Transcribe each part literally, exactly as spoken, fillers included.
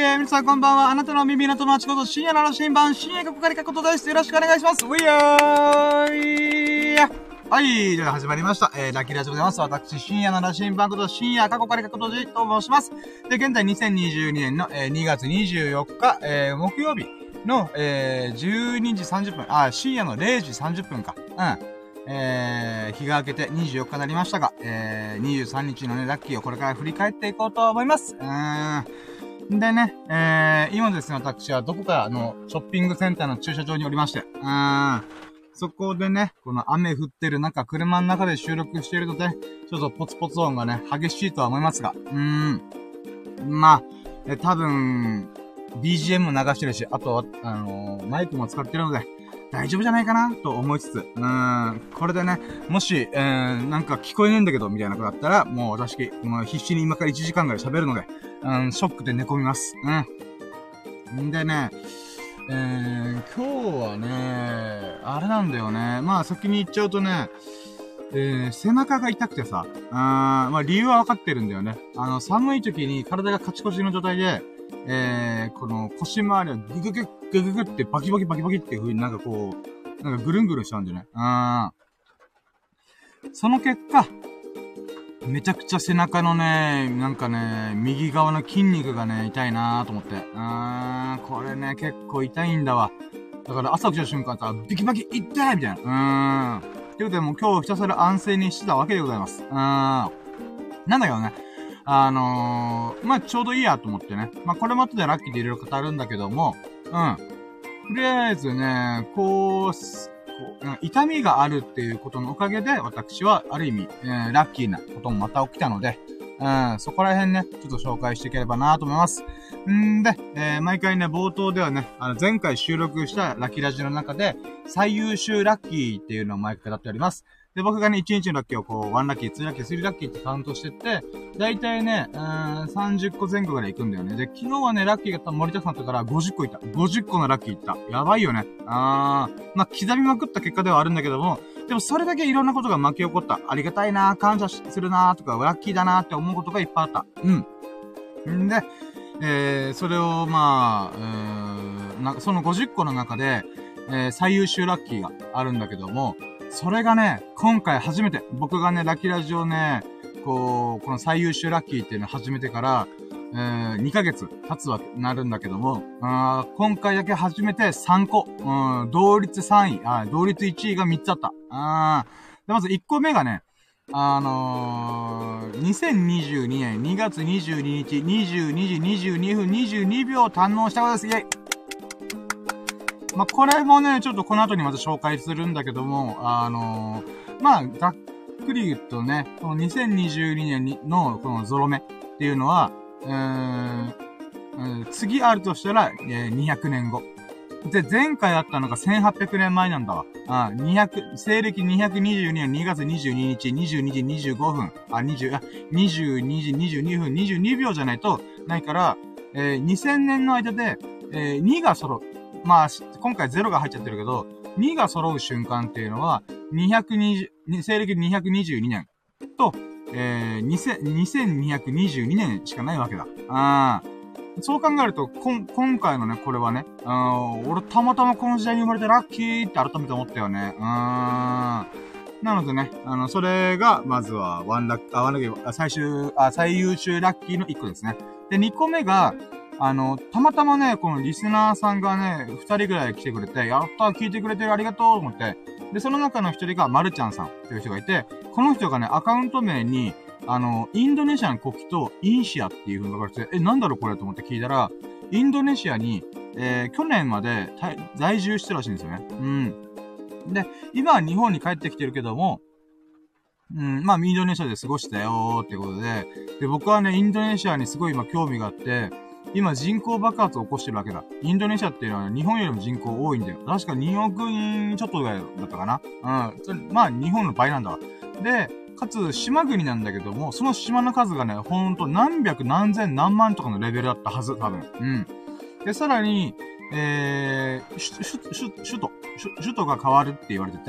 ー、皆さんこんばんは。あなたの耳の友達こと深夜の新版、深夜ここからかことです。よろしくお願いします。ウィアーイはい、では始まりました。えー、ラッキーラジオでございます。私、深夜の羅針盤こと深夜過去からかことじと申します。で、現在にせんにじゅうにねんの、えー、にがつにじゅうよっか、えー、木曜日の、えー、じゅうにじさんじゅっぷん、あ、深夜のれいじさんじゅっぷんか。うん。えー、日が明けてにじゅうよっかになりましたが、えー、にじゅうさんにちのね、ラッキーをこれから振り返っていこうと思います。うーん。でね、えー、今ですね、私はどこかのショッピングセンターの駐車場におりまして、うーん。そこでね、この雨降ってる中、車の中で収録しているので、ちょっとポツポツ音がね、激しいとは思いますが、うーん。まあ、え、多分、ビージーエム も流してるし、あと、あのー、マイクも使ってるので、大丈夫じゃないかなと思いつつ、うーん、これでね、もし、えー、なんか聞こえねえんだけど、みたいなことだったら、もう私、もう必死に今からいちじかんぐらい喋るので、うん、ショックで寝込みます。うん。んでね、えー、今日はね、あれなんだよね。まあ先に言っちゃうとね、えー、背中が痛くてさ、あーまあ理由はわかってるんだよね。あの、寒い時に体がカチコチの状態で、えー、この腰回りをググググググってバキバキバキバキっていう風になんかこう、なんかぐるんぐるんしちゃうんだよね。あーその結果、めちゃくちゃ背中のね、なんかね、右側の筋肉がね、痛いなーと思って。あー、これね、結構痛いんだわ。だから朝起きた瞬間さ、ビキバキ痛いみたいな。うーん。ってことでもう今日ひたすら安静にしてたわけでございます。うーん。なんだけどね。あのー、まあ、ちょうどいいやと思ってね。まあ、これも後でラッキーでいろいろ語るんだけども、うん。とりあえずね、こう、痛みがあるっていうことのおかげで、私は、ある意味、えー、ラッキーなこともまた起きたので、うん、そこら辺ね、ちょっと紹介していければなと思います。んで、えー、毎回ね、冒頭ではね、あの、前回収録したラッキーラジオの中で、最優秀ラッキーっていうのを毎回語っております。で、僕がね、いちにちのラッキーをこう、ワンラッキー、ツーラッキー、スリーラッキーってカウントしてって、だいたいね、うーん、さんじゅっこぜん後ぐらい行くんだよね。で、昨日はね、ラッキーが盛りたくなったからごじゅっこいった。ごじゅっこのラッキーいった。やばいよね。あー。まあ、刻みまくった結果ではあるんだけども、でもそれだけいろんなことが巻き起こった。ありがたいな、感謝するなとか、ラッキーだなって思うことがいっぱいあった。うん。んで、えー、それをまあ、うーん、なんかそのごじゅっこの中で、えー、最優秀ラッキーがあるんだけども、それがね、今回初めて、僕がね、ラッキーラジオね、こう、この最優秀ラッキーっていうのを始めてから、えー、にかげつ経つわけ、なるんだけども、あ今回だけ初めてさんこ、うん、同率さんい、あ同率いちいがみっつあった。あでまずいっこめがね、あのー、にせんにじゅうにねんにがつにじゅうににちにじゅうにじにじゅうにふんにじゅうにびょうを堪能したことです。イェイまあ、これもね、ちょっとこの後にまた紹介するんだけども、あのー、まあ、ざっくり言うとね、このにせんにじゅうにねんにのこのゾロ目っていうのは、うーん、次あるとしたら、えー、にひゃくねんご。で、前回あったのがせんはっぴゃくねんまえなんだわ。あ、にひゃく、西暦にひゃくにじゅうにねんにがつにじゅうににちにじゅうにじにじゅうごふん、あ、にじゅう、あ、にじゅうにじにじゅうにふんにじゅうにびょうじゃないと、ないから、えー、にせんねんの間で、えー、にが揃う。まあ、今回ゼロが入っちゃってるけど、にが揃う瞬間っていうのは、にひゃくにじゅう、西暦にひゃくにじゅうにねんと、えー、にせんにひゃくにじゅうにねんしかないわけだ。あそう考えると、こん、今回のね、これはね、あ俺たまたまこの時代に生まれてラッキーって改めて思ったよね。うーん。なのでね、あの、それが、まずは、ワンラッキー、あ、ワンラッキー、最終、あ、最優秀ラッキーのいっこですね。で、にこめが、あの、たまたまね、このリスナーさんがね、ふたりぐらい来てくれて、やったー聞いてくれてるありがとうと思って、で、その中のひとりがまるちゃんさんっていう人がいて、この人がね、アカウント名に、あの、インドネシアの国旗とインシアっていう風に書かれてて、え、なんだろうこれと思って聞いたら、インドネシアに、えー、去年まで在住してるらしいんですよね。うん。で、今は日本に帰ってきてるけども、うん、まあ、インドネシアで過ごしたよーっていうことで、で、僕はね、インドネシアにすごい今興味があって、今人口爆発を起こしてるわけだ。インドネシアっていうのは日本よりも人口多いんだよ。確かにおくにんちょっとぐらいだったかな。うん。まあ、日本の倍なんだわ。で、かつ、島国なんだけども、その島の数がね、ほんと何百何千何万とかのレベルだったはず、多分。うん。で、さらに、えー、首都、首都、首都が変わるって言われてて、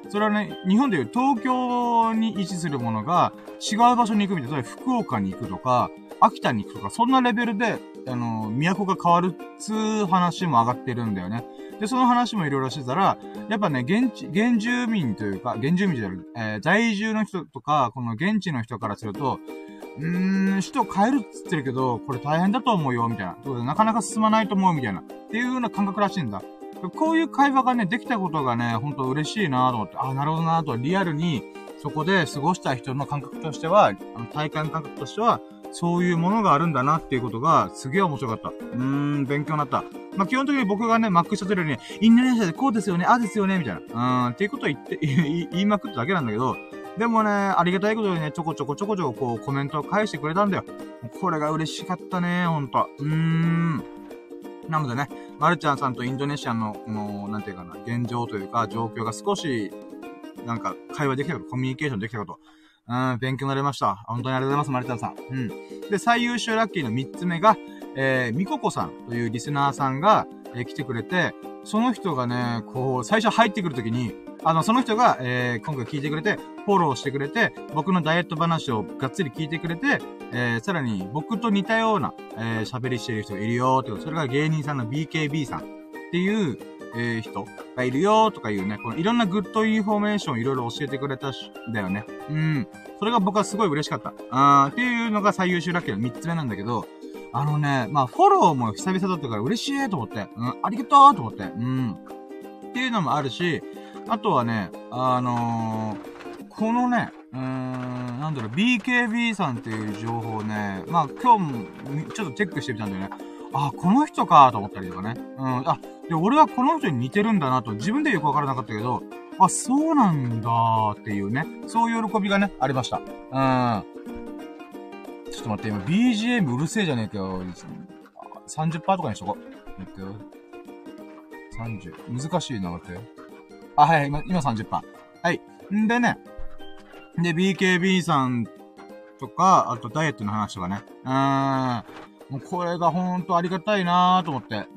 それはね、日本でいう東京に位置するものが違う場所に行くみたいな、例えば福岡に行くとか、秋田に行くとか、そんなレベルで、あの、都が変わるっつう話も上がってるんだよね。で、その話もいろいろしてたら、やっぱね、現地、現住民というか、現住民じゃない、えー、在住の人とか、この現地の人からすると、うーん、首都変えるっつってるけど、これ大変だと思うよ、みたいな。ということでなかなか進まないと思う、みたいな。っていうような感覚らしいんだ。こういう会話がね、できたことがね、ほんと嬉しいなと思って、あ、なるほどなと、リアルに、そこで過ごした人の感覚としては、あの体感感覚としては、そういうものがあるんだなっていうことが、すげえ面白かった。うーん、勉強になった。まあ、基本的に僕がね、マックしちゃってるように、インドネシアでこうですよね、あですよね、みたいな。うーん、っていうことを言って、言いまくっただけなんだけど、でもね、ありがたいことにね、ちょこちょこちょこちょここうコメントを返してくれたんだよ。これが嬉しかったね、ほんと。うーん。なのでね、マルちゃんさんとインドネシアの、この、なんていうかな、現状というか、状況が少し、なんか、会話できたこと、コミュニケーションできたこと、うん、勉強になりました。本当にありがとうございます、マルちゃんさん。うん。で、最優秀ラッキーの三つ目が、えー、ミココさんというリスナーさんが、えー、来てくれて、その人がね、こう、最初入ってくるときに、あの、その人が、えー、今回聞いてくれて、フォローしてくれて、僕のダイエット話をがっつり聞いてくれて、えー、さらに僕と似たような、えー、喋りしてる人がいるよーってこと、それが芸人さんの ビーケービー さんっていう、えー、人がいるよーとかいうね、このいろんなグッドインフォメーションいろいろ教えてくれたし、だよね。うん。それが僕はすごい嬉しかった。あーっていうのが最優秀ラッキーの三つ目なんだけど、あのね、まあ、フォローも久々だったから嬉しいと思って、うん、ありがとうと思って、うん。っていうのもあるし、あとはね、あのー、このね、うーん、なんだろう、ビーケービー さんっていう情報をね、まあ今日もちょっとチェックしてみたんだよね。あ、この人かと思ったりとかね。うん、あ、で、俺はこの人に似てるんだなと自分でよくわからなかったけど、あ、そうなんだっていうね、そういう喜びがね、ありました。うん。ちょっと待って、今 ビージーエム うるせえじゃねえかよ。さんじゅっパーセント とかにしとこう。待ってよ。さんじゅう。難しいな、待って。あ、はい、今、今 さんじゅっパーセント。はい。んでね。で、ビーケービー さんとか、あとダイエットの話とかね。うーん。もうこれがほんとありがたいなーと思って。うん。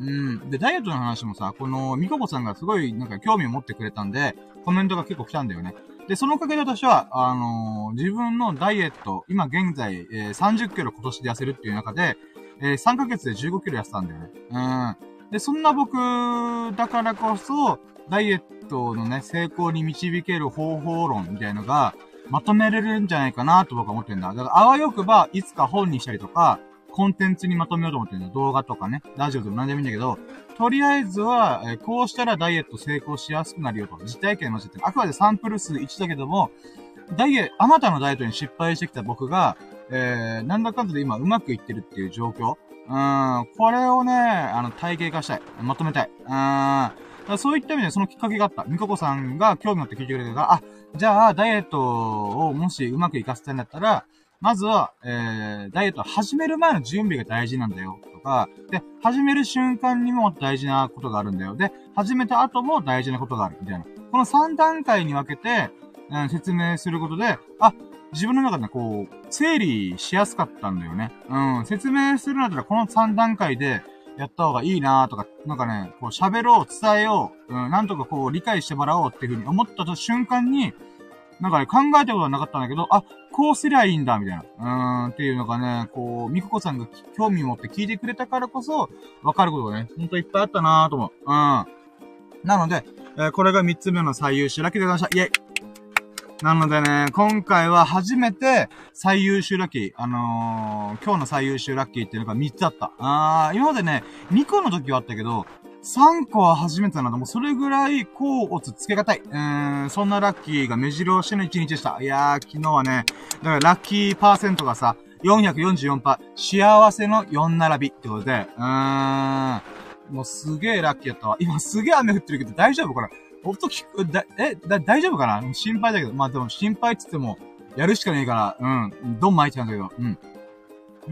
で、ダイエットの話もさ、この、ミココさんがすごいなんか興味を持ってくれたんで、コメントが結構来たんだよね。で、そのおかげで私は、あのー、自分のダイエット、今現在、えー、さんじゅっキロ今年で痩せるっていう中で、えー、さんかげつでじゅうごキロ痩せたんだよね。うん。で、そんな僕、だからこそ、ダイエットのね、成功に導ける方法論みたいのが、まとめれるんじゃないかなと僕は思ってるんだ。だから、あわよくば、いつか本にしたりとか、コンテンツにまとめようと思ってるんだ。動画とかね、ラジオでも何でもいいんだけど、とりあえずは、えー、こうしたらダイエット成功しやすくなるよと。実体験のしてて、あくまでサンプル数いちだけども、ダイエ、あまたのダイエットに失敗してきた僕が、えー、なんだかんだで今うまくいってるっていう状況。うーん、これをね、あの、体系化したい。まとめたい。うーん。そういった意味でそのきっかけがあった。ミココさんが興味持って聞いてくれたから、あ、じゃあ、ダイエットをもしうまくいかせたいんだったら、まずは、えー、ダイエットを始める前の準備が大事なんだよ。とか、で、始める瞬間にも大事なことがあるんだよ。で、始めた後も大事なことがある。みたいな。このさん段階に分けて、うん、説明することで、あ、自分の中でこう、整理しやすかったんだよね。うん、説明するんだったらこのさん段階で、やった方がいいなーとか、なんかね、こう喋ろう、伝えよう、うん、なんとかこう理解してもらおうっていう風に思った瞬間に、なんかね、考えたことはなかったんだけど、あ、こうすりゃいいんだ、みたいな。うーん、っていうのがね、こう、ミココさんが興味持って聞いてくれたからこそ、わかることがね、ほんといっぱいあったなーと思う。うん。なので、えー、これがみっつめの最優秀ラッキーでございました。イェイ！なのでね、今回は初めて最優秀ラッキー、あのー、今日の最優秀ラッキーっていうのがみっつあった。あー、今までね、にこの時はあったけど、さんこは初めてだなと、もうそれぐらい甲乙つけがたい。うーん、そんなラッキーが目白押しの一日でした。いやー、昨日はね、だからラッキーパーセントがさ、よんひゃくよんじゅうよんパーセント、幸せのよん並びってことで、うーん、もうすげーラッキーやったわ。今すげー雨降ってるけど大丈夫かな？音聞く、だ、え、だ、大丈夫かな？心配だけど。まあでも心配っつっても、やるしかねえから、うん、どん巻いてたんだけど、うん。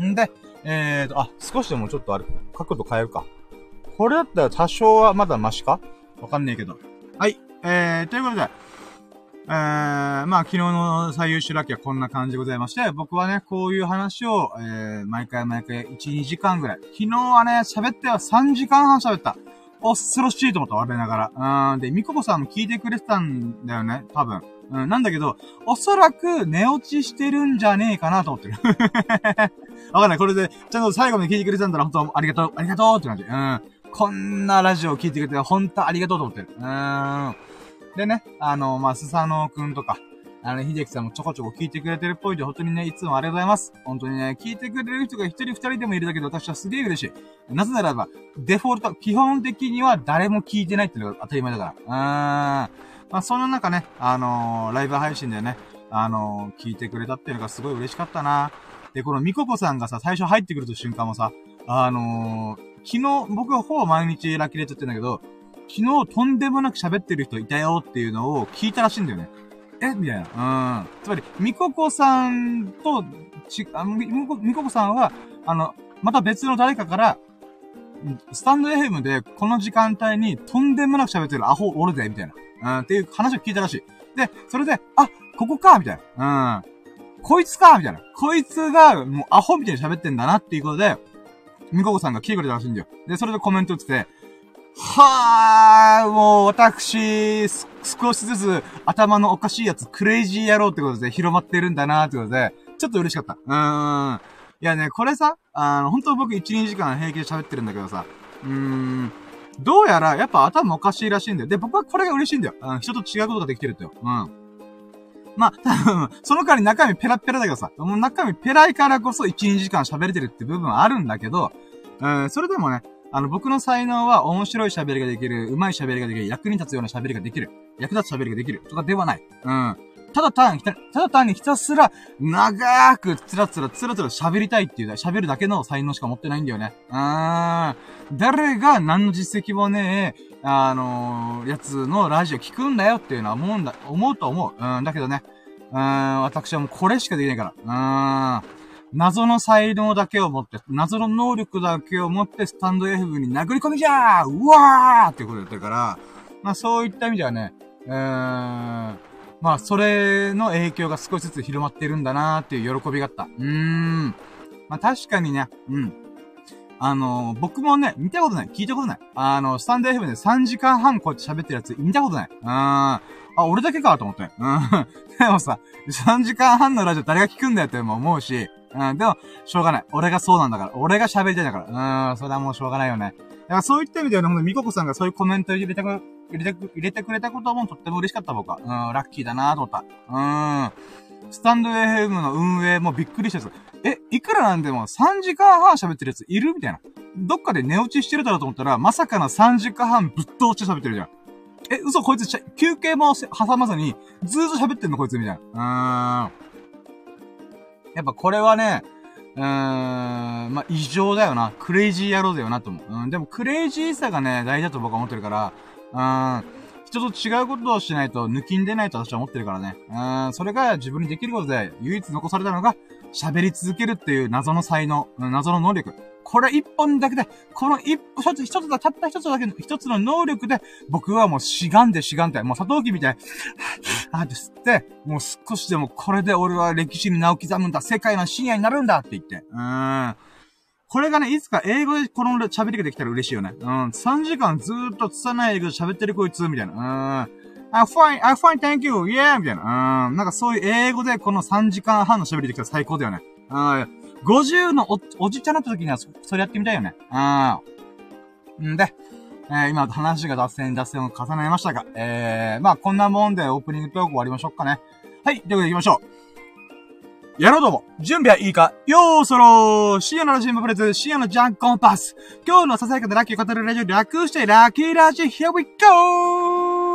んで、えーと、あ、少しでもちょっとあれ、角度変えるか。これだったら多少はまだマシか？わかんねえけど。はい。えー、ということで、えー、まあ昨日の最優秀ラッキーはこんな感じでございまして、僕はね、こういう話を、えー、毎回毎回いち、にじかんぐらい。昨日はね、喋ってはさんじかんはん喋った。 恐ろしいと思った、我ながら。うん。で、みここさんも聞いてくれてたんだよね、多分。うん、なんだけど、おそらく寝落ちしてるんじゃねえかなと思ってる。わかんない。これで、ちゃんと最後まで聞いてくれてたんだら、本当ありがとう、ありがとうって感じ。うん。こんなラジオを聞いてくれて、本当ありがとうと思ってる。うーん。でね、あの、まあ、スサノオくんとか、あの、秀樹さんもちょこちょこ聞いてくれてるっぽいんで、本当にね、いつもありがとうございます。本当にね、聞いてくれる人が一人二人でもいるだけで私はすげえ嬉しい。なぜならば、デフォルト、基本的には誰も聞いてないっていうのが当たり前だから。うーん。まあ、その中ね、あのー、ライブ配信でね、あのー、聞いてくれたっていうのがすごい嬉しかったな。で、このミココさんがさ、最初入ってくると瞬間もさ、あのー、昨日、僕はほぼ毎日ラッキーレッチやってんだけど、昨日とんでもなく喋ってる人いたよっていうのを聞いたらしいんだよね。えみたいな。うん。つまり、ミココさんと、ち、あみ、みこ、みここさんは、あの、また別の誰かから、スタンド エフエム でこの時間帯にとんでもなく喋ってるアホおるで、みたいな。うん、っていう話を聞いたらしい。で、それで、あ、ここかみたいな。うん。こいつかみたいな。こいつが、もうアホみたいに喋ってんだなっていうことで、みここさんが聞いてくれたらしいんだよ。で、それでコメント打ってて、はー、もう私、少しずつ頭のおかしいやつ、クレイジー野郎ってことで広まってるんだなーってことで、ちょっと嬉しかった。うーん。いやね、これさ、あの、本当僕いち、にじかん平気で喋ってるんだけどさ、うーん、どうやらやっぱ頭おかしいらしいんだよ。で、僕はこれが嬉しいんだよ。うん、人と違うことができてるってよ。うん。まあ、多分、その代わり中身ペラペラだけどさ、もう中身ペラいからこそいち、にじかん喋れてるって部分はあるんだけど、うん、それでもね、あの、僕の才能は面白い喋りができる、上手い喋りができる、役に立つような喋りができる、役立つ喋りができる、とかではない。うん。ただ単に、ただ単にひたすら、長ーく、つらつら、つらつら喋りたいっていう、喋るだけの才能しか持ってないんだよね。うーん。誰が何の実績もねえ、あのー、やつのラジオ聞くんだよっていうのは思うんだ、思うと思う。うん、だけどね。うーん、私はもうこれしかできないから。うーん。謎の才能だけを持って、謎の能力だけを持ってスタンド エフエム に殴り込みじゃーうわーってことやってるから、まあそういった意味ではね、うーん、まあそれの影響が少しずつ広まってるんだなーっていう喜びがあった。うーん。まあ確かにね、うん。あのー、僕もね、見たことない。聞いたことない。あの、スタンド エフエム でさんじかんはんこうやって喋ってるやつ見たことない。うーん。あ、俺だけかと思って。うん。でもさ、さんじかんはんのラジオ誰が聞くんだよっても思うし、うん、でも、しょうがない。俺がそうなんだから。俺が喋りたいんだから。うん、それはもうしょうがないよね。だからそういった意味ではね、ほんと、みここさんがそういうコメントを入れてく、入れてく、入れてくれたこともとっても嬉しかった僕は。うん、ラッキーだなぁと思った。うん。スタンド エフエム の運営もびっくりしたやつ。え、いくらなんでもさんじかんはん喋ってるやついるみたいな。どっかで寝落ちしてるだろうと思ったら、まさかのさんじかんはんぶっ通して喋ってるじゃん。え、嘘こいつ休憩も挟まずに、ずーっと喋ってんのこいつみたいな。うーん。やっぱこれはね、うーん、まあ、異常だよな。クレイジー野郎だよなと思う。うん、でもクレイジーさがね、大事だと僕は思ってるから、うーん、人と違うことをしないと抜きん出ないと私は思ってるからね。うーん、それが自分にできることで、唯一残されたのが、喋り続けるっていう謎の才能、謎の能力。これ一本だけで、この一歩、一つ、一つだ、たった一つだけの、一つの能力で、僕はもうしがんでしがんで、もうサトウキみたい、はぁ、あーって吸って、もう少しでもこれで俺は歴史に名を刻むんだ、世界の深夜になるんだって言って。うーん。これがね、いつか英語でこの喋りができたら嬉しいよね。うん。さんじかんずーっと拙い英語で喋ってるこいつ、みたいな。うーん。I'm fine, I'm fine, thank you, yeah! みたいな。うん。なんかそういう英語でこのさんじかんはんの喋りできたら最高だよね。うん。ごじゅうのお、おじちゃんになった時にはそ、それやってみたいよね。うん。んで、えー、今話が脱線、脱線を重ねましたが、えー、まあこんなもんでオープニングトーク終わりましょうかね。はい、ということで行きましょう。やろうどうも。準備はいいかよーそろー深夜のラジオプレゼン、深夜のジャンコンパス。今日のささやかでラッキーを語るラジオ略してラッキーラジ Here we go!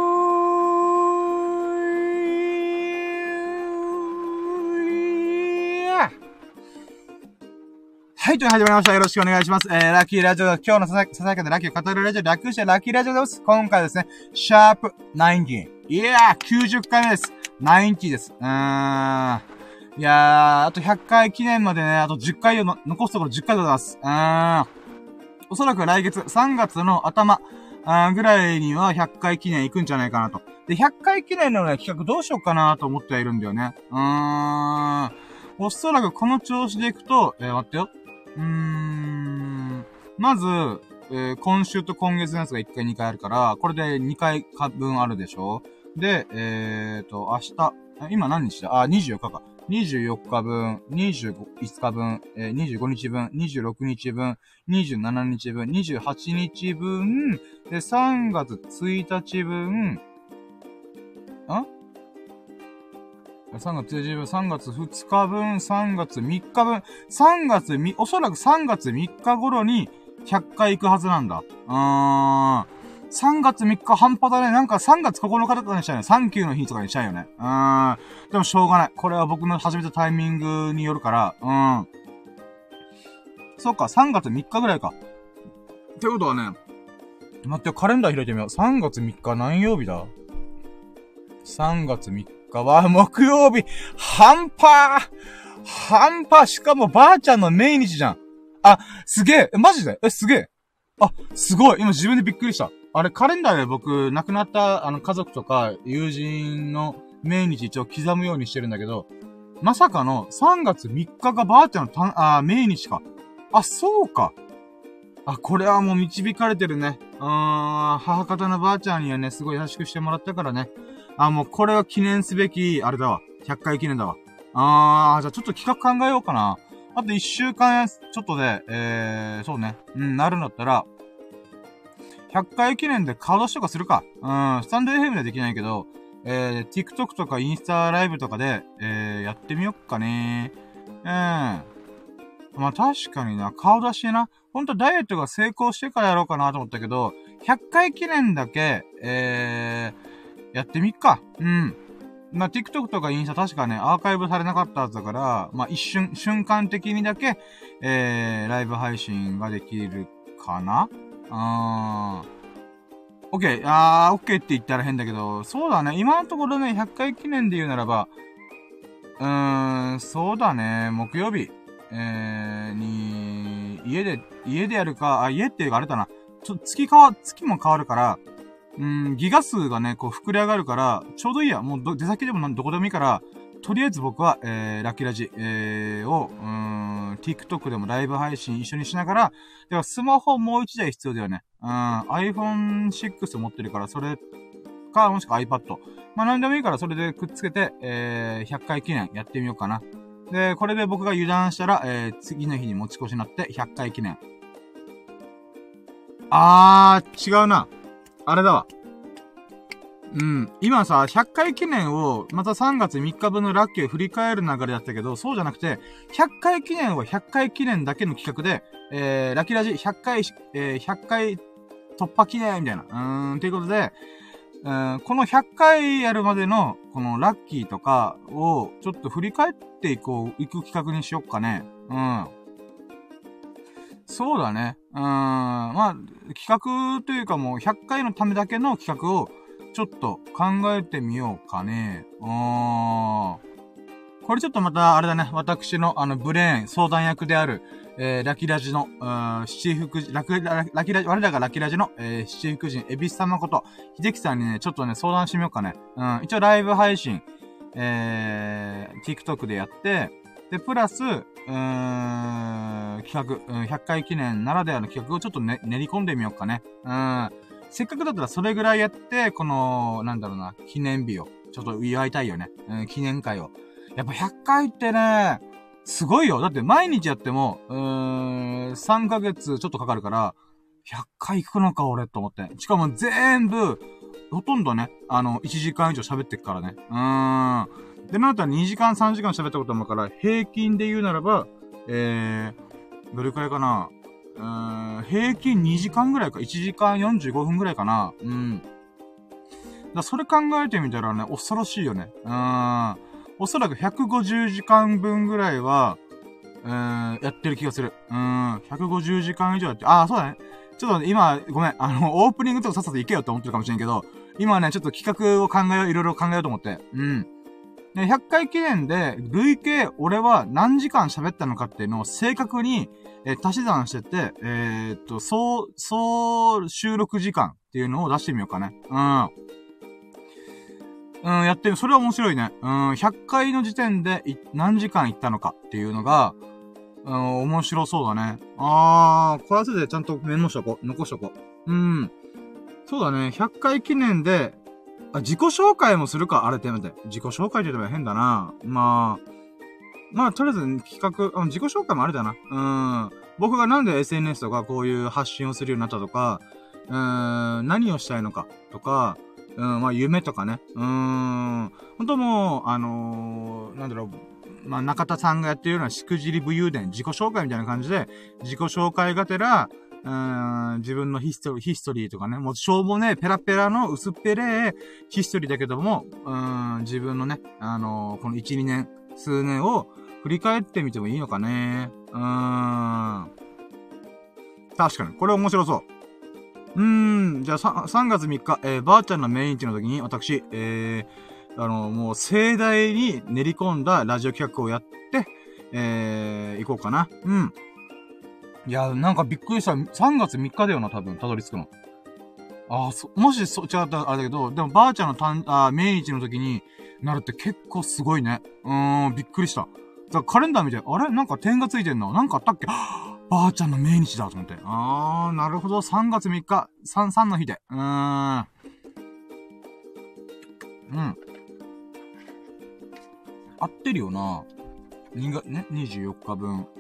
はい、という始まりました。よろしくお願いします。えー、ラッキーラジオ、今日のささやかでラッキーを語るラジオ略してラッキーラジオです。今回ですね、シャープきゅうじゅう。いやー、きゅうじゅっかいめです。きゅうじゅうです。うーん。いやー、あとひゃっかい記念までね、あとじゅっかいをの残すところじゅっかいでございます。うーん。おそらく来月、さんがつの頭、あーぐらいにはひゃっかい記念行くんじゃないかなと。で、ひゃっかい記念の、ね、企画どうしようかなと思ってはいるんだよね。うーん。おそらくこの調子で行くと、えー、待ってよ。うーん。まず、 えー、今週と今月のやつがいっかいにかいあるから、これでにかい分あるでしょ。で、えーと、明日、今何日だあ、にじゅうよっかか。にじゅうよっかぶん、にじゅういつかぶん、えー、にじゅうごにちぶん、にじゅうろくにちぶん、にじゅうしちにちぶん、にじゅうはちにちぶん、で、さんがつついたちぶん、ん ?さんがつついたちぶん、さんがつふつかぶん、さんがつみっかぶん、さんがつみ、おそらくさんがつみっか頃にひゃっかい行くはずなんだ。うーん。さんがつみっか半端だね。なんかさんがつここのかとかにしたいよね。サンキューの日とかにしたいよね。うーん。でもしょうがない。これは僕の始めたタイミングによるから、うん。そっか、さんがつみっかぐらいか。ってことはね、待って、カレンダー開いてみよう。さんがつみっか何曜日だ ?さんがつみっかは木曜日。半端半端しかもばあちゃんの命日じゃん。あ、すげえ。マジでえ、すげえ。あ、すごい。今自分でびっくりした。あれ、カレンダーで僕、亡くなった、あの、家族とか、友人の命日一応刻むようにしてるんだけど、まさかのさんがつみっかがばあちゃんのた、あ、命日か。あ、そうか。あ、これはもう導かれてるね。うーん、母方のばあちゃんにはね、すごい優しくしてもらったからね。あ、もうこれは記念すべき、あれだわ。ひゃっかい記念だわ。あー、じゃあちょっと企画考えようかな。あといっしゅうかんちょっとで、えー、そうね。うん、なるんだったら、ひゃっかい記念で顔出しとかするか。うん、スタンド エフエム ではできないけど、えー、TikTok とかインスタライブとかで、えー、やってみよっかね。うん。まあ、確かにな、顔出しな。ほんとダイエットが成功してからやろうかなと思ったけど、ひゃっかい記念だけ、えー、やってみっか。うん。まあ、TikTok とかインスタ確かね、アーカイブされなかったはずだから、まあ、一瞬、瞬間的にだけ、えー、ライブ配信ができるかなあー。OK。あー、OK って言ったら変だけど、そうだね。今のところね、ひゃっかい記念で言うならば、うーん、そうだね。木曜日、えー、に、家で、家でやるか、あ、家っていうかあれだな。ちょっと月変わ、月も変わるから、うーん、ギガ数がね、こう膨れ上がるから、ちょうどいいや。もうど、出先でもなんどこでもいいから、とりあえず僕は、えー、ラッキーラジ、えー、を、うーん、TikTok でもライブ配信一緒にしながら、ではスマホもう一台必要だよね。うん、アイフォンシックス 持ってるから、それか、もしくは iPad。まあ、なんでもいいから、それでくっつけて、えー、ひゃっかい記念やってみようかな。で、これで僕が油断したら、えー、次の日に持ち越しになって、ひゃっかい記念。あー、違うな。あれだわ。うん。今さ、ひゃっかい記念を、またさんがつみっかぶんのラッキーを振り返る流れだったけど、そうじゃなくて、ひゃっかい記念はひゃっかい記念だけの企画で、えー、ラッキーラジひゃっかい、えー、ひゃっかい突破記念みたいな。うーん、ということで、うん、このひゃっかいやるまでの、このラッキーとかを、ちょっと振り返っていこう、いく企画にしよっかね。うん。そうだね。うーん。まあ、企画というかもうひゃっかいのためだけの企画をちょっと考えてみようかね。うーん。これちょっとまたあれだね。私のあのブレーン相談役である、えー、ラキラジの、うーん、七福神、ラク、ララキラジ、我らがラキラジの、えー、七福神、エビス様こと、秀樹さんにね、ちょっとね、相談してみようかね。うん。一応ライブ配信、えー、TikTok でやって、で、プラス、うーん、企画、うん、ひゃっかい記念ならではの企画をちょっとね、練り込んでみようかね。うん。せっかくだったらそれぐらいやって、この、なんだろうな、記念日を、ちょっと祝いたいよね。うん、記念会を。やっぱひゃっかいってね、すごいよ。だって毎日やっても、うーん、さんかげつちょっとかかるから、ひゃっかい行くのか俺と思って。しかも全部、ほとんどね、あの、いちじかん以上喋ってっからね。うーん。で、なんだったらにじかんさんじかん喋ったこともあるから、平均で言うならば、えー、どれくらいかな。うーん、平均にじかんぐらいか。いちじかんよんじゅうごふんぐらいかな。うん。だそれ考えてみたらね、恐ろしいよね。うーん。おそらくひゃくごじゅうじかんぶんぐらいは、うーん、やってる気がする。うーん、ひゃくごじゅうじかん以上やって、あー、そうだね。ちょっと今、ごめん、あの、オープニングとかさっさと行けよって思ってるかもしれんけど、今ね、ちょっと企画を考えよう、いろいろ考えようと思って。うん。で、ひゃっかい記念で、累計俺は何時間喋ったのかっていうのを正確に、えー、足し算してて、えー、っと、総、総収録時間っていうのを出してみようかね。うん。うん、やってみ、それは面白いね。うん、ひゃっかいの時点でい何時間行ったのかっていうのが、 うん、面白そうだね。あー、これ後でちゃんとメモしとこう。残しとこう。うん。そうだね。ひゃっかい記念で、あ、自己紹介もするか、改めて。自己紹介って言えば変だな。まあ、まあ、とりあえず企画、自己紹介もあれだな。うん。僕がなんで エスエヌエス とかこういう発信をするようになったとか、うーん、何をしたいのかとか、うん、まあ夢とかね。うーん、本当もう、あのー、なんだろう、まあ中田さんがやってるようなしくじり武勇伝、自己紹介みたいな感じで、自己紹介がてら、うーん、自分のヒストリー、ヒストリーとかね、もうしょうもね、ペラペラの薄っぺれヒストリーだけども、うーん、自分のね、あのー、このいち、にねん、数年を振り返ってみてもいいのかね。うーん。確かに、これ面白そう。うーん、じゃあささんがつみっか、えー、ばあちゃんの命日の時に、私、えー、あの、もう盛大に練り込んだラジオ企画をやって、えー、行こうかな。うん。いや、なんかびっくりした。さんがつみっかだよな、多分、たどり着くの。ああ、そ、もし、そ、違ったらあれだけど、でもばあちゃんのたん、あ命日の時になるって結構すごいね。うーん、びっくりした。だからカレンダー見て、あれなんか点がついてんのなんかあったっけばあちゃんの命日だと思って。あー、なるほど。さんがつみっか。さん、さんの日で。うーん。うん。合ってるよな。にが、ね、にじゅうよっかぶん。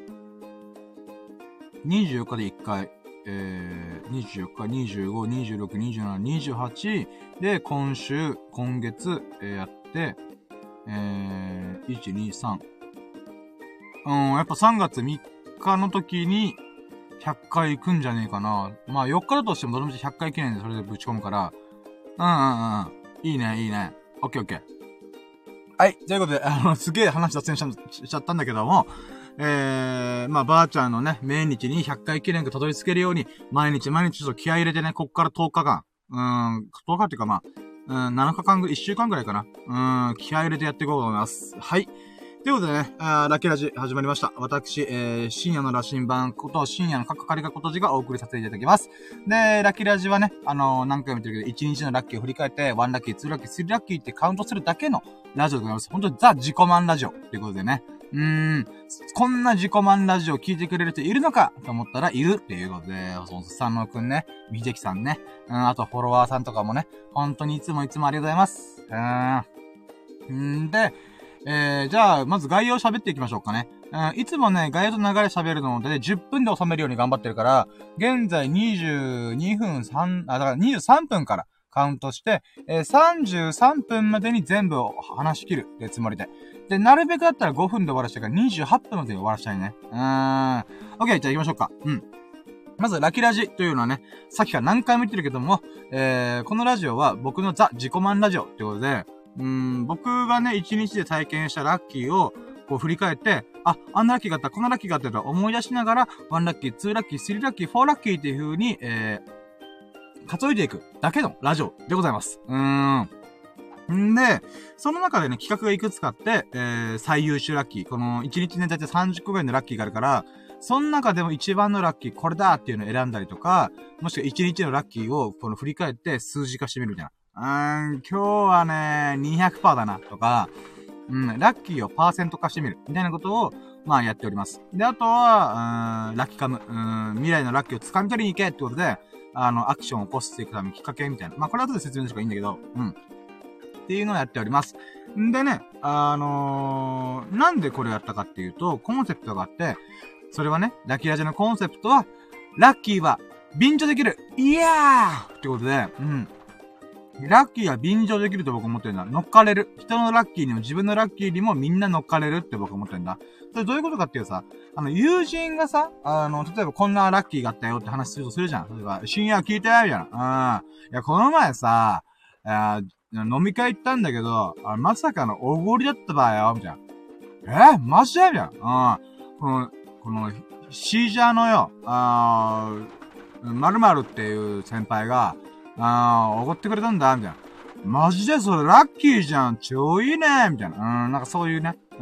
にじゅうよっかでいっかい。えー、にじゅうよっか、にじゅうご、にじゅうろく、にじゅうなな、にじゅうはち。で、今週、今月、えー、やって、えー、いち、に、さん。うん、やっぱさんがつみっかの時に、ひゃっかい行くんじゃねえかな。まあよっかだとしてもどのみちひゃっかい記念でそれでぶち込むから。うんうんうん。いいね、いいね。オッケーオッケー。はい。ということで、あの、すげえ話脱線しちゃったんだけども、えー、まあばあちゃんのね、命日にひゃっかい記念がたどり着けるように、毎日毎日ちょっと気合い入れてね、こっからとおかかん。うーん、とおかっていうかまあ、うん、なのかかんぐらい、いっしゅうかんぐらいかな。うん、気合い入れてやっていこうと思います。はい。ということでね、あラッキーラジ始まりました。私、えー、深夜の羅針盤こと深夜のカッカカリカことじがお送りさせていただきます。で、ラッキーラジはね、あのー、何回も言ってるけど、いちにちのラッキーを振り返って、いちラッキー、にラッキー、さんラッキーってカウントするだけのラジオでございます。本当にザ自己満ラジオということでね。うーん、こんな自己満ラジオ聞いてくれる人いるのかと思ったらいるっていうことで、そのさんのくんね、みじきさんね、うん、あとフォロワーさんとかもね、本当にいつもいつもありがとうございます。うーん。んで、えー、じゃあ、まず概要喋っていきましょうかね。うん、いつもね、概要と流れ喋るので、ね、じゅっぷんで収めるように頑張ってるから、現在にじゅうにふんさん、あ、だからにじゅうさんぷんからカウントして、えー、さんじゅうさんぷんまでに全部を話し切るってつもりで。で、なるべくだったらごふんで終わらせてからにじゅうはっぷんまでに終わらせたいね。うーん。オッケー、じゃあ行きましょうか。うん。まず、ラキラジというのはね、さっきから何回も言ってるけども、えー、このラジオは僕のザ・自己満ラジオってことで、うーん、僕がね、一日で体験したラッキーを、こう振り返って、あ、あんなラッキーがあった、このラッキーがあったと思い出しながら、ワンラッキー、ツーラッキー、スリーラッキー、フォーラッキーっていう風に、えー、数えていくだけのラジオでございます。うーん。んで、その中でね、企画がいくつかあって、えー、最優秀ラッキー。このいちにちね、だいたいさんじゅっこぐらいのラッキーがあるから、その中でも一番のラッキー、これだっていうのを選んだりとか、もしくはいちにちのラッキーを、この振り返って数字化してみるみたいな。うーん、今日はね、にひゃくパーセント だな、とか、うん、ラッキーをパーセント化してみる、みたいなことを、まあやっております。で、あとは、うーん、ラッキーカム、うーん、未来のラッキーを掴み取りに行けってことで、あの、アクションを起こしていくためのきっかけみたいな。まあこれは後で説明すればいいんだけど、うん。っていうのをやっております。んでね、あのー、なんでこれをやったかっていうと、コンセプトがあって、それはね、ラッキーラジオのコンセプトは、ラッキーは便乗できるイヤーってことで、うん。ラッキーは便乗できると僕思ってるんだ。乗っかれる。人のラッキーにも自分のラッキーにもみんな乗っかれるって僕思ってるんだ。それどういうことかっていうさ、あの、友人がさ、あの、例えばこんなラッキーがあったよって話するとするじゃん。例えば、深夜聞いてみたいな。うん。いや、この前さ、あ飲み会行ったんだけど、あまさかのおごりだったばよ、みたいな。えー、マジでみたいな。うん。この、この、シージャーのよ、あー、〇〇っていう先輩が、あー、おごってくれたんだ、みたいな。マジでそれラッキーじゃん、超いいね、みたいな。うん、なんかそういうね。うん、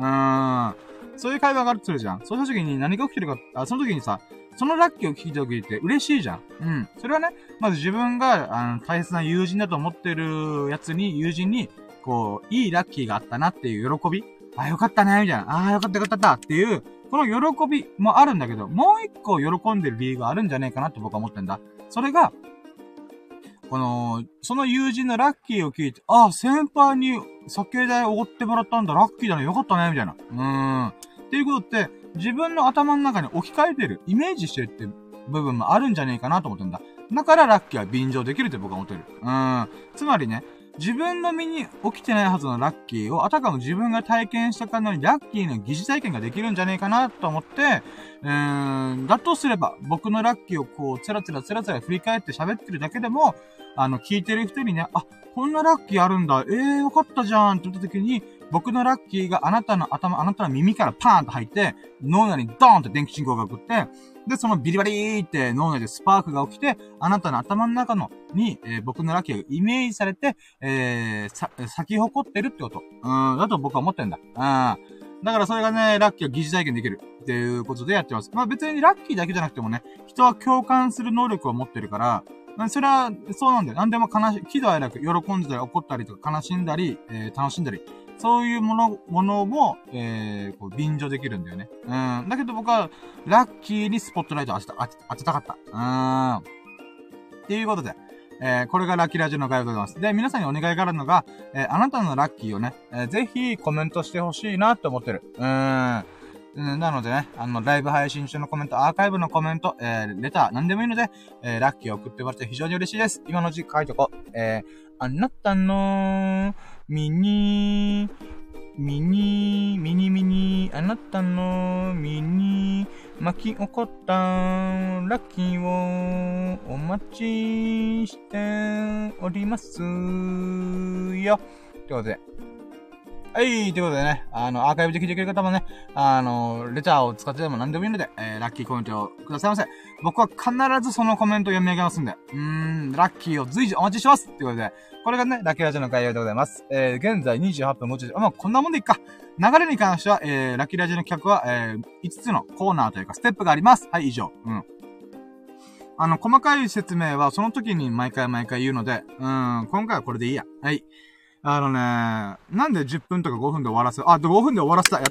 そういう会話があるとするじゃん。そうした時に何が起きてるか、あ、その時にさ、そのラッキーを聞いた時って嬉しいじゃん。うん。それはね、まず自分が、あの、大切な友人だと思ってるやつに、友人に、こう、いいラッキーがあったなっていう喜び。あ、よかったね、みたいな。あ、よかったよかったっていうこの喜びもあるんだけど、もう一個喜んでる理由があるんじゃねえかなって僕は思ってんだ。それが、この、その友人のラッキーを聞いて、あ、先輩に酒代おごってもらったんだ、ラッキーだね、よかったね、みたいな。うーん。っていうことって、自分の頭の中に置き換えてる、イメージしてるって部分もあるんじゃねえかなと思ってんだ。だからラッキーは便乗できるって僕は思ってる。うーん。つまりね、自分の身に起きてないはずのラッキーを、あたかも自分が体験したかのようにラッキーの疑似体験ができるんじゃねえかなと思って、うーん、だとすれば、僕のラッキーをこう、つらつらつらつら振り返って喋ってるだけでも、あの、聞いてる人にね、あ、こんなラッキーあるんだ、ええー、よかったじゃんって言った時に、僕のラッキーがあなたの頭、あなたの耳からパーンと入って、脳内にドーンって電気信号が送って、で、そのビリバリーって脳内でスパークが起きて、あなたの頭の中の、に、えー、僕のラッキーがイメージされて、えー、さ、咲き誇ってるってこと。うん、だと僕は思ってんだ。うん。だからそれがね、ラッキーを疑似体験できるっていうことでやってます。まあ別にラッキーだけじゃなくてもね、人は共感する能力を持ってるから、それは、そうなんだよ。何でも悲しい、喜怒哀楽、喜んでたり怒ったりとか悲しんだり、えー、楽しんだり、そういうもの、ものも、えー、こう、便乗できるんだよね。うん。だけど僕は、ラッキーにスポットライトを当てた、当てたかった。うん。っていうことで、えー、これがラッキーラジオの概要でございます。で、皆さんにお願いがあるのが、えー、あなたのラッキーをね、えー、ぜひコメントしてほしいなって思ってる。うーん。なのでね、あの、ライブ配信中のコメント、アーカイブのコメント、えー、レター、なんでもいいので、えー、ラッキーを送ってもらって非常に嬉しいです。今のうち書いとこう。えー、あなたの、ミニ、ミニ、ミニミニ、あなたの、ミニ、巻き起こった、ラッキーを、お待ちしておりますよ。ということで、はい、ということでね、あの、アーカイブで聞いてくれる方もね、あの、レターを使ってでも何でもいいので、えー、ラッキーコメントをくださいませ。僕は必ずそのコメントを読み上げますんで、うーん、ラッキーを随時お待ちしてますということで、これがね、ラッキーラジオの概要でございます。えー、現在にじゅうはっぷんごじゅう、あ、まあ、こんなもんでいっか。流れに関しては、えー、ラッキーラジオの企画は、えー、いつつのコーナーというか、ステップがあります。はい、以上。うん。あの、細かい説明はその時に毎回毎回言うので、うーん、今回はこれでいいや。はい。あのね、なんでじゅっぷんとかごふんで終わらせ、あ、ごふんで終わらせた、やった。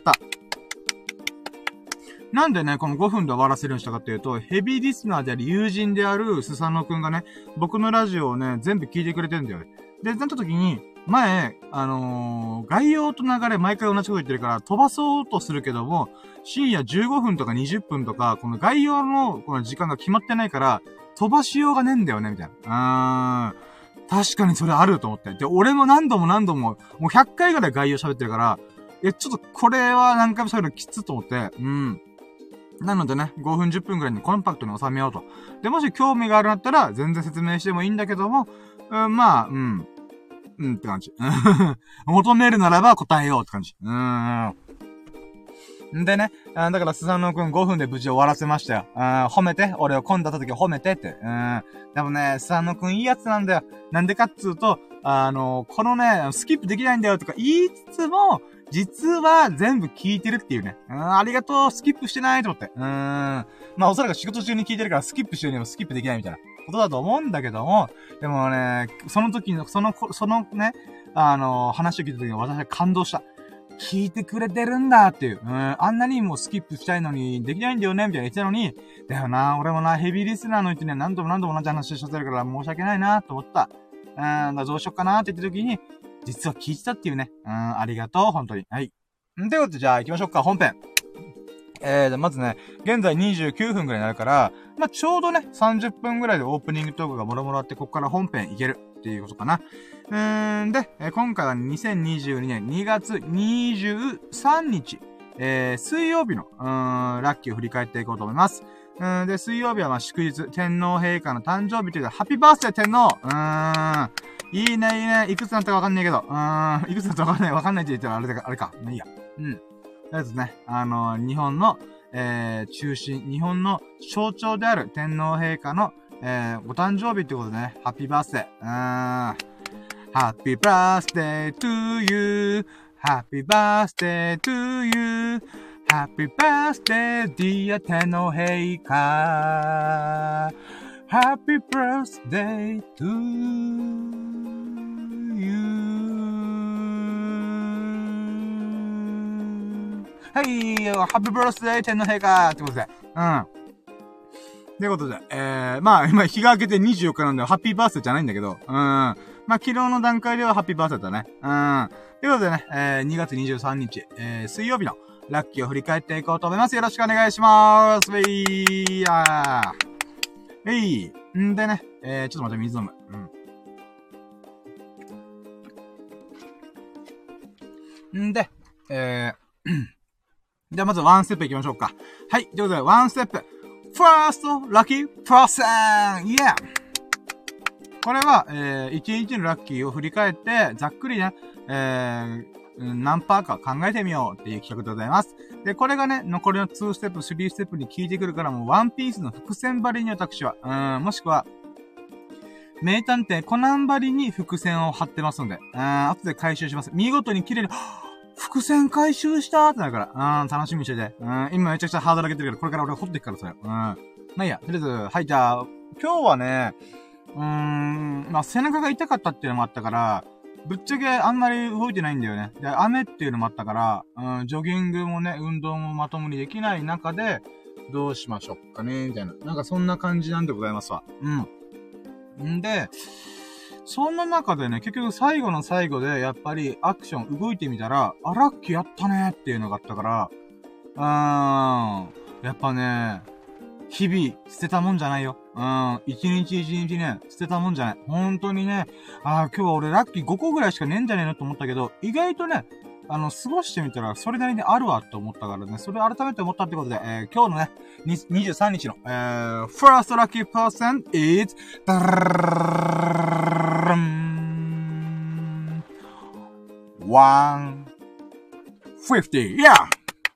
なんでね、このごふんで終わらせるようにしたかっていうと、ヘビーリスナーであり友人であるスサノくんがね、僕のラジオをね、全部聞いてくれてるんだよね。で、なった時に、前、あのー、概要と流れ毎回同じこと言ってるから飛ばそうとするけども、深夜じゅうごふんとかにじゅっぷんとか、この概要のこの時間が決まってないから、飛ばしようがねえんだよね、みたいな。うーん。確かにそれあると思って。で、俺も何度も何度も、もうひゃっかいぐらい概要喋ってるから、いや、ちょっとこれは何回も喋るのきつと思って、うん。なのでね、ごふんじゅっぷんぐらいにコンパクトに収めようと。で、もし興味があるんだったら、全然説明してもいいんだけども、うん、まあ、うん。うんって感じ。求めるならば答えようって感じ。うーん。んでね、だからスサノくんごふんで無事終わらせましたよ。褒めて、俺を今度会った時褒めてって。うん。でもね、スサノくんいいやつなんだよ。なんでかっつうと、あの、このね、スキップできないんだよとか言いつつも、実は全部聞いてるっていうね。うん、ありがとう、スキップしてないと思って。うーん。まあおそらく仕事中に聞いてるからスキップしてるにもスキップできないみたいなことだと思うんだけども、でもね、その時の、その、そのね、あの、話を聞いた時に私は感動した。聞いてくれてるんだっていう。うん、あんなにもうスキップしたいのに、できないんだよねみたいな言ってたのに、だよな、俺もな、ヘビーリスナーの人には何度も何度も同じ話しさせるから申し訳ないなと思った。うん、だどうしよっかなって言った時に、実は聞いてたっていうね。うん、ありがとう、本当に。はい。んということで、じゃあ行きましょうか、本編。えー、まずね、現在にじゅうきゅうふんぐらいになるから、まあ、ちょうどね、さんじゅっぷんぐらいでオープニングトークがもろもろあって、ここから本編いけるっていうことかな。うーん、で、えー、今回はにせんにじゅうにねんにがつにじゅうさんにち、えー、水曜日の、うーん、ラッキーを振り返っていこうと思います。うん、で、水曜日はまあ祝日、天皇陛下の誕生日というか、ハッピーバースデー天皇うーん、いいね、いいね、いくつなったかわかんないけど、うーん、いくつなったかわかんない、わかんないって言ったらあれだか、あれか、まあいいや。うん。とりあえずね、あのー、日本の、えー、中心、日本の象徴である天皇陛下の、えー、お誕生日ということでね、ハッピーバースデー。うーん。Happy birthday to you. Happy birthday to you. Happy birthday, dear 天皇陛下. Happy birthday to you. はい、ハッピーバースデー天皇陛下ってことで。うん。ということで、えー、まあ、今日が明けてにじゅうよっかなんで、ハッピーバースデーじゃないんだけど、うん。まあ、昨日の段階ではハッピーバースデーだったね。うん。ということでね、えー、にがつにじゅうさんにち、えー、水曜日のラッキーを振り返っていこうと思います。よろしくお願いしまーす。ウェイヤー。えい。んでね、えー、ちょっと待って、水飲む。うん。んで、えー、じゃあまずワンステップ行きましょうか。はい。ということで、ワンステップ。ファーストラッキーパーソンイエーこれは、えー、一日のラッキーを振り返って、ざっくりね、えー、何パーか考えてみようっていう企画でございます。で、これがね、残りのにステップ、さんステップに効いてくるから、もうワンピースの伏線張りに私は、うーん、もしくは、名探偵コナン張りに伏線を張ってますので、うん、後で回収します。見事に綺麗に、伏線回収したーってなるから、うん、楽しみにしてて。うん、今めちゃくちゃハードル上げてるけど、これから俺掘っていくからそれ。うん。まあいいや、とりあえず、はい、じゃあ、今日はね、うーん、まあ背中が痛かったっていうのもあったから、ぶっちゃけあんまり動いてないんだよね。で、雨っていうのもあったから、うん、ジョギングもね、運動もまともにできない中で、どうしましょうかね、みたいな。なんかそんな感じなんでございますわ。うん。んで、そんな中でね、結局最後の最後で、やっぱりアクション動いてみたら、あ、ラッキーやったねっていうのがあったから、うーん、やっぱね、日々捨てたもんじゃないよ。うん、一日一日ね、捨てたもんじゃない。本当にね、ああ、今日は俺ラッキーごこぐらいしかねえんじゃねえのと思ったけど、意外とね、あの、過ごしてみたら、それなりにあるわって思ったからね、それ改めて思ったってことで、えー、今日のね、にじゅうさんにちの、えー、first lucky person is, ワンフィフティー、yeah!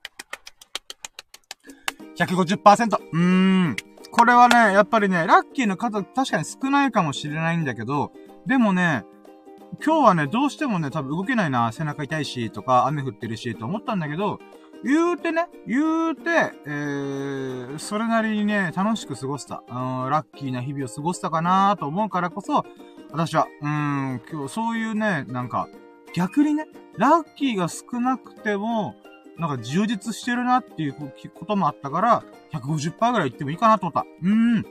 ひゃくごじゅっパーセント。うーん。これはね、やっぱりね、ラッキーの数確かに少ないかもしれないんだけど、でもね、今日はね、どうしてもね、多分動けないな、背中痛いし、とか、雨降ってるし、と思ったんだけど、言うてね、言うて、えー、それなりにね、楽しく過ごした。うん、ラッキーな日々を過ごしたかなと思うからこそ、私は、うーん、今日そういうね、なんか、逆にね、ラッキーが少なくても、なんか充実してるなっていうこともあったから、ひゃくごじゅっパーセント ぐらいいってもいいかなと思った。うーん。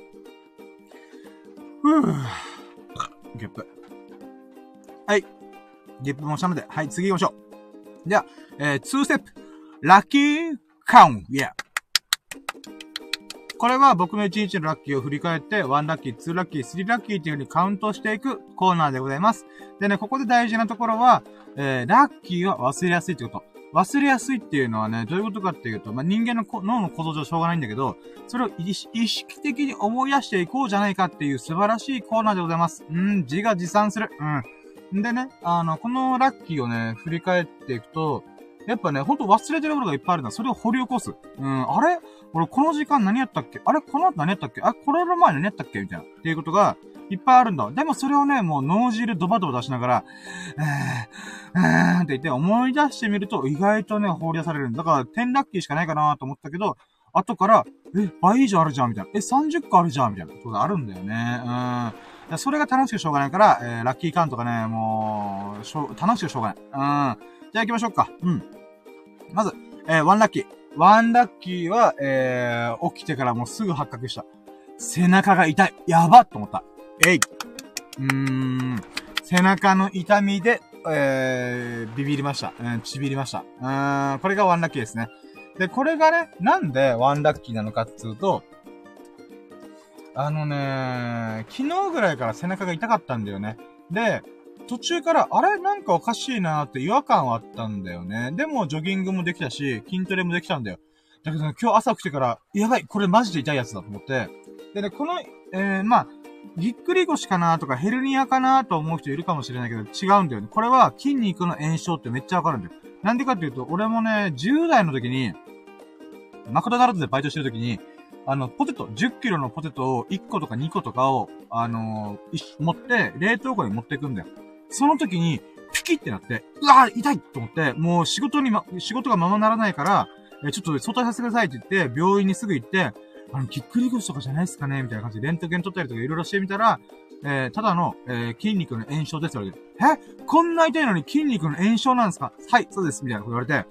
ふぅ。ゲップ。はい。ゲップもしたので、はい、次行きましょう。では、えー、にステップ。ラッキーカウント。イェー。これは僕のいちにちのラッキーを振り返って、いちラッキー、にラッキー、さんラッキーっていう風にカウントしていくコーナーでございます。でね、ここで大事なところは、えー、ラッキーは忘れやすいってこと。忘れやすいっていうのはね、どういうことかっていうと、まあ、人間の脳の構造上しょうがないんだけど、それを意識的に思い出していこうじゃないかっていう素晴らしいコーナーでございます。うん、自画自賛する。うん。でね、あの、このラッキーをね、振り返っていくと、やっぱね、ほんと忘れてることがいっぱいあるな。それを掘り起こす。うん、あれ俺この時間何やったっけあれこの後何やったっけあ、これの前何やったっけみたいな。っていうことがいっぱいあるんだ。でもそれをね、もう脳汁ドバドバ出しながら、えー、えーって言って思い出してみると意外とね、放り出されるんだ。だからじゅうラッキーしかないかなと思ったけど、後から、え、倍以上あるじゃんみたいな。え、さんじゅっこあるじゃんみたいなことがあるんだよね。うん。それが楽しくしょうがないから、えー、ラッキーカウントがね、もう、しょ楽しくしょうがない。うん。じゃあ行きましょうか。うん。まず、えー、ワンラッキー。ワンラッキーは、えー、起きてからもうすぐ発覚した。背中が痛い。やばっと思った。えい。うーん。背中の痛みで、えー、ビビりました。うん、ちびりました。うーん、これがワンラッキーですね。で、これがね、なんでワンラッキーなのかっていうと、あのね、昨日ぐらいから背中が痛かったんだよね。で、途中から、あれなんかおかしいなーって違和感はあったんだよね。でも、ジョギングもできたし、筋トレもできたんだよ。だけど、ね、今日朝起きてから、やばい、これマジで痛いやつだと思って。でね、この、えー、まあ、ぎっくり腰かなとかヘルニアかなと思う人いるかもしれないけど、違うんだよね。これは筋肉の炎症ってめっちゃわかるんだよ。なんでかっていうと、俺もね、じゅう代の時に、マクドナルドでバイトしてる時に、あの、ポテト、じゅっキロのポテトをいっことかにことかを、あのー、持って、冷凍庫に持っていくんだよ。その時に、ピキってなって、うわー痛いと思って、もう仕事にま、仕事がままならないから、え、ちょっと早退させてくださいって言って、病院にすぐ行って、あの、ぎっくり腰とかじゃないですかねみたいな感じで、レントゲン取ったりとかいろいろしてみたら、えー、ただの、えー、筋肉の炎症ですって言われて、えこんな痛いのに筋肉の炎症なんですかはい、そうです、みたいなこと言われて、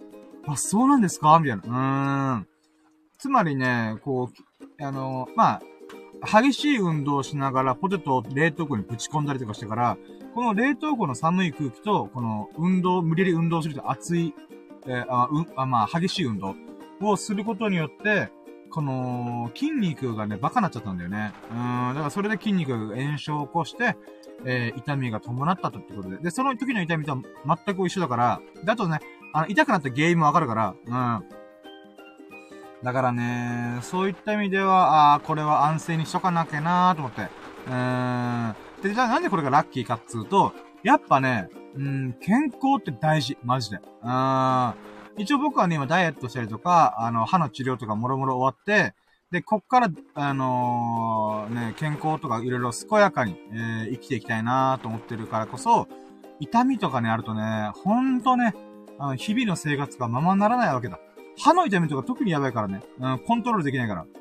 あ、そうなんですかみたいな。うーん。つまりね、こう、あの、まあ、激しい運動をしながらポテトを冷凍庫にぶち込んだりとかしてから、この冷凍庫の寒い空気と、この運動、無理やり運動すると熱い、えーあ、うん、あ、まあ、激しい運動をすることによって、この、筋肉がね、バカなっちゃったんだよね。うーん、だからそれで筋肉が炎症を起こして、えー、痛みが伴ったとってことで。で、その時の痛みとは全く一緒だから、だとね、あの、痛くなった原因もわかるから、うん。だからね、そういった意味では、ああ、これは安静にしとかなきゃなーと思って。うーん。で、じゃあなんでこれがラッキーかっつうと、やっぱね、うん、健康って大事。マジで。うーん。一応僕はね、今ダイエットしたりとか、あの、歯の治療とかもろもろ終わって、で、こっから、あのー、ね、健康とかいろいろ健やかに、えー、生きていきたいなーと思ってるからこそ、痛みとかね、あるとね、ほんとね、あの日々の生活がままならないわけだ。歯の痛みとか特にやばいからね。うん、コントロールできないから。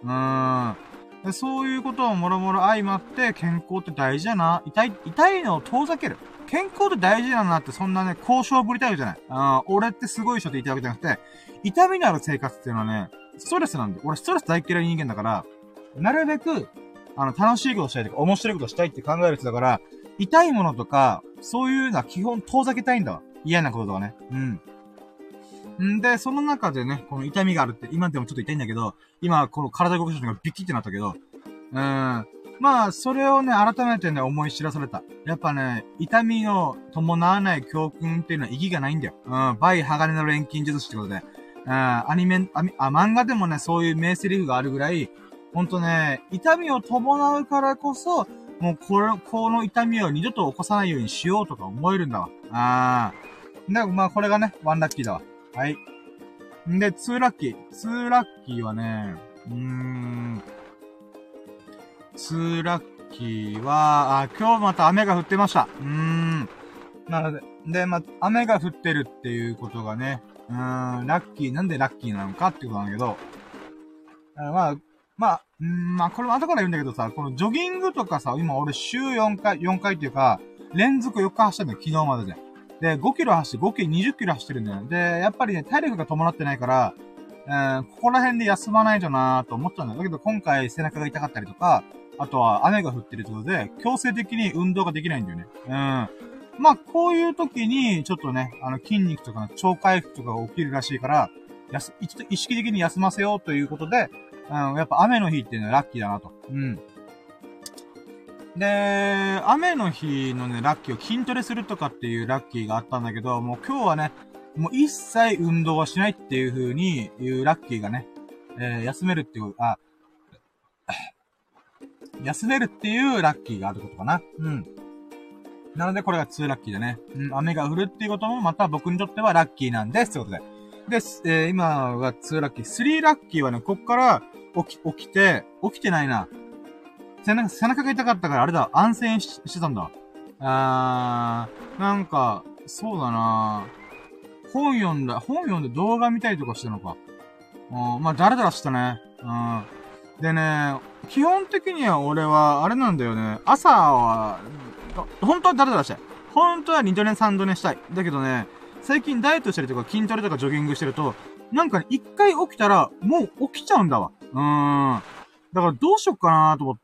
うーん。そういうことをもろもろ相まって、健康って大事だな。痛い、痛いのを遠ざける。健康って大事だなってそんなね、交渉ぶりたいわけじゃない。あ俺ってすごい人って言いたいわけじゃなくて、痛みのある生活っていうのはね、ストレスなんで。俺ストレス大嫌い人間だから、なるべく、あの、楽しいことしたいとか、面白いことしたいって考える人だから、痛いものとか、そういうのは基本遠ざけたいんだわ。嫌なこととかね。うん。んで、その中でね、この痛みがあるって、今でもちょっと痛いんだけど、今、この体動かしたのがビキってなったけど、うーん。まあ、それをね、改めてね、思い知らされた。やっぱね、痛みを伴わない教訓っていうのは意義がないんだよ。うん、バイ鋼の錬金術師ってことで。うん、アニメ、あ、あ漫画でもね、そういう名台詞があるぐらい、ほんとね、痛みを伴うからこそ、もうこれ、この痛みを二度と起こさないようにしようとか思えるんだわ。あー。だからまあ、これがね、ワンラッキーだわ。はい。んで、ツーラッキー。ツーラッキーはね、うーん、ツーラッキーは、あ、今日また雨が降ってました。うーん。なので、で、まあ、雨が降ってるっていうことがね、うーん、ラッキー、なんでラッキーなのかっていうことなんだけど、あまあ、まあ、うーん、まあ、これも後から言うんだけどさ、このジョギングとかさ、今俺週よんかい、よんかいっていうか、連続よっか走ってんだよ、昨日までで。で、ごキロ走って、合計にじゅっキロ走ってるんだよ。で、やっぱりね、体力が伴ってないから、えー、ここら辺で休まないとなーと思ったんだ。だけど今回背中が痛かったりとか、あとは雨が降ってるってことで、強制的に運動ができないんだよね。うん。まあ、こういう時に、ちょっとね、あの、筋肉とかの超回復とかが起きるらしいから、やす、一度意識的に休ませようということで、うん、やっぱ雨の日っていうのはラッキーだなと。うん。で、雨の日のね、ラッキーを筋トレするとかっていうラッキーがあったんだけど、もう今日はね、もう一切運動はしないっていう風に言うラッキーがね、えー、休めるっていう、あ、休めるっていうラッキーがあることかな。うん。なのでこれがツーラッキーでね。うん、雨が降るっていうこともまた僕にとってはラッキーなんです。ということで。で、えー、今がツーラッキー。スリーラッキーはね、こっから起き、起きて、起きてないな。背中、背中が痛かったからあれだ、安静ししてたんだ。あー、なんか、そうだな本読んだ、本読んで動画見たりとかしたのか。うん、まあ、だらだらしたね。うん。でね、基本的には俺は、あれなんだよね。朝は、本当はだらだらしたい。本当はにど寝さんど寝したい。だけどね、最近ダイエットしたりとか筋トレとかジョギングしてると、なんかね、一回起きたら、もう起きちゃうんだわ。うーん。だからどうしよっかなと思って、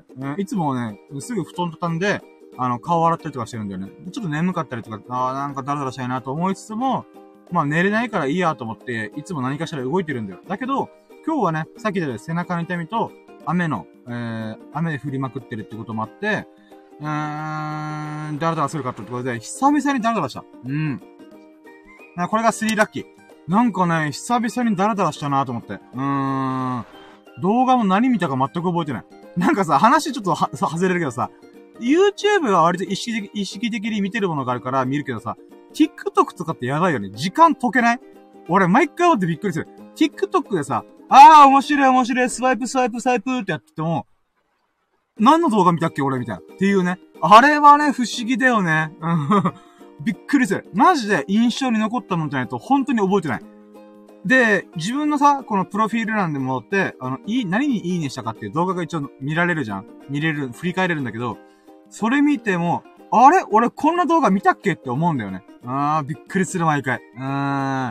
うん、いつもね、すぐ布団畳んで、あの、顔洗ったりとかしてるんだよね。ちょっと眠かったりとか、ああ、なんかダラダラしたいなと思いつつも、まあ寝れないからいいやと思って、いつも何かしら動いてるんだよ。だけど、今日はね、さっき言ったように背中の痛みと、雨の、えー、雨で降りまくってるってこともあって、うーん、ダラダラするかってことで、久々にダラダラした。うん。これがスリーラッキー。なんかね、久々にダラダラしたなと思って。うーん。動画も何見たか全く覚えてない。なんかさ、話ちょっとは、さ、外れるけどさ、YouTube は割と意識的、意識的に見てるものがあるから見るけどさ、TikTok とかってやばいよね。時間解けない？俺毎回思ってびっくりする。TikTok でさ、あー面白い面白い、スワイプスワイプスワイプってやってても、何の動画見たっけ俺みたいな。っていうね。あれはね、不思議だよね。びっくりする。マジで印象に残ったもんじゃないと本当に覚えてない。で、自分のさ、このプロフィール欄でもって、あの、いい、何にいいねしたかっていう動画が一応見られるじゃん。見れる、振り返れるんだけど、それ見ても、あれ俺こんな動画見たっけって思うんだよね。あー、びっくりする毎回。うーん。だか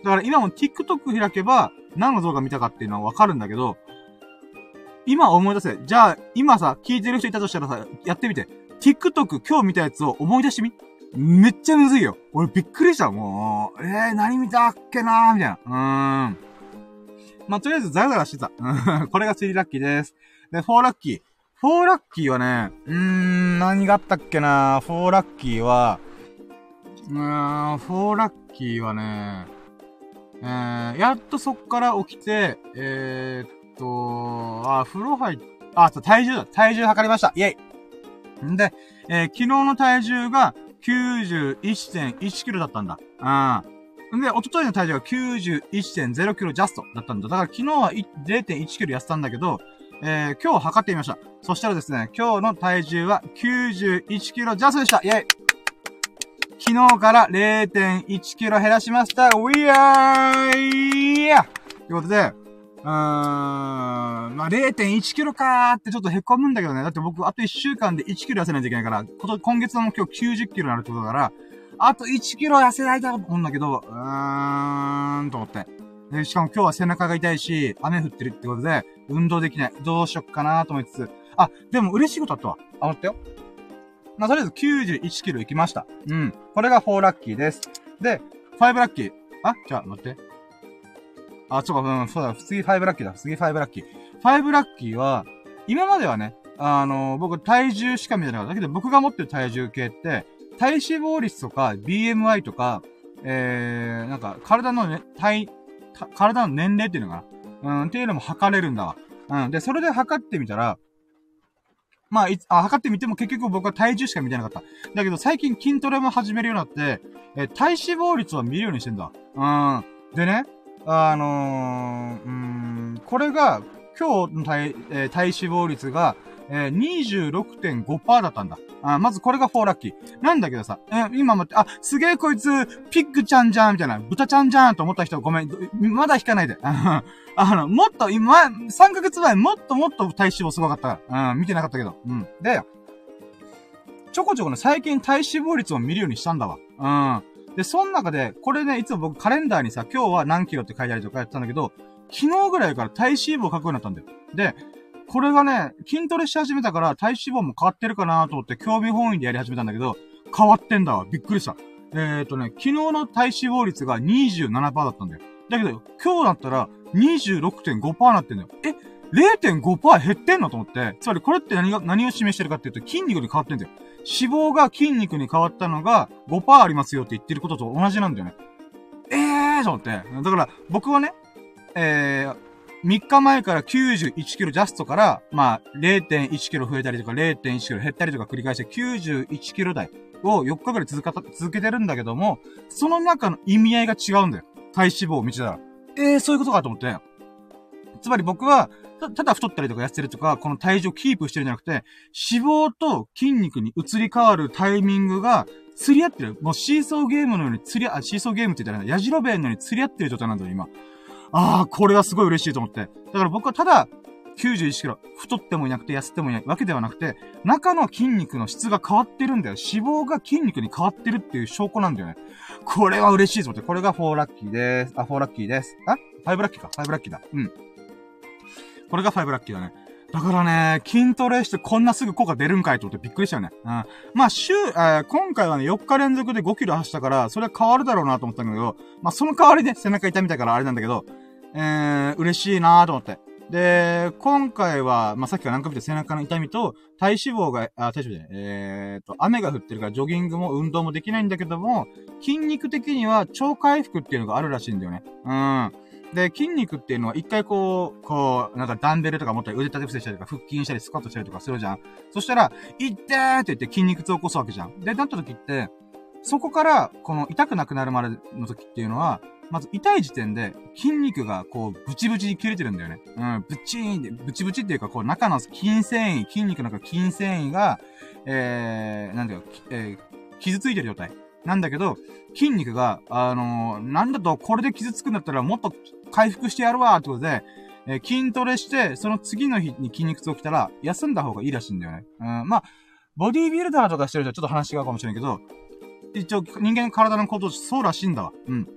だから今も TikTok 開けば、何の動画見たかっていうのはわかるんだけど、今思い出せ。じゃあ、今さ、聞いてる人いたとしたらさ、やってみて。TikTok 今日見たやつを思い出してみ。めっちゃむずいよ。俺びっくりした。もう、えー、何見たっけなーみたいな。うーん。まあ、とりあえずザラザラしてた。これがスリーラッキーです。で、フォーラッキー。フォーラッキーはね、うーん、何があったっけなー。フォーラッキーは、うーん、フォーラッキーはね、えー、やっとそっから起きて、えーっと、あ、風呂入っ、あ、そう、体重だ。体重測りました。イェイ。んで、えー、昨日の体重が きゅうじゅういちてんいちキロだったんだ。うん。で、一昨日の体重が きゅうじゅういちてんゼロキロジャストだったんだ。だから昨日は れいてんいちキロ痩せたんだけど、えー、今日測ってみました。そしたらですね、今日の体重はきゅうじゅういちキロジャストでした。イェイ。昨日から れいてんいちキロ減らしました。ウィアーイヤーということで、うーん、まあ、れいてんいちキロかーってちょっと凹むんだけどね。だって僕、あといっしゅうかんでいちキロ痩せないといけないから、今月の目標きゅうじゅっキロになるってことだから、あといちキロ痩せないと思うんだけど、うーん、と思って。で、しかも今日は背中が痛いし、雨降ってるってことで、運動できない。どうしよっかなーと思いつつ。あ、でも嬉しいことあったわ。あ、待ったよ。まあ、とりあえずきゅうじゅういちキロ行きました。うん。これがフォーラッキーです。で、ファイブラッキー。あ、じゃあ、待って。あ、そうか、うん、そうだ、次ファイブラッキーだ。次ファイブラッキー。ファイブラッキーは、今まではね、あのー、僕体重しか見てなかった。だけど僕が持ってる体重計って、体脂肪率とか ビーエムアイ とか、えー、なんか、体のね、体、体の年齢っていうのかな。うん、っていうのも測れるんだわ。うん。で、それで測ってみたら、まあ、いつ、あ、測ってみても結局僕は体重しか見てなかった。だけど最近筋トレも始めるようになって、えー、体脂肪率を見るようにしてんだ。うん。でね、あのー、うーん、これが、今日の体、えー、体脂肪率が、えー、にじゅうろくてんごパーセント だったんだ。あ、まずこれがフォーラッキー。なんだけどさ、えー、今待って、あ、すげえこいつ、ピッグちゃんじゃんみたいな、豚ちゃんじゃんと思った人ごめん、まだ引かないで。あの、もっと、今、さんかげつまえもっともっと体脂肪すごかったから。うん、見てなかったけど。うん。で、ちょこちょこね、最近体脂肪率を見るようにしたんだわ。うん。で、その中で、これね、いつも僕カレンダーにさ、今日は何キロって書いたりとかやってたんだけど、昨日ぐらいから体脂肪を書くようになったんだよ。で、これがね、筋トレし始めたから体脂肪も変わってるかなと思って興味本位でやり始めたんだけど、変わってんだわ。びっくりした。えーとね、昨日の体脂肪率が にじゅうななパーセント だったんだよ。だけど、今日だったら にじゅうろくてんごパーセント なってんだよ。え れいてんごパーセント 減ってんのと思って。つまりこれって何が、何を示してるかっていうと筋肉に変わってんだよ。脂肪が筋肉に変わったのが ごパーセント ありますよって言ってることと同じなんだよね。えーと思って。だから僕はね、えー、みっかまえからきゅうじゅういちキロジャストから、まあ、れいてんいちキロ増えたりとか れいてんいちキロ減ったりとか繰り返してきゅうじゅういちキロ台をよっかぐらい続かた、続けてるんだけども、その中の意味合いが違うんだよ。体脂肪を見てたら。えー、そういうことかと思って。つまり僕は、た、ただ太ったりとか痩せてるとか、この体重をキープしてるんじゃなくて、脂肪と筋肉に移り変わるタイミングが、釣り合ってる。もうシーソーゲームのように釣り、あ、シーソーゲームって言ったら、ヤジロベンのように釣り合ってる状態なんだよ、今。あー、これはすごい嬉しいと思って。だから僕はただ、きゅうじゅういちキロ、太ってもいなくて痩せてもいないわけではなくて、中の筋肉の質が変わってるんだよ。脂肪が筋肉に変わってるっていう証拠なんだよね。これは嬉しいと思って。これがフォーラッキーです。あ、フォーラッキーです。あ ?ファイブ ラッキーか。ファイブラッキーだ。うん。これがファイブラッキーだね。だからね、筋トレしてこんなすぐ効果出るんかいと思ってびっくりしたよね。うん。まあ、週、えー、今回はね、よっか連続でごキロ走ったから、それは変わるだろうなと思ったんだけど、まあ、その代わりね、背中痛みたからあれなんだけど、えー、嬉しいなーと思って。で、今回は、まあ、さっきから何回も言った背中の痛みと、体脂肪が、あ、体脂肪じゃない、えーと、雨が降ってるからジョギングも運動もできないんだけども、筋肉的には超回復っていうのがあるらしいんだよね。うん。で、筋肉っていうのは一回こう、こう、なんかダンベルとか持ったり腕立て伏せしたりとか腹筋したりスクワットしたりとかするじゃん。そしたら、いってーって言って筋肉痛を起こすわけじゃん。で、なった時って、そこから、この痛くなくなるまでの時っていうのは、まず痛い時点で筋肉がこうブチブチに切れてるんだよね。うん、ブチーンで、ブチブチっていうかこう中の筋繊維、筋肉の中筋繊維が、えー、なんだよ、えー、傷ついてる状態。なんだけど、筋肉が、あのー、なんだとこれで傷つくんだったらもっと回復してやるわーってことで、えー、筋トレして、その次の日に筋肉痛起きたら休んだ方がいいらしいんだよね。うん、まあ、ボディービルダーとかしてる人はちょっと話違うかもしれんけど、一応人間の体のことそうらしいんだわ。うん。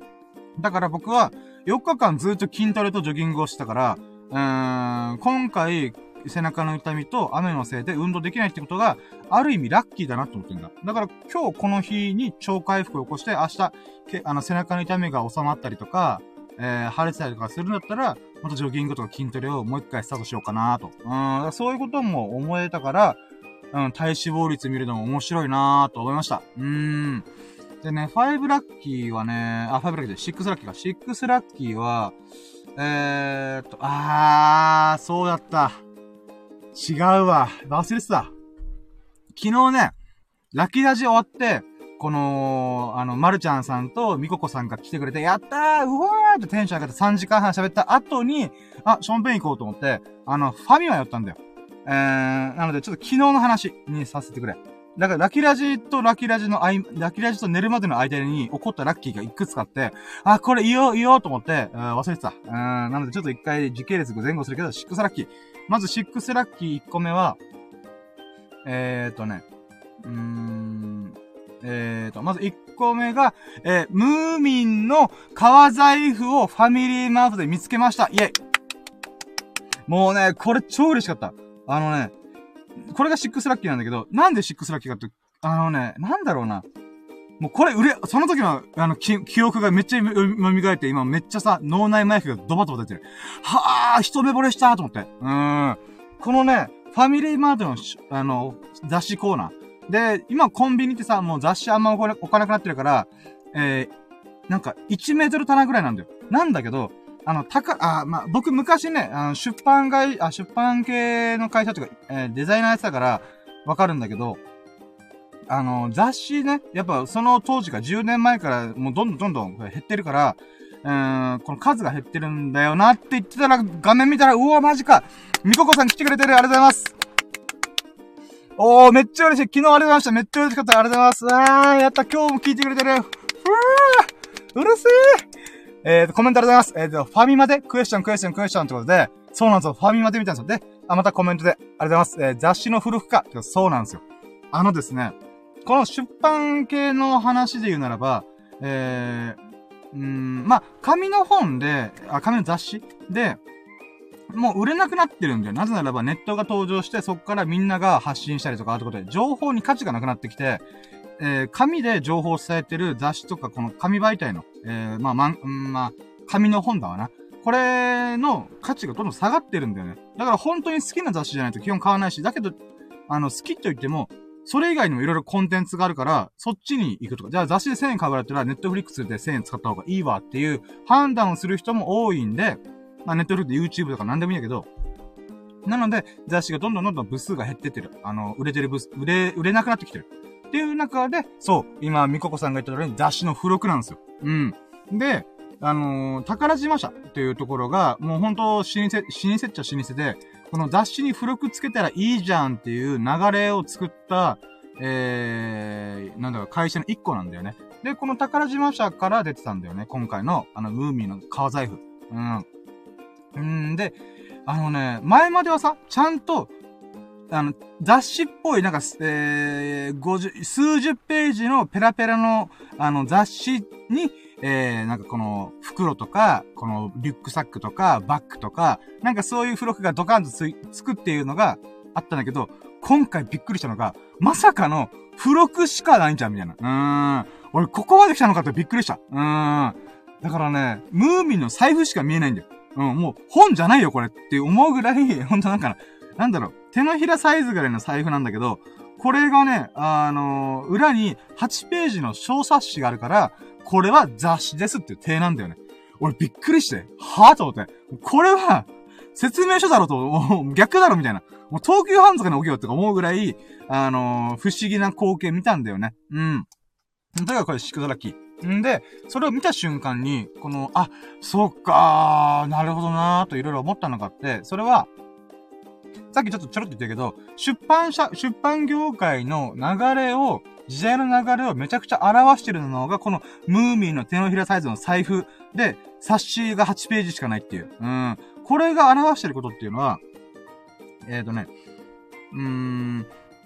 だから僕は、よっかかんずっと筋トレとジョギングをしてたから、うーん、今回、背中の痛みと雨のせいで運動できないってことが、ある意味ラッキーだなと思ってんだ。だから今日この日に超回復を起こして、明日、けあの背中の痛みが収まったりとか、えー、腫れてたりとかするんだったら、またジョギングとか筋トレをもう一回スタートしようかなと。うん、そういうことも思えたから、うん、体脂肪率見るのも面白いなと思いました。うーん。でね、ファイブラッキーはね、あ、ファイブラッキーで、シックスラッキーか。シックスラッキーは、えーっと、あー、そうだった。違うわ。忘れてた。昨日ね、ラッキーラジ終わって、この、あの、まるちゃんさんとみここさんが来てくれて、やったーうわーってテンション上がってさんじかんはん喋った後に、あ、ションペン行こうと思って、あの、ファミマ寄ったんだよ。えー、なのでちょっと昨日の話にさせてくれ。だから、ラキラジとラキラジの間、ラキラジと寝るまでの間に起こったラッキーがいくつかあって、あ、これ言おう、言おうと思って、忘れてた。うん、なのでちょっと一回時系列前後するけど、シックスラッキー。まずシックスラッキーいっこめは、えーとね、うーん、えーと、まずいっこめが、えー、ムーミンの革財布をファミリーマートで見つけました。イェイ。もうね、これ超嬉しかった。あのね、これがシックスラッキーなんだけど、なんでシックスラッキーかって、あのね、なんだろうな。もうこれ、うれ、その時の、あの、記、記憶がめっちゃ蘇って、今めっちゃさ、脳内麻薬がドバドバ出てる。はぁー、一目惚れしたと思って。うーん。このね、ファミリーマートの、あの、雑誌コーナー。で、今コンビニってさ、もう雑誌あんま置かなくなってるから、えー、なんか、いちメートル棚ぐらいなんだよ。なんだけど、あの、たか、あ、まあ、僕昔ね、あの、出版会、あ、出版系の会社とか、えー、デザイナーやってたから、わかるんだけど、あの、雑誌ね、やっぱその当時がじゅうねんまえからもうどんどんどんどん減ってるから、うーん、この数が減ってるんだよなって言ってたら、画面見たら、うわ、マジかみここさん来てくれてるありがとうございますおー、めっちゃ嬉しい昨日ありがとうございましためっちゃ嬉しかったありがとうございますあー、やった今日も聞いてくれてるふぅうるせーえーと、コメントありがとうございます。えーと、ファミマでクエスチョンクエスチョンクエスチョンってことで、そうなんですよ。ファミマで見たんですよ。で、あ、またコメントでありがとうございます。えー、雑誌の付録か。そうなんですよ。あのですね、この出版系の話で言うならば、えー、うーん、まあ、紙の本で、あ、紙の雑誌で、もう売れなくなってるんだよ。なぜならばネットが登場して、そこからみんなが発信したりとか、あとことで、情報に価値がなくなってきて、えー、紙で情報を伝えてる雑誌とか、この紙媒体の、えー、まあ、まん、んまあ、紙の本だわな。これの価値がどんどん下がってるんだよね。だから本当に好きな雑誌じゃないと基本買わないし、だけど、あの、好きと言っても、それ以外にもいろいろコンテンツがあるから、そっちに行くとか。じゃあ雑誌でせんえん買うからったら、ネットフリックスでせんえん使った方がいいわっていう判断をする人も多いんで、まあ、ネットフリックスで YouTube とか何でもいいんだけど、なので、雑誌がどんどんどんどん部数が減ってってる。あの、売れてる部数、売れ、売れなくなってきてる。っていう中で、そう、今、みここさんが言った通りに雑誌の付録なんですよ。うん。で、あのー、宝島社っていうところが、もう本当、老舗、老舗っちゃ老舗で、この雑誌に付録つけたらいいじゃんっていう流れを作った、えー、なんだろう、会社の一個なんだよね。で、この宝島社から出てたんだよね。今回の、あの、ムーミーの革財布。うん。うんで、あのね、前まではさ、ちゃんと、あの、雑誌っぽい、なんか、えー、五十、数十ページのペラペラの、あの、雑誌に、えー、なんかこの、袋とか、この、リュックサックとか、バッグとか、なんかそういう付録がドカンとつい、つくっていうのがあったんだけど、今回びっくりしたのが、まさかの、付録しかないんじゃん、みたいな。うーん。俺、ここまで来たのかってびっくりした。うーん。だからね、ムーミンの財布しか見えないんだよ。うん、もう、本じゃないよ、これって思うぐらい、ほんとなんか、なんだろう、手のひらサイズぐらいの財布なんだけど、これがね、あのー、裏にはちページの小冊子があるから、これは雑誌ですっていう体なんだよね。俺びっくりして、はぁと思って。これは、説明書だろと、逆だろみたいな。もう東急ハンズとかに置けよって思うぐらい、あのー、不思議な光景見たんだよね。うん。だからこれシクドラッキー。んで、それを見た瞬間に、この、あ、そっかー、なるほどなーといろいろ思ったのがあって、それは、さっきちょっとちょろっと言ったけど、出版社、出版業界の流れを、時代の流れをめちゃくちゃ表してるのが、このムーミンの手のひらサイズの財布で、冊子がはちページしかないっていう。うん。これが表してることっていうのは、えーとね、うーん、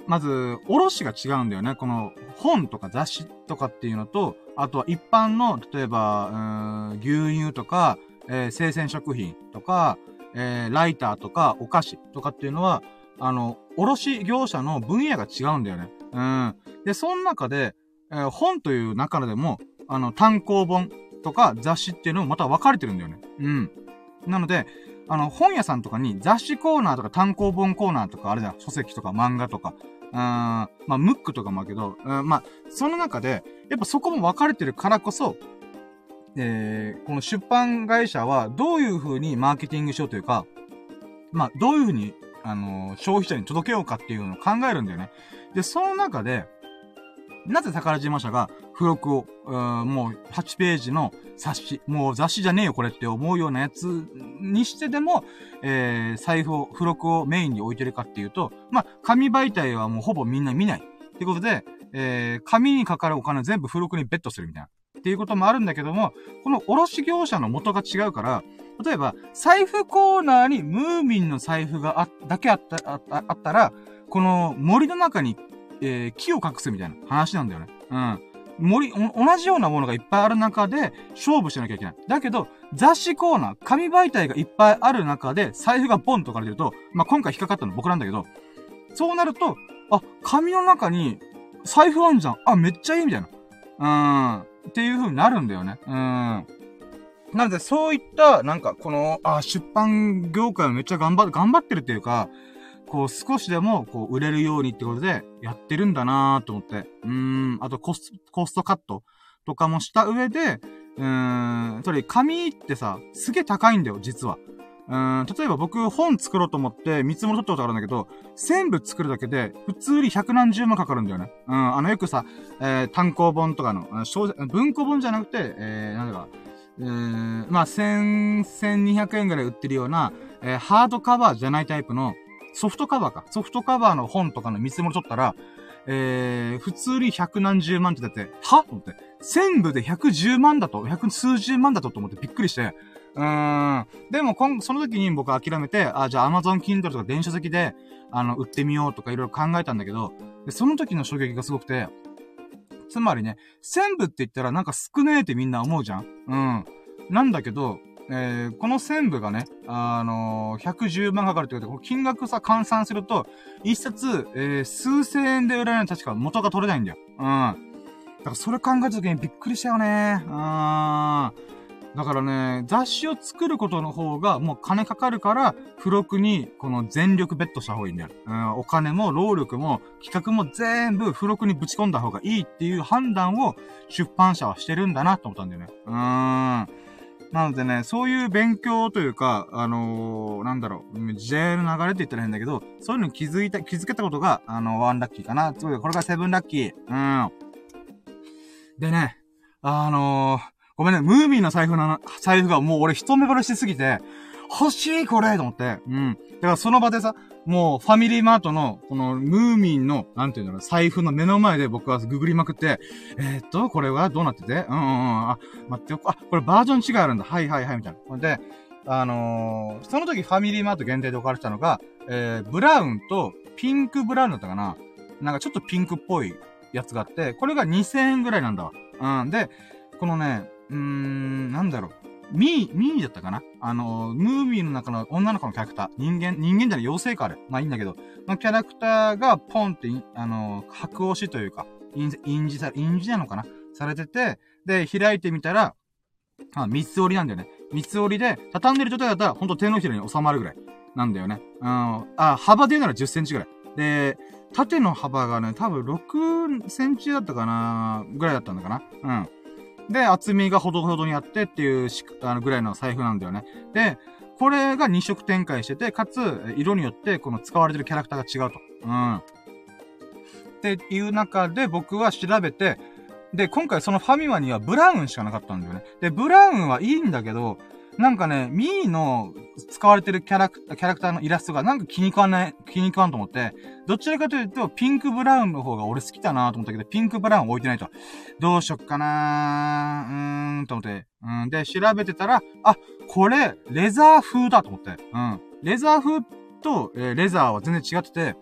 まず、おろしが違うんだよね。この、本とか雑誌とかっていうのと、あとは一般の、例えば、うーん、牛乳とか、えー、生鮮食品とか、えー、ライターとか、お菓子とかっていうのは、あの、卸業者の分野が違うんだよね。うん。で、その中で、えー、本という中でも、あの、単行本とか雑誌っていうのもまた分かれてるんだよね。うん。なので、あの、本屋さんとかに雑誌コーナーとか単行本コーナーとかあるじゃん。書籍とか漫画とか。うーん、まあ、ムックとかもあるけど、うん、まあ、その中で、やっぱそこも分かれてるからこそ、えー、この出版会社はどういう風にマーケティングしようというか、まあ、どういう風に、あのー、消費者に届けようかっていうのを考えるんだよね。で、その中で、なぜ宝島社が付録を、うーん、もうはちページの冊子、もう雑誌じゃねえよこれって思うようなやつにしてでも、えー、財布を、付録をメインに置いてるかっていうと、まあ、紙媒体はもうほぼみんな見ない。ってことで、えー、紙にかかるお金全部付録にベットするみたいな。っていうこともあるんだけども、この卸業者の元が違うから、例えば、財布コーナーにムーミンの財布があ、だけあった、ああったら、この森の中に、えー、木を隠すみたいな話なんだよね。うん。森、同じようなものがいっぱいある中で勝負しなきゃいけない。だけど、雑誌コーナー、紙媒体がいっぱいある中で財布がボンと置かれてると、まあ、今回引っかかったの僕なんだけど、そうなると、あ、紙の中に財布あんじゃん。あ、めっちゃいいみたいな。うん。っていう風になるんだよね。うん。なので、そういった、なんか、この、あ、出版業界はめっちゃ頑張、頑張ってるっていうか、こう、少しでも、こう、売れるようにってことで、やってるんだなーと思って。うーん、あと、コスト、コストカットとかもした上で、うーん、とり、紙ってさ、すげえ高いんだよ、実は。うーん、例えば僕、本作ろうと思って、見積もり取ったことあるんだけど、全部作るだけで、普通に百何十万かかるんだよね。うん、あの、よくさ、えー、単行本とかの、文庫本じゃなくて、えー、なんだか、うーん、まあ、千、千二百円ぐらい売ってるような、えー、ハードカバーじゃないタイプの、ソフトカバーか。ソフトカバーの本とかの見積もり取ったら、えー、普通に百何十万ってだって、はと思って。千部で百十万だと、百数十万だとと思ってびっくりして、うーん。でも、こん、その時に僕諦めて、あ、じゃあ Amazon Kindle とか電子書籍で、あの、売ってみようとかいろいろ考えたんだけど、で、その時の衝撃がすごくて、つまりね、千部って言ったらなんか少ねえってみんな思うじゃん。うん。なんだけど、えー、この千部がね、あのー、百十万かかるってことで、この金額さ換算すると、一冊、えー、数千円で売られないと確か元が取れないんだよ。うん。だからそれ考えた時にびっくりしたよね。うん。だからね、雑誌を作ることの方がもう金かかるから、付録にこの全力ベットした方がいいんだよ。うん、お金も労力も企画も全部付録にぶち込んだ方がいいっていう判断を出版社はしてるんだなと思ったんだよね。うーん。なのでね、そういう勉強というか、あのー、なんだろう、時代の流れって言ったら変だけど、そういうのに気づいた、気づけたことが、あの、ワンラッキーかな。つまりこれがセブンラッキー。うん。でね、あのー、ごめんね、ムーミンの財布な、財布がもう俺一目惚れしすぎて、欲しいこれと思って。うん。だからその場でさ、もうファミリーマートの、このムーミンの、なんていうんだろう、財布の目の前で僕はググりまくって、えー、っと、これはどうなっててうんうんうん。あ、待ってよ。あ、これバージョン違いあるんだ。はいはいはい、みたいな。で、あのー、その時ファミリーマート限定で置かれてたのが、えー、ブラウンとピンクブラウンだったかな。なんかちょっとピンクっぽいやつがあって、これがにせんえんぐらいなんだわ。うん。で、このね、うーん、なんだろう。ミー、ミーだったかなあの、ムーミーの中の女の子のキャラクター。人間、人間じゃない、妖精かあれ。まあいいんだけど。のキャラクターがポンって、あの、白押しというか、印字さ、印字なのかなされてて、で、開いてみたら、あ、三つ折りなんだよね。三つ折りで、畳んでる状態だったら、ほんと手のひらに収まるぐらい。なんだよね。うん。あ、幅で言うならじゅっセンチぐらい。で、縦の幅がね、多分ろくセンチだったかなぐらいだったんだかなうん。で、厚みがほどほどにあってっていうし、あの、ぐらいの財布なんだよね。で、これがに色展開してて、かつ、色によって、この使われてるキャラクターが違うと。うん。っていう中で僕は調べて、で、今回そのファミマにはブラウンしかなかったんだよね。で、ブラウンはいいんだけど、なんかね、ミーの使われてるキャラクター、キャラクターのイラストがなんか気に食わない、気に食わんと思って、どちらかというと、ピンクブラウンの方が俺好きだなと思ったけど、ピンクブラウン置いてないと。どうしよっかなー、うーん、と思って。うん、で、調べてたら、あ、これ、レザー風だと思って。うん。レザー風と、えー、レザーは全然違ってて、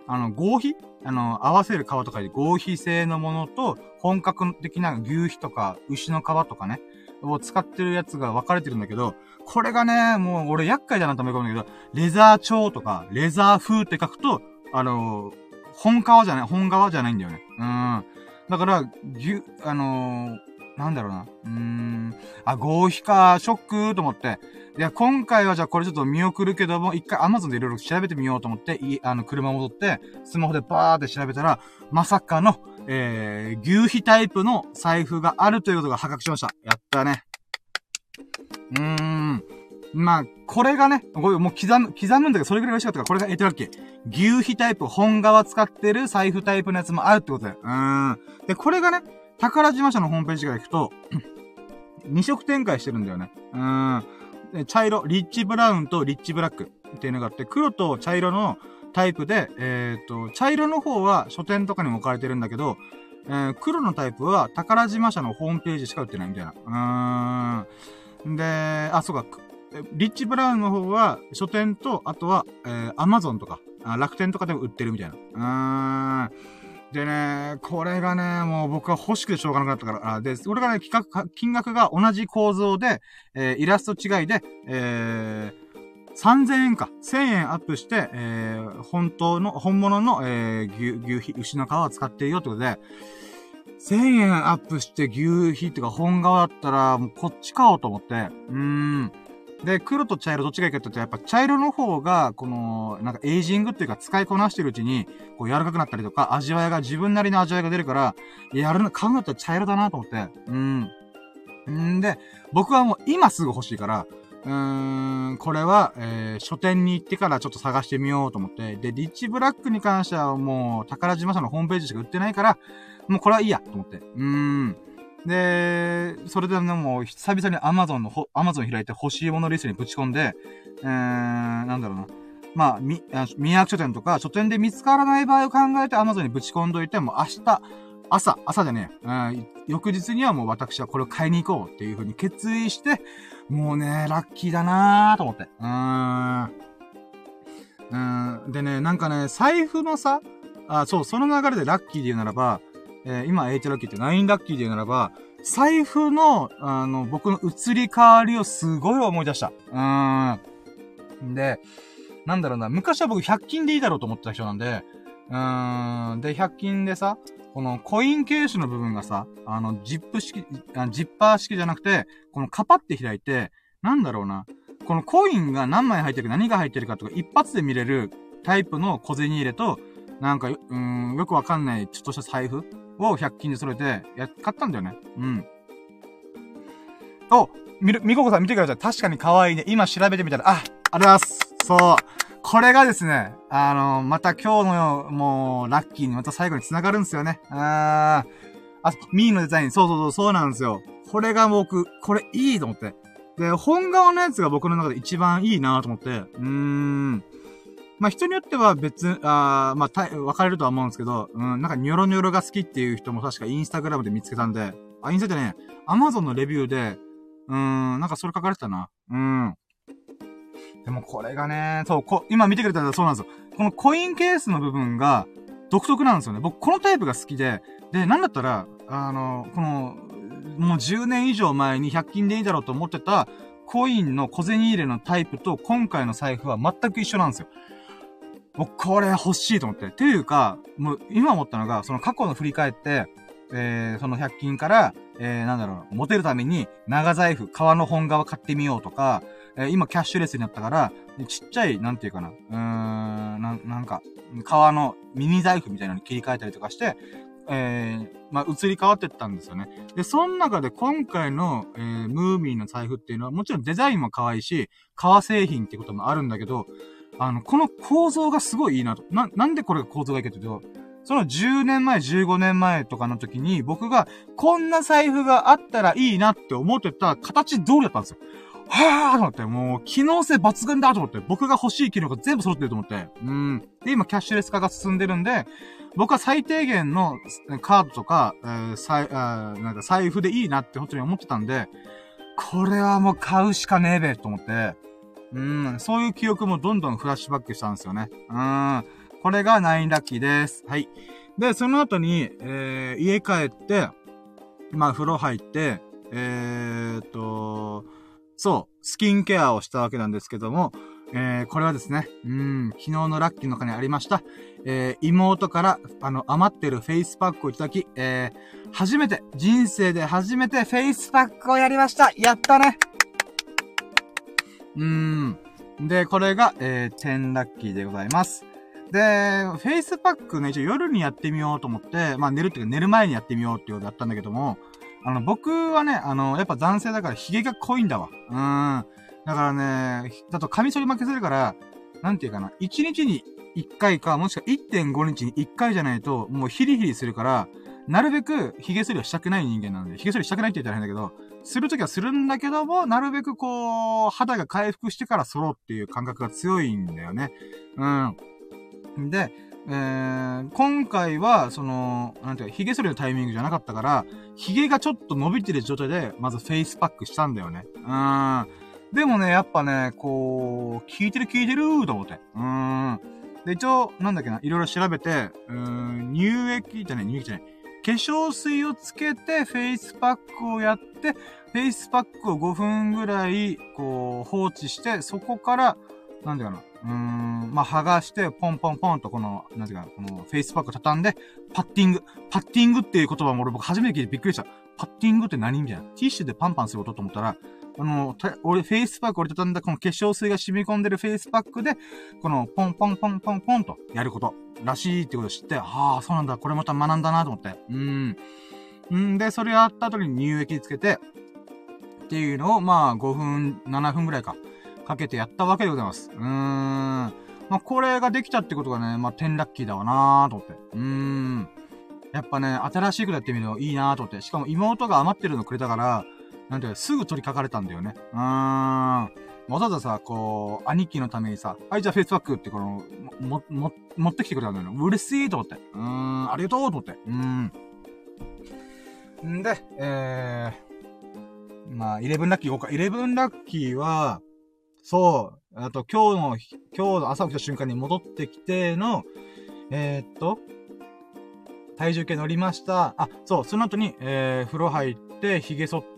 あの、合皮あの、合わせる皮とかで合皮製のものと、本格的な牛皮とか、牛の皮とかね、を使ってるやつが分かれてるんだけど、これがね、もう俺厄介だなと思うんだけど、レザー調とか、レザー風って書くと、あの、本皮じゃない、本皮じゃないんだよね。うん。だから、牛、あのー、なんだろうな。うーん。あ、合皮か、ショックと思って。いや、今回はじゃあこれちょっと見送るけども、一回 Amazon でいろいろ調べてみようと思って、い、あの、車戻って、スマホでバーって調べたら、まさかの、えー、牛皮タイプの財布があるということが発覚しました。やったね。うーん。まあ、これがね、これもう刻む、刻むんだけど、それぐらい嬉しかったから、これがエテラッキー。牛皮タイプ、本革使ってる財布タイプのやつもあるってことだよ。うーん。で、これがね、宝島社のホームページから行くと、に色展開してるんだよね。うーん。で茶色、リッチブラウンとリッチブラックっていうのがあって、黒と茶色のタイプで、えっと、茶色の方は書店とかにも置かれてるんだけど、えー、黒のタイプは宝島社のホームページしか売ってないみたいな。うーん。で、あ、そうか。リッチブラウンの方は書店と、あとは、えー、アマゾンとか、楽天とかでも売ってるみたいな。うーん。でね、これがね、もう僕は欲しくてしょうがなくなったから、あで、これがね、企画、金額が同じ構造で、えー、イラスト違いで、えー、さんぜんえんか。せんえんアップして、えー、本当の、本物の、えー、牛、牛皮、牛の皮を使っているよってことで、せんえんアップして牛皮っていうか本革だったら、もうこっち買おうと思って、うーん。で、黒と茶色どっちがいいかって言うと、やっぱ茶色の方が、この、なんかエイジングっていうか使いこなしてるうちに、こう柔らかくなったりとか、味わいが、自分なりの味わいが出るから、やるの、買うんだったら茶色だなと思って。うん。んで、僕はもう今すぐ欲しいから、うーん、これは、えー、書店に行ってからちょっと探してみようと思って。で、リッチブラックに関してはもう、宝島社のホームページしか売ってないから、もうこれはいいや、と思って。うーん。で、それでね、もう、久々に Amazon の、Amazon 開いて欲しいものリストにぶち込んで、えー、なんだろうな。まあ、み、宮役書店とか、書店で見つからない場合を考えて Amazon にぶち込んどいて、もう明日、朝、朝じゃねえ、うん、翌日にはもう私はこれを買いに行こうっていう風に決意して、もうね、ラッキーだなーと思って。うーん。うーん。でね、なんかね、財布のさ、あ、そう、その流れでラッキーで言うならば、えー、今はちラッキーってナインラッキーで言うならば、財布の、あの、僕の移り変わりをすごい思い出した。うーん。で、なんだろうな、昔は僕ひゃく均でいいだろうと思ってた人なんで、うーん。で、ひゃく均でさ、このコインケースの部分がさ、あの、ジップ式、ジッパー式じゃなくて、このカパって開いて、なんだろうな、このコインが何枚入ってるか何が入ってるかとか一発で見れるタイプの小銭入れと、なんか、うーん、よくわかんないちょっとした財布をひゃく均で揃えて、や、買ったんだよね。うん。お、みる、みここさん見てください。確かに可愛いね。今調べてみたら、あ、ありがとうございます。そう。これがですね、あの、また今日の、もう、ラッキーにまた最後に繋がるんですよね。あー。あ、ミーのデザイン、そうそうそう、そうなんですよ。これが僕、これいいと思って。で、本革のやつが僕の中で一番いいなと思って。うーん。まあ、人によっては別、あまあ、た、分かれるとは思うんですけど、うん、なんかニョロニョロが好きっていう人も確かインスタグラムで見つけたんで、あ、インスタじゃねえ、アマゾンのレビューで、うーん、なんかそれ書かれてたな。うん。でもこれがね、そう、こ、今見てくれたらそうなんですよ。このコインケースの部分が独特なんですよね。僕このタイプが好きで、で、なんだったら、あの、この、もうじゅうねん以上前にひゃく均でいいだろうと思ってたコインの小銭入れのタイプと今回の財布は全く一緒なんですよ。僕、これ欲しいと思って。っていうか、もう、今思ったのが、その過去の振り返って、えー、そのひゃく均から、えー、なんだろう、モテるために、長財布、革の本革買ってみようとか、えー、今キャッシュレスになったから、ちっちゃい、なんていうかな、うーん、な、なんか、革のミニ財布みたいなのに切り替えたりとかして、えー、まあ、移り変わってったんですよね。で、その中で今回の、えー、ムーミンの財布っていうのは、もちろんデザインも可愛いし、革製品ってこともあるんだけど、あの、この構造がすごいいいなと。な、なんでこれが構造がいいかというと、そのじゅうねんまえ、じゅうごねんまえとかの時に、僕がこんな財布があったらいいなって思ってた形通りだったんですよ。はぁーと思って、もう、機能性抜群だと思って、僕が欲しい機能が全部揃ってると思って、うん。で、今、キャッシュレス化が進んでるんで、僕は最低限のカードとか、えー、さいあーなんか財布でいいなって本当に思ってたんで、これはもう買うしかねえべと思って、うん、そういう記憶もどんどんフラッシュバックしたんですよね。うん。ここれがナインラッキーです。はい。で、その後に、えー、家帰って、まあ、風呂入って、えーっと、そう、スキンケアをしたわけなんですけども、えー、これはですね、うん、昨日のラッキーの中にありました、えー、妹から、あの、余ってるフェイスパックをいただき、えー、初めて、人生で初めてフェイスパックをやりました。やったね。うーん。で、これが、えー、テンラッキーでございます。で、フェイスパックね、一応夜にやってみようと思って、まあ寝るっていうか寝る前にやってみようっていうことだったんだけども、あの、僕はね、あの、やっぱ男性だから髭が濃いんだわ。うーん。だからね、だとカミソリ負けするから、なんていうかな、いちにちにいっかいか、もしくは いってんごにちにいっかいじゃないと、もうヒリヒリするから、なるべく髭剃りはしたくない人間なので、髭剃りしたくないって言ったら変だけど、するときはするんだけども、なるべくこう、肌が回復してから剃ろうっていう感覚が強いんだよね。うん。で、えー、今回は、その、なんていうか、髭剃りのタイミングじゃなかったから、髭がちょっと伸びてる状態で、まずフェイスパックしたんだよね。うーん。でもね、やっぱね、こう、効いてる効いてるーと思って。うーん。で、一応、なんだっけな、いろいろ調べて、うーん、乳液じゃない、乳液じゃない。化粧水をつけて、フェイスパックをやって、フェイスパックをごふんぐらい、こう、放置して、そこから、なんていうかな、うーん、まあ、剥がして、ポンポンポンとこの、なんていうかな、このフェイスパックを畳んで、パッティング。パッティングっていう言葉も俺僕初めて聞いてびっくりした。パッティングって何みたいな。ティッシュでパンパンする音と思ったら、あの、俺、フェイスパック、俺畳んだこの化粧水が染み込んでるフェイスパックで、この、ポンポンポンポンポンとやること、らしいってことを知って、ああ、そうなんだ、これまた学んだなと思って。うーん。んで、それやった後に乳液つけて、っていうのを、まあ、ごふん、ななふんぐらいか、かけてやったわけでございます。うーん。まあ、これができたってことがね、まあ、テンラッキーだわなーと思って。うーん。やっぱね、新しいことやってみるのいいなーと思って。しかも妹が余ってるのくれたから、なんていうか、すぐ取り掛かれたんだよね。うーん。わざわざさ、こう、兄貴のためにさ、はい、じゃあフェイスパックってこの、も、も、持ってきてくれたんだよね。嬉しいと思って。うーん、ありがとうと思って。うーん。んで、えー、まあ、イレブンラッキー行こうか。イレブンラッキーは、そう、あと今日の、今日の朝起きた瞬間に戻ってきての、えー、っと、体重計乗りました。あ、そう、その後に、えー、風呂入って、髭剃って、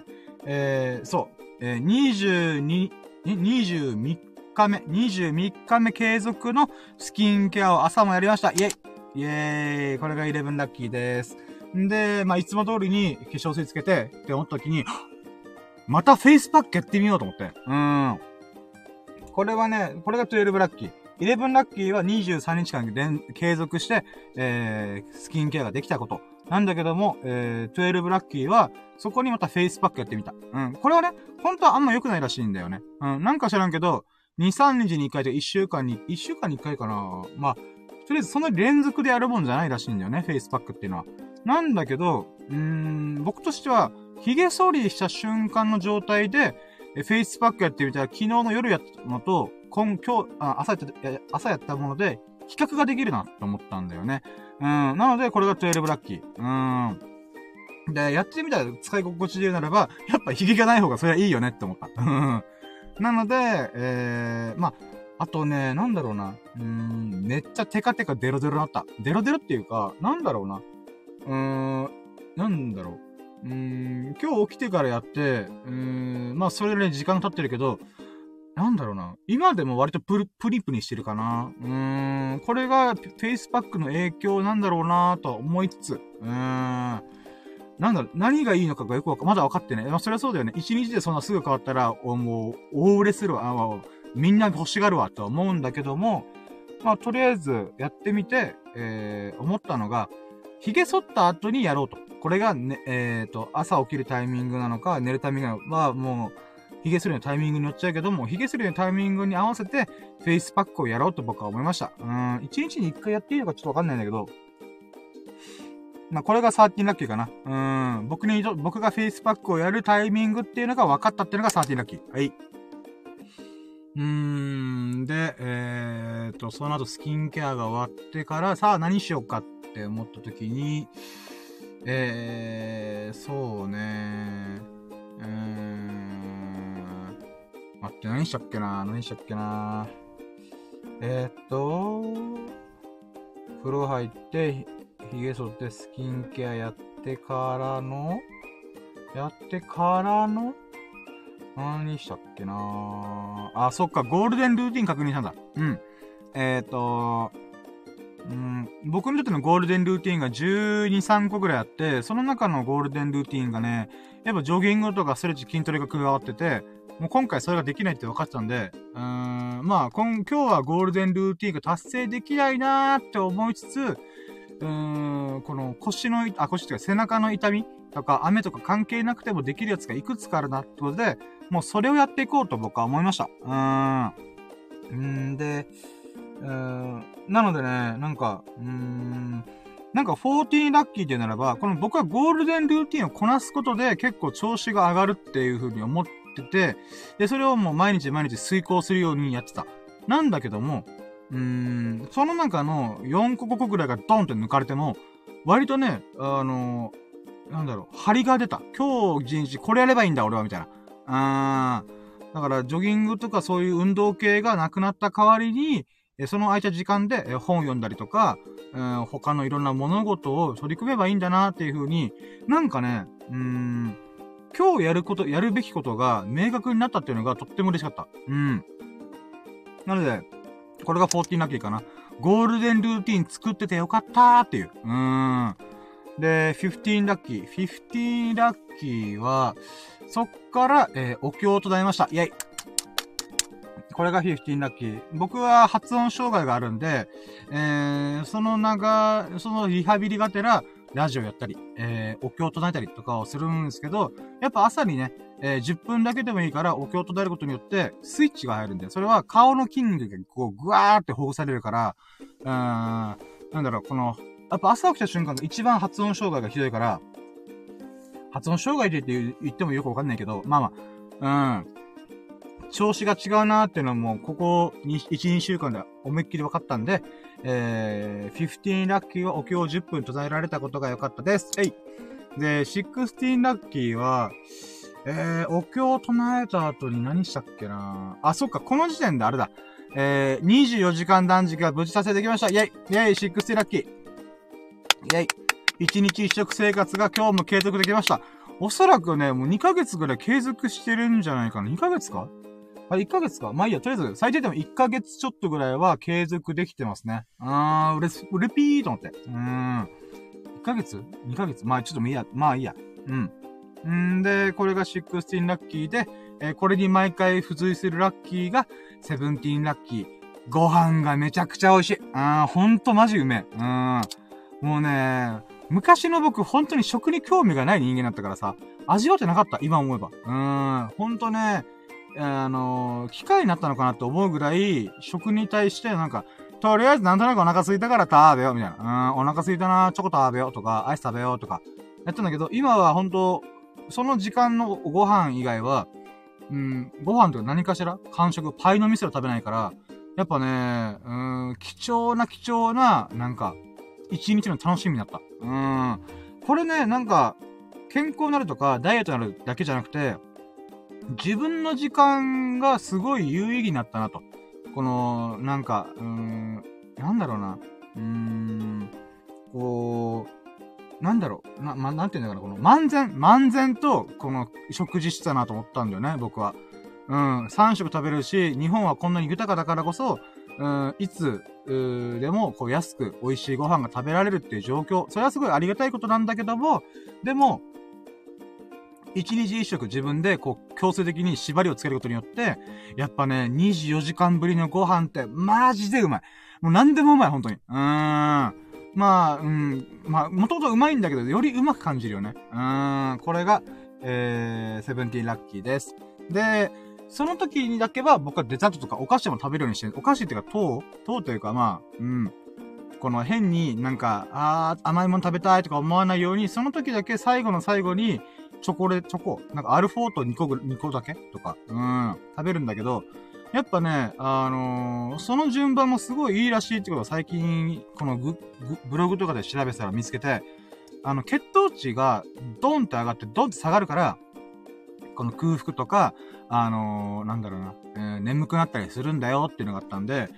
えー、そう、えー、にじゅうに、にじゅうみっかめ、にじゅうみっかめ継続のスキンケアを朝もやりました。イェイイェーイこれがイレブンラッキーです。んで、まあ、いつも通りに化粧水つけて、って思った時に、またフェイスパックやってみようと思って。うーん。これはね、これがじゅうにラッキー。イレブンラッキーはにじゅうさんにちかん連継続して、えー、スキンケアができたこと。なんだけども、えー、じゅうにラッキーは、そこにまたフェイスパックやってみた。うん。これはね、本当はあんま良くないらしいんだよね。うん。なんか知らんけど、に、さんにちにいっかいといっしゅうかんに、いっしゅうかんにいっかいかな。まあ、とりあえずその連続でやるもんじゃないらしいんだよね、フェイスパックっていうのは。なんだけど、うーん、僕としては、髭剃りした瞬間の状態で、フェイスパックやってみたら、昨日の夜やったのと、今、今日、あ朝やった、朝やったもので、比較ができるなって思ったんだよね。うん。なので、これがじゅうにラッキー。うん。で、やってみたら使い心地で言うならば、やっぱ髭がない方がそれはいいよねって思った。うん。なので、えー、まあ、あとね、なんだろうな。うーん、めっちゃテカテカデロデロなった。デロデロっていうか、なんだろうな。うーん、なんだろう。うーん、今日起きてからやって、うーん、まあ、それなりに時間経ってるけど、なんだろうな。今でも割とプル、プリプリしてるかな。うーん、これがフェイスパックの影響なんだろうなと思いつつ、うーん、なんだろう、何がいいのかがよくわか、まだ分かってない。まあ、それはそうだよね。一日でそんなすぐ変わったら、おもう、大売れするわ。あみんな欲しがるわ、とは思うんだけども、まあ、とりあえず、やってみて、えー、思ったのが、髭剃った後にやろうと。これがね、えっと、朝起きるタイミングなのか、寝るタイミングなのかは、もう、髭剃りのタイミングによっちゃうけども、髭剃りのタイミングに合わせて、フェイスパックをやろうと僕は思いました。うーん、一日に一回やっていいのかちょっとわかんないんだけど、まあ、これがじゅうさんラッキーかな。うーん、僕に、僕がフェイスパックをやるタイミングっていうのが分かったっていうのがじゅうさんラッキー。はい。うーん、で、えーと、その後スキンケアが終わってから、さあ何しようかって思った時に、えー、そうねー、うーん、待って、何したっけな何したっけなえーっと、 風呂入って、髭剃ってスキンケアやってからの、やってからの、何したっけなー。あ、そっか、ゴールデンルーティン確認したんだ。うん。えっ、ー、と、うん、僕にとってのゴールデンルーティンがじゅうに、さんこぐらいあって、その中のゴールデンルーティンがね、やっぱジョギングとかストレッチ筋トレが加わってて、もう今回それができないって分かってたんで、うーん、まあ、今、今日はゴールデンルーティンが達成できないなーって思いつつ、うーん、この腰の、あ、腰っていうか背中の痛みとか雨とか関係なくてもできるやつがいくつかあるなってことで、もうそれをやっていこうと僕は思いました。うーん。んで、うーん、なのでね、なんか、うーん、なんか、フォーティーラッキーっていうならば、この僕はゴールデンルーティンをこなすことで結構調子が上がるっていう風に思ってて、で、それをもう毎日毎日遂行するようにやってた。なんだけども、うーん、その中のよんこごこぐらいがドンって抜かれても、割とね、あのー、なんだろう、張りが出た。今日一日これやればいいんだ俺は、みたいな。あー、だから、ジョギングとかそういう運動系がなくなった代わりに、その空いた時間で本を読んだりとか、うん、他のいろんな物事を取り組めばいいんだなっていう風に、なんかね、うーん、今日やること、やるべきことが明確になったっていうのがとっても嬉しかった。うん。なので、これがじゅうよんラッキーかな。ゴールデンルーティン作っててよかったーっていう。うーん。で、じゅうごラッキー。じゅうごラッキーは、そっから、えー、お経を唱えました。イェイ。これがじゅうごラッキー。僕は発音障害があるんで、えー、その長、そのリハビリがてら、ラジオやったり、えー、お経を唱えたりとかをするんですけど、やっぱ朝にね、えー、じゅっぷんだけでもいいからお経を唱えることによって、スイッチが入るんで、それは顔の筋肉がこう、ぐわーってほぐされるから、うーん、なんだろう、この、やっぱ朝起きた瞬間が一番発音障害がひどいから、発音障害でって言ってもよくわかんないけど、まあまあ、うん。調子が違うなーっていうのはもう、ここいち、にしゅうかんで思いっきり分かったんで、えー、じゅうごラッキーはお経をじゅっぷん唱えられたことが良かったです。えい。で、じゅうろくラッキーは、えー、お経を唱えた後に何したっけなあ、そっか、この時点であれだ。えー、にじゅうよじかん断食が無事達成できました。イェイイェイ !じゅうろくラッキーイェイ一日一食生活が今日も継続できました。おそらくね、もうにかげつぐらい継続してるんじゃないかな。にかげつかあ、いっかげつかまあいいや、とりあえず、最低でもいっかげつちょっとぐらいは継続できてますね。あー、うれし、うれぴーと思って。うーん。いっかげつ ?に ヶ月まあちょっともいいや。まあいいや。うん。んで、これがじゅうろくラッキーで、えー、これに毎回付随するラッキーがじゅうななラッキー。ご飯がめちゃくちゃ美味しい。あー、ほんとマジうめえ。うん。もうね、昔の僕ほんとに食に興味がない人間だったからさ、味わってなかった。今思えば。うーん。ほんとね、あのー、機械になったのかなって思うぐらい、食に対してなんか、とりあえずなんとなくお腹空いたから食べよう、みたいな。うん、お腹空いたな、チョコ食べようとか、アイス食べようとか、やったんだけど、今はほんと、その時間のご飯以外は、うん、ご飯とか何かしら間食、パイの店を食べないから、やっぱね、うん、貴重な貴重な、なんか、一日の楽しみになった。うん。これね、なんか、健康になるとか、ダイエットになるだけじゃなくて、自分の時間がすごい有意義になったなと。この、なんか、うーん、なんだろうな。うーん、こう、なんだろう。な、ま、なんていうんだろうな。この、漫然、漫然と、この、食事してたなと思ったんだよね、僕は。うん、さん食食べるし、日本はこんなに豊かだからこそ、うん、いつ、うでも、こう、安く美味しいご飯が食べられるっていう状況。それはすごいありがたいことなんだけども、でも、一日一食自分でこう強制的に縛りをつけることによって、やっぱね、にじゅうよじかんぶりのご飯ってマジでうまい。もう何でもうまい、本当に。うーん。まあ、うん。まあ、もともとうまいんだけど、よりうまく感じるよね。うーん。これが、えー、セブンティーンラッキーです。で、その時にだけは僕はデザートとかお菓子も食べるようにしてる。お菓子っていうか糖糖というかまあ、うん。この変になんか、あー、甘いもの食べたいとか思わないように、その時だけ最後の最後に、チョコレ、チョコ、なんかアルフォートにこぐ、にこだけとか、うん、食べるんだけど、やっぱね、あのー、その順番もすごいいいらしいってことを最近、このグ、グ、ブログとかで調べてたら見つけて、あの、血糖値がドンって上がってドンって下がるから、この空腹とか、あのー、なんだろうな、えー、眠くなったりするんだよっていうのがあったんで、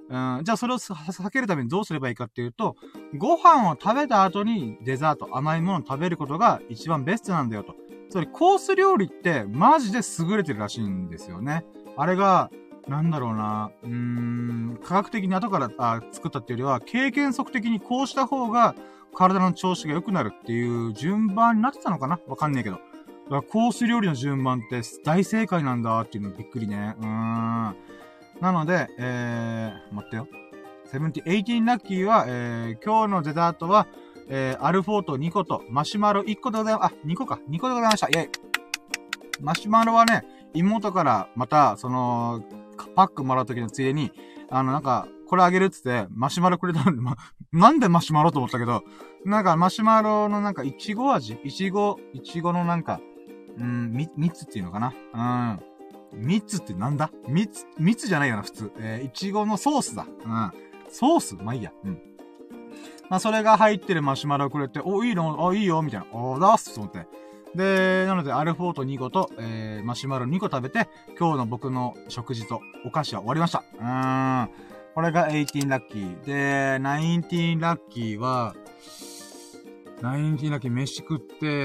うん、じゃあそれを避けるためにどうすればいいかっていうと、ご飯を食べた後にデザート、甘いものを食べることが一番ベストなんだよと。つまりコース料理ってマジで優れてるらしいんですよね。あれが、なんだろうな、うーん、科学的に後からあ作ったっていうよりは、経験則的にこうした方が体の調子が良くなるっていう順番になってたのかなわかんないけど。だからコース料理の順番って大正解なんだっていうのびっくりね。うーん。なので、えー、待ってよ。セブンティー、エイティーンラッキーは、えー、今日のデザートは、えー、アルフォートにことマシュマロいっこでございます。あ、にこか。にこでございました。イェイ。マシュマロはね、妹からまた、その、パックもらうときのついでに、あの、なんか、これあげるっつって、マシュマロくれたんで、ま、なんでマシュマロと思ったけど、なんか、マシュマロのなんか、いちご味いちご、いちごのなんか、うん、み、蜜っていうのかなうん。蜜ってなんだ蜜、蜜じゃないよな、普通。えー、いちごのソースだ。うん。ソースまあいいや。うん。まあ、それが入ってるマシュマロをくれて、お、いいのあ、いいよみたいな。お、出すと思って。で、なので、アルフォートにこと、えー、マシュマロにこ食べて、今日の僕の食事とお菓子は終わりました。うーん。これがエイティーンラッキー。で、ナインティーンラッキーは、ナインティーンラッキー飯食って、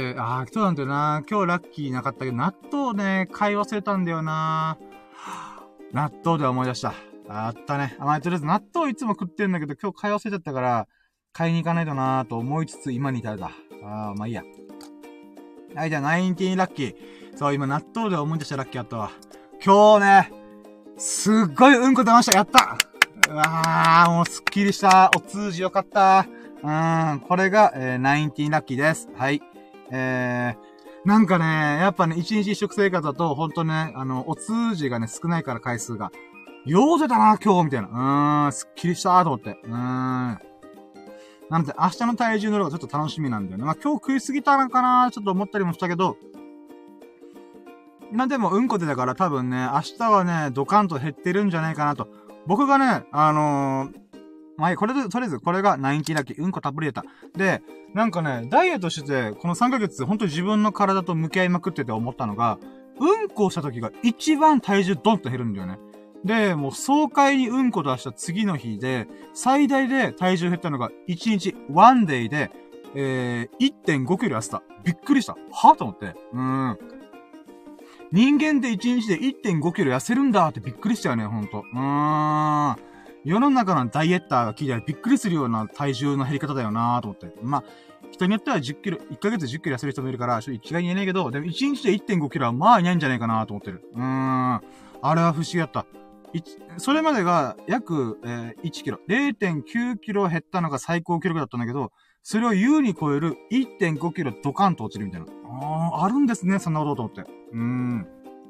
あー、そうなんだよな。今日ラッキーなかったけど、納豆ね、買い忘れたんだよな。納豆で思い出した。あったね。まあ、とりあえず納豆いつも食ってんだけど、今日買い忘れちゃったから、買いに行かないとなーと思いつつ、今に至るだ。あー、まあいいや。はい、じゃあ、ナインティーンラッキー。そう、今、納豆で思い出したラッキーあったわ。今日ね、すっごいうんこ出ました。やったうわー、もうすっきりした。お通じよかった。うーん、これが、えー、ナインティーンラッキーです。はい。えー、なんかね、やっぱね、一日一食生活だと、ほんとね、あの、お通じがね、少ないから回数が。よう出たな、今日みたいな。うーん、すっきりしたーと思って。うーん。なので、明日の体重の量がちょっと楽しみなんだよね。まあ、今日食いすぎたのかなちょっと思ったりもしたけど、まあでも、うんこ出たから多分ね、明日はね、ドカンと減ってるんじゃないかなと。僕がね、あのー、まあ、これで、とりあえず、これがナインティーンラッキー。うんこたっぷり出た。で、なんかね、ダイエットしてて、このさんかげつ、ほんと自分の体と向き合いまくってて思ったのが、うんこをした時が一番体重ドンと減るんだよね。で、もう爽快にうんこ出した次の日で、最大で体重減ったのがいちにち、ワンデイで、えー、いってんごキロ痩せた。びっくりした。はと思って。うーん。人間でいちにちで いってんごキロ痩せるんだってびっくりしたよね、ほんと。うーん。世の中のダイエッターが聞いたらびっくりするような体重の減り方だよなーと思って。まあ、人によってはじゅっキロ、いっかげつじゅっキロ痩せる人もいるから、ちょっと一概に言えないけど、でもいちにちで いってんごキロはまあいないんじゃないかなと思ってる。うーん。あれは不思議だった。それまでが約、えー、いちキロ、れいてんきゅうキロ減ったのが最高記録だったんだけど、それを優に超える いってんごキロドカンと落ちるみたいな。あー、あるんですね、そんなことと思って。うーん。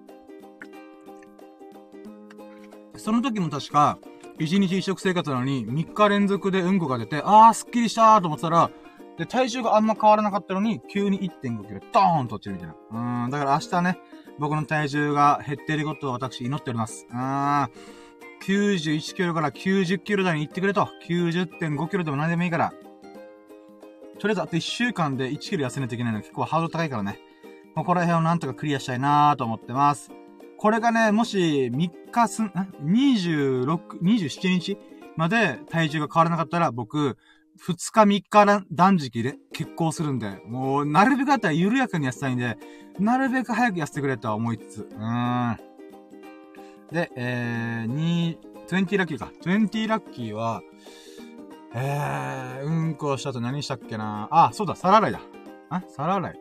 その時も確か、いちにちいっ食生活なのに、みっか連続でうんこが出て、あー、すっきりしたーと思ってたら、で、体重があんま変わらなかったのに、急に いってんごキロドーンと落ちるみたいな。うーん、だから明日ね、僕の体重が減っていることを私祈っております。うーん。きゅうじゅういちキロからきゅうじゅっキロ台に行ってくれと。きゅうじゅってんごキロでも何でもいいから。とりあえずあといっしゅうかんでいちキロ痩せないといけないので結構ハードル高いからね。ここら辺をなんとかクリアしたいなーと思ってます。これがね、もしみっかすん、にじゅうろく、にじゅうしちにちまで体重が変わらなかったら僕、ふつかみっか断食で結構するんで、もう、なるべくだったら緩やかに痩せたいんで、なるべく早く痩せてくれとは思いつつ、うーん。で、えー、に、にじゅうラッキーか。にじゅうラッキーは、えー、うんこした後何したっけなあ、そうだ、皿洗いだ。あ、皿洗い。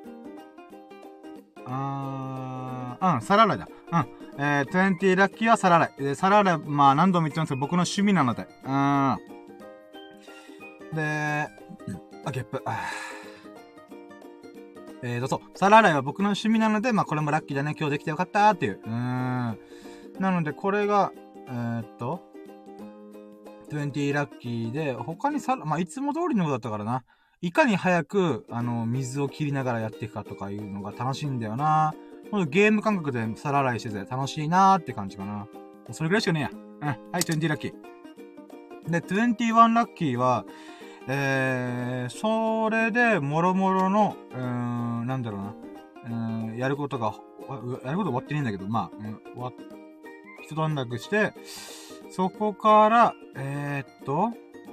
あー、うん、皿洗いだ。うん。えー、にじゅうラッキーは皿洗い。で、皿洗い、まあ何度も言ってますけど、僕の趣味なので。うん。で、あ、ゲップ。えーと、そう。皿洗いは僕の趣味なので、まあこれもラッキーだね。今日できてよかったーっていう。うーん。なので、これが、えー、っと、にじゅうラッキーで、他にさ、まあ、いつも通りのことだったからな。いかに早く、あの、水を切りながらやっていくかとかいうのが楽しいんだよな。ゲーム感覚で皿洗いしてて楽しいなーって感じかな。それぐらいしかねえや。うん。はい、にじゅうラッキー。で、にじゅういちラッキーは、えー、それで、もろもろの、うーん、なんだろうな。うーん、やることが、やること終わってねえんだけど、まあ、うん、終わっ、一段落して、 そこから、えー、っと、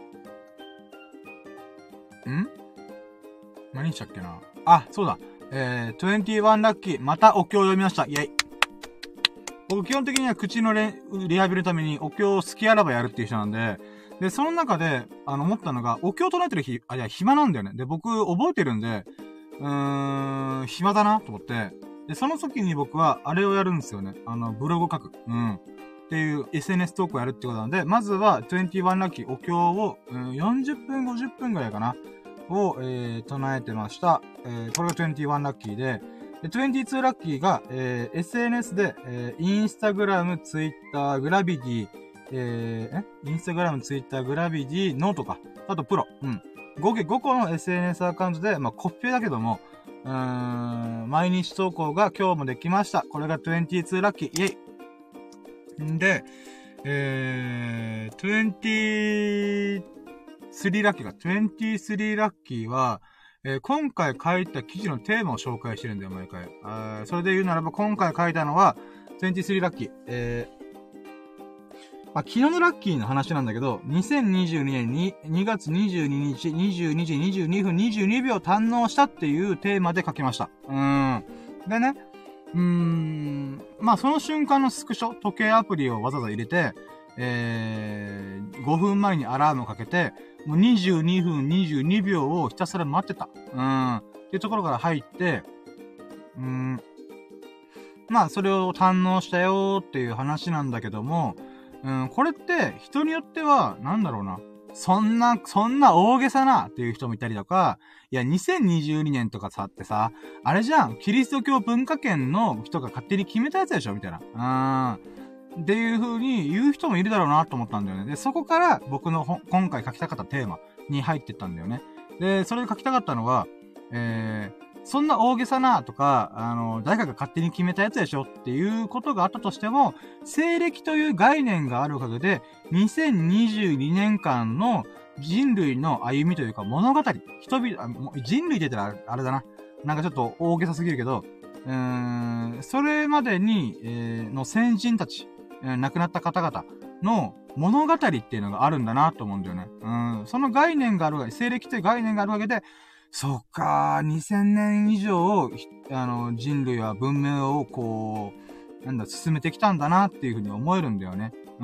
ん何したっけなあ、そうだ。えー、にじゅういちラッキー、またお経を読みました。イェイ。僕基本的には口のレリハビリのためにお経を好きあらばやるっていう人なんで、で、その中で、あの、思ったのが、お経を唱えてる日、あ、いや、暇なんだよね。で、僕、覚えてるんで、うーん、暇だなと思って、で、その時に僕は、あれをやるんですよね。あの、ブログ書く。うん。っていう エスエヌエス トークをやるってことなので、まずは、にじゅういちラッキー、お経を、うん、よんじゅっぷん、ごじゅっぷんぐらいかな。を、えー、唱えてました。えー、これがにじゅういちラッキーで、で、にじゅうにラッキーが、えー、エスエヌエス で、えー、インスタグラム、ツイッター、グラビティ、えー、えインスタグラム、ツイッター、グラビティ、ノートか。あと、プロ。うん。合計ごこの エスエヌエス アカウントで、まあ、コピペだけども、うーん、毎日投稿が今日もできました。これがにじゅうにラッキー。イェイ。んで、えー、にじゅうさんラッキーが、にじゅうさんラッキーは、えー、今回書いた記事のテーマを紹介してるんだよ、毎回。あそれで言うならば、今回書いたのは、にじゅうさんラッキー。えー、まあ、昨日のラッキーの話なんだけど、にせんにじゅうにねんににがつにじゅうににち、にじゅうにじにじゅうにふんにじゅうにびょう堪能したっていうテーマで書きました。うーん。でね、うーん、まあ、その瞬間のスクショ、時計アプリをわざわざ入れて、えー、ごふんまえにアラームをかけて、もうにじゅうにふんにじゅうにびょうをひたすら待ってた。うん。っていうところから入って、うーん。まあ、それを堪能したよーっていう話なんだけども、うん、これって人によっては、なんだろうな。そんな、そんな大げさなっていう人もいたりとか、いや、にせんにじゅうにねんとかさってさ、あれじゃん、キリスト教文化圏の人が勝手に決めたやつでしょみたいな。うん。っていう風に言う人もいるだろうなと思ったんだよね。で、そこから僕の今回書きたかったテーマに入ってったんだよね。で、それで書きたかったのは、えー、そんな大げさなとか、あの、誰かが勝手に決めたやつでしょっていうことがあったとしても、西暦という概念があるおかげで、にせんにじゅうにねんかんの人類の歩みというか物語、人々、人類って言ったらあれだな。なんかちょっと大げさすぎるけど、うーん、それまでに、えー、の先人たち、亡くなった方々の物語っていうのがあるんだなと思うんだよね。うん。その概念があるわけ、西暦という概念があるわけで、そっかー、にせんねん以上、あの、人類は文明をこう、なんだ、進めてきたんだなっていうふうに思えるんだよね。うん。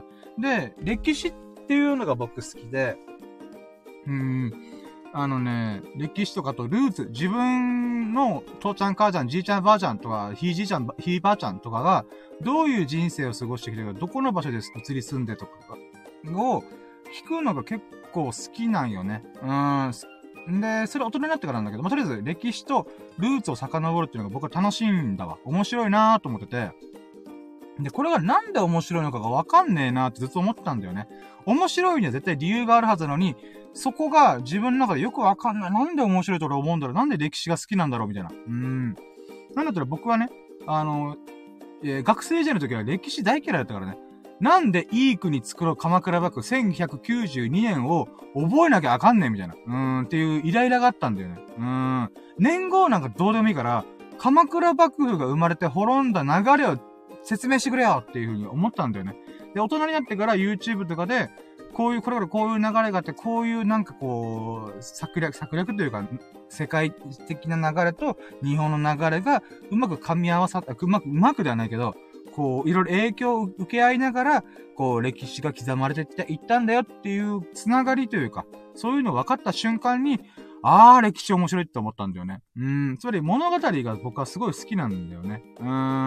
で、歴史っていうのが僕好きで、うん。あのね、歴史とかとルーツ、自分の父ちゃん母ちゃん、じいちゃんばあちゃんとか、ひいじいちゃん、ひいばあちゃんとかが、どういう人生を過ごしてきてるか、どこの場所で移り住んでとかを聞くのが結構好きなんよね。うーん。で、それ大人になってからなんだけど、まあ、とりあえず歴史とルーツを遡るっていうのが僕は楽しいんだわ。面白いなーと思ってて。で、これがなんで面白いのかがわかんねえなーってずっと思ってたんだよね。面白いには絶対理由があるはずなのに、そこが自分の中でよくわかんない。なんで面白いと俺思うんだろう。なんで歴史が好きなんだろうみたいな。うーん。なんだったら僕はね、あの、えー、学生時代の時は歴史大嫌いだったからね。なんでいい国作ろう鎌倉幕府せんひゃくきゅうじゅうにねんを覚えなきゃあかんねんみたいな。うーんっていうイライラがあったんだよね。うーん。年号なんかどうでもいいから、鎌倉幕府が生まれて滅んだ流れを説明してくれよっていう風に思ったんだよね。で、大人になってから YouTube とかで、こういう、これからこういう流れがあって、こういうなんかこう、策略、策略というか、世界的な流れと日本の流れがうまく噛み合わさった、うまく、うまくではないけど、こう、いろいろ影響を受け合いながら、こう、歴史が刻まれていったんだよっていうつながりというか、そういうの分かった瞬間に、あー、歴史面白いって思ったんだよね。うん。つまり物語が僕はすごい好きなんだよね。うん。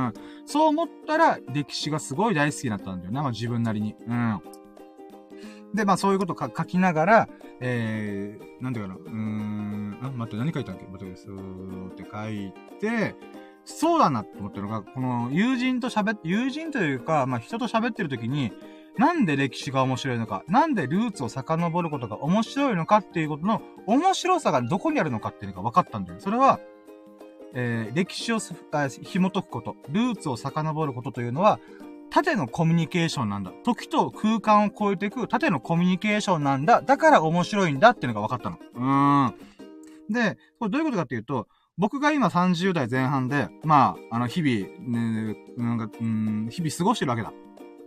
そう思ったら、歴史がすごい大好きになったんだよね。まあ自分なりに。うん。で、まあそういうことか書きながら、えー、なんていうかな、うーん、あ、待って、何書いたんだっけ待って、そうって書いて、そうだなって思ったのが、この友人と喋って、友人というか、まあ人と喋ってる時に、なんで歴史が面白いのか、なんでルーツを遡ることが面白いのかっていうことの面白さがどこにあるのかっていうのが分かったんだよ。それは、えー、歴史を紐解くこと、ルーツを遡ることというのは、縦のコミュニケーションなんだ。時と空間を超えていく縦のコミュニケーションなんだ。だから面白いんだっていうのが分かったの。うーん。で、これどういうことかっていうと、僕が今さんじゅうだいぜん半で、まあ、あの、日々、ね、なんか、うーん、日々過ごしてるわけだ。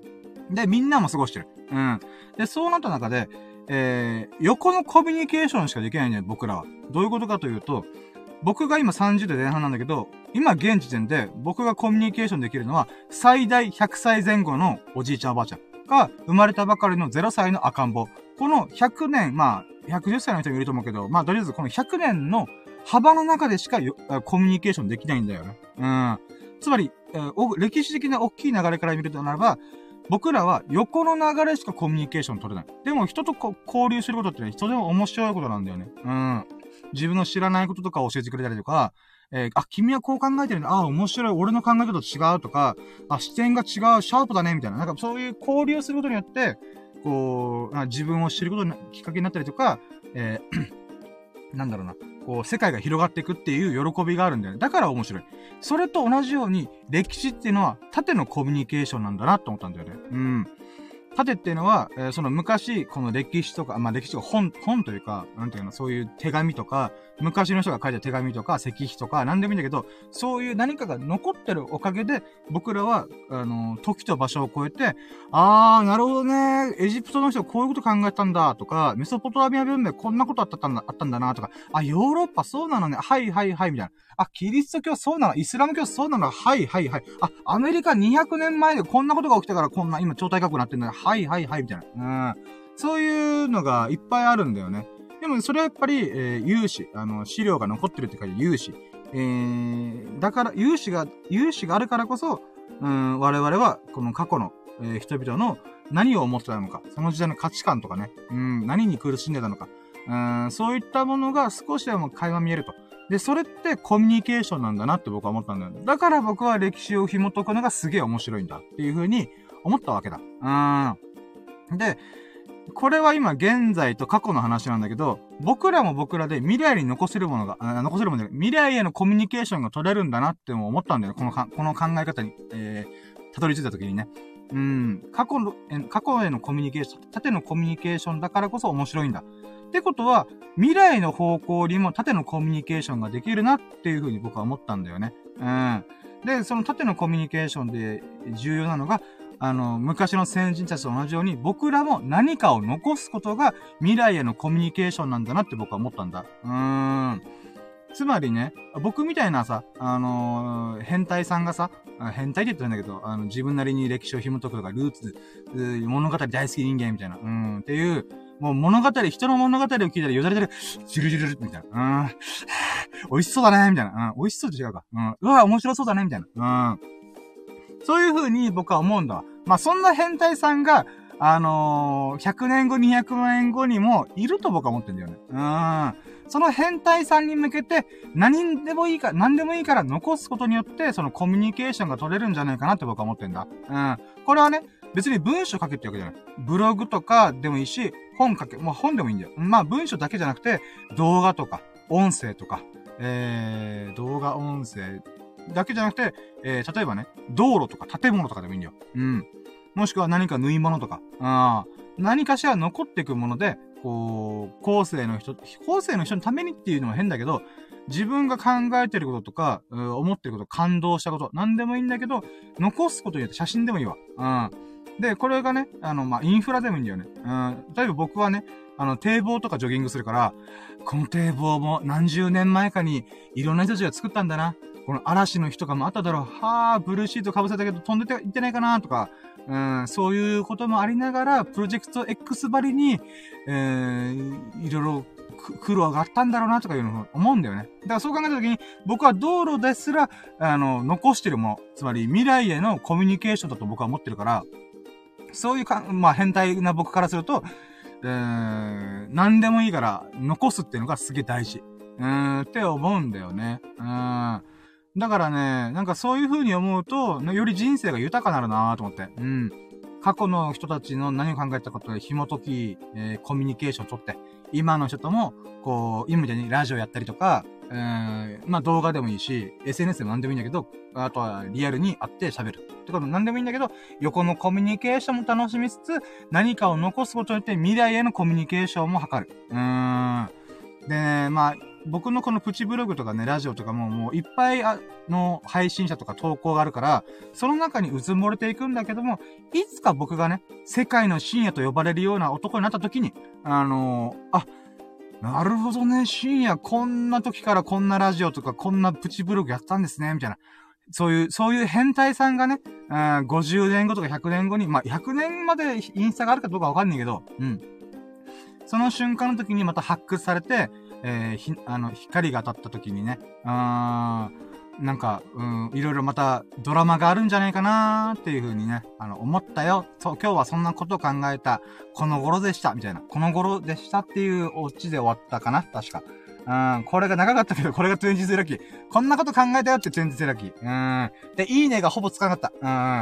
で、みんなも過ごしてる。うん。で、そうなった中で、えー、横のコミュニケーションしかできないんだよ、僕らは。どういうことかというと、僕が今さんじゅう代前半なんだけど、今現時点で僕がコミュニケーションできるのは、最大ひゃくさいぜん後のおじいちゃんおばあちゃんが、生まれたばかりのゼロさいの赤ん坊。このひゃくねん、まあ、ひゃくじゅっさいの人もいると思うけど、まあ、とりあえずこのひゃくねんの幅の中でしかコミュニケーションできないんだよね。うん。つまり、えー、歴史的な大きい流れから見るとならば、僕らは横の流れしかコミュニケーション取れない。でも人とこ交流することってね、人でも面白いことなんだよね。うん。自分の知らないこととか教えてくれたりとか、えー、あ、君はこう考えてるんだ。あ、面白い。俺の考え方と違うとか、あ、視点が違う。シャープだね。みたいな。なんかそういう交流することによって、こう、自分を知ることのきっかけになったりとか、えー、なんだろうな。こう、世界が広がっていくっていう喜びがあるんだよね。だから面白い。それと同じように、歴史っていうのは縦のコミュニケーションなんだなと思ったんだよね。うん。縦っていうのは、えー、その昔、この歴史とか、まあ、歴史とか本、本というか、なんていうの、そういう手紙とか、昔の人が書いた手紙とか、石碑とか、なんでもいいんだけど、そういう何かが残ってるおかげで、僕らは、あの、時と場所を超えて、あー、なるほどね、エジプトの人はこういうこと考えたんだ、とか、メソポタミア文明こんなことあったんだ、あったんだな、とか、あ、ヨーロッパそうなのね、はいはいはい、みたいな。あ、キリスト教そうなの、イスラム教そうなの、はいはいはい。あ、アメリカにひゃくねんまえでこんなことが起きたからこんな今超大学になってんだよ。はいはいはい、みたいな。うん。そういうのがいっぱいあるんだよね。でもそれはやっぱり、えー、有志、あの、資料が残ってるって書いて有志。えー、だから、有志が、有志があるからこそ、うん、我々は、この過去の、えー、人々の何を思ってたのか、その時代の価値観とかね、うん、何に苦しんでたのか、うん、そういったものが少しでも垣間見えると。で、それってコミュニケーションなんだなって僕は思ったんだよね。だから僕は歴史を紐解くのがすげえ面白いんだっていう風に思ったわけだ。うん。で、これは今現在と過去の話なんだけど、僕らも僕らで未来に残せるものが、あ残せるもので、未来へのコミュニケーションが取れるんだなって思ったんだよね。このか、この考え方に、えー、たどり着いた時にね。うん。過去の、過去へのコミュニケーション、縦のコミュニケーションだからこそ面白いんだ。ってことは、未来の方向にも縦のコミュニケーションができるなっていうふうに僕は思ったんだよね。うん。で、その縦のコミュニケーションで重要なのが、あの、昔の先人たちと同じように、僕らも何かを残すことが未来へのコミュニケーションなんだなって僕は思ったんだ。うーん。つまりね、僕みたいなさ、あのー、変態さんがさ、変態って言ってるんだけど、あの、自分なりに歴史を紐解くとか、ルーツ、物語大好き人間みたいな、うん、っていう、もう物語、人の物語を聞いたらよだれてる、ジュルジュルルみたいな、うん、美味しそうだねみたいな、うん、美味しそうって違うか、うん、うわ、面白そうだねみたいな、うん。そういう風に僕は思うんだわ。まあ、そんな変態さんが、あのー、ひゃくねんご、にひゃくねんごにもいると僕は思ってんだよね。うん。その変態さんに向けて、何でもいいか、何でもいいから残すことによって、そのコミュニケーションが取れるんじゃないかなって僕は思ってんだ。うん。これはね、別に文章書けってわけじゃない。ブログとかでもいいし、本書け、まあ本でもいいんだよ。まあ文章だけじゃなくて、動画とか、音声とか、えー、動画、音声だけじゃなくて、えー、例えばね、道路とか建物とかでもいいんだよ。うん。もしくは何か縫い物とか、あ何かしら残っていくもので、こう、後世の人、後世の人のためにっていうのは変だけど、自分が考えてることとか、思ってること、感動したこと、何でもいいんだけど、残すことによって写真でもいいわ。うん。で、これがね、あの、まあ、インフラでもいいんだよね。うん。例えば僕はね、あの、堤防とかジョギングするから、この堤防も何十年前かにいろんな人たちが作ったんだな。この嵐の日とかもあっただろう。はぁ、ブルーシート被せたけど飛んでていってないかなとか、うん、そういうこともありながら、プロジェクト X ばりに、えー、いろいろ苦労があったんだろうなとかいうのを思うんだよね。だからそう考えたときに、僕は道路ですら、あの、残してるもの、つまり未来へのコミュニケーションだと僕は思ってるから、そういうか、まあ変態な僕からすると、えー、何でもいいから残すっていうのがすげえ大事。うーん、って思うんだよね。うん。だからね、なんかそういう風に思うと、より人生が豊かになるなぁと思って。うん。過去の人たちの何を考えたことで紐解き、えー、コミュニケーションを取って、今の人とも、こう、今みたいにラジオやったりとか、えー、まあ動画でもいいし、エスエヌエス でも何でもいいんだけど、あとはリアルに会って喋る。ってこと何でもいいんだけど、横のコミュニケーションも楽しみつつ、何かを残すことによって未来へのコミュニケーションも図る。うーん。でね、まあ、 僕のこのプチブログとかね、ラジオとかももういっぱいあの配信者とか投稿があるから、その中にうずもれていくんだけども、いつか僕がね、世界の深夜と呼ばれるような男になった時に、あのー、あ、なるほどね、深夜こんな時からこんなラジオとかこんなプチブログやったんですね、みたいな。そういう、そういう変態さんがね、ごじゅうねんごとかひゃくねんごに、まあ、ひゃくねんまでインスタがあるかどうかわかんないけど、うん。その瞬間の時にまた発掘されて、えー、ひ、あの、光が当たった時にね、あー、なんか、うん、いろいろまたドラマがあるんじゃないかなーっていう風にね、あの、思ったよ。そう、今日はそんなことを考えた、この頃でした、みたいな。この頃でしたっていうオチで終わったかな、確か。うん、これが長かったけど、これがトゥエンティーズラッキー。こんなこと考えたよってトゥエンティーズラッキー。うん。で、いいねがほぼつかなかった。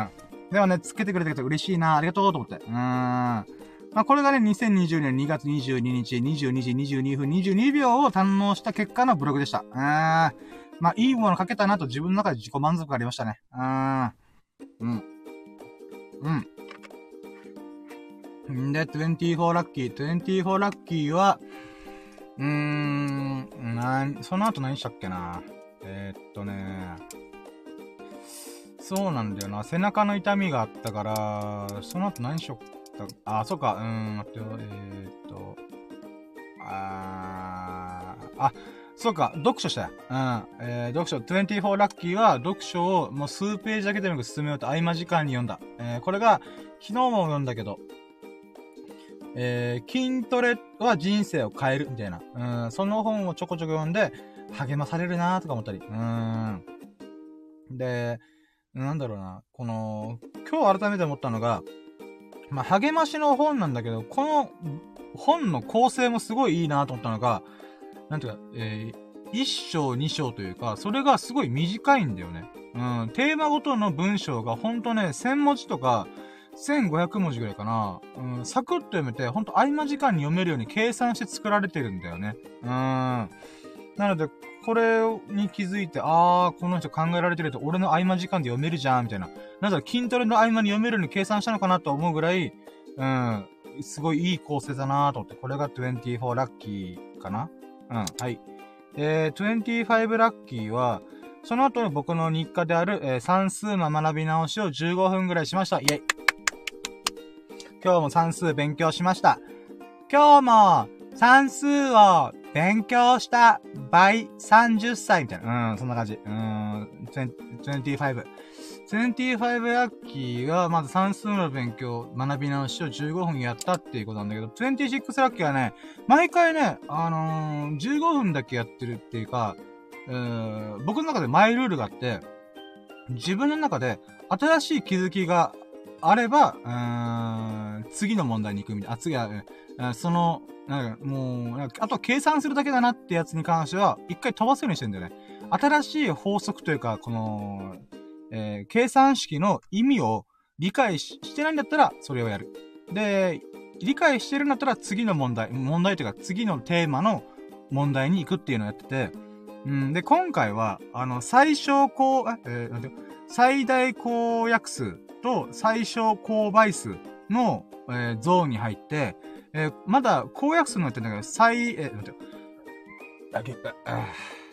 うん。でもね、つけてくれたけど嬉しいな。ありがとうと思って。うん。まあ、これがね、にせんにじゅうねんにがつにじゅうににち、にじゅうにじにじゅうにふんにじゅうにびょうを堪能した結果のブログでした。うん。まあ、いいもの書けたなと自分の中で自己満足がありましたね。うん。うん。うん。んで、トゥエンティーフォーラッキー。トゥエンティーフォーラッキーは、うーん、な、その後何したっけな。えー、っとね、そうなんだよな。背中の痛みがあったから、その後何しよった、あ、そうか、うーん、待ってよ、えー、っと、あー、あ、そうか、読書したよ。うん。えー、読書、トゥエンティーフォーラッキーは、読書をもう数ページだけでも進めようと合間時間に読んだ。えー、これが、昨日も読んだけど、えー、筋トレは人生を変えるみたいな。うん、その本をちょこちょこ読んで、励まされるなーとか思ったり。うん。で、なんだろうな。この、今日改めて思ったのが、まあ、励ましの本なんだけど、この本の構成もすごいいいなと思ったのが、なんていうか、えー、一章二章というか、それがすごい短いんだよね。うん、テーマごとの文章がほんとね、せんもじとか、せんごひゃくもじぐらいかな。うん、サクッと読めて、ほんと合間時間に読めるように計算して作られてるんだよね。うん。なので、これに気づいて、あー、この人考えられてると、俺の合間時間で読めるじゃん、みたいな。なんだろ、筋トレの合間に読めるように計算したのかなと思うぐらい、うん、すごいいい構成だなと思って、これがにじゅうよんラッキーかな。うん、はい。えー、にじゅうごラッキーは、その後の僕の日課である、えー、算数の学び直しをじゅうごふんぐらいしました。イェイ。今日も算数勉強しました。今日も算数を勉強した倍さんじゅっさいみたいな。うん、そんな感じ。うーん、にじゅうご。にじゅうごラッキーは、まず算数の勉強、学び直しをじゅうごふんやったっていうことなんだけど、にじゅうろくラッキーはね、毎回ね、あのー、じゅうごふんだけやってるっていうか、うーん、僕の中でマイルールがあって、自分の中で新しい気づきがあれば、うーん、次の問題に行くみたいな。あ、次は、うん、その、なんか、もう、なんかあとは計算するだけだなってやつに関しては、一回飛ばすようにしてんだよね。新しい法則というか、この、えー、計算式の意味を理解 し, してないんだったら、それをやる。で、理解してるんだったら、次の問題、問題というか、次のテーマの問題に行くっていうのをやってて、うん、で、今回は、あの、最小公、えー、なんていう最大公約数と最小公倍数の、えー、ゾーンに入って、えー、まだ公約数のやってんだけど、最、えー、なんていうだけ、あ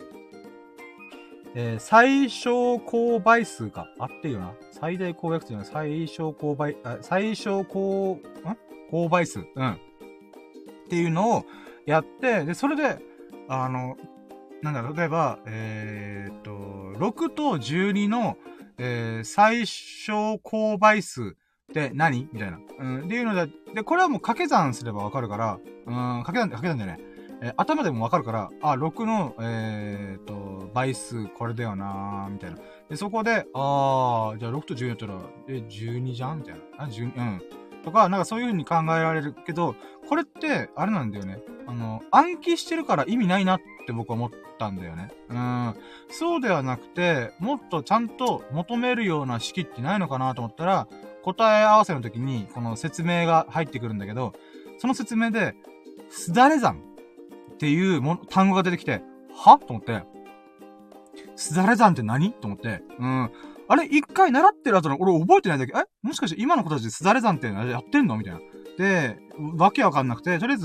えー、最小公倍数か。合ってるよな。最大公約数の最小公倍、あ、最小公、ん公倍数。うん。っていうのをやって、で、それで、あの、なんだ、例えば、えー、っと、ろくとじゅうにの、えー、最小公倍数って何みたいな。うん。っていうので、で、これはもう掛け算すればわかるから、うん、掛け算、掛け算じゃねえー、頭でもわかるから、あ、ろくの、えー、っと、倍数これだよなー、みたいな。で、そこで、あー、じゃあろくとじゅうにやったら、え、じゅうにじゃんみたいな。あ、じゅうに、うん。とか、なんかそういう風に考えられるけど、これって、あれなんだよね。あの、暗記してるから意味ないなって僕は思ったんだよね。うん。そうではなくて、もっとちゃんと求めるような式ってないのかなと思ったら、答え合わせの時に、この説明が入ってくるんだけど、その説明で、すだれ算っていうも単語が出てきて、はと思って、すだれ算って何と思って、うん。あれ、一回習ってる後の、俺覚えてないんだけど、えもしかして今の子たちですだれ算ってやってんのみたいな。で、わけわかんなくて、とりあえず、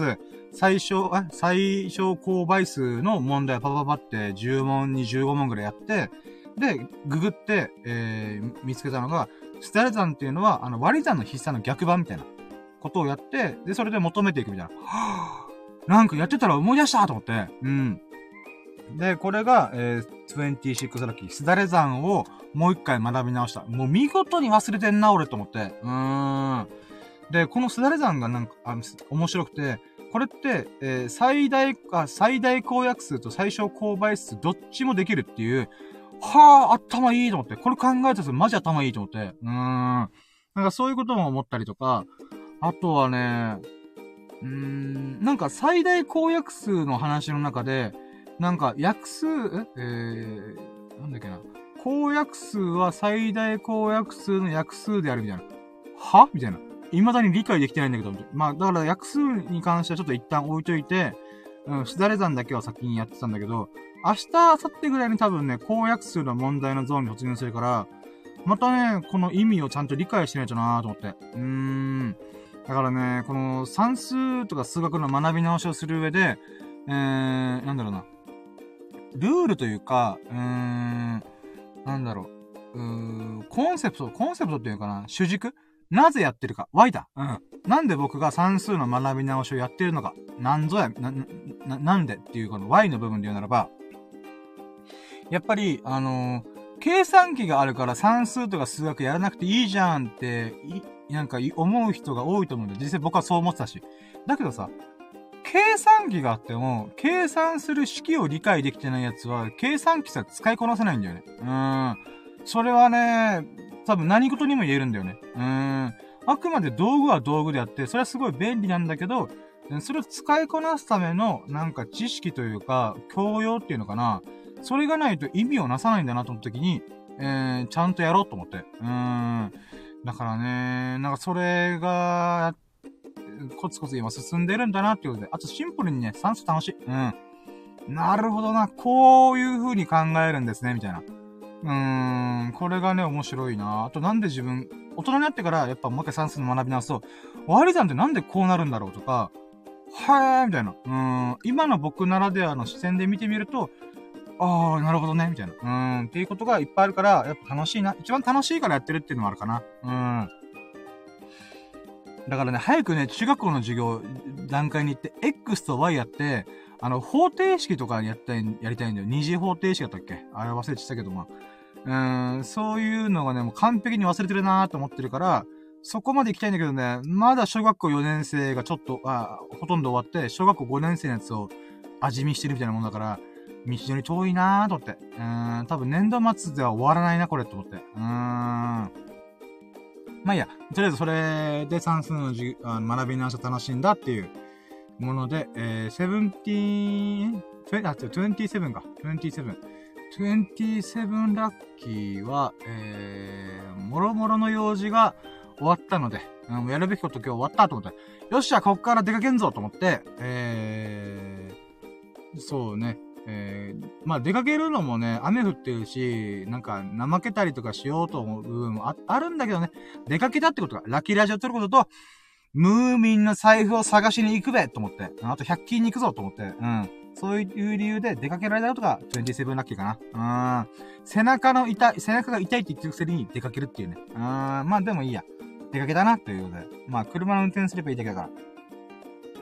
最小、え、最小公倍数の問題をパパパってじゅう問にじゅうご問ぐらいやって、で、ググって、えー、見つけたのが、スダレ算っていうのは、あの、割り算の筆算の逆版みたいなことをやって、で、それで求めていくみたいな。はぁなんかやってたら思い出したと思って。うん。で、これが、えー、にじゅうろくラッキー、スダレ算をもう一回学び直した。もう見事に忘れてんな、俺と思って。うーん。で、このスダレ算がなんか、あの、面白くて、これって、えー、最大、あ、最大公約数と最小公倍数どっちもできるっていう、はぁ、頭いいと思って。これ考えたらマジ頭いいと思って。うーん。なんかそういうことも思ったりとか、あとはね、うーん、なんか最大公約数の話の中で、なんか約数、え、えー、なんだっけな。公約数は最大公約数の約数であるみたいな。はみたいな。未だに理解できてないんだけど、まあ、だから約数に関してはちょっと一旦置いといて、うん、スダレ算だけは先にやってたんだけど、明日、明後日ぐらいに多分ね、公約数の問題のゾーンに突入するから、またね、この意味をちゃんと理解しないとなーと思って。うーん。だからね、この算数とか数学の学び直しをする上で、えー、なんだろうな。ルールというか、うーん、なんだろう。うーん、コンセプト、コンセプトっていうかな、主軸なぜやってるか。Y だ。うん。なんで僕が算数の学び直しをやってるのか。なんぞや、な、な、なんでっていうこの Y の部分で言うならば、やっぱり、あのー、計算機があるから算数とか数学やらなくていいじゃんって、い、なんか思う人が多いと思うんで、実際僕はそう思ってたし。だけどさ、計算機があっても、計算する式を理解できてないやつは、計算機さ使いこなせないんだよね。うーん。それはね、多分何事にも言えるんだよね。うーん。あくまで道具は道具であって、それはすごい便利なんだけど、それを使いこなすための、なんか知識というか、教養っていうのかな。それがないと意味をなさないんだなと思った時に、えー、ちゃんとやろうと思って。うーん。だからね、なんかそれが、コツコツ今進んでるんだなっていうことで。あとシンプルにね、算数楽しい。うん。なるほどな。こういう風に考えるんですね、みたいな。うーん。これがね、面白いな。あとなんで自分、大人になってからやっぱもう一回算数の学び直すと、割り算ってなんでこうなるんだろうとか、はーみたいな。うーん。今の僕ならではの視線で見てみると、あー、なるほどね、みたいな。うーん。っていうことがいっぱいあるから、やっぱ楽しいな。一番楽しいからやってるっていうのもあるかな。うーん。だからね、早くね、中学校の授業、段階に行って、X と Y やって、あの、方程式とかやったい、やりたいんだよ。二次方程式だったっけあれ忘れてたけど、まあ。うーん、そういうのがね、もう完璧に忘れてるなーと思ってるから、そこまで行きたいんだけどね、まだ小学校よねん生がちょっと、あ、ほとんど終わって、小学校ごねん生のやつを味見してるみたいなもんだから、道のり遠いなーと思って。うーん、多分年度末では終わらないな、これと思って。うーん。まあいいや、とりあえずそれで算数のじあの学び直しを楽しんだっていうもので、えー、セブンティーン、あ、違う、トゥエンティーセブンか。トゥエンティーセブン。トゥエンティーセブンラッキーは、えー、もろもろの用事が終わったので、うん、やるべきこと今日終わったと思って、よっしゃ、こっから出かけんぞと思って、えー、そうね。えー、まあ出かけるのもね、雨降ってるし、なんか怠けたりとかしようと思う部分も あ, あるんだけどね、出かけたってことが、ラッキーラジオを撮ることと、ムーミンの財布を探しに行くべと思って、あとひゃく均に行くぞと思って、うん。そういう理由で出かけられたことがにじゅうななラッキーかな。うん。背中の痛い、背中が痛いって言ってるくせに出かけるっていうね。うん。まあでもいいや。出かけたなということで。まあ車の運転すればいいだけだから。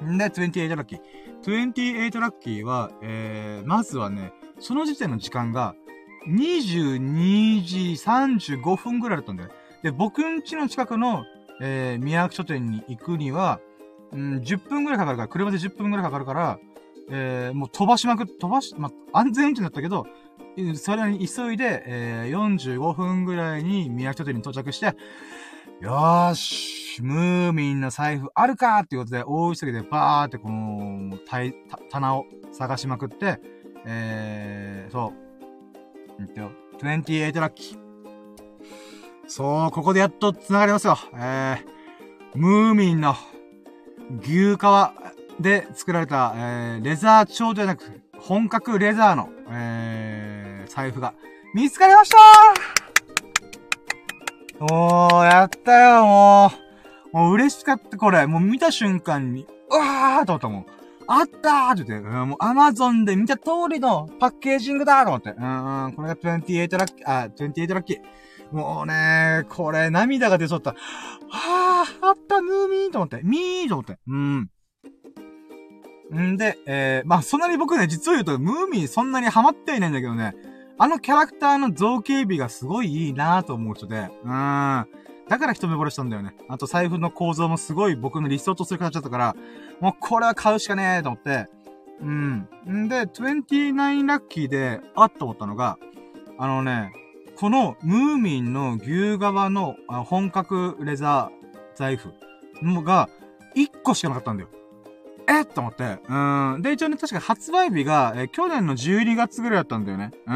んで、にじゅうはちラッキー。にじゅうはちラッキーは、えー、まずはね、その時点の時間が、にじゅうにじさんじゅうごふんぐらいだったんだよ。で、僕ん家の近くの、えー、宮脇書店に行くには、うん、じゅっぷんぐらいかかるから、車でじゅっぷんぐらいかかるから、えー、もう飛ばしまくっ、飛ばし、まあ、安全運転だったけど、それに急いで、えー、よんじゅうごふんぐらいに宮脇書店に到着して、よーし、ムーミンの財布あるかっていうことで、大急ぎでバーってこの、たい、た、棚を探しまくって、えー、そう。言ってよ。にじゅうはちラッキー。そう、ここでやっと繋がりますよ。えー、ムーミンの牛革で作られた、えー、レザー調ではなく、本格レザーの、えー、財布が見つかりましたー。おー、やったよ、もう。もう嬉しかった、これ。もう見た瞬間に、うわーと思ったもん。 あったーって言って、うん、もう Amazon で見た通りのパッケージングだと思って。うん、うん、これがにじゅうはちラッキー、あ、にじゅうはちラッキー。もうね、これ涙が出そうった。はぁ、あった、ムーミーと思って。ミーと思って。うん。んで、えー、まあ、そんなに僕ね、実を言うと、ムーミーそんなにハマってはいないんだけどね、あのキャラクターの造形美がすごいいいなぁと思う人で、うーん。だから一目惚れしたんだよね。あと財布の構造もすごい僕の理想とする形だったから、もうこれは買うしかねえと思って、うん。んで、にじゅうきゅうラッキーで、あっと思ったのが、あのね、このムーミンの牛革の本格レザー財布のがいっこしかなかったんだよ。えっと思って。うん。で、一応ね、確か発売日が、え去年のじゅうにがつぐらいだったんだよね。うん。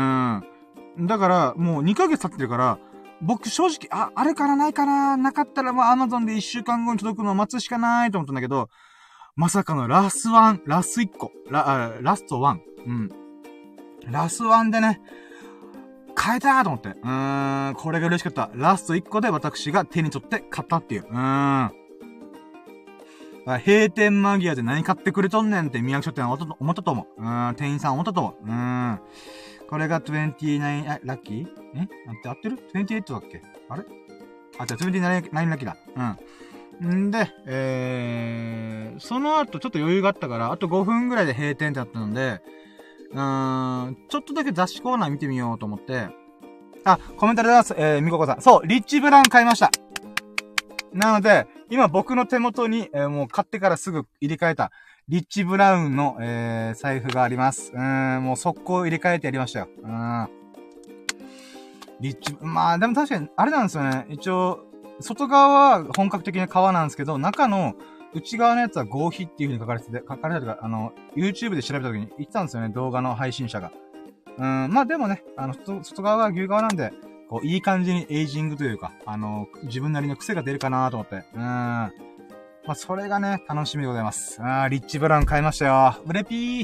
だから、もうにかげつ経ってるから、僕正直、あ、あれからないかななかったらもう Amazon でいっしゅうかんごに届くのを待つしかないと思ったんだけど、まさかのラスワン、ラスいっこ、ラ、ラストワン。うん。ラスワンでね、買えたーと思って。うーん、これが嬉しかった。ラストいっこで私が手に取って買ったっていう。うーん。閉店間際で何買ってくれとんねんって宮城書店は思ったと思う。うーん、店員さん思ったと思う。うーん。これがにじゅうきゅう、あ、ラッキーえあ、合ってる ?にじゅうはち だっけあれあ、じゃあにじゅうきゅうラッキーだ。うん。んで、えー、その後ちょっと余裕があったから、あとごふんぐらいで閉店ってあったので、うーん、ちょっとだけ雑誌コーナー見てみようと思って、あ、コメントありがとうございます。えー、みここさん。そう、リッチブラウン買いました。なので、今僕の手元に、えー、もう買ってからすぐ入れ替えた、リッチブラウンの、えー、財布があります。うーん、もう速攻入れ替えてやりましたよ。うん。リッチ、まあでも確かに、あれなんですよね。一応、外側は本格的な革なんですけど、中の内側のやつは合皮っていう風に書かれてて、書かれたとか、あの、YouTube で調べた時に言ってたんですよね。動画の配信者が。うん、まあでもね、あの、外、外側が牛側なんで、こう、いい感じにエイジングというか、あの、自分なりの癖が出るかなと思って。うん。まあ、それがね、楽しみでございます。あー、リッチブラウン買いましたよ。うれぴー。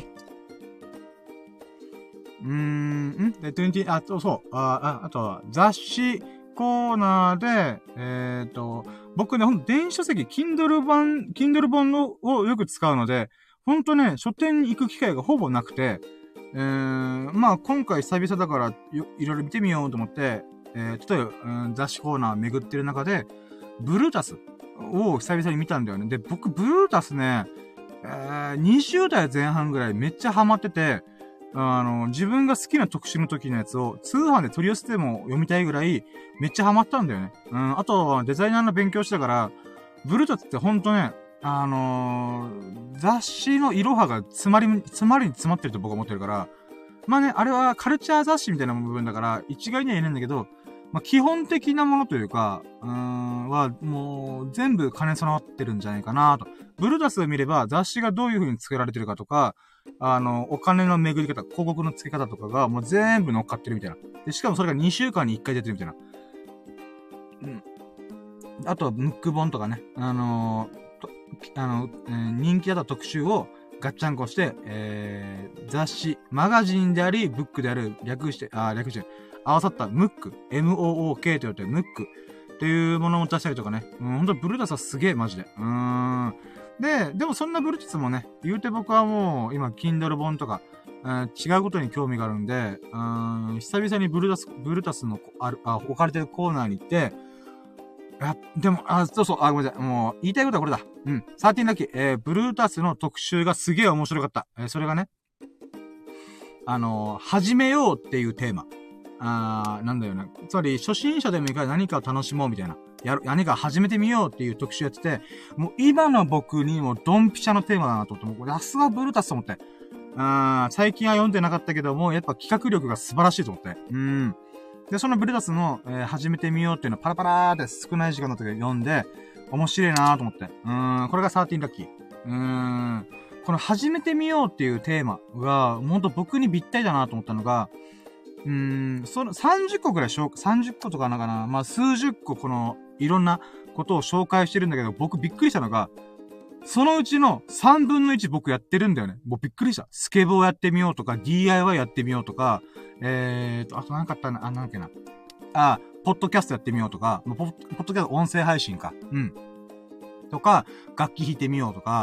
うーん、んで、にじゅう、あ、そう、そう、あ、あ、あとは、雑誌コーナーで、えっと、僕ね、ほんと電子書籍、Kindle 版、Kindle 本のをよく使うので、ほんとね、書店に行く機会がほぼなくて、えー、まあ、今回久々だから、よ、いろいろ見てみようと思って、えー、例えば、うん、雑誌コーナー巡ってる中で、ブルータスを久々に見たんだよね。で、僕、ブルータスね、えー、にじゅう代前半ぐらいめっちゃハマってて、あの、自分が好きな特集の時のやつを通販で取り寄せても読みたいぐらいめっちゃハマったんだよね。うん、あと、デザイナーの勉強したから、ブルータスってほんとね、あのー、雑誌の色派が詰まり、詰まりに詰まってると僕は思ってるから、まあね、あれはカルチャー雑誌みたいな部分だから、一概には言えないんだけど、まあ基本的なものというか、うーん、は、もう、全部兼ね備わってるんじゃないかなと。ブルータスを見れば、雑誌がどういう風に作られてるかとか、あの、お金の巡り方、広告の付け方とかが、もう全部乗っかってるみたいな。で、しかもそれがにしゅうかんにいっかい出てるみたいな。うん。あとは、ムック本とかね。あのー、あの、えー、人気だった特集をガッチャンコして、えー、雑誌、マガジンであり、ブックである、略して、あ、略して、合わさったムック、エムオーオーケー と言われてムックっていうものも出したりとかね。うん、ほんとブルータスはすげえ、マジで。うーん。で、でもそんなブルータスもね、言うて僕はもう、今、Kindle 本とか、えー、違うことに興味があるんで、うーん、久々にブルータス、ブルータスの、ある、あ、置かれてるコーナーに行って、あ、でも、あ、そうそう、あ、ごめんなさい。もう、言いたいことはこれだ。うん。じゅうさんラッキー、えー、ブルータスの特集がすげえ面白かった。えー、それがね、あのー、始めようっていうテーマ。あー、なんだよね。つまり、初心者でもいいから何かを楽しもうみたいな。やる、何か始めてみようっていう特集やってて、もう今の僕にもドンピシャのテーマだなと思って、もう、さすがブルータスと思って。あー、最近は読んでなかったけども、やっぱ企画力が素晴らしいと思って。うん。で、そのブルータスの、えー、始めてみようっていうのをパラパラーって少ない時間の時に読んで、面白いなーと思って。うーん、これがじゅうさんラッキー。うーん、この始めてみようっていうテーマが、ほんと僕にぴったりだなと思ったのが、うーん、そのさんじゅっこくらい紹介、さんじゅっことかなかな、まあ、数十個この、いろんなことを紹介してるんだけど、僕びっくりしたのが、そのうちのさんぶんのいち僕やってるんだよね。もうびっくりした。スケボーやってみようとか、ディーアイワイ やってみようとか、えーと、あと何かあったな、あ、なんだっけな。あ、ポッドキャストやってみようとか、ポッ、ポッドキャスト音声配信か。うん。とか、楽器弾いてみようとか、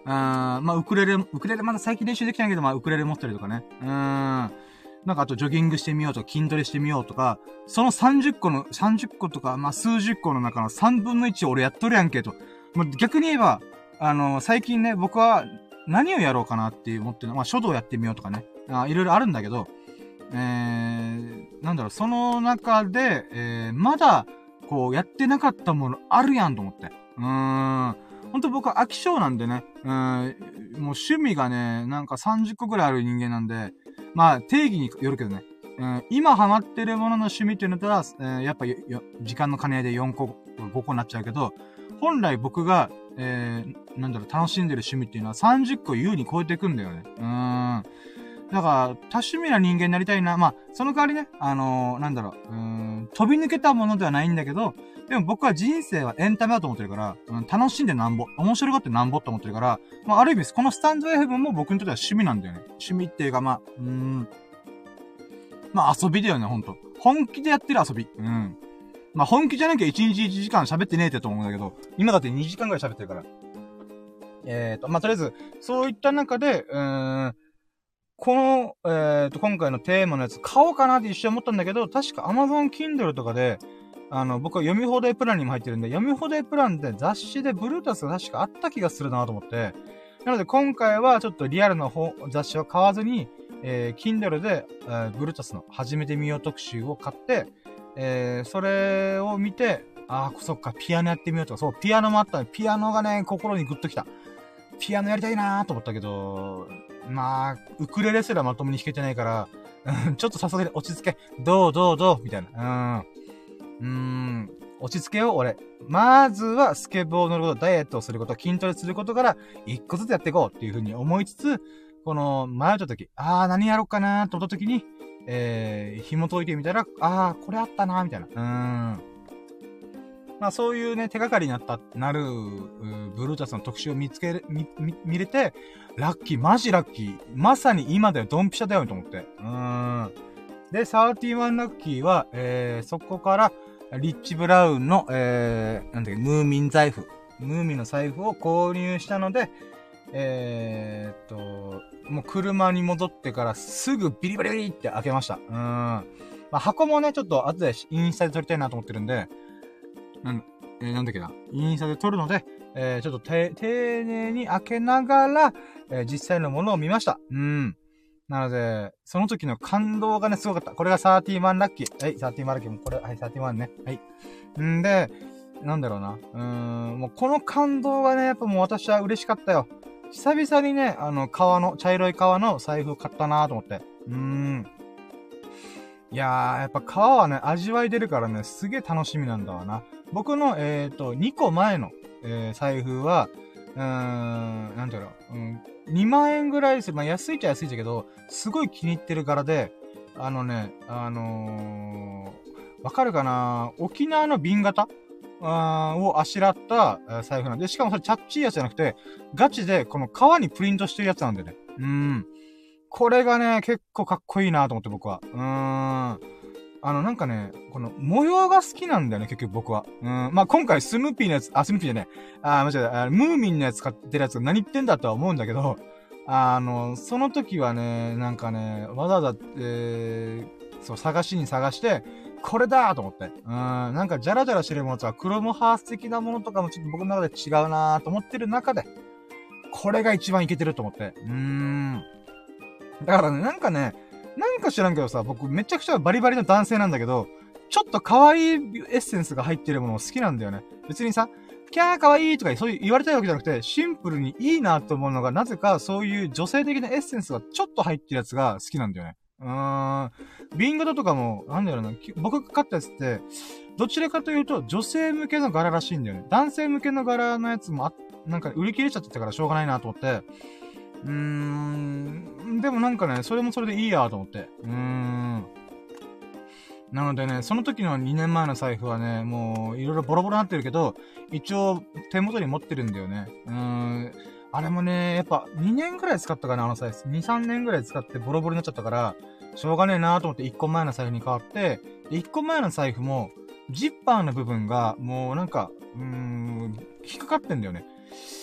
あーまあ、ウクレレ、ウクレレまだ最近練習できないけど、まあ、ウクレレ持ったりとかね。うーん。なんかあとジョギングしてみようとか、筋トレしてみようとか、そのさんじゅっこの、さんじゅっことか、まあ、数十個の中のさんぶんのいち俺やっとるやんけと。もう逆に言えば、あのー、最近ね、僕は何をやろうかなって思ってるの。まあ、書道やってみようとかね。あいろいろあるんだけど、えー、なんだろう、その中で、えー、まだ、こう、やってなかったものあるやんと思って。うーん。ほんと僕は飽き性なんでね。うーん。もう趣味がね、なんかさんじゅっこくらいある人間なんで、まあ、定義によるけどね。うん、今ハマってるものの趣味っていうのとは、えー、やっぱ時間の兼ね合いでよんこ、ごこになっちゃうけど、本来僕が、えー、なんだろう、楽しんでる趣味っていうのはさんじゅっこ優に超えていくんだよね。うーん。だから、多趣味な人間になりたいな。まあ、その代わりね、あのー、なんだろう、うーん、飛び抜けたものではないんだけど、でも僕は人生はエンタメだと思ってるから、うん、楽しんでなんぼ、面白がってなんぼって思ってるから、まあ、ある意味、このスタンドエフも僕にとっては趣味なんだよね。趣味っていうか、まあ、うーん、まあ遊びだよね、ほんと。本気でやってる遊び。うん。まあ本気じゃなきゃいちにちいちじかん喋ってねえってと思うんだけど、今だってにじかんくらい喋ってるから。えーと、まあとりあえず、そういった中で、うーん、この、えーと、今回のテーマのやつ買おうかなって一瞬思ったんだけど、確か Amazon Kindle とかで、あの、僕は読み放題プランにも入ってるんで、読み放題プランで雑誌でブルータスが確かあった気がするなと思って、なので今回はちょっとリアルな本雑誌を買わずに、えー、Kindle で、えー、ブルータスの始めてみよう特集を買って、えー、それを見て、ああ、そっか、ピアノやってみようとか、そう、ピアノもあったね。ピアノがね、心にグッときた。ピアノやりたいなーと思ったけど、まあ、ウクレレすらまともに弾けてないから、ちょっとさすがに落ち着け。どうどうどうみたいな。うん。うーん。落ち着けよう、俺。まずは、スケボー乗ること、ダイエットをすること、筋トレすることから、一個ずつやっていこうっていう風に思いつつ、この、迷った時、あー、何やろうかなーと思った時に、えー、紐解いてみたら、あー、これあったなーみたいな。うーん。まあそういうね、手がかりになった、なる、ブルータスの特集を見つける、見、見、見れて、ラッキー、マジラッキー。まさに今だよ、ドンピシャだよと思って。うーん。で、サーティワンラッキーは、えー、そこから、リッチ・ブラウンの、えー、なんだっけ、ムーミン財布。ムーミンの財布を購入したので、えーっと、もう車に戻ってからすぐビリビリビリって開けました。うーん。まあ、箱もね、ちょっと後でインスタで撮りたいなと思ってるんで、なん、えー、なんだっけな。インスタで撮るので、えー、ちょっとて、丁寧に開けながら、えー、実際のものを見ました。うん。なので、その時の感動がね、すごかった。これがサーティワンラッキー。はい、サーティワンラッキーもこれ、はい、サーティワンね。はい。んで、なんだろうな。うーん、もうこの感動がね、やっぱもう私は嬉しかったよ。久々にね、あの、革の、茶色い革の財布買ったなと思って。うーん。いやー、やっぱ革はね、味わい出るからね、すげえ楽しみなんだわな。僕の、えーと、にこまえの、えー、財布は、うーん、なんだろう、うん、にまん円ぐらいする。まあ、安いっちゃ安いんだけど、すごい気に入ってる柄で、あのね、あのー、わかるかな沖縄の瓶型あをあしらった、えー、財布なんで、しかもそれチャッチーやつじゃなくて、ガチでこの革にプリントしてるやつなんでね。うーん。これがね、結構かっこいいなと思って僕は。うーん。あの、なんかね、この模様が好きなんだよね、結局僕は。うん。まあ、今回スヌーピーのやつ、あ、スヌーピーじゃねえ。あ、間違えた。ムーミンのやつ買ってるやつ何言ってんだとは思うんだけど、あの、その時はね、なんかね、わざわざ、えー、そう、探しに探して、これだーと思って。うん。なんか、ジャラジャラしてるものとか、クロムハーツ的なものとかもちょっと僕の中で違うなーと思ってる中で、これが一番いけてると思って。うーん。だからね、なんかね、なんか知らんけどさ、僕めちゃくちゃバリバリの男性なんだけど、ちょっと可愛いエッセンスが入ってるもの好きなんだよね。別にさ、キャー可愛いとかそういう言われたいわけじゃなくて、シンプルにいいなと思うのが、なぜかそういう女性的なエッセンスがちょっと入ってるやつが好きなんだよね。うーん。ビンゴドとかも、なんだろうな、僕が買ったやつって、どちらかというと女性向けの柄らしいんだよね。男性向けの柄のやつもあ、なんか売り切れちゃってたからしょうがないなと思って、うーん。でもなんかね、それもそれでいいやと思って。うーん。なのでね、その時のにねんまえの財布はね、もう、いろいろボロボロになってるけど、一応、手元に持ってるんだよね。うーん。あれもね、やっぱ、にねんくらい使ったかな、あの財布。に、さんねんくらい使ってボロボロになっちゃったから、しょうがねえなと思っていっこまえの財布に変わって、で、いっこまえの財布も、ジッパーの部分が、もうなんか、うーん、引っかかってんだよね。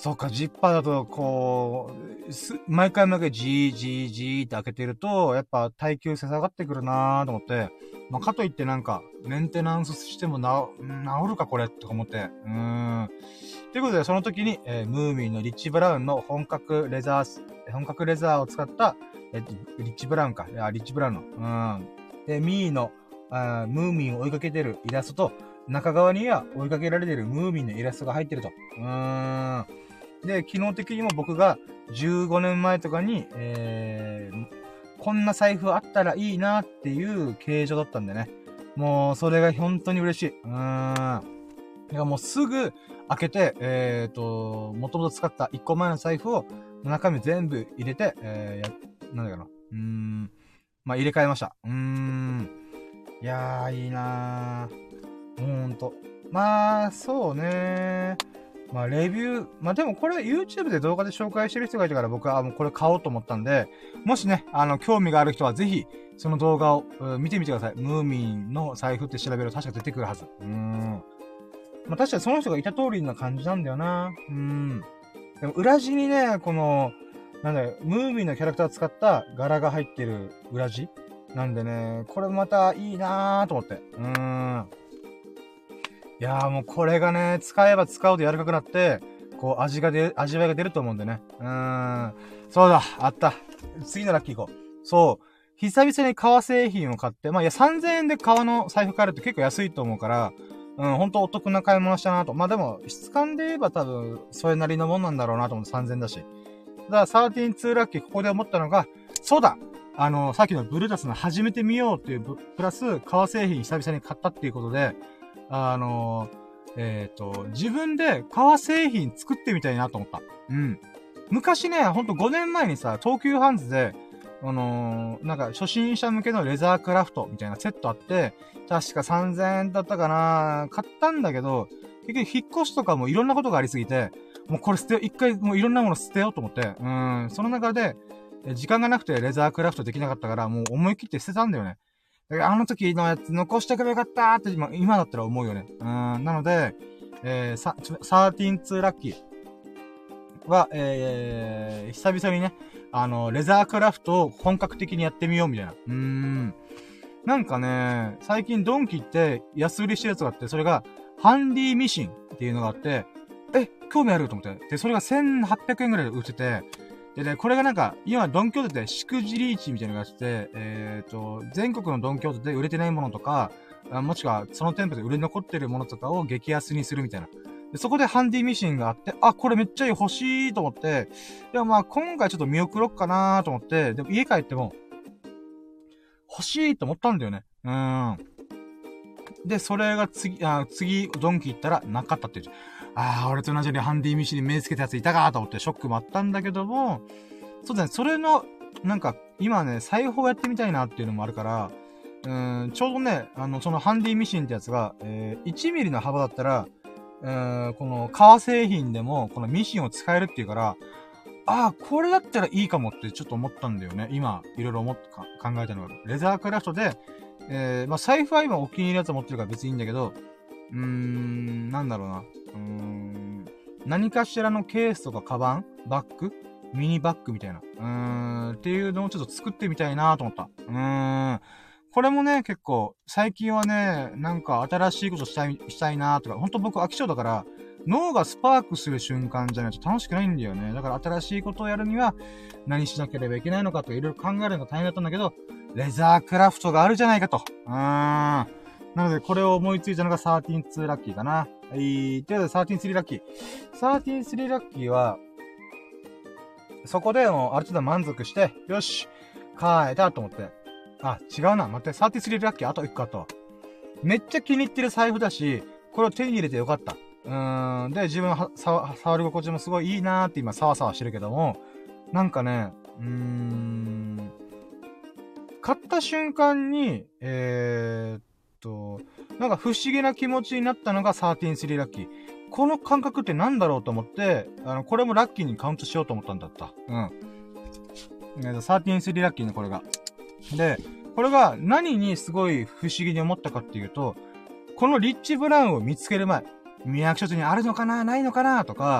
そっか、ジッパーだと、こう、す、毎回毎回ジージージーって開けてると、やっぱ耐久性下がってくるなーと思って、まあ、かといってなんか、メンテナンスしてもな、治るかこれとか思って、うーん。ということで、その時に、えー、ムーミンのリッチブラウンの本格レザー、本格レザーを使った、えー、リッチブラウンか。いや、リッチブラウンの。うん。で、ミーの、あームーミンを追いかけてるイラストと、中側には追いかけられてるムーミンのイラストが入ってると。うーん。で、機能的にも僕がじゅうごねんまえとかに、えー、こんな財布あったらいいなっていう形状だったんでね。もう、それが本当に嬉しい。うーん。いや、もうすぐ開けて、えーと、もともと使ったいっこまえの財布を中身全部入れて、えー、や、なんだかな。うーん。まあ、入れ替えました。うーん。いやー、いいなー。もうほんと。まあ、そうねー。まあ、レビュー、まあでもこれ YouTube で動画で紹介してる人がいたから僕はもうこれ買おうと思ったんで、もしね、あの、興味がある人はぜひ、その動画を、うん、見てみてください。ムーミンの財布って調べると確か出てくるはず。うーん。まあ確かにその人がいた通りな感じなんだよな。うーん。でも裏地にね、この、なんだよ、ムーミンのキャラクターを使った柄が入ってる裏地なんでね、これまたいいなーと思って。うーん。いやーもうこれがね、使えば使うほど柔らかくなって、こう味が出、味わいが出ると思うんでね。うーん。そうだ、あった。次のラッキー行こう。そう。久々に革製品を買って、まあいやさんぜんえんで革の財布買えるって結構安いと思うから、うん、ほんとお得な買い物したなと。まあでも、質感で言えば多分、それなりのもんなんだろうなと思ってさんぜんえんだし。だからサーティーンツーラッキーここで思ったのが、そうだあの、さっきのブルータスの始めてみようっていう、プラス、革製品久々に買ったっていうことで、あのー、えっと、自分で革製品作ってみたいなと思った。うん。昔ね、ほんとごねんまえにさ、東急ハンズで、あのー、なんか初心者向けのレザークラフトみたいなセットあって、確かさんぜんえんだったかな買ったんだけど、結局引っ越しとかもいろんなことがありすぎて、もうこれ捨てよう、一回もういろんなもの捨てようと思って、うん、その中で、時間がなくてレザークラフトできなかったから、もう思い切って捨てたんだよね。だからあの時のやつ残してくればよかったーって今、今だったら思うよね。うん、なので、えー、さ、サーティーンツーラッキーは、えー、久々にね、あの、レザークラフトを本格的にやってみようみたいな。うーん。なんかね、最近ドンキって安売りしてるやつがあって、それが、ハンディミシンっていうのがあって、え、興味あると思って。で、それがせんはっぴゃくえんぐらいで売ってて、でね、これがなんか、今、ドンキョーテでしくじり市みたいなのがあって、えっと、全国のドンキョーテで売れてないものとか、もしくはその店舗で売れ残ってるものとかを激安にするみたいな。でそこでハンディミシンがあって、あ、これめっちゃいい欲しいと思って、いやまあ今回ちょっと見送ろっかなと思って、でも家帰っても、欲しいと思ったんだよね。うーん。で、それが次、あ次、ドンキ行ったらなかったって言う。ああ、俺と同じようにハンディミシンに目つけたやついたかと思ってショックもあったんだけども、そうだね、それの、なんか、今ね、裁縫やってみたいなっていうのもあるから、うーん、ちょうどね、あの、そのハンディミシンってやつが、えー、いちミリの幅だったら、うーん、この革製品でも、このミシンを使えるっていうから、ああ、これだったらいいかもってちょっと思ったんだよね。今、いろいろ思って考えたのが。レザークラフトで、えー、まあ、財布は今お気に入りのやつ持ってるから別にいいんだけど、うーん、なんだろうな。うーん、何かしらのケースとかカバンバッグミニバッグみたいな。うーん、っていうのをちょっと作ってみたいなと思った。うーん。これもね、結構、最近はね、なんか新しいことしたい、したいなとか、ほんと僕飽き性だから、脳がスパークする瞬間じゃないと楽しくないんだよね。だから新しいことをやるには、何しなければいけないのかとかいろいろ考えるのが大変だったんだけど、レザークラフトがあるじゃないかと。うーん。なので、これを思いついたのがサーティーンツーラッキーかな。はい。ということで、サーティーンスリーラッキー。サーティーンスリーラッキーは、そこでもうある程度満足して、よし買えたと思って。あ、違うな。待って、サーティースリーラッキーあといっこあったわ。めっちゃ気に入ってる財布だし、これを手に入れてよかった。うーん。で、自分は、さ、触り心地もすごいいいなーって今、サワサワしてるけども、なんかね、うーん。買った瞬間に、えーっと、なんか不思議な気持ちになったのがサーティーンスリーラッキー。この感覚ってなんだろうと思って、あの、これもラッキーにカウントしようと思ったんだった。うん。えーと、サーティーンスリーラッキーね、これが。で、これが何にすごい不思議に思ったかっていうと、このリッチブラウンを見つける前、宮城所にあるのかなないのかなとか、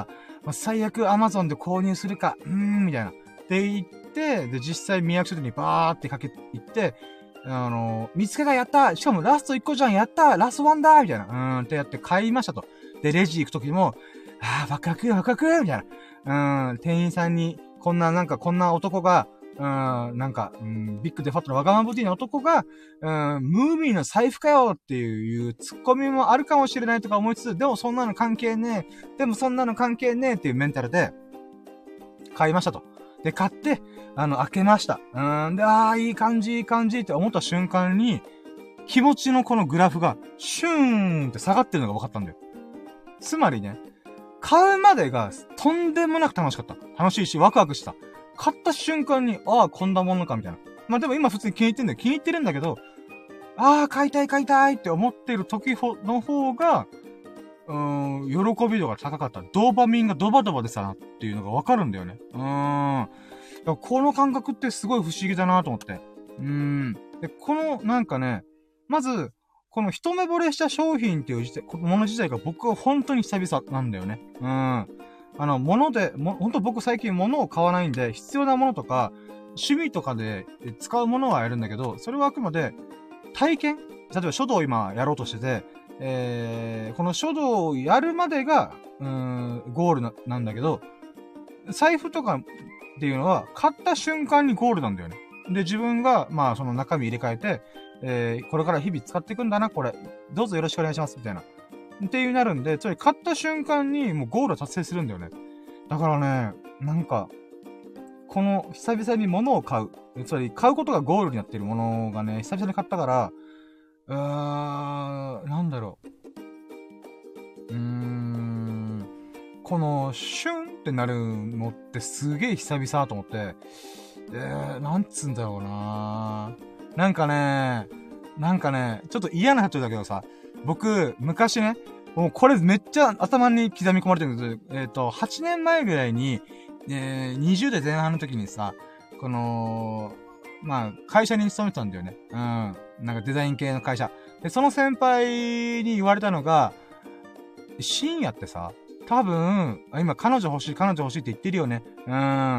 まあ、最悪 アマゾン で購入するか、うーん、みたいな。って言って、で、実際宮城書店にバーってかけて行って、あの、見つけた、やったしかもラストいっこじゃん、やったラストワンだみたいな。うーん、ってやって買いましたと。で、レジ行くときも、あー、ワクワク、ワクワクみたいな。うーん、店員さんに、こんな、なんか、こんな男が、うーん、なんか、うん、ビッグでファットのわがままボディの男が、うん、ムーミーの財布かよっていうツッコミもあるかもしれないとか思いつつ、でもそんなの関係ねえ。でもそんなの関係ねえっていうメンタルで、買いましたと。で、買って、あの、開けました。うーん、で、あー、いい感じ、いい感じって思った瞬間に、気持ちのこのグラフが、シューンって下がってるのが分かったんだよ。つまりね、買うまでがとんでもなく楽しかった。楽しいし、ワクワクした。買った瞬間に、ああ、こんなものか、みたいな。まあ、でも今普通に気に入ってんだよ。気に入ってるんだけど、ああ、買いたい買いたいって思ってる時の方が、うーん、喜び度が高かった。ドーパミンがドバドバでさなっていうのがわかるんだよね。うーん。この感覚ってすごい不思議だなと思って。うーん。で、この、なんかね、まず、この一目惚れした商品っていう自体、もの自体が僕は本当に久々なんだよね。うん。あの、物で、も、本当僕最近物を買わないんで、必要なものとか、趣味とかで使うものはやるんだけど、それはあくまで、体験例えば書道を今やろうとしてて、えー、この書道をやるまでが、うーん、ゴールな、なんだけど、財布とかっていうのは、買った瞬間にゴールなんだよね。で、自分が、まあ、その中身入れ替えて、えー、これから日々使っていくんだな、これ。どうぞよろしくお願いします、みたいな。っていうなるんで、つまり買った瞬間にもうゴールを達成するんだよね。だからね、なんか、この久々に物を買う。つまり買うことがゴールになっているものがね、久々に買ったから、うーん、なんだろう。うーん、この、シュンってなるのってすげえ久々と思って、えー、なんつうんだろうななんかね、なんかね、ちょっと嫌な話だけどさ、僕、昔ね、もうこれめっちゃ頭に刻み込まれてるんですけど、えっと、はちねんまえぐらいに、えー、にじゅう代前半の時にさ、この、まあ、会社に勤めてたんだよね。うん。なんかデザイン系の会社。で、その先輩に言われたのが、深夜ってさ、多分、今彼女欲しい、彼女欲しいって言ってるよね。うん。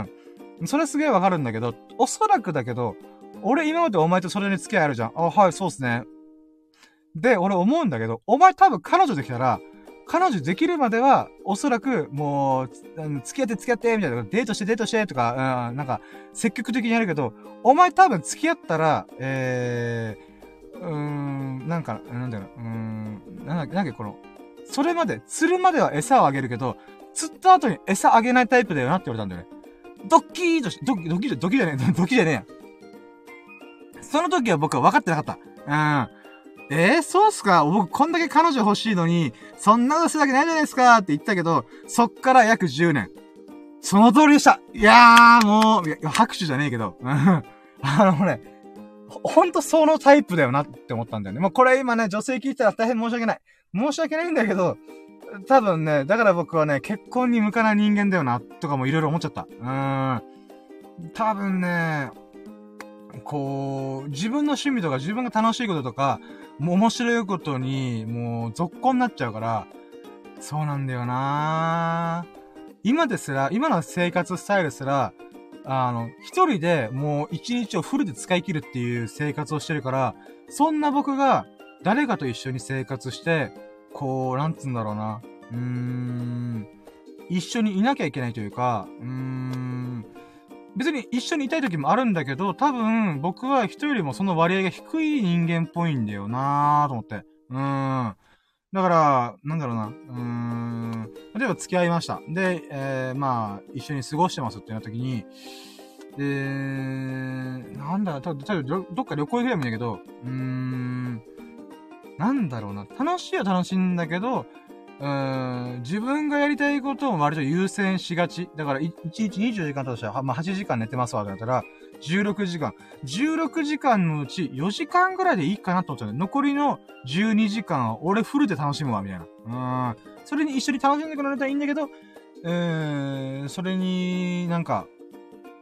それすげえわかるんだけど、おそらくだけど、俺今までお前とそれに付き合いあるじゃん。あ、はい、そうっすね。で、俺思うんだけど、お前多分彼女できたら、彼女できるまでは、おそらく、もう、付き合って付き合って、みたいな、デートしてデートして、とか、うん、なんか、積極的にやるけど、お前多分付き合ったら、えー、うーん、なんか、なんだろう、うーん、なんだっけ、なんだっけ、この、それまで、釣るまでは餌をあげるけど、釣った後に餌あげないタイプだよなって言われたんだよね。ドッキーとして、ドッキ、ドッキー、ドッキーじゃねえ、ドッキーじゃねえや。その時は僕は分かってなかった。うん。えー、そうっすか僕こんだけ彼女欲しいのに、そんなのするわけないじゃないですかって言ったけど、そっから約じゅうねん。その通りでした。いやー、もう、いや拍手じゃねえけど。あのね、ほ、ほんとそのタイプだよなって思ったんだよね。もうこれ今ね、女性聞いたら大変申し訳ない。申し訳ないんだけど、多分ね、だから僕はね、結婚に向かない人間だよな、とかもいろいろ思っちゃった。うーん。多分ね、こう、自分の趣味とか自分が楽しいこととか、もう面白いことに、もう、続行になっちゃうから、そうなんだよな今ですら、今の生活スタイルすら、あの、一人でもう一日をフルで使い切るっていう生活をしてるから、そんな僕が誰かと一緒に生活して、こう、なんつうんだろうな。うーん、一緒にいなきゃいけないというか、うーん、別に一緒にいたい時もあるんだけど、多分僕は人よりもその割合が低い人間っぽいんだよなーと思って。うーん。だから、なんだろうな。うーん。例えば付き合いました。で、えー、まあ、一緒に過ごしてますってなった時に、で、なんだろう、たぶん、たぶん、どっか旅行行けばいいんだけど、うーん。なんだろうな。楽しいは楽しいんだけど、うーん、自分がやりたいことを割と優先しがち。だから、いちにちにじゅうよじかんとしたら、まあ、はちじかん寝てますわ、だったら、じゅうろくじかん。じゅうろくじかんのうちよじかんぐらいでいいかなと思ったんだよ。残りのじゅうにじかんは俺フルで楽しむわ、みたいな。うーん。それに一緒に楽しんでくれたらいいんだけど、うーん、それになんか、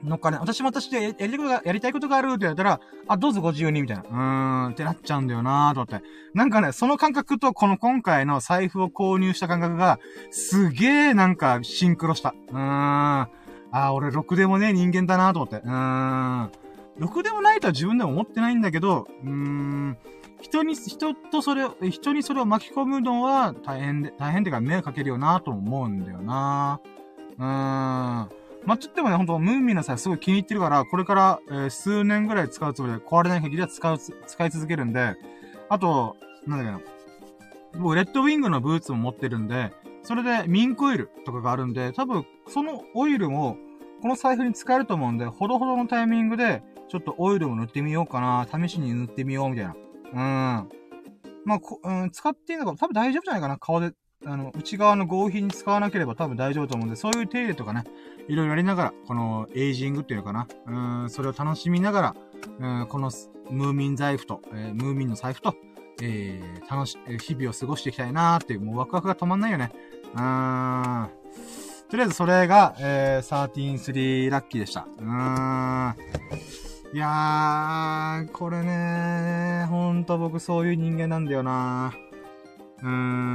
のかね、私も私でやりたいことが、やりたいことがあるって言われたら、あ、どうぞご自由に、みたいな。うーん、ってなっちゃうんだよなーと思って。なんかね、その感覚とこの今回の財布を購入した感覚が、すげーなんかシンクロした。うーん。あー、俺、ろくでもねえ人間だなーと思って。うーん。ろくでもないとは自分でも思ってないんだけど、うーん。人に、人とそれを、人にそれを巻き込むのは大変で、大変っていうか迷惑かけるよなと思うんだよな。うーん。まあ、ちょっともね、ほんと、ムーミンのさ、すごい気に入ってるから、これから、えー、数年ぐらい使うつもりで、壊れない限りは使う、使い続けるんで、あと、なんだっけな。もう、レッドウィングのブーツも持ってるんで、それで、ミンクオイルとかがあるんで、多分、そのオイルも、この財布に使えると思うんで、ほどほどのタイミングで、ちょっとオイルを塗ってみようかな、試しに塗ってみよう、みたいな。うん。まあ、こ、うん、使っていいのか、多分大丈夫じゃないかな、顔で。あの、内側の合皮に使わなければ多分大丈夫と思うんで、そういう手入れとかね、いろいろやりながら、このエイジングっていうのかな、うーん、それを楽しみながら、うん、このムーミン財布と、えー、ムーミンの財布と、えー、楽し、日々を過ごしていきたいなーっていう、もうワクワクが止まんないよね。うーん。とりあえずそれが、えー、さんじゅうさんラッキーでした。うーん。いやー、これねー、ほんと僕そういう人間なんだよなー。うー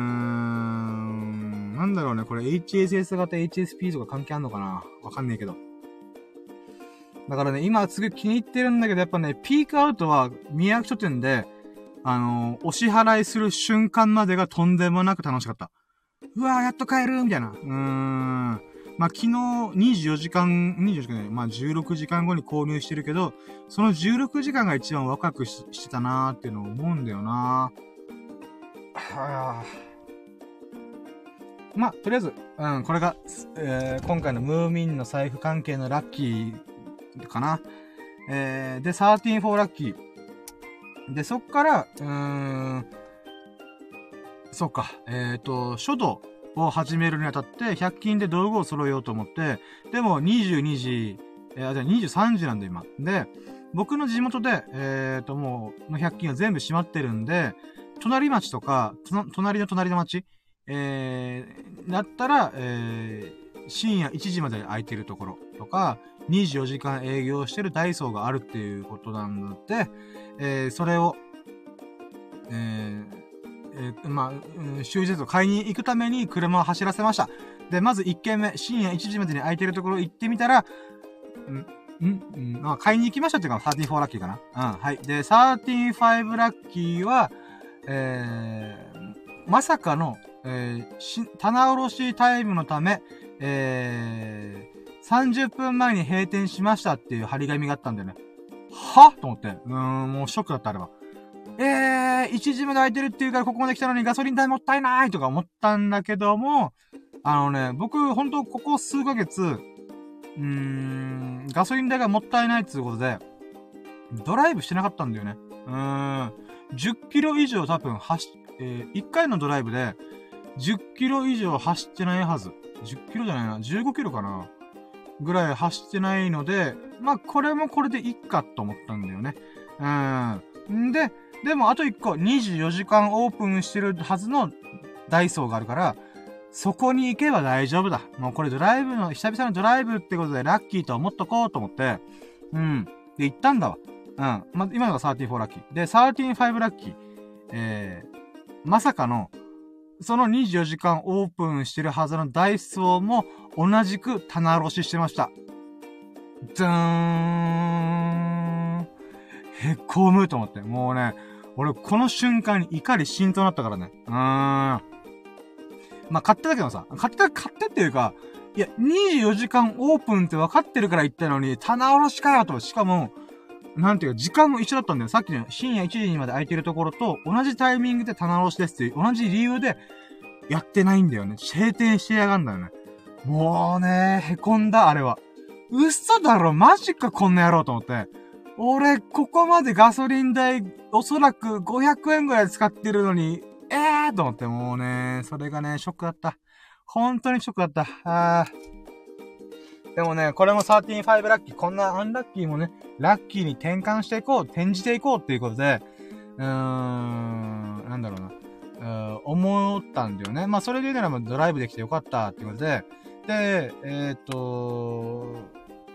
ん。なんだろうね、これ エイチエスエス 型 エイチエスピー とか関係あんのかな、わかんねえけど。だからね、今すごい気に入ってるんだけど、やっぱね、ピークアウトは宮城書店で、あのー、お支払いする瞬間までがとんでもなく楽しかった。うわー、やっと帰るみたいな。うーん。まあ、昨日にじゅうよじかん、にじゅうよじかんね、まあ、じゅうろくじかんごに購入してるけど、そのじゅうろくじかんが一番ワクワク し, してたなーっていうのを思うんだよなー。はぁ。まあ、とりあえず、うん、これが、えー、今回のムーミンの財布関係のラッキーかな。えー、で、さんじゅうよんラッキー。で、そっから、うーん、そっか、えっと、書道を始めるにあたって、ひゃく均で道具を揃えようと思って、でもにじゅうにじ、えー、じゃあにじゅうさんじなんで今。で、僕の地元で、えっと、もう、のひゃく均は全部閉まってるんで、隣町とか、隣の隣の町、えー、だったら、えー、深夜いちじまで空いてるところとか、にじゅうよじかん営業してるダイソーがあるっていうことなんだって、えー、それを、えー、えー、まあ、うん、終日を買いに行くために車を走らせました。で、まずいっけんめ、深夜いちじまでに空いてるところ行ってみたら、ん、ん、ん、まあ、買いに行きましたっていうか、さんじゅうよんラッキーかな。うん、はい。で、さんじゅうごラッキーは、えー、まさかの、えー、し、棚卸しタイムのため、えー、さんじゅっぷんまえに閉店しましたっていう張り紙があったんだよね。はと思って。うーん、もうショックだった、あれは。えー、いちじまで空いてるっていうからここまで来たのにガソリン代もったいないとか思ったんだけども、あのね、僕、ほんとここ数ヶ月、うーん、ガソリン代がもったいないっていうことで、ドライブしてなかったんだよね。うーん、じゅっキロ以上多分走、えー、いっかいのドライブで、じゅっキロ以上走ってないはず。じゅっキロじゃないな。じゅうごキロかな。ぐらい走ってないので、まあ、これもこれでいっかと思ったんだよね。うん。んで、でもあといっこ、にじゅうよじかんオープンしてるはずのダイソーがあるから、そこに行けば大丈夫だ。もうこれドライブの、久々のドライブってことでラッキーと思っとこうと思って、うん。で、行ったんだわ。うん。ま、今のがさんじゅうよんラッキー。で、さんじゅうごラッキー。えー、まさかの、そのにじゅうよじかんオープンしてるはずのダイソーも同じく棚卸ししてました。じゃーん。へこむと思って。もうね、俺この瞬間に怒り浸透になったからね。うーん。まあ、買ってたけどさ。買ってた、買ってっていうか、いや、にじゅうよじかんオープンって分かってるから言ったのに、棚卸しかよと。しかも、なんていうか、時間も一緒だったんだよ。さっきの深夜いちじにまで空いてるところと、同じタイミングで棚卸しですっていう、同じ理由で、やってないんだよね。閉店してやがんだよね。もうね、へこんだ、あれは。嘘だろ、マジか、こんな野郎と思って。俺、ここまでガソリン代、おそらくごひゃくえんぐらい使ってるのに、えーと思って、もうね、それがね、ショックだった。本当にショックだった。あー。でもね、これもさんじゅうごラッキー、こんなアンラッキーもね、ラッキーに転換していこう、転じていこうっていうことで、うーん、なんだろうな、うー思ったんだよね。まあ、それで言うならばドライブできてよかったっていうことで、で、えーっと、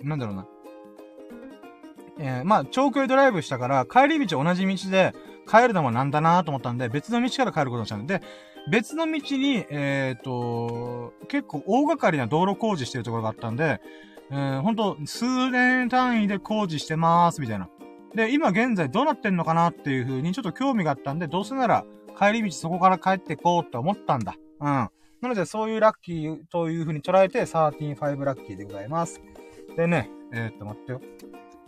なんだろうな。えー、まあ、長距離ドライブしたから、帰り道同じ道で、帰るのもなんだなと思ったんで、別の道から帰ることにしたんで、別の道に、えっと、結構大掛かりな道路工事してるところがあったんで、えー、ほんと、数年単位で工事してまーす、みたいな。で、今現在どうなってんのかなっていう風にちょっと興味があったんで、どうせなら帰り道そこから帰ってこうって思ったんだ。うん。なので、そういうラッキーという風に捉えて、じゅうごラッキーでございます。でね、えー、っと、待ってよ。じゅう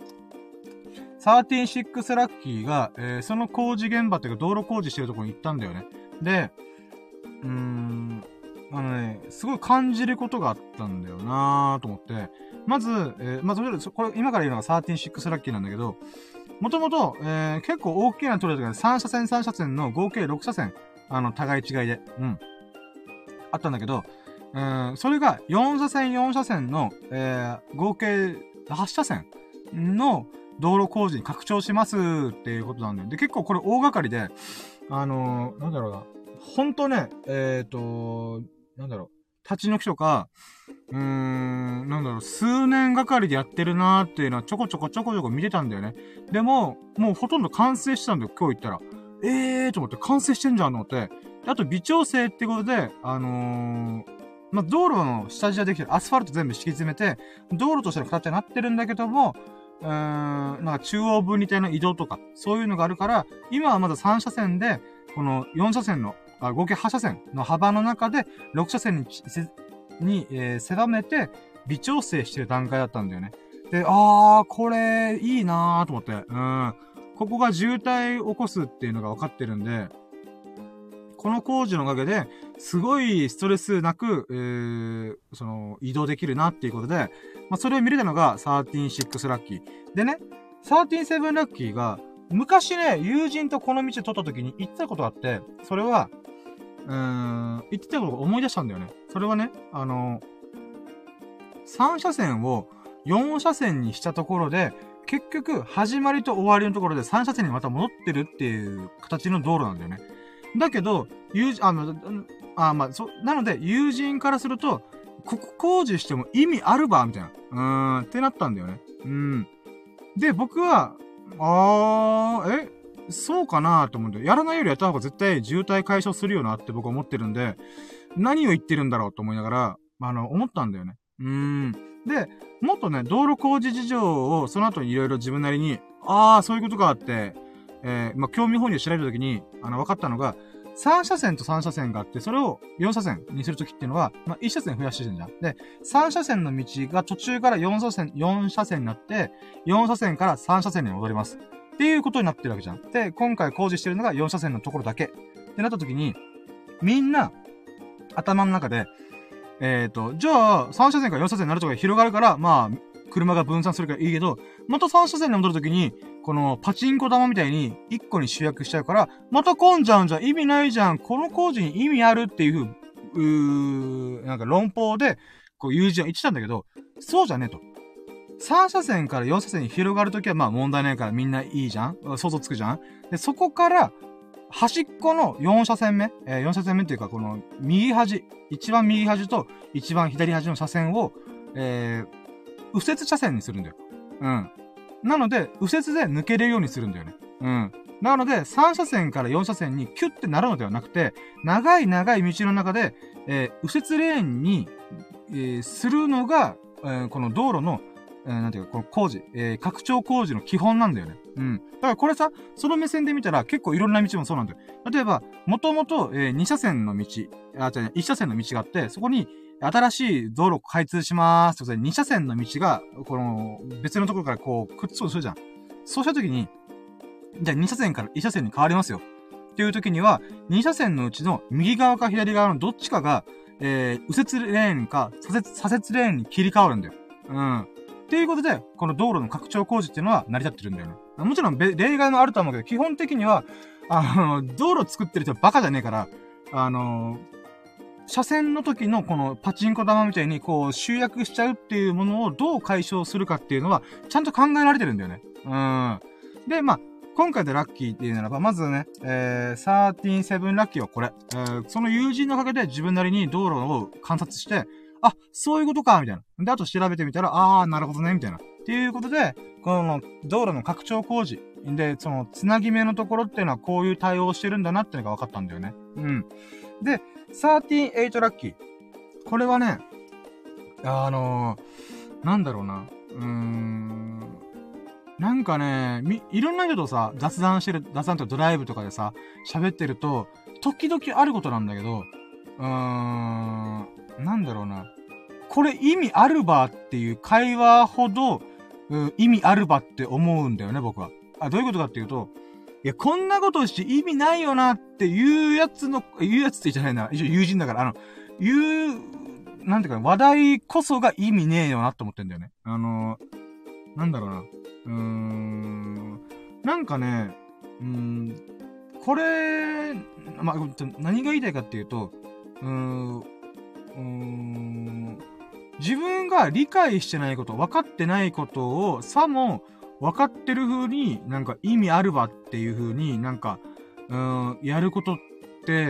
ろくラッキーが、えー、その工事現場っていうか道路工事してるところに行ったんだよね。で、うーん、あのね、すごい感じることがあったんだよなーと思って、まず、えー、まず、これ、今から言うのがじゅうろくラッキーなんだけど、もともと、えー、結構大きなトレードがさん車線さん車線の合計ろく車線、あの、互い違いで、うん。あったんだけど、えー、それがよん車線よん車線の、えー、合計はち車線の道路工事に拡張しますっていうことなんだよ。で、結構これ大掛かりで、あのー、なんだろうな。ほんとね、えっと、なんだろう。立ち退きとか、うーん、なんだろう、数年がかりでやってるなーっていうのはちょこちょこちょこちょこ見てたんだよね。でも、もうほとんど完成してたんだよ、今日行ったら。えーと思って、完成してんじゃんと思って。あと、微調整ってことで、あのー、まあ、道路の下地ができてる。アスファルト全部敷き詰めて、道路としての形になってるんだけども、うーん、なんか中央分離帯の移動とか、そういうのがあるから、今はまださん車線で、このよん車線の、あ合計はち車線の幅の中で、ろく車線に、に、えー、狭めて、微調整してる段階だったんだよね。で、あー、これ、いいなーと思って。うん。ここが渋滞起こすっていうのが分かってるんで、この工事のおかげで、すごいストレスなく、えー、その、移動できるなっていうことで、まあ、それを見れたのがじゅうろくラッキー。でね、じゅうななラッキーが、昔ね、友人とこの道を取った時に言ってたことがあって、それは、うーん、言ってたことを思い出したんだよね。それはね、あの、さん車線をよん車線にしたところで、結局、始まりと終わりのところでさん車線にまた戻ってるっていう形の道路なんだよね。だけど、友人、あの、あ、まあ、そ、なので、友人からすると、ここ工事しても意味あるばみたいな。うーん、ってなったんだよね。うん。で、僕は、あー、えそうかなと思うんで、やらないよりやった方が絶対渋滞解消するよなって僕は思ってるんで、何を言ってるんだろうと思いながら、あの、思ったんだよね。うーん。で、もっとね、道路工事事情をその後にいろいろ自分なりに、あー、そういうことかって、えー、まあ、興味本位で調べたときに、あの、分かったのが、さん車線とさん車線があって、それをよん車線にするときっていうのは、まあ、いち車線増やしてるんじゃん。で、さん車線の道が途中からよん車線、よん車線になって、よん車線からさん車線に戻ります。っていうことになってるわけじゃん。で、今回工事してるのがよん車線のところだけ。ってなったときに、みんな、頭の中で、えっと、じゃあ、さん車線からよん車線になるとか広がるから、まあ、車が分散するからいいけど、またさん車線に戻るときに、このパチンコ玉みたいにいっこに集約しちゃうから、また混んじゃうんじゃん。意味ないじゃん。この工事に意味あるっていう、うー、なんか論法で、こう友人は言ってたんだけど、そうじゃねえと。さん車線からよん車線に広がるときはまあ問題ないからみんないいじゃん。想像つくじゃん。で、そこから、端っこのよん車線目、えー、よん車線目っていうかこの右端、一番右端と一番左端の車線を、えー、右折車線にするんだよ。うん。なので、右折で抜けれるようにするんだよね。うん。なので、さん車線からよん車線にキュッてなるのではなくて、長い長い道の中で、えー、右折レーンに、えー、するのが、えー、この道路の、えー、なんていうか、この工事、えー、拡張工事の基本なんだよね。うん。だからこれさ、その目線で見たら結構いろんな道もそうなんだよ。例えば、もともと、えー、に車線の道、あ、違う、いち車線の道があって、そこに、新しい道路開通しまーすとか、に車線の道が、この、別のところからこう、くっつくとするじゃん。そうしたときに、じゃあに車線からいち車線に変わりますよ。っていうときには、に車線のうちの右側か左側のどっちかが、えー、右折レーンか左折、左折レーンに切り替わるんだよ。うん。っていうことで、この道路の拡張工事っていうのは成り立ってるんだよね。もちろん、例外もあると思うけど、基本的には、あの、道路作ってる人バカじゃねえから、あの、車線の時のこのパチンコ玉みたいにこう集約しちゃうっていうものをどう解消するかっていうのはちゃんと考えられてるんだよね。うん。で、まあ、今回でラッキーっていうならば、まずね、えー、じゅうななラッキーはこれ。えー、その友人のおかげで自分なりに道路を観察して、 あ、そういうことか、みたいな。で、あと調べてみたら、あー、なるほどね、みたいな。っていうことで、この道路の拡張工事で、その、つなぎ目のところっていうのはこういう対応をしてるんだなっていうのが分かったんだよね。うん。で、さんじゅうはちラッキー。これはね、あのー、なんだろうな。うーん。なんかね、み、いろんな人とさ、雑談してる、雑談とかドライブとかでさ、喋ってると、時々あることなんだけど、うーん、なんだろうな。これ意味あるばっていう会話ほど、う意味あるばって思うんだよね、僕は。あ、どういうことかっていうと、いや、こんなことして意味ないよなっていうやつの、言うやつって言っちゃないな。一応友人だから、あの、言う、なんていうか、話題こそが意味ねえよなって思ってんだよね。あの、なんだろうな。うーん、なんかね、うーん、これ、まあ、何が言いたいかっていうと、うーん、うーん、自分が理解してないこと、分かってないことを、さも分かってる風に、なんか意味あるわっていう風になんか、うーん、やることって、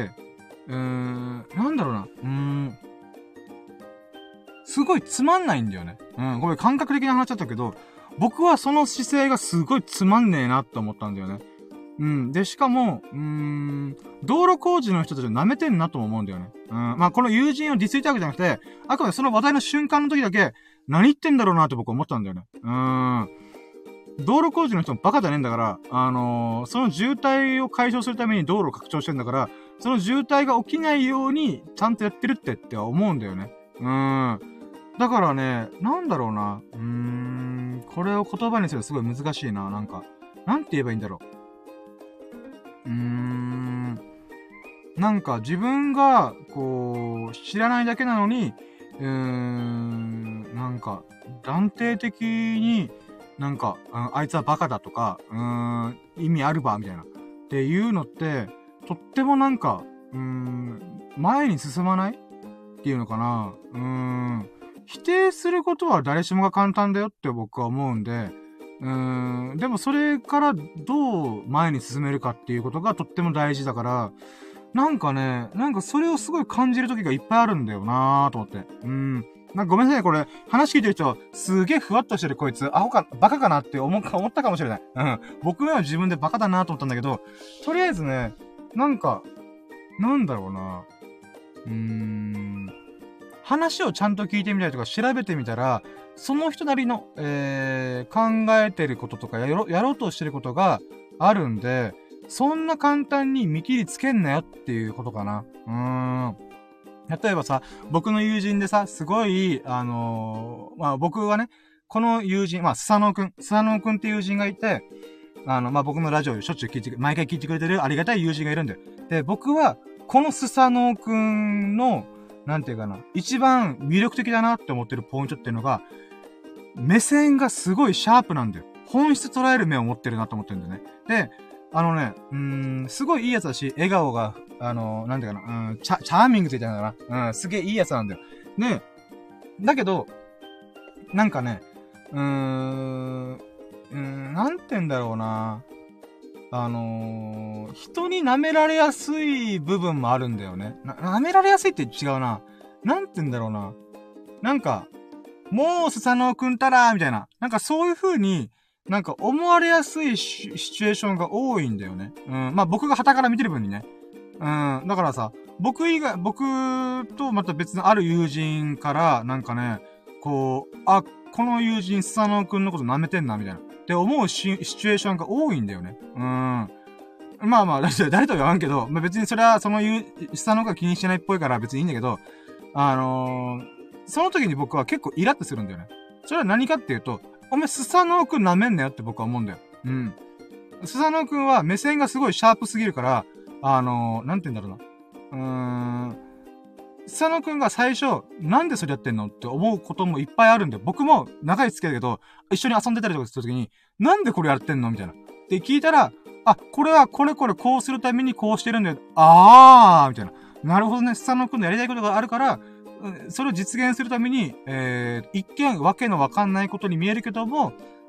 うーん、なんだろうな、うーん、すごいつまんないんだよね。うん、ごめん、感覚的な話だったけど、僕はその姿勢がすごいつまんねえなって思ったんだよね。うん。で、しかも、うーん、道路工事の人たちを舐めてんなとも思うんだよね。うん。まあ、この友人をディスりたわけじゃなくて、あくまでその話題の瞬間の時だけ、何言ってんだろうなって僕は思ったんだよね。うーん。道路工事の人もバカじゃねえんだから、あのー、その渋滞を解消するために道路を拡張してんだから、その渋滞が起きないように、ちゃんとやってるってって思うんだよね。うーん。だからね、なんだろうな。うーん、これを言葉にするのすごい難しいな。なんか、なんて言えばいいんだろう。うーん、なんか自分が、こう、知らないだけなのに、うーん、なんか、断定的に、なんか、あ、あいつはバカだとか、うーん、意味あるば、みたいな。っていうのって、とってもなんか、うーん、前に進まないっていうのかな。うーん。否定することは誰しもが簡単だよって僕は思うんで、うーん、でもそれからどう前に進めるかっていうことがとっても大事だから、なんかね、なんかそれをすごい感じる時がいっぱいあるんだよなーと思って。うん。なんかごめんなさい、これ、話聞いてる人、すげえふわっとしてるこいつ、アホか、バカかなって思思ったかもしれない。うん。僕は自分でバカだなと思ったんだけど、とりあえずね、なんか、なんだろうな。うーん。話をちゃんと聞いてみたりとか調べてみたら、その人なりの、えー、考えてることとかやろ、やろうとしてることがあるんで、そんな簡単に見切りつけんなよっていうことかな。うーん。例えばさ、僕の友人でさ、すごい、あのー、まあ僕はね、この友人、まあスサノオくん、スサノオくんっていう友人がいて、あの、まあ僕のラジオをしょっちゅう聞いて、毎回聞いてくれてるありがたい友人がいるんだよ。で、僕は、このスサノオくんの、なんていうかな、一番魅力的だなって思ってるポイントっていうのが、目線がすごいシャープなんだよ。本質捉える目を持ってるなと思ってるんだよね。で、あのね、うーん、すごいいいやつだし、笑顔が、あの、なんていうかな、うん、チャ、チャーミングって言ったのかな。うん、すげえいいやつなんだよ。で、だけど、なんかね、うーん、うーん、なんて言うんだろうな。あのー、人に舐められやすい部分もあるんだよね。な、舐められやすいって違うな。なんて言うんだろうな。なんか、もうスサノオくんたらーみたいな。なんかそういう風に、なんか思われやすいシチュエーションが多いんだよね。うん。まあ僕が傍から見てる分にね。うん。だからさ、僕以外、僕とまた別のある友人から、なんかね、こう、あ、この友人スサノオくんのこと舐めてんな、みたいな。って思うシシチュエーションが多いんだよね。うん。まあまあ、誰とは言わんけど、まあ別にそれはその言う、スサノオが気にしてないっぽいから別にいいんだけど、あのー、その時に僕は結構イラッとするんだよね。それは何かっていうと、お前スサノオくん舐めんなよって僕は思うんだよ。うん。スサノオくんは目線がすごいシャープすぎるから、あのー、なんて言うんだろうな。うーん。スサノオくんが最初、なんでそれやってんのって思うこともいっぱいあるんだよ。僕も長い付き合いだけど、一緒に遊んでたりとかするときに、なんでこれやってんのみたいな。って聞いたら、あ、これはこれこれこうするためにこうしてるんだよ。あーみたいな。なるほどね、スサノオくんのやりたいことがあるから、それを実現するために、えー、一見わけのわかんないことに見えるけども、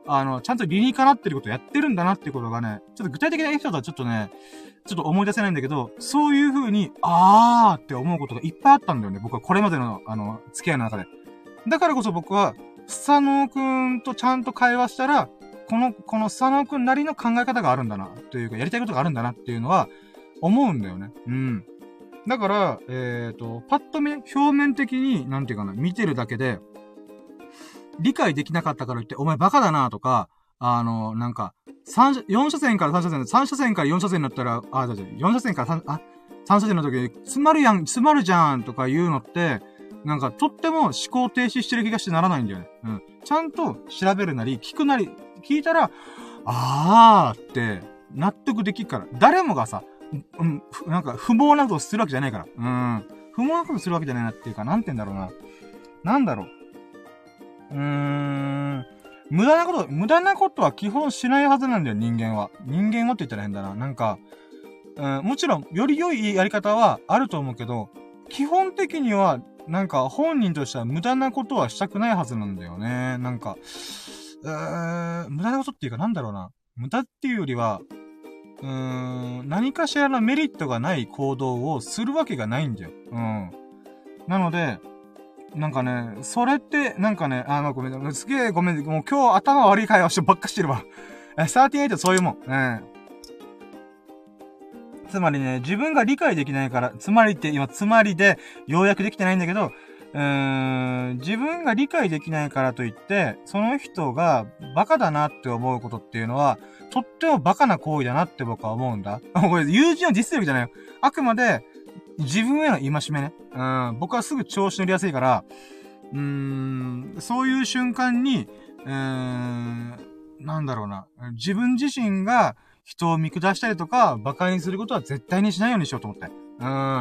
あの、ちゃんと理にかなってることをやってるんだなっていうことがね、ちょっと具体的なエピソードはちょっとね、ちょっと思い出せないんだけど、そういう風に、あーって思うことがいっぱいあったんだよね。僕はこれまでの、あの、付き合いの中で。だからこそ僕は、スサノオくんとちゃんと会話したら、この、このスサノオくんなりの考え方があるんだな、というか、やりたいことがあるんだなっていうのは、思うんだよね。うん。だから、えっと、パッと見、表面的に、なんていうかな、見てるだけで、理解できなかったから言って、お前バカだなとか、あの、なんか、三、四車線から三車線、三車線から四車線になったら、あ、じゃ四車線から三、あ、三車線の時に、詰まるやん、詰まるじゃんとか言うのって、なんか、とっても思考停止してる気がしてならないんだよね。うん。ちゃんと調べるなり、聞くなり、聞いたら、あーって、納得できるから。誰もがさ、うん、なんか、不毛なことをするわけじゃないから。うん。不毛なことするわけじゃないなっていうか、なんて言うんだろうな。なんだろう。うーん。無駄なこと、無駄なことは基本しないはずなんだよ、人間は。人間はって言ったら変だな。なんか、うん、もちろん、より良いやり方はあると思うけど、基本的には、なんか、本人としては無駄なことはしたくないはずなんだよね。なんか、うーん、無駄なことっていうかなんだろうな。無駄っていうよりは、うーん、何かしらのメリットがない行動をするわけがないんだよ。うん。なので、なんかね、それって、なんかね、あの、ごめん、すげえごめん、もう今日頭悪い会話してばっかしてるわ。え、さんじゅうはちそういうもん。ね、つまりね、自分が理解できないから、つまりって今、つまりで、ようやくできてないんだけど、うーん、自分が理解できないからといって、その人がバカだなって思うことっていうのは、とってもバカな行為だなって僕は思うんだ。これ、友人をディスるわけじゃないよ。あくまで、自分への戒めね。うん、僕はすぐ調子乗りやすいから、うーん、そういう瞬間に、うーん、なんだろうな。自分自身が人を見下したりとか、馬鹿にすることは絶対にしないようにしようと思って。うん。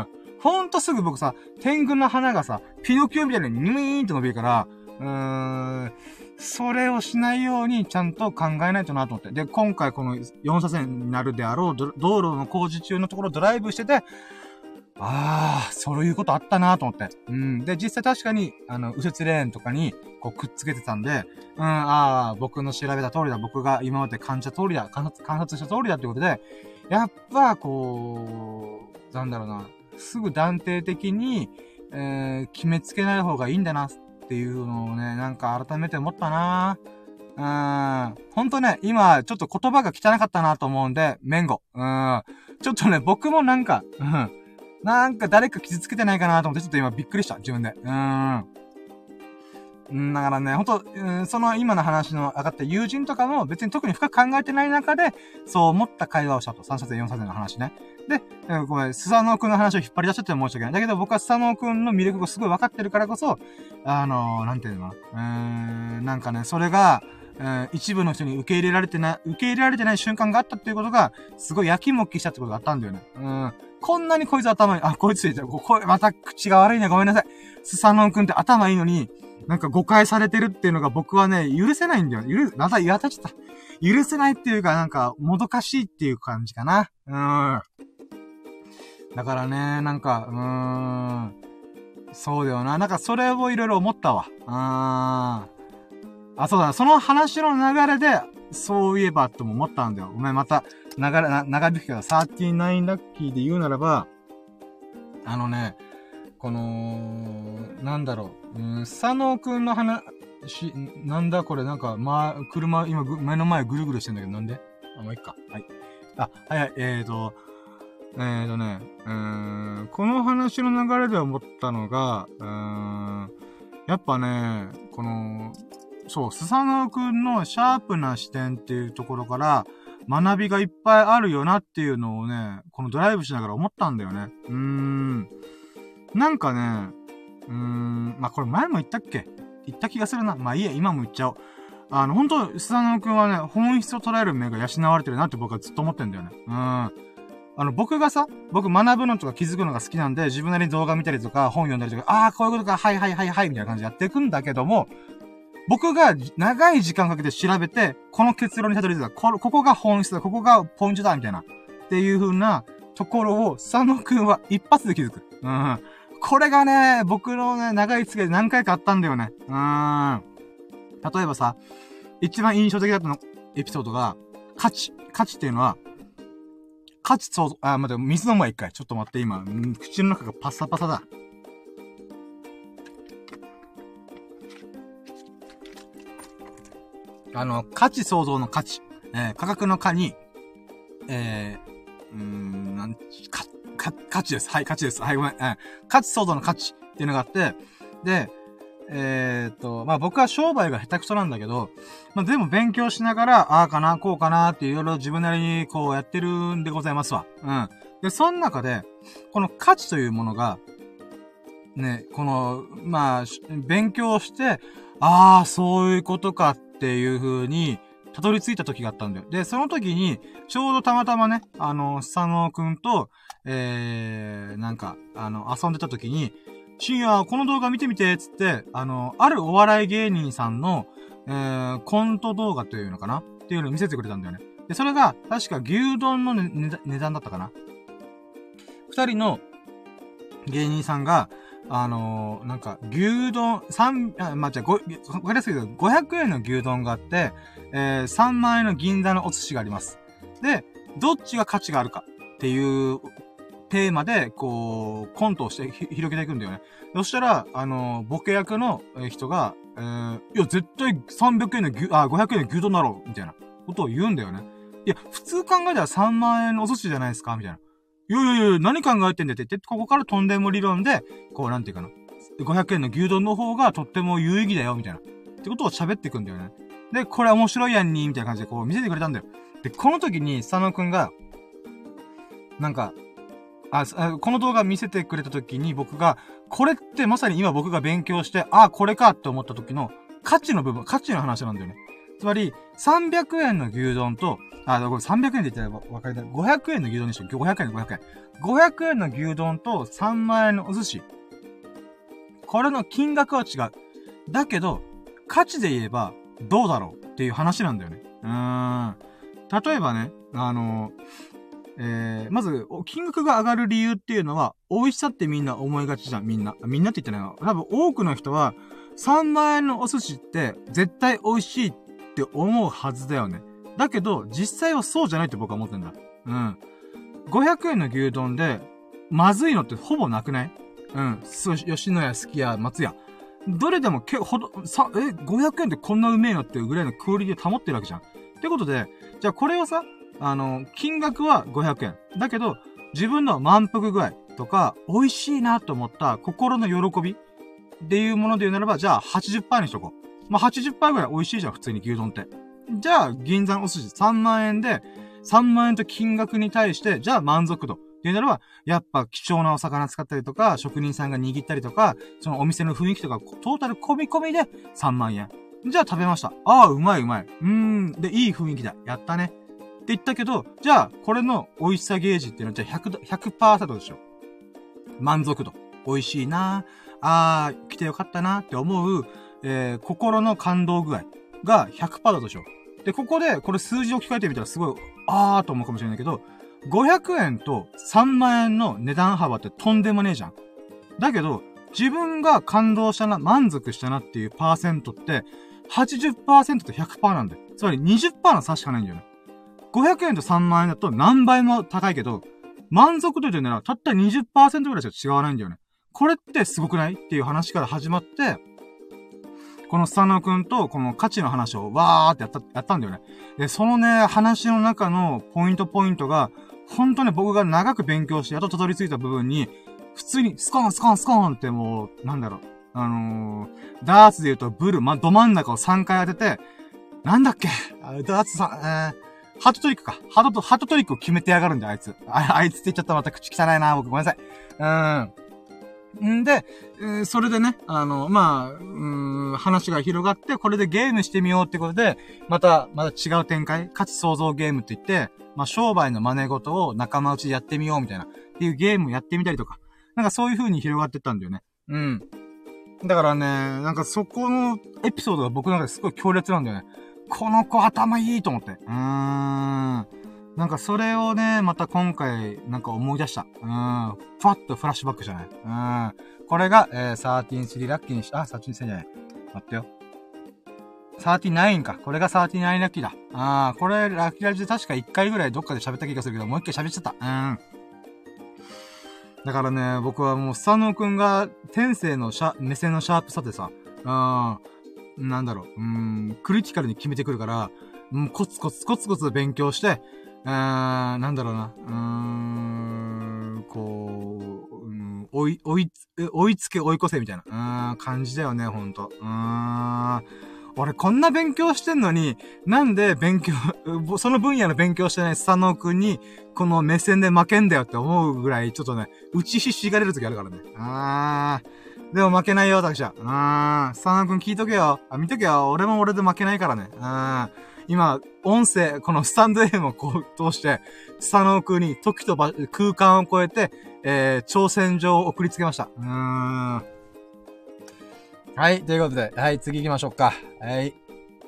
ほんとすぐ僕さ、天狗の花がさ、ピノキオみたいにニューンと伸びるから、うーん、それをしないようにちゃんと考えないとなと思って。で、今回このよん車線になるであろう道路の工事中のところドライブしてて、ああ、そういうことあったなと思って。うん。で、実際確かに、あの、右折レーンとかに、こう、くっつけてたんで、うん、ああ、僕の調べた通りだ。僕が今まで感じた通りだ。観察、観察した通りだってことで、やっぱ、こう、なんだろうな。すぐ断定的に、えー、決めつけない方がいいんだな、っていうのをね、なんか改めて思ったなうーん。ほんとね、今、ちょっと言葉が汚かったなと思うんで、メンゴ。うん。ちょっとね、僕もなんか、うん。なんか誰か傷つけてないかなと思ってちょっと今びっくりした。自分で。うーん。んだからね、ほんと、うん、その今の話の上がった友人とかも別に特に深く考えてない中で、そう思った会話をしたと。さん車線よん車線の話ね。で、えー、ごめん、スサノオくんの話を引っ張り出しちゃって申し訳ない。だけど僕はスサノオくんの魅力がすごい分かってるからこそ、あのー、なんていうのうーん、なんかね、それが、えー、一部の人に受け入れられてない、受け入れられてない瞬間があったっていうことが、すごい焼きもきしたってことがあったんだよね。うん。こんなにこいつ頭いい。あ、こいついた。こ、こ、また口が悪いね。ごめんなさい。スサノオくんって頭いいのに、なんか誤解されてるっていうのが僕はね、許せないんだよ。許、また言わたちゃった。許せないっていうか、なんか、もどかしいっていう感じかな。うーん。だからね、なんか、うーん。そうだよな。なんかそれをいろいろ思ったわ。あー。あ、そうだな。その話の流れで、そういえばとも思ったんだよ。お前また、流れ、な、長引くけど、さんじゅうきゅうラッキーで言うならば、あのね、この、なんだろう、うん、佐野くんの話、なんだこれ、なんか、まあ、車、今、目の前ぐるぐるしてんだけど、なんであ、もういっか。はい。あ、はいはい、えーと、えーとね、うーん、この話の流れで思ったのが、うーん、やっぱね、この、そう、スサノオくんのシャープな視点っていうところから、学びがいっぱいあるよなっていうのをね、このドライブしながら思ったんだよね。うーん。なんかね、うーん、まあ、これ前も言ったっけ言った気がするな。まあいいや、今も言っちゃおう。あの、ほんと、スサノオくんはね、本質を捉える目が養われてるなって僕はずっと思ってんだよね。うん。あの、僕がさ、僕学ぶのとか気づくのが好きなんで、自分なりに動画見たりとか、本読んだりとか、ああ、こういうことか、はいはいはいはい、みたいな感じでやっていくんだけども、僕が長い時間かけて調べて、この結論にたどり着いた。こ、ここが本質だ、ここがポイントだ、みたいな。っていう風なところを、スサノオくんは一発で気づく。うん。これがね、僕のね、長い付き合いで何回かあったんだよね。うーん。例えばさ、 一番印象的だったの、エピソードが、価値。価値っていうのは、価値そう、あ、待って、水飲むわ、一回。ちょっと待って、今、口の中がパサパサだ。あの、価値創造の価値。えー、価格の価に、えー、うーん、なん、か、か、価値です。はい、価値です。はい、ごめん。うん。価値創造の価値っていうのがあって、で、えー、っと、まあ、僕は商売が下手くそなんだけど、まあ、でも勉強しながら、ああかな、こうかなっていろいろ自分なりにこうやってるんでございますわ。うん。で、その中で、この価値というものが、ね、この、まあ、勉強して、ああ、そういうことかっていう風に、たどり着いた時があったんだよ。で、その時に、ちょうどたまたまね、あの、佐野くんと、えー、なんか、あの、遊んでた時に、深夜、この動画見てみて、つって、あの、あるお笑い芸人さんの、えー、コント動画というのかなっていうのを見せてくれたんだよね。で、それが、確か牛丼の、ね、値段だったかな。二人の芸人さんが、あのー、なんか、牛丼、三、あ、まあ、じゃあ、ご、わかりやすいけど、ごひゃくえんの牛丼があって、えー、さんまんえんの銀座のお寿司があります。で、どっちが価値があるかっていうテーマで、こう、コントをして広げていくんだよね。そしたら、あのー、ボケ役の人が、えー、いや、絶対さんびゃくえんの牛、あ、ごひゃくえんの牛丼だろうみたいなことを言うんだよね。いや、普通考えたらさんまんえんのお寿司じゃないですかみたいな。いやいやいや、何考えてんだって言って、ここからとんでも理論で、こう、なんていうかな。ごひゃくえんの牛丼の方がとっても有意義だよ、みたいな。ってことを喋っていくんだよね。で、これ面白いやんに、みたいな感じでこう見せてくれたんだよ。で、この時に、佐野くんが、なんか、あ、この動画見せてくれた時に僕が、これってまさに今僕が勉強して、あ、これかって思った時の価値の部分、価値の話なんだよね。つまり、さんびゃくえんの牛丼と、あ、これさんびゃくえんで言ったら分かりたい。ごひゃくえんの牛丼にしよう。ごひゃくえんのごひゃくえん。ごひゃくえんの牛丼とさんまんえんのお寿司。これの金額は違う。だけど、価値で言えば、どうだろうっていう話なんだよね。うーん。例えばね、あの、えー、まず、金額が上がる理由っていうのは、美味しさってみんな思いがちじゃん、みんな。みんなって言ってないの。多分多くの人は、さんまんえんのお寿司って絶対美味しいって思うはずだよね。だけど、実際はそうじゃないって僕は思ってんだ。うん。ごひゃくえんの牛丼で、まずいのってほぼなくない？うん。吉野家、すき家、松屋。どれでもけ、ほど、さ、え、ごひゃくえんってこんなうめえのっていうぐらいのクオリティで保ってるわけじゃん。ってことで、じゃあこれをさ、あの、金額はごひゃくえん。だけど、自分の満腹具合とか、美味しいなと思った心の喜びっていうもので言うならば、じゃあ はちじゅっパーセント にしとこう。まあ、はちじゅっパーセント ぐらい美味しいじゃん、普通に牛丼って。じゃあ、銀座のお寿司さんまんえんで、さんまんえんと金額に対して、じゃあ満足度っていうならば、やっぱ貴重なお魚使ったりとか、職人さんが握ったりとか、そのお店の雰囲気とか、トータル込み込みでさんまんえん。じゃあ食べました。ああ、うまいうまい。うーん。で、いい雰囲気だ。やったね。って言ったけど、じゃあ、これの美味しさゲージっていうのは、じゃあひゃく、ひゃくパーセントでしょ。満足度。美味しいなあー、来てよかったなって思う、えー、心の感動具合が ひゃくパーセント だとしよう。で、ここで、これ数字を聞かれてみたらすごい、あーと思うかもしれないけど、ごひゃくえんとさんまんえんの値段幅ってとんでもねえじゃん。だけど、自分が感動したな、満足したなっていうパーセントって、はちじゅっパーセントと ひゃくパーセント なんだよ。つまり にじゅっパーセント の差しかないんだよね。ごひゃくえんとさんまんえんだと何倍も高いけど、満足度でならたった にじゅっパーセント ぐらいしか違わないんだよね。これってすごくないっていう話から始まって、この佐野くんとこの価値の話をわーってやった、やったんだよね。で、そのね、話の中のポイントポイントが、本当に僕が長く勉強してやっとたどり着いた部分に、普通にスコーンスコーンスコーンってもう、なんだろう、あのー、ダーツで言うとブル、ま、ど真ん中をさんかい当てて、なんだっけダーツさん、えー、ハートトリックか。ハートと、ハートトリックを決めてやがるんだよ、あいつ。あ、あいつって言っちゃったまた口汚いな、僕ごめんなさい。うーん。んで、えー、それでね、あの、まあ、うーん、話が広がって、これでゲームしてみようってことで、また、また違う展開、価値創造ゲームって言って、まあ、商売の真似事を仲間内でやってみようみたいな、っていうゲームをやってみたりとか、なんかそういう風に広がってったんだよね。うん。だからね、なんかそこのエピソードが僕の中ですごい強烈なんだよね。この子頭いいと思って。うーん。なんかそれをね、また今回、なんか思い出した。うん。ふわっとフラッシュバックじゃない。うん。これが、えー、じゅうさんラッキーにした、あ、じゅうさんじゃない。待ってよ。じさんじゅうきゅうか。これがさんじゅうきゅうラッキーだ。あー、これ、ラッキーラジで確かいっかいぐらいどっかで喋った気がするけど、もういっかい喋っちゃった。うん。だからね、僕はもう、スサノオくんが、天性のシャ、目線のシャープさでさ、うん、なんだろう、うん、クリティカルに決めてくるから、うん、コツコツコツコツ勉強して、うーん、なんだろうな、うーん、こう、うん、追い、追い、追いつけ追い越せみたいな、うん、感じだよね、ほんと。うーん。俺こんな勉強してんのに、なんで勉強、その分野の勉強してないスサノオくんに、この目線で負けんだよって思うぐらい、ちょっとね、打ちひしがれる時あるからね。あー。でも負けないよ、私は。あー。スサノオくん聞いとけよ。あ、見とけよ。俺も俺で負けないからね。あー。今、音声、このスタンド エフ をこう通して、スサノオくんに時と場空間を超えて、えー、挑戦状を送りつけました。うーん。はい、ということで、はい、次行きましょうか。はい。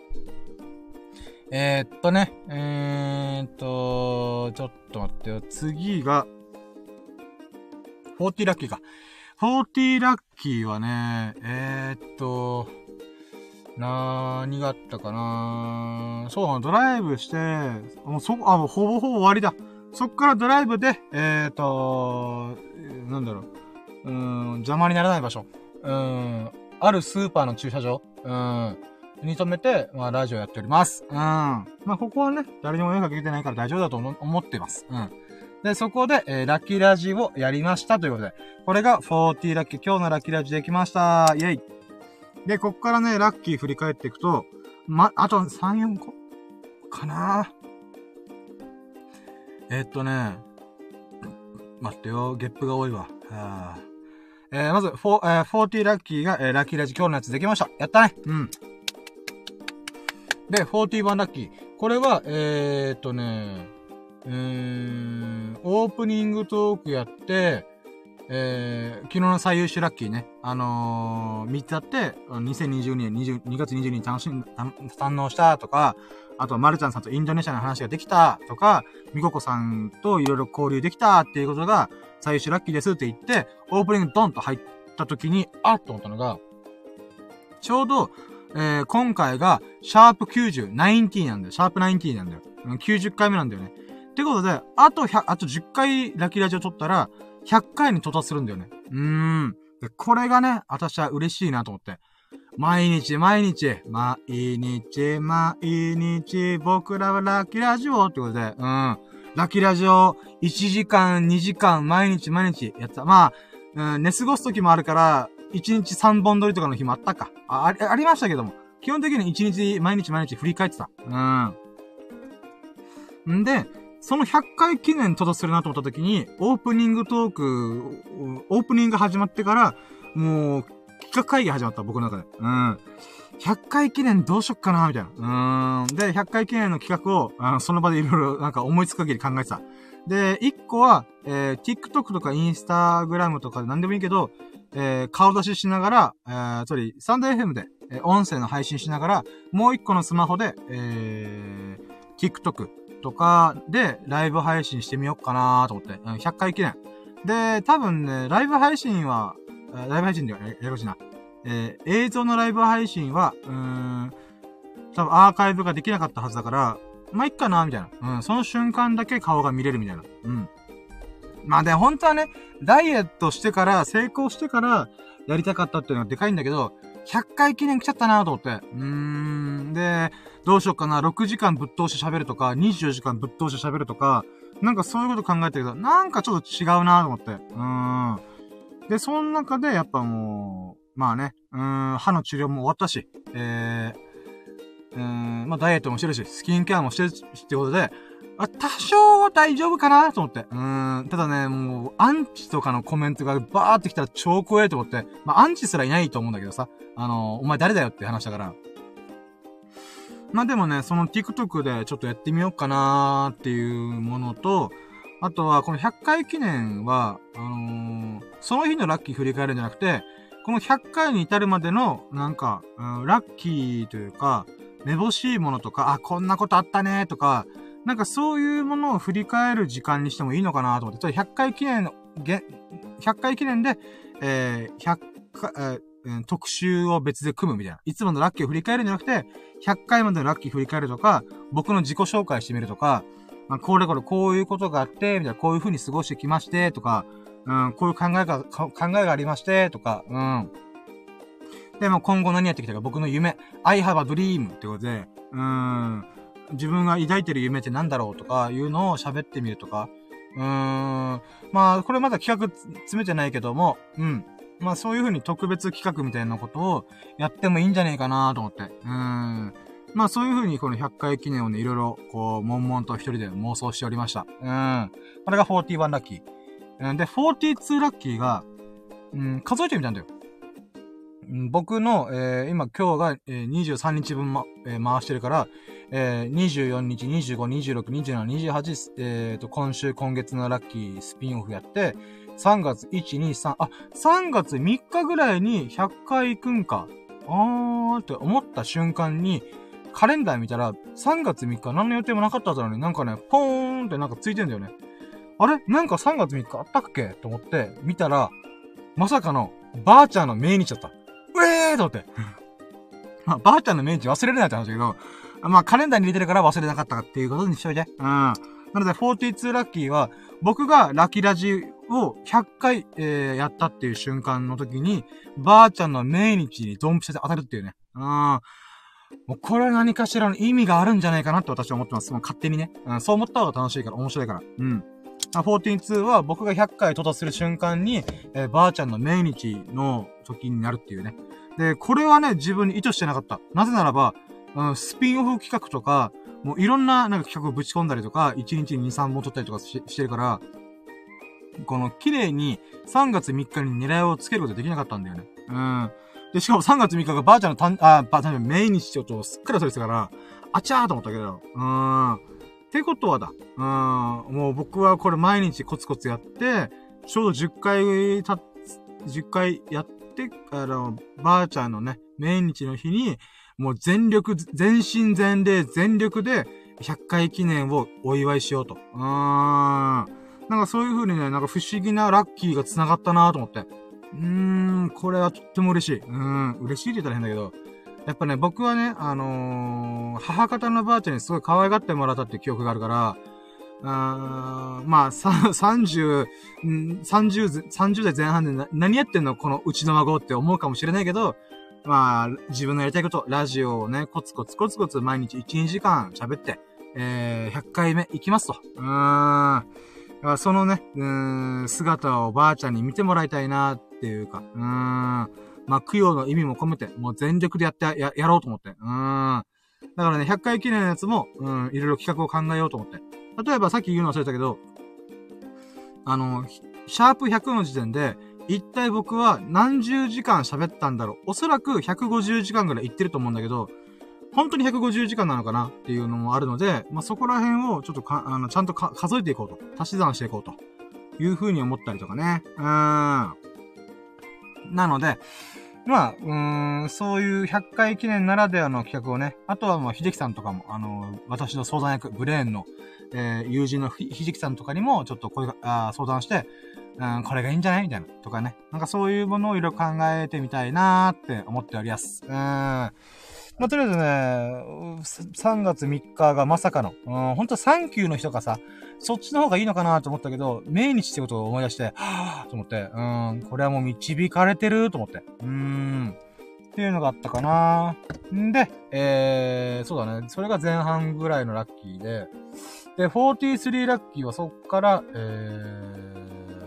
えー、っとね、えーっと、ちょっと待ってよ。次が、フォーティーラッキーか。フォーティーラッキーはね、えー、っと、なーにがあったかなそう、ドライブして、もうそ、あ、もうほぼほぼ終わりだ。そっからドライブで、えーっと、なんだろう、うーん、邪魔にならない場所。うーん。あるスーパーの駐車場うん。に止めて、まあ、ラジオやっております。うん。まあ、ここはね、誰にも迷惑かけてないから大丈夫だと思ってます。うん。で、そこで、えー、ラッキーラジをやりましたということで、これがフォーティーラッキー、今日のラッキーラジできました。イェイ。で、こっからね、ラッキー振り返っていくと、ま、あとさん、よんこかなえー、っとね、待ってよ、ゲップが多いわ。はぁ。えー、まず、フォー、えー、フォーティーラッキーが、えー、ラッキーラジ今日のやつできました。やったね。うん。で、フォーティーワンラッキー。これは、えーっとね、うーん、オープニングトークやって、えー、昨日の最優秀ラッキーね。あのー、みっつあって、にせんにじゅうにねんにがつにじゅうににち楽しん、堪能したとか、あと、まるちゃんさんとインドネシアの話ができたとか、みここさんといろいろ交流できたっていうことが、最優秀ラッキーですって言って、オープニングドンと入った時に、あっと思ったのが、ちょうど、えー、今回が、シャープきゅうじゅう、きゅうじゅうなんだよ。シャープきゅうじゅうなんだよ。きゅうじゅっかいめなんだよね。ってことで、あとひゃく、あとじゅっかいラッキーラジオ撮ったら、ひゃっかいに到達するんだよね。うーん。で、これがね、私は嬉しいなと思って。毎日毎日、毎日毎日、僕らはラッキーラジオってことで、うん。ラッキーラジオ、いちじかん、にじかん、毎日毎日やってた。まあ、うん、寝過ごす時もあるから、いちにちさんぼん撮りとかの日もあったか。あ、あり、ありましたけども。基本的にいちにち、毎日毎日振り返ってた。うん。んで、そのひゃっかい記念到達するなと思った時に、オープニングトーク、オープニング始まってから、もう、企画会議始まった、僕の中で。うん。ひゃっかい記念どうしよっかなみたいな。うーん。で、ひゃっかい記念の企画を、あその場でいろいろなんか思いつく限り考えてた。で、いっこは、えー、TikTok とか Instagram とかで何でもいいけど、えー、顔出ししながら、えー、つまり、サンド エフエム で、えー、音声の配信しながら、もういっこのスマホで、えー、TikTok とかでライブ配信してみようかなと思って、うん、ひゃっかい記念。で、多分ね、ライブ配信は、ライブ配信ではややこしいな。えー、映像のライブ配信は、うーん、多分アーカイブができなかったはずだから、まあ、いっかな、みたいな。うん、その瞬間だけ顔が見れるみたいな。うん。まあで、本当はね、ダイエットしてから、成功してから、やりたかったっていうのがでかいんだけど、ひゃっかい記念来ちゃったなと思って。うーん、で、どうしようかな、ろくじかんぶっ通して喋るとか、にじゅうよじかんぶっ通して喋るとか、なんかそういうこと考えたけど、なんかちょっと違うなと思って。うーん。で、その中でやっぱもう、まあね、うーん、歯の治療も終わったし、えー、うーん、まあダイエットもしてるし、スキンケアもしてるしってことで、あ、多少は大丈夫かなと思って。うーん、ただね、もう、アンチとかのコメントがバーってきたら超怖いと思って、まあアンチすらいないと思うんだけどさ、あの、お前誰だよって話だから。まあでもね、その TikTok でちょっとやってみようかなーっていうものと、あとは、このひゃっかい記念は、あのー、その日のラッキー振り返るんじゃなくて、このひゃっかいに至るまでの、なんか、うん、ラッキーというか、めぼしいものとか、あ、こんなことあったねとか、なんかそういうものを振り返る時間にしてもいいのかなと思って、ひゃっかい記念の、ひゃっかい記念で、えー、ひゃっかい、ええー、特集を別で組むみたいな。いつものラッキーを振り返るんじゃなくて、ひゃっかいまでのラッキー振り返るとか、僕の自己紹介してみるとか、まあ、これこれこういうことがあって、みたいな、こういう風に過ごしてきまして、とか、うん、こういう考えが、考えがありまして、とか、うん。で、まあ、今後何やってきたか、僕の夢、I have a dream ってことで、うん、自分が抱いてる夢って何だろうとか、いうのを喋ってみるとか、うーん、まあ、これまだ企画詰めてないけども、うん。まあ、そういう風に特別企画みたいなことをやってもいいんじゃねえかなと思って。うん。まあ、そういう風にこのひゃっかい記念をね、いろいろ、こう、悶々と一人で妄想しておりました。うん。これがよんじゅういちラッキー。うん、で、よんじゅうにラッキーが、うん、数えてみたんだよ。僕の、えー、今今日が、えー、にじゅうさんにちぶん、まえー、回してるから、えー、にじゅうよっか、にじゅうご、にじゅうろく、にじゅうなな、にじゅうはち、えーと、今週今月のラッキースピンオフやって、さんがついち、に、さん、あ、さんがつみっかぐらいにひゃっかい行くんか。あーって思った瞬間に、カレンダー見たら、さんがつみっか何の予定もなかったはずなのになんかね、ポーンってなんかついてんだよね。あれなんかさんがつみっかあったっけと思って、見たら、まさかの、ばあちゃんの命日だった。うえーと思って。まあ、ばあちゃんの命日忘れるなって話だけど、まあ、カレンダーに入れてるから忘れなかったっていうことにしといて。うん。なので、よんじゅうにラッキーは、僕がラッキーラジをひゃっかい、えー、やったっていう瞬間の時に、ばあちゃんの命日にドンピシャで当たるっていうね。うん。もうこれ何かしらの意味があるんじゃないかなって私は思ってます。もう勝手にね。うん、そう思った方が楽しいから、面白いから。うん。よんじゅうには僕がひゃっかい到達する瞬間に、えー、ばあちゃんの命日の時になるっていうね。で、これはね、自分に意図してなかった。なぜならば、うん、スピンオフ企画とか、もういろんななんか企画をぶち込んだりとか、いちにちにに、さんぼん撮ったりとか し, してるから、この綺麗にさんがつみっかに狙いをつけることができなかったんだよね。うん。で、しかもさんがつみっかがばあちゃんのたん、あ、ばあちゃんの命日ちょっとすっかり忘れてたから、あちゃーと思ったけど、うーん。ってことはだ。うーん。もう僕はこれ毎日コツコツやって、ちょうどじゅっかいた、じゅっかいやって、あの、ばあちゃんのね、命日の日に、もう全力、全身全霊全力でひゃっかい記念をお祝いしようと。うーん。なんかそういう風にね、なんか不思議なラッキーが繋がったなと思って。うーん、これはとっても嬉しい。うーん、嬉しいって言ったら変だけど、やっぱね、僕はね、あのー、母方のばあちゃんにすごい可愛がってもらったって記憶があるから、あーまあ、さ、さんじゅう、んさんじゅう、さんじゅう代前半でな何やってんのこのうちの孫って思うかもしれないけど、まあ、自分のやりたいこと、ラジオをね、コツコツコツコツ毎日いち、にじかん喋って、えー、ひゃっかいめ行きますと。うーん。そのね、うーん、姿をばあちゃんに見てもらいたいなっていうか、うーん。まあ、供養の意味も込めて、もう全力でやって、や、やろうと思って。うーん。だからね、ひゃっかい記念のやつも、うん、いろいろ企画を考えようと思って。例えばさっき言うの忘れたけど、あの、シャープひゃくの時点で、一体僕は何十時間喋ったんだろう。おそらくひゃくごじゅうじかんぐらい言ってると思うんだけど、本当にひゃくごじゅうじかんなのかなっていうのもあるので、まあ、そこら辺をちょっとか、あの、ちゃんとか数えていこうと。足し算していこうと。いう風に思ったりとかね。うーん。なので、まあ、うーん、そういうひゃっかい記念ならではの企画をね、あとはもう、秀樹さんとかも、あの、私の相談役、ブレーンの、えー、友人のひ秀樹さんとかにも、ちょっと声が、あ相談して、うん、これがいいんじゃないみたいな。とかね。なんかそういうものをいろいろ考えてみたいなーって思っております。うーん。まあ、とりあえずね、さんがつみっかがまさかの、うん、ほんとサンキューの日とかさ、そっちの方がいいのかなと思ったけど、命日ってことを思い出して、はぁーと思って、うん、これはもう導かれてると思って。うーん。っていうのがあったかな。んで、えー、そうだね。それが前半ぐらいのラッキーで、で、よんじゅうさんラッキーはそっから、えー、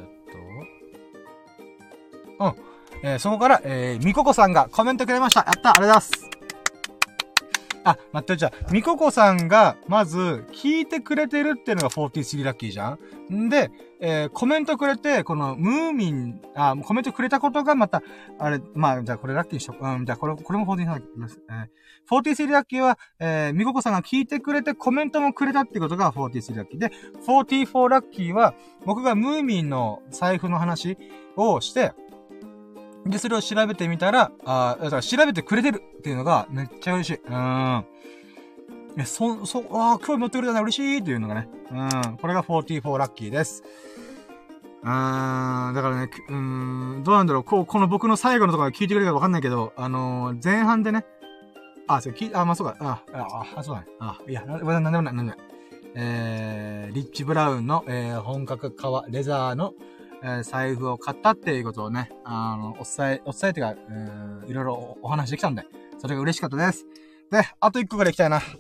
うん。えー、そこから、えー、みここさんがコメントくれました。やったありがとうございます。あ、待って、じゃあ、みここさんが、まず、聞いてくれてるっていうのがよんじゅうさんラッキーじゃんんで、えー、コメントくれて、この、ムーミン、あ、コメントくれたことがまた、あれ、まあ、じゃあこれラッキーにしとく。うん、じゃあこれ、これもよんじゅうさんラッキーです。えー、よんじゅうさんラッキーは、えー、みここさんが聞いてくれてコメントもくれたってことがよんじゅうさんラッキーで、よんじゅうよんラッキーは、僕がムーミンの財布の話をして、で、それを調べてみたら、あだから調べてくれてるっていうのがめっちゃ嬉しい。うーん。え、そ、そ、ああ、興味持ってくれたね、嬉しいっていうのがね。うん。これがよんじゅうよんラッキーです。 うーん、だからね、うーん、どうなんだろう、こう、この僕の最後のところ聞いてくれるかわかんないけど、あのー、前半でね、あ、そう、き、あ、まあ、そうか、あ、あ、あ、そうだね。あ、いや、な、なんでもない、なんでもない。えー、リッチ・ブラウンの、えー、本格革、レザーの、えー、財布を買ったっていうことをね、あの、お伝え、お伝えっていうか、うーん、いろいろお話できたんで、それが嬉しかったです。で、あと一個ぐらい行きたいな。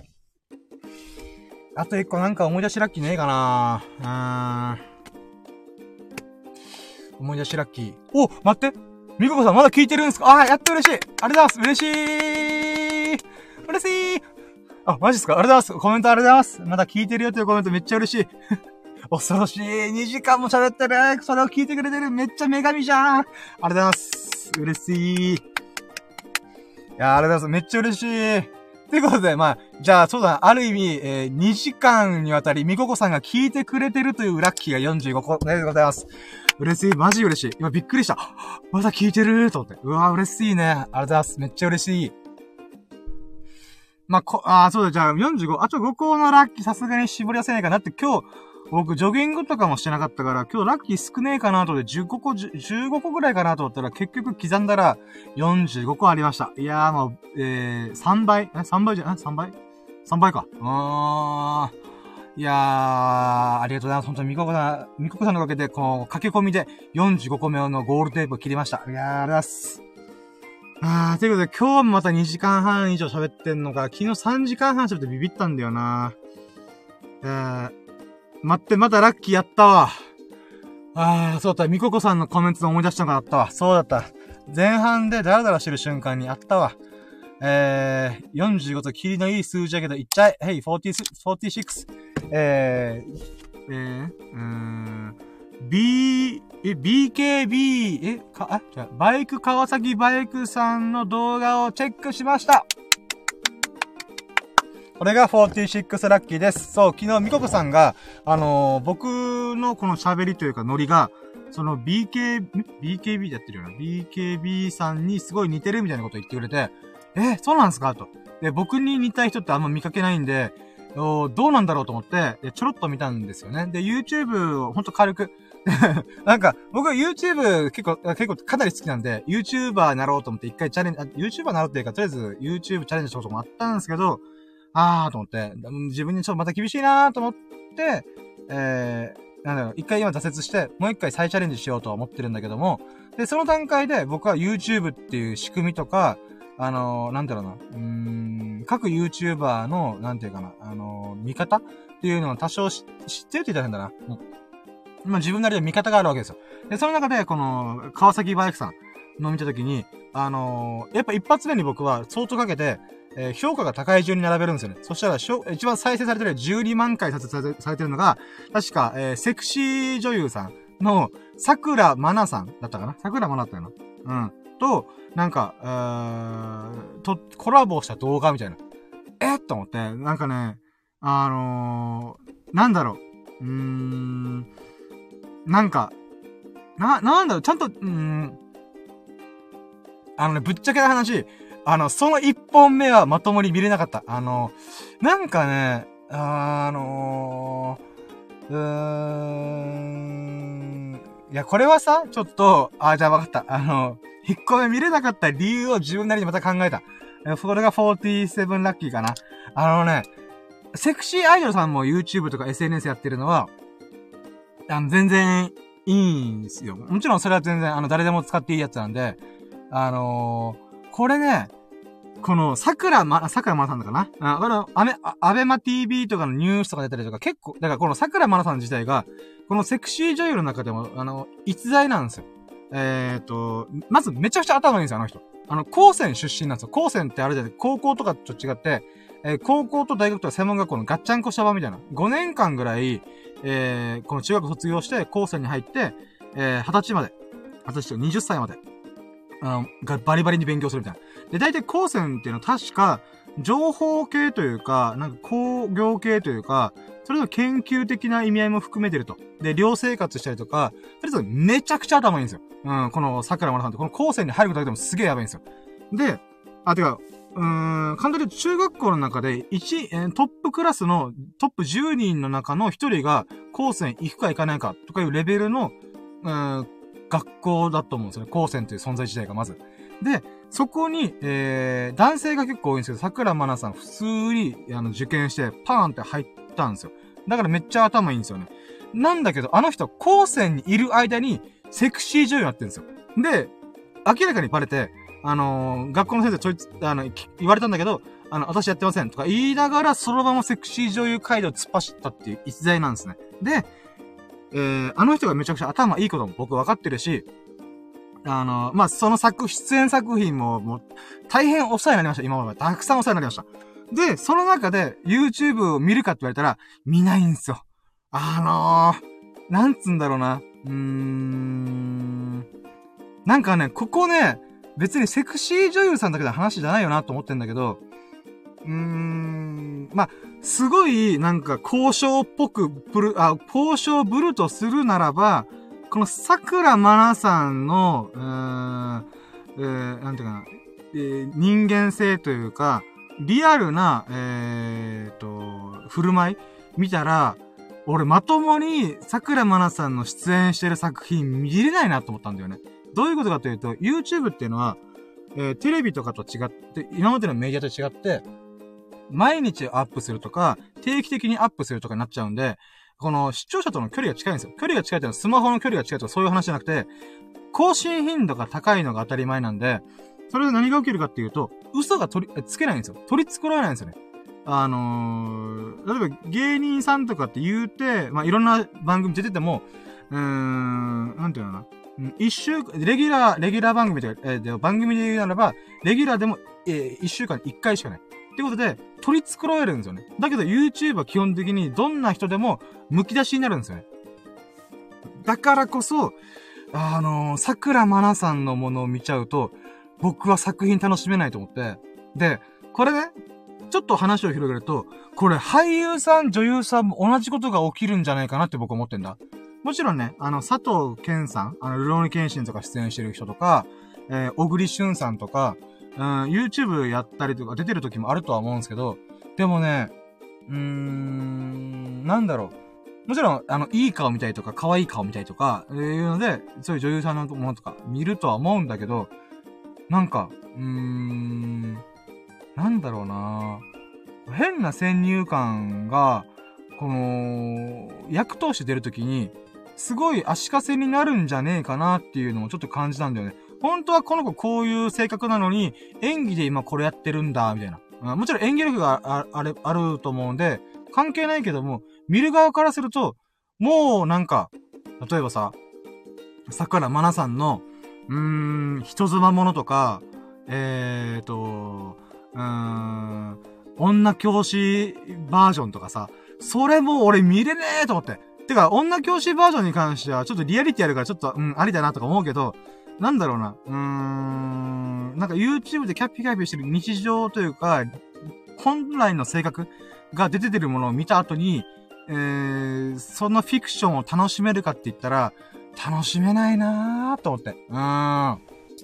あと一個なんか思い出しラッキーねえかな。うーん。思い出しラッキー。お、待って。みここさんまだ聞いてるんですか？あー、やっと嬉しい。ありがとうございます。嬉しい。嬉しい。あ、マジっすか？ありがとうございます。コメントありがとうございます。まだ聞いてるよというコメントめっちゃ嬉しい。恐ろしい。にじかんも喋ってる。それを聞いてくれてる。めっちゃ女神じゃん。ありがとうございます。嬉しい。いやー、ありがとうございます。めっちゃ嬉しい。ということで、まあ、じゃあ、そうだ、ある意味、えー、にじかんにわたり、みここさんが聞いてくれてるというラッキーがよんじゅうごこでございます。嬉しい。マジ嬉しい。今びっくりした。まだ聞いてると思って。うわー、嬉しいね。ありがとうございます。めっちゃ嬉しい。まあ、こ、あー、そうだ、じゃあよんじゅうご、あとごこのラッキーさすがに絞り出せないかなって今日、僕、ジョギングとかもしてなかったから、今日ラッキー少ねえかなとでじゅうごこ、じゅうごこぐらいかなと思ったら、結局刻んだらよんじゅうごこありました。いやーもう、えー、さんばいえ ?さん 倍じゃ、え ?さん 倍 ?さん 倍か。あー。いやー、ありがとうございます。本当にみここさん、みここさんのおかげで、こう、駆け込みでよんじゅうごこめのゴールテープを切りました。いやー、ありがとうございます。あー、ということで、今日もまたにじかんはん以上喋ってんのか、昨日さんじかんはん喋ってビビったんだよな。えー、待って、またラッキーやったわ。あー、そうだった。みここさんのコメントで思い出したのがあったわ。そうだった。前半でダラダラしてる瞬間にあったわ。えー、よんじゅうごとキリのいい数字だけど、いっちゃえ。へい、よんじゅうろく。えー、えー、うーん、B、え、ビーケービー、え、か、あ、じゃバイク川崎バイクさんの動画をチェックしました。これがよんじゅうろくラッキーです。そう、昨日みここさんが、あのー、僕のこの喋りというかノリが、その ビーケー、ビーケービー でやってるよな。ビーケービー さんにすごい似てるみたいなこと言ってくれて、え、そうなんですかと。で、僕に似た人ってあんま見かけないんで、どうなんだろうと思って、ちょろっと見たんですよね。で、YouTube をほんと軽く、なんか、僕は YouTube 結構、結構かなり好きなんで、YouTuber になろうと思って一回チャレンジ、YouTuber になろうっていうか、とりあえず YouTube チャレンジしたこともあったんですけど、あーと思って、自分にちょっとまた厳しいなーと思って、えー、なんだろう、一回今挫折して、もう一回再チャレンジしようとは思ってるんだけども、で、その段階で僕は YouTube っていう仕組みとか、あのー、なんだろうな、うーん、各 YouTuber の、なんていうかな、あのー、見方っていうのを多少知ってるって言ったら変だな。うんまあ自分なりの見方があるわけですよ。で、その中で、この、川崎バイクさんの見たときに、あのー、やっぱ一発目に僕は相当かけて、えー、評価が高い順に並べるんですよね。そしたら、一番再生されてるじゅうにまんかい再生されてるのが、確か、えー、セクシー女優さんの、桜まなさんだったかな桜まなだったかなうん。と、なんか、えー、と、コラボした動画みたいな。えー、と思って、なんかね、あのー、なんだろう。うーん、なんか、な、なんだろう、ちゃんと、うーん、あのね、ぶっちゃけた話、あの、その一本目はまともに見れなかった。あの、なんかね、あのー、うーん、いや、これはさ、ちょっと、あ、じゃあ分かった。あの、一個目見れなかった理由を自分なりにまた考えた。それがよんじゅうななラッキーかな。あのね、セクシーアイドルさんも YouTube とか エスエヌエス やってるのは、あの、全然いいんですよ。もちろんそれは全然、あの、誰でも使っていいやつなんで、あのー、これね、この、桜ま、桜まなさんだかなあ、この、アメ、アベマ ティービー とかのニュースとか出たりとか結構、だからこの桜まなさん自体が、このセクシー女優の中でも、あの、逸材なんですよ。えーと、まずめちゃくちゃ頭いいんですよ、あの人。あの、高専出身なんですよ。高専ってあれで、高校とかと違って、えー、高校と大学とか専門学校のガッチャンコした場みたいな。ごねんかんぐらい、えー、この中学卒業して、高専に入って、えー、はたちまで、はたちとはたちまで、あの、がバリバリに勉強するみたいな。で、大体高専っていうのは確か、情報系というか、なんか工業系というか、それの研究的な意味合いも含めてると。で、寮生活したりとか、とりあえずめちゃくちゃ頭いいんですよ。うん、この桜まなさんって、この高専に入ることだけでもすげえやばいんですよ。で、あ、てか、うーん、簡単に中学校の中で、一、えー、トップクラスのトップじゅうにんの中のひとりが、 高専行くか行かないかとかいうレベルの、うん、学校だと思うんですよね。高専という存在自体がまず。で、そこに、えー、男性が結構多いんですけど、桜まなさん普通に、あの、受験して、パーンって入ったんですよ。だからめっちゃ頭いいんですよね。なんだけど、あの人、高専にいる間に、セクシー女優やってるんですよ。で、明らかにバレて、あのー、学校の先生ちょいつ、あの、言われたんだけど、あの、私やってませんとか言いながら、そのままセクシー女優街道を突っ走ったっていう逸材なんですね。で、えー、あの人がめちゃくちゃ頭いいことも僕分かってるし、あのー、まあ、その作、出演作品も、もう、大変お世話になりました。今まで。たくさんお世話になりました。で、その中で YouTube を見るかって言われたら、見ないんですよ。あのー、なんつんだろうな。うーん。なんかね、ここね、別にセクシー女優さんだけの話じゃないよなと思ってんだけど、うーん、まあ、すごい、なんか、交渉っぽく、ブル、あ、交渉ブルとするならば、この桜まなさんの、うーん、えー、なんていうかな、えー、人間性というか、リアルな、えーと、振る舞い見たら、俺まともに桜まなさんの出演してる作品見れないなと思ったんだよね。どういうことかというと、YouTube っていうのは、えー、テレビとかと違って、今までのメディアと違って、毎日アップするとか、定期的にアップするとかになっちゃうんで、この視聴者との距離が近いんですよ。距離が近いっていうのはスマホの距離が近いとかそういう話じゃなくて、更新頻度が高いのが当たり前なんで、それで何が起きるかっていうと、嘘が取り、つけないんですよ。取り繕えないんですよね。あのー、例えば芸人さんとかって言うて、まあ、いろんな番組出てても、うーん、なんていうのかな。一週、レギュラー、レギュラー番組とか、えー、で番組で言うならば、レギュラーでも、えー、一週間に一回しかない。ってことで、取り繕えるんですよね。だけど YouTube は基本的にどんな人でも剥き出しになるんですよね。だからこそ、あのー、桜まなさんのものを見ちゃうと、僕は作品楽しめないと思って。で、これね、ちょっと話を広げると、これ俳優さん、女優さんも同じことが起きるんじゃないかなって僕は思ってんだ。もちろんね、あの、佐藤健さん、あの、ルローニケンシンとか出演してる人とか、えー、小栗旬さんとか、うん、YouTube やったりとか出てる時もあるとは思うんですけど、でもね、うーん、なんだろう。もちろん、あの、いい顔見たりとか、可愛い顔見たりとか、えー、いうので、そういう女優さんのものとか見るとは思うんだけど、なんか、うーん、なんだろうな変な先入観が、この、役として出るときに、すごい足かせになるんじゃねえかなっていうのをちょっと感じたんだよね。本当はこの子こういう性格なのに、演技で今これやってるんだ、みたいな。もちろん演技力があ、あれ、あると思うんで、関係ないけども、見る側からすると、もうなんか、例えばさ、桜まなさんの、うーん、人妻ものとか、えーと、うーん、女教師バージョンとかさ、それも俺見れねえと思って。てか、女教師バージョンに関しては、ちょっとリアリティあるからちょっと、うん、ありだなとか思うけど、なんだろうな、うーん、なんか YouTube でキャッピキャッピしてる日常というか、本来の性格が出ててるものを見た後に、えー、そのフィクションを楽しめるかって言ったら、楽しめないなーと思って。うーん。あ、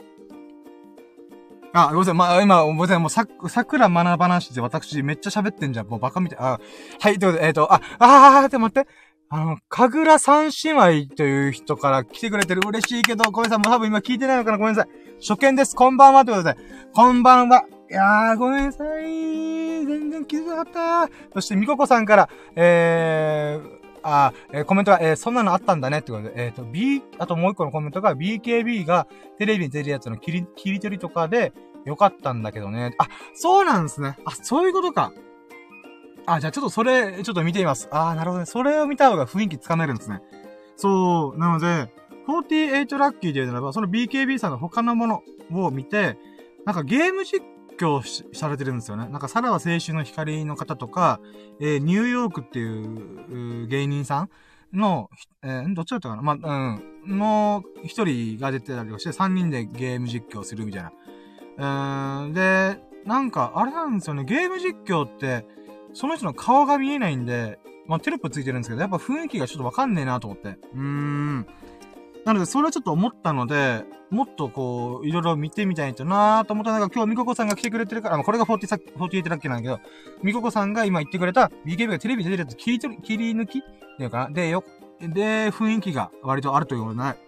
ごめんなさい。まあ、今、ごめんなさい。もう、さ、桜まな話で私めっちゃ喋ってんじゃん。もうバカみたい。あ、はい。ということで、えっ、ー、と、あ、あーって待って。あの、かぐら三姉妹という人から来てくれてる。嬉しいけど、ごめんなさい。もう多分今聞いてないのかな。ごめんなさい。初見です。こんばんは。ということで。こんばんは。いやー、ごめんなさい。全然気づかなかった。そして、みここさんから、えー、あー、えー、コメントは、えー、そんなのあったんだねってことで、えっ、ー、と、B、あともう一個のコメントが ビーケービー がテレビに出るやつの切り、切り取りとかでよかったんだけどね。あ、そうなんですね。あ、そういうことか。あ、じゃあちょっとそれ、ちょっと見てみます。あー、なるほどね。それを見た方が雰囲気つかめるんですね。そう、なので、よんじゅうはちラッキーで言うならば、その ビーケービー さんの他のものを見て、なんかゲーム実況しされてるんですよね。なんかさらば青春の光の方とか、えー、ニューヨークっていう、う芸人さんの、えー、どっちだったかなまあ、うん、の一人が出てたりして、三人でゲーム実況するみたいな。うーん、で、なんか、あれなんですよね。ゲーム実況って、その人の顔が見えないんで、まあ、テロップついてるんですけど、やっぱ雰囲気がちょっとわかんねえなと思って。うーん。 なので、それはちょっと思ったので、もっとこう、いろいろ見てみたいとなーと思ったのが、今日みここさんが来てくれてるから、まあ、これがよんじゅうさ、よんじゅうはちだっけなんだけど、みここさんが今言ってくれた、ビーケービー がテレビで出てるやつ切り取り、切り抜きっていうかな。で、よ、で、雰囲気が割とあるということでね。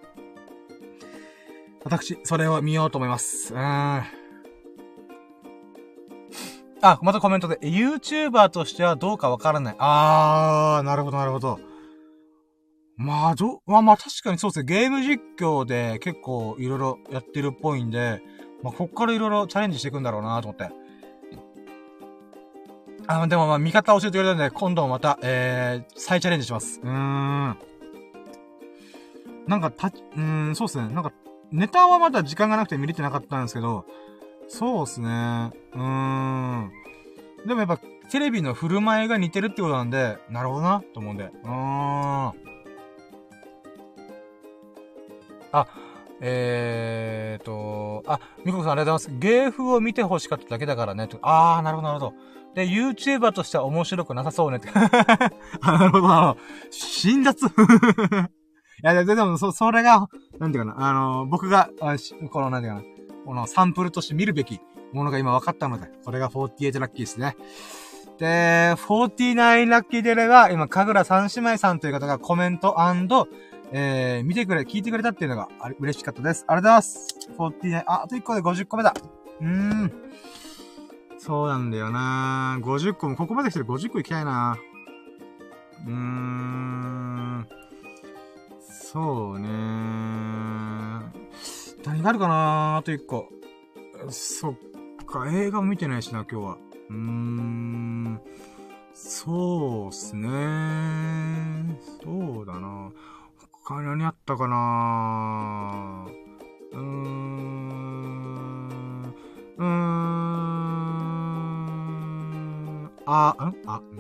私、それを見ようと思います。うーん。あ、またコメントで、YouTuber としてはどうかわからない。あー、なるほど、なるほど。まあ、ど、まあまあ確かにそうですね。ゲーム実況で結構いろいろやってるっぽいんで、まあこっからいろいろチャレンジしていくんだろうなと思って。あ、でもまあ見方教えてくれたんで、今度もまた、えー、再チャレンジします。うーん。なんかた、うーん、そうですね。なんか、ネタはまだ時間がなくて見れてなかったんですけど、そうですね。うーん。でもやっぱ、テレビの振る舞いが似てるってことなんで、なるほどな、と思うんで。うーん。あ、えーと、あ、みここさんありがとうございます。芸風を見て欲しかっただけだからね。とあー、なるほど、なるほど。で、YouTuber としては面白くなさそうね。あ、なるほど、なるほど。辛辣。いや、でも、そ、それが、なんていうかな、あのー、僕が、あしこの、なんていうかな、このサンプルとして見るべきものが今分かったので、これがよんじゅうはちラッキーですね。で、よんじゅうきゅうラッキーであれば、今、かぐら三姉妹さんという方がコメント&、えー、見てくれ、聞いてくれたっていうのが、あれ、嬉しかったです。ありがとうございます。よんじゅうきゅう、あ、あといっこでごじゅっこめだ。うーん。そうなんだよなごじゅっこも、ここまで来てるごじゅっこ行きたいなうーん。そうね何があるかなあといっこ。そっか、映画も見てないしな、今日は。うーん。そうっすねそうだな他に何あったかなうーん。うーん。あ、んあ、ん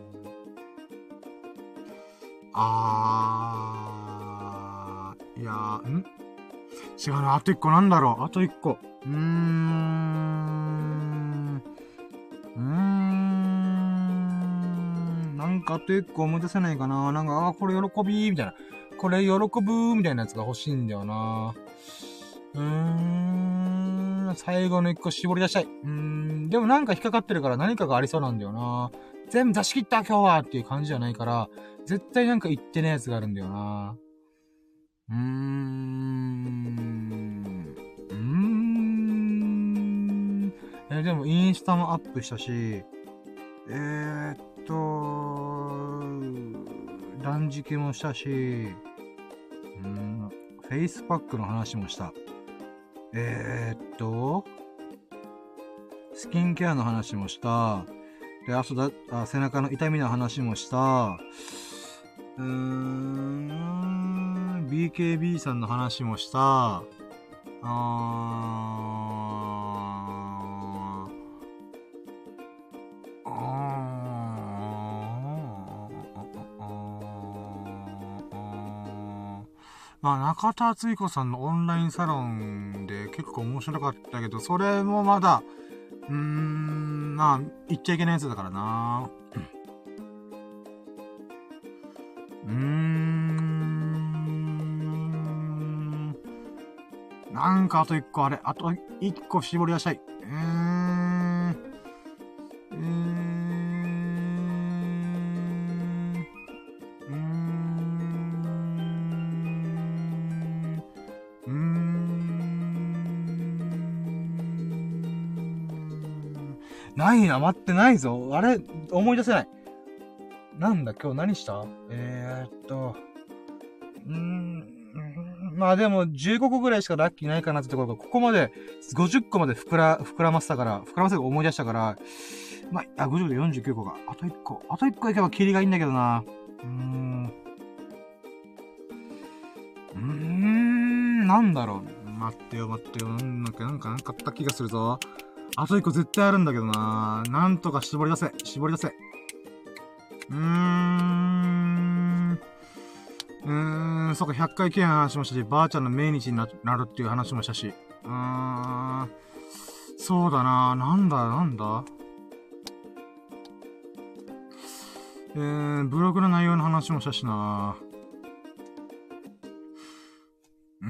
あー。いやー、ん違うな。あと一個なんだろう。あと一個。うーん。うーん。なんかあと一個思い出せないかな。なんか、あ、これ喜びーみたいな。これ喜ぶーみたいなやつが欲しいんだよな。うーん。最後の一個絞り出したい。うーん。でもなんか引っかかってるから何かがありそうなんだよな。全部出し切った今日はっていう感じじゃないから、絶対なんか言ってないやつがあるんだよな。うーん。うーん。えーでもインスタもアップしたし、えーっと、断食もしたし、うーん、フェイスパックの話もした。えーっと、スキンケアの話もした。で、あとだ、あ、背中の痛みの話もした。うーん、ビーケービー さんの話もした。あー、あー、まあ、中田敦彦さんのオンラインサロンで結構面白かったけど、それもまだ、うーん、まあ、言っちゃいけないやつだからな。うーん。なんかあと一個あれ、あと一個絞り出したい。えー、えー、うーん、うーん。ないな、待ってないぞ。あれ、思い出せない。なんだ、今日何したえーっと、うーん、まあでもじゅうごこぐらいしかラッキーないかなってところが、ここまでごじゅっこまで膨ら、膨らませたから、膨らませて思い出したから、まあ、あ、ごじゅうでよんじゅうきゅうこか。あといっこ。あといっこいけばキリがいいんだけどな。うーん。うーん、なんだろう。待ってよ、待ってよ。なんか、なんか、なんかあった気がするぞ。あといっこ絶対あるんだけどな。なんとか絞り出せ。絞り出せ。うーん。うーん、そっか、ひゃっかい記念の話もしたし、ばあちゃんの命日になるっていう話もしたし。うーん。そうだな。なんだ、なんだえー、ブログの内容の話もしたしな。 うー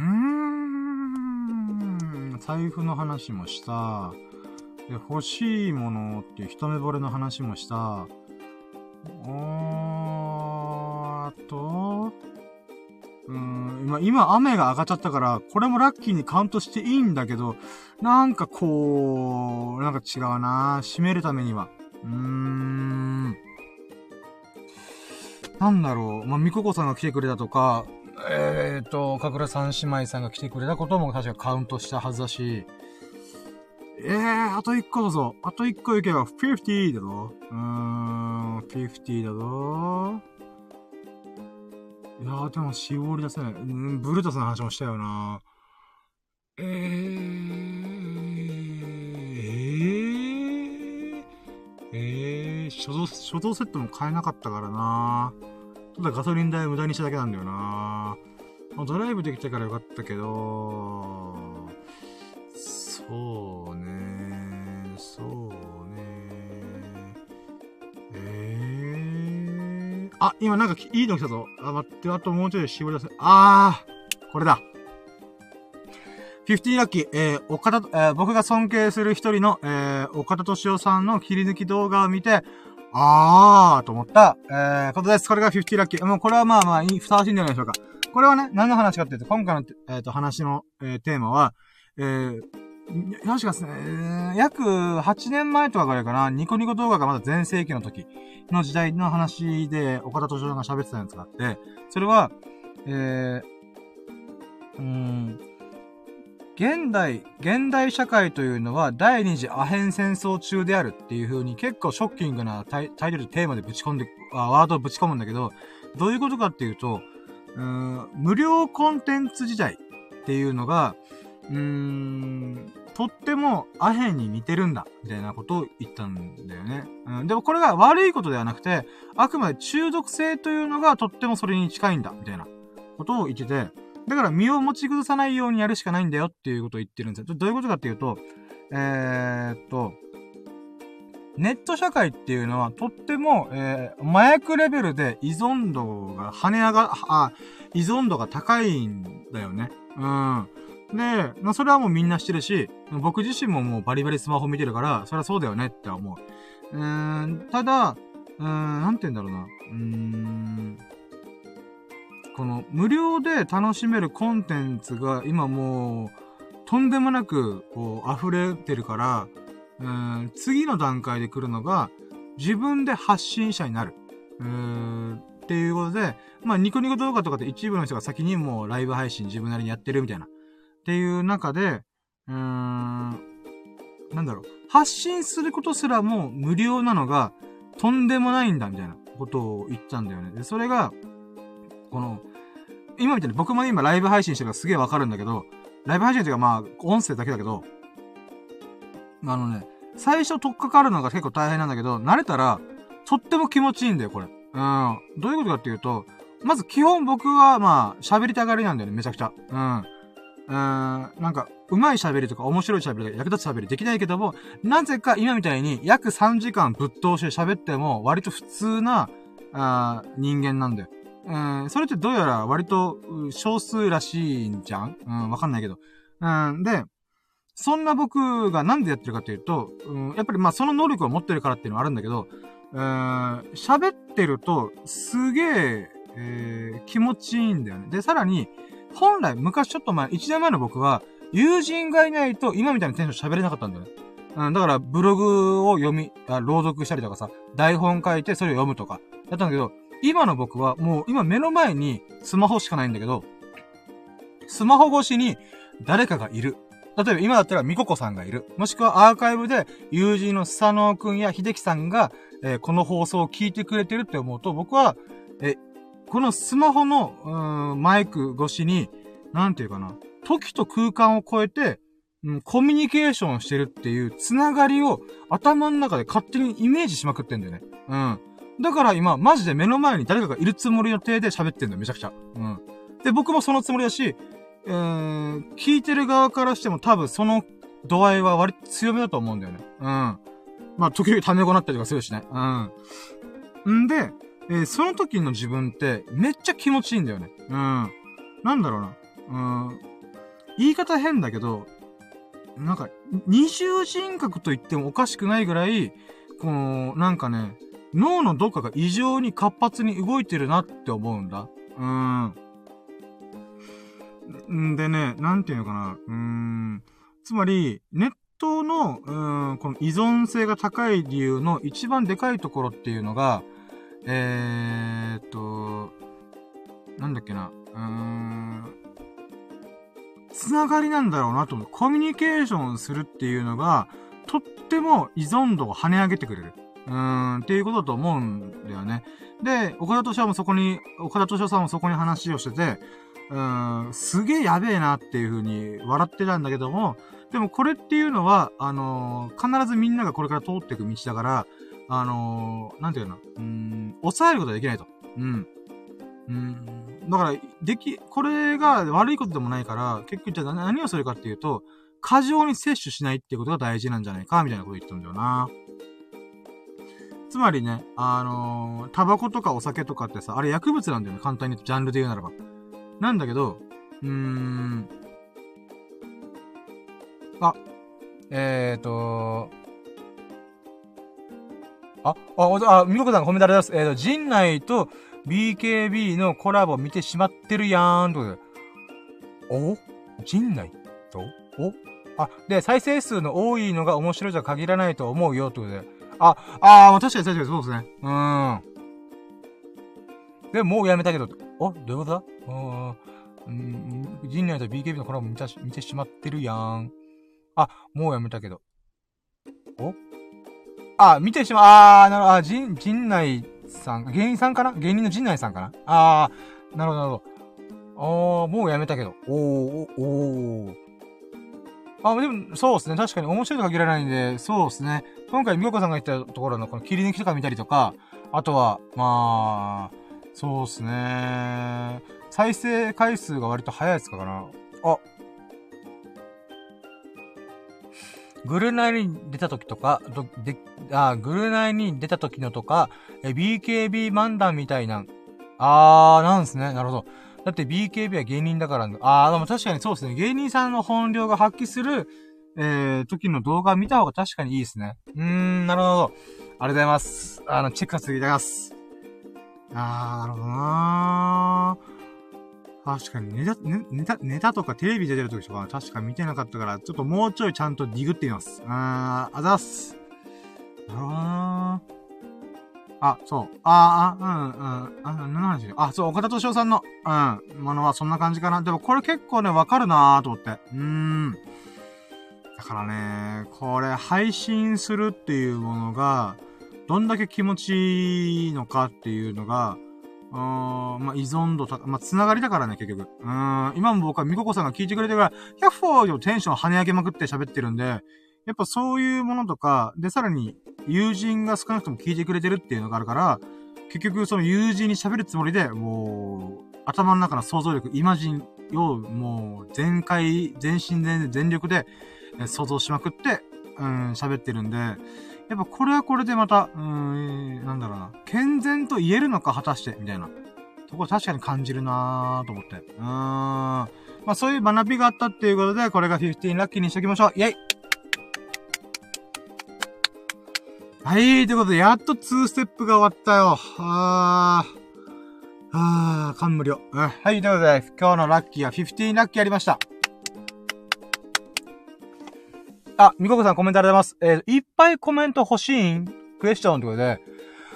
ん、財布の話もした。で、欲しいものっていう一目惚れの話もした。おー、あと、うーん、今、今雨が上がっちゃったから、これもラッキーにカウントしていいんだけど、なんかこう、なんか違うな締めるためには。うーん。なんだろう。まあ、みここさんが来てくれたとか、えーと、かくら三姉妹さんが来てくれたことも確かカウントしたはずだし、えー、あと一個だぞ。あと一個いけば、フィフティーだぞ。うーん、フィフティーだぞ。いやー、でも絞り出せない。うん、ブルータスの話もしたよな。えー、えー、えー、初動、初動セットも買えなかったからな。ただガソリン代無駄にしただけなんだよな。ドライブできたからよかったけど、そうね、そうね。えー、あ、今なんかいいの来たぞ。あ、待って、あともうちょい絞り出せ。あー、これだ。フィフティーラッキー、えー、岡田、えー、僕が尊敬する一人の、えー、岡田敏夫さんの切り抜き動画を見て、あーと思った、えー、ことです。これがフィフティーラッキー。もうこれはまあまあ、ふさわしいんじゃないでしょうか。これはね、何の話かっていうと、今回の、えっと、話の、えー、テーマは、えー、確かですね、えー、約はちねんまえとかぐらいかな、ニコニコ動画がまだ全盛期の時の時代の話で、岡田敏夫が喋ってたやつがあって、それは、えー、うーん、現代、現代社会というのは第二次アヘン戦争中であるっていう風に結構ショッキングなタイ、タイトルテーマでぶち込んで、あワードをぶち込むんだけど、どういうことかっていうと、うーん無料コンテンツ時代っていうのが、うーん、とってもアヘンに似てるんだ、みたいなことを言ったんだよね。うん、でもこれが悪いことではなくて、あくまで中毒性というのがとってもそれに近いんだ、みたいなことを言ってて、だから身を持ち崩さないようにやるしかないんだよっていうことを言ってるんですよ。どういうことかっていうと、えー、っと、ネット社会っていうのはとっても、えー、麻薬レベルで依存度が跳ね上が、あ、依存度が高いんだよね。うん。で、まあ、それはもうみんな知ってるし、僕自身ももうバリバリスマホ見てるから、それはそうだよねって思う。うーん、ただ、うーん、なんて言うんだろうな。うーん、この無料で楽しめるコンテンツが今もうとんでもなくこう溢れてるから、うーん次の段階で来るのが自分で発信者になる。うーんっていうことで、まあニコニコ動画とかで一部の人が先にもうライブ配信自分なりにやってるみたいな。っていう中で、うーん、なんだろう。発信することすらも無料なのがとんでもないんだみたいなことを言ったんだよね。で、それが、この、今みたいに僕も今ライブ配信してるからすげえわかるんだけど、ライブ配信っていうかまあ、音声だけだけど、あのね、最初取っかかるのが結構大変なんだけど、慣れたら、とっても気持ちいいんだよ、これ。うん。どういうことかっていうと、まず基本僕はまあ、喋りたがりなんだよね、めちゃくちゃ。うん。うーん、なんか、上手い喋りとか面白い喋りが役立つ喋りできないけども、なぜか今みたいに約さんじかんぶっ通して喋っても割と普通な、あ人間なんだよ。うん、それってどうやら割と少数らしいんじゃんうん、わかんないけど。うん、で、そんな僕がなんでやってるかというと、うん、やっぱりまあその能力を持ってるからっていうのはあるんだけど、うん、喋ってるとすげえ、えー、気持ちいいんだよね。で、さらに、本来、昔ちょっと前、いちねんまえの僕は、友人がいないと今みたいなテンション喋れなかったんだよね。うん、だからブログを読み、あ朗読したりとかさ、台本書いてそれを読むとか、やったんだけど、今の僕はもう今目の前にスマホしかないんだけど、スマホ越しに誰かがいる。例えば今だったらミココさんがいる。もしくはアーカイブで友人のスサノオくんや秀樹さんが、えー、この放送を聞いてくれてるって思うと、僕は、え、このスマホの、うーん、マイク越しに、なんていうかな、時と空間を超えて、うん、コミュニケーションしてるっていうつながりを頭の中で勝手にイメージしまくってんだよね。うん。だから今、マジで目の前に誰かがいるつもりの体で喋ってんだよ、めちゃくちゃ。うん。で、僕もそのつもりだし、えー、聞いてる側からしても多分その度合いは割と強めだと思うんだよね。うん。まあ、時々タメ語なったりとかするしね。うん。んで、えー、その時の自分ってめっちゃ気持ちいいんだよね。うん。なんだろうな。 うん、言い方変だけど、なんか、二重人格と言ってもおかしくないぐらい、この、なんかね、脳のどっかが異常に活発に動いてるなって思うんだ。うーん。んでね、なんていうのかな。うーん。つまり、ネットの、うーん、この依存性が高い理由の一番でかいところっていうのが、えーっと、なんだっけな。うーん。つながりなんだろうなと思う。コミュニケーションするっていうのが、とっても依存度を跳ね上げてくれる。うーん、っていうことだと思うんだよね。で、岡田斗司もそこに、岡田斗司さんもそこに話をしてて、うーん、すげえやべえなっていう風に笑ってたんだけども、でもこれっていうのは、あのー、必ずみんながこれから通っていく道だから、あのー、なんていうの、うーん、抑えることはできないと。うん。うん。だから、でき、これが悪いことでもないから、結局じゃあ何をするかっていうと、過剰に摂取しないっていうことが大事なんじゃないか、みたいなこと言ってたんだよな。つまりね、あのー、タバコとかお酒とかってさ、あれ薬物なんだよね、簡単に言うと、ジャンルで言うならば。なんだけど、うーん、あ、えーと、あ、あ、あ、みここさんコメントありがとうございます。えーと、陣内と ビーケービー のコラボ見てしまってるやーん、ということで。お陣内とおあ、で、再生数の多いのが面白いとは限らないと思うよ、ということで。あ、あー、まあ、確かに確かにそうですね。うーん。でも、もうやめたけど、おどういうことだうーん。うん、陣内と ビーケービー のコラボ見たし、見てしまってるやん。あ、もうやめたけど。おあ、見てしま、あー、なるほど、あ、陣、陣内さん、芸人さんかな芸人の陣内さんかなあー、なるほど、なるほど。あー、もうやめたけど。おー、おー、おー。あ、でも、そうですね。確かに面白いと限らないんで、そうですね。今回、みここさんが言ったところの、この切り抜きとか見たりとか、あとは、まあ、そうですね。再生回数が割と早いやつかな。あ、グルナイに出た時とか、どで、あ、グルナイに出た時のとか、え、ビーケービー 漫談みたいな、あー、なんですね。なるほど。だって ビーケービー は芸人だから、あー、でも確かにそうですね。芸人さんの本領が発揮する、えー、時の動画見た方が確かにいいですね。うーん、なるほど。ありがとうございます。あの、チェックさせていただきます。あー、なるほどなー。確かにネタ、ネネタ、ネタとかテレビ出てる時とか確か見てなかったから、ちょっともうちょいちゃんとディグってみます。あー、あざっす。なるほどなー。あ、そう。ああ、うん、うん。あ、何の話あ、そう、岡田斗司さんの、うん、ものはそんな感じかな。でもこれ結構ね、わかるなーと思って。うーん。だからね、これ配信するっていうものが、どんだけ気持ちいいのかっていうのが、うーん、まあ、依存度た、まあ、つながりだからね、結局。うーん、今も僕はみここさんが聞いてくれてるから、ひゃくフォーでもテンション跳ね上げまくって喋ってるんで、やっぱそういうものとか、で、さらに、友人が少なくとも聞いてくれてるっていうのがあるから、結局その友人に喋るつもりで、もう、頭の中の想像力、イマジンを、もう、全開、全身全全力で、想像しまくって、うん、喋ってるんで、やっぱこれはこれでまた、うーん、なんだろうな、健全と言えるのか果たして、みたいな。ところ確かに感じるなぁと思って。うーん。まあそういう学びがあったっていうことで、これがじゅうごラッキーにしときましょう。イェイはい、ということで、やっとにステップが終わったよ。あー。あー、感無量。うん。はい、ということで、今日のラッキーはじゅうごラッキーありました。あ、みここさんコメントありがとうございます。えー、いっぱいコメント欲しいんクエスチョンってことで。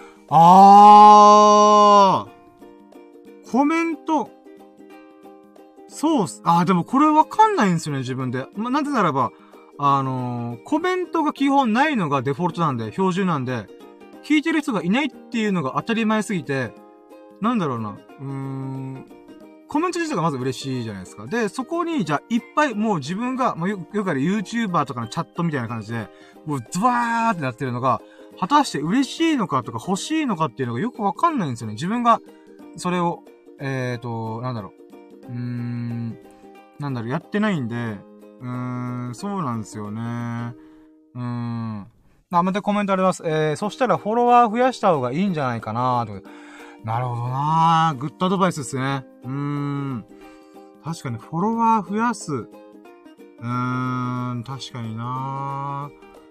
あー。コメント。そうっす。あー、でもこれわかんないんですよね、自分で。ま、なんでならば、あのー、コメントが基本ないのがデフォルトなんで、標準なんで、聞いてる人がいないっていうのが当たり前すぎて、なんだろうな、うーん、コメント自体がまず嬉しいじゃないですか。で、そこに、じゃあ、いっぱい、もう自分が、まあ、よ、よくある YouTuber とかのチャットみたいな感じで、もう、ズワーってなってるのが、果たして嬉しいのかとか欲しいのかっていうのがよくわかんないんですよね。自分が、それを、えーと、なんだろう、うーん、なんだろう、やってないんで、うーん、そうなんですよね。うーん。あ、またコメントあります。えー、そしたらフォロワー増やした方がいいんじゃないかなと。なるほどなー。グッドアドバイスですね。うーん。 確かにフォロワー増やす。うーん、確かにな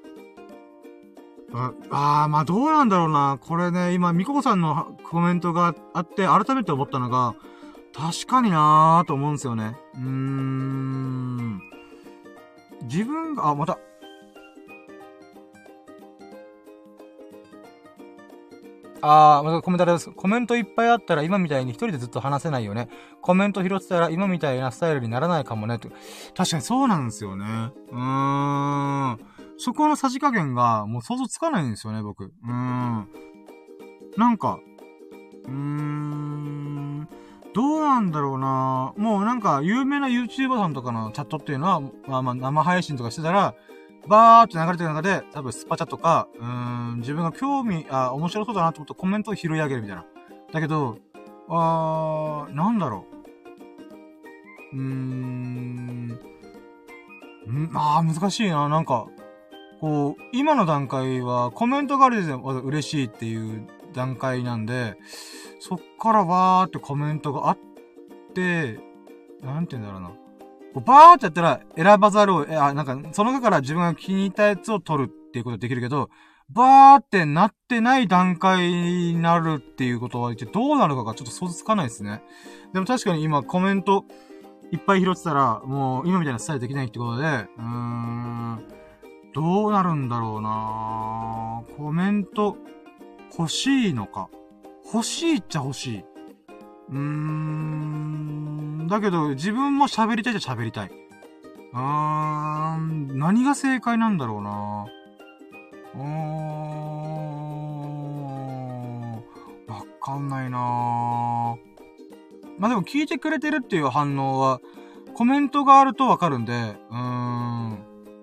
あ、あー、まあどうなんだろうな。これね、今、みここさんのコメントがあって、改めて思ったのが、確かになーと思うんですよね。うーん。自分が、あ、また。あー、またコメントあります。コメントいっぱいあったら今みたいに一人でずっと話せないよね。コメント拾ってたら今みたいなスタイルにならないかもね。と確かにそうなんですよね。うーん。そこのさじ加減がもう想像つかないんですよね、僕。うーん。なんか、うーん。どうなんだろうな。もうなんか、有名な YouTuber さんとかのチャットっていうのは、まあまあ生配信とかしてたら、バーって流れてる中で、多分スパチャとか、うーん、自分が興味、あ、面白そうだなと思ったコメントを拾い上げるみたいな。だけど、あー、なんだろう。うーん、んあー、難しいな。なんか、こう、今の段階はコメントがあるで嬉しいっていう段階なんで、そっからわーってコメントがあって、なんて言うんだろうな。こうバーってやったら選ばざるを、え、あ、なんか、その中から自分が気に入ったやつを取るっていうことできるけど、バーってなってない段階になるっていうことは一体どうなるかがちょっと想像つかないですね。でも確かに今コメントいっぱい拾ってたら、もう今みたいなスタイルできないってことで、うーん、どうなるんだろうなぁ。コメント欲しいのか。欲しいっちゃ欲しい。うーん。だけど、自分も喋りたいっちゃ喋りたい。うーん。何が正解なんだろうな。うーん。わかんないな。まあ、でも聞いてくれてるっていう反応は、コメントがあるとわかるんで、うーん。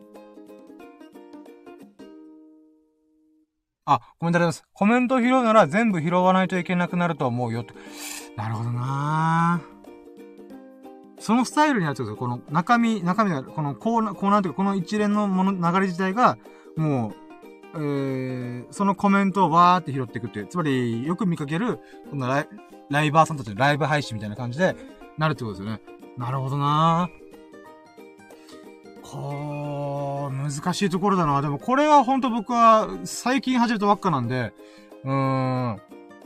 あ、コメントあります。コメント拾うなら全部拾わないといけなくなると思うよ。なるほどなぁ。そのスタイルになっちゃうんですよ。この中身、中身が、このコーナー、コーナーというか、この一連のもの、流れ自体が、もう、えー、そのコメントをわーって拾っていくっていう。つまり、よく見かける、このライライバーさんたちのライブ配信みたいな感じで、なるってことですよね。なるほどなぁ。こう、難しいところだな。でもこれはほんと僕は最近始めたばっかなんで、うーん。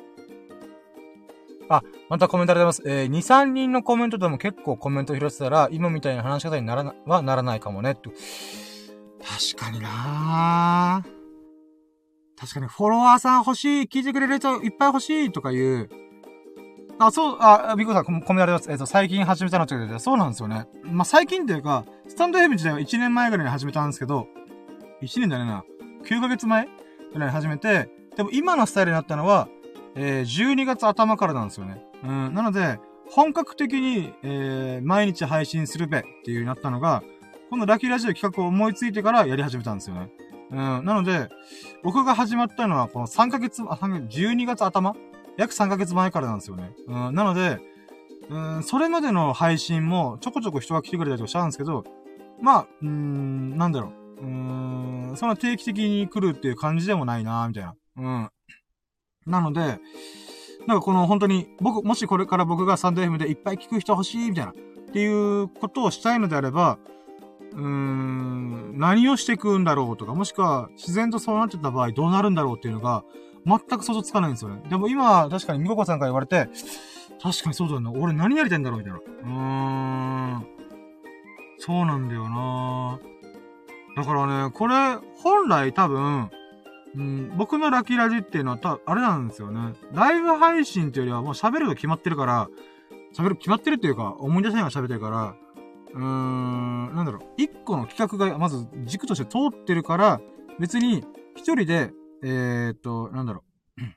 あ、またコメントありがとうございます。えー、に、さんにんのコメントでも結構コメント拾ってたら、今みたいな話し方にならな、はならないかもね、と。確かになぁ。確かにフォロワーさん欲しい、聞いてくれる人いっぱい欲しいとかいう。あ、そう、あ、ビコさん、コメントありがとうございます。えっと、最近始めたのって言って、そうなんですよね。まあ、最近っていうか、スタンド エフエム 自体はいちねんまえぐらいに始めたんですけど、いちねんじゃねえな。きゅうかげつまえぐらいに始めて、でも今のスタイルになったのは、えー、じゅうにがつ頭からなんですよね。うん。なので、本格的に、えー、毎日配信するべっていう風になったのが、このラッキーラジオ企画を思いついてからやり始めたんですよね。うん。なので、僕が始まったのはこのさんかげつ、あ、さんかげつ、じゅうにがつ頭約さんかげつまえからなんですよね。うん。なので、うん、それまでの配信もちょこちょこ人が来てくれたりとかしたんですけど、まあ、うーん、なんだろう。うーん、そんな定期的に来るっていう感じでもないなーみたいな。うん。なので、なんかこの本当に、僕、もしこれから僕がサンド エフエム でいっぱい聞く人欲しいみたいな、っていうことをしたいのであれば、うーん、何をしていくんだろうとか、もしくは自然とそうなってた場合どうなるんだろうっていうのが、全く想像つかないんですよね。でも今、確かにみここさんから言われて、確かにそうだよな。俺何やりたいんだろうみたいな。うーん。そうなんだよな。だからね、これ、本来多分、うん、僕のラッキーラジっていうのはた、あれなんですよね。ライブ配信っていうよりはもう喋るが決まってるから、喋る決まってるっていうか、思い出せないが喋ってるから、うーん、なんだろう、一個の企画がまず軸として通ってるから、別に一人で、えーっと、なんだろ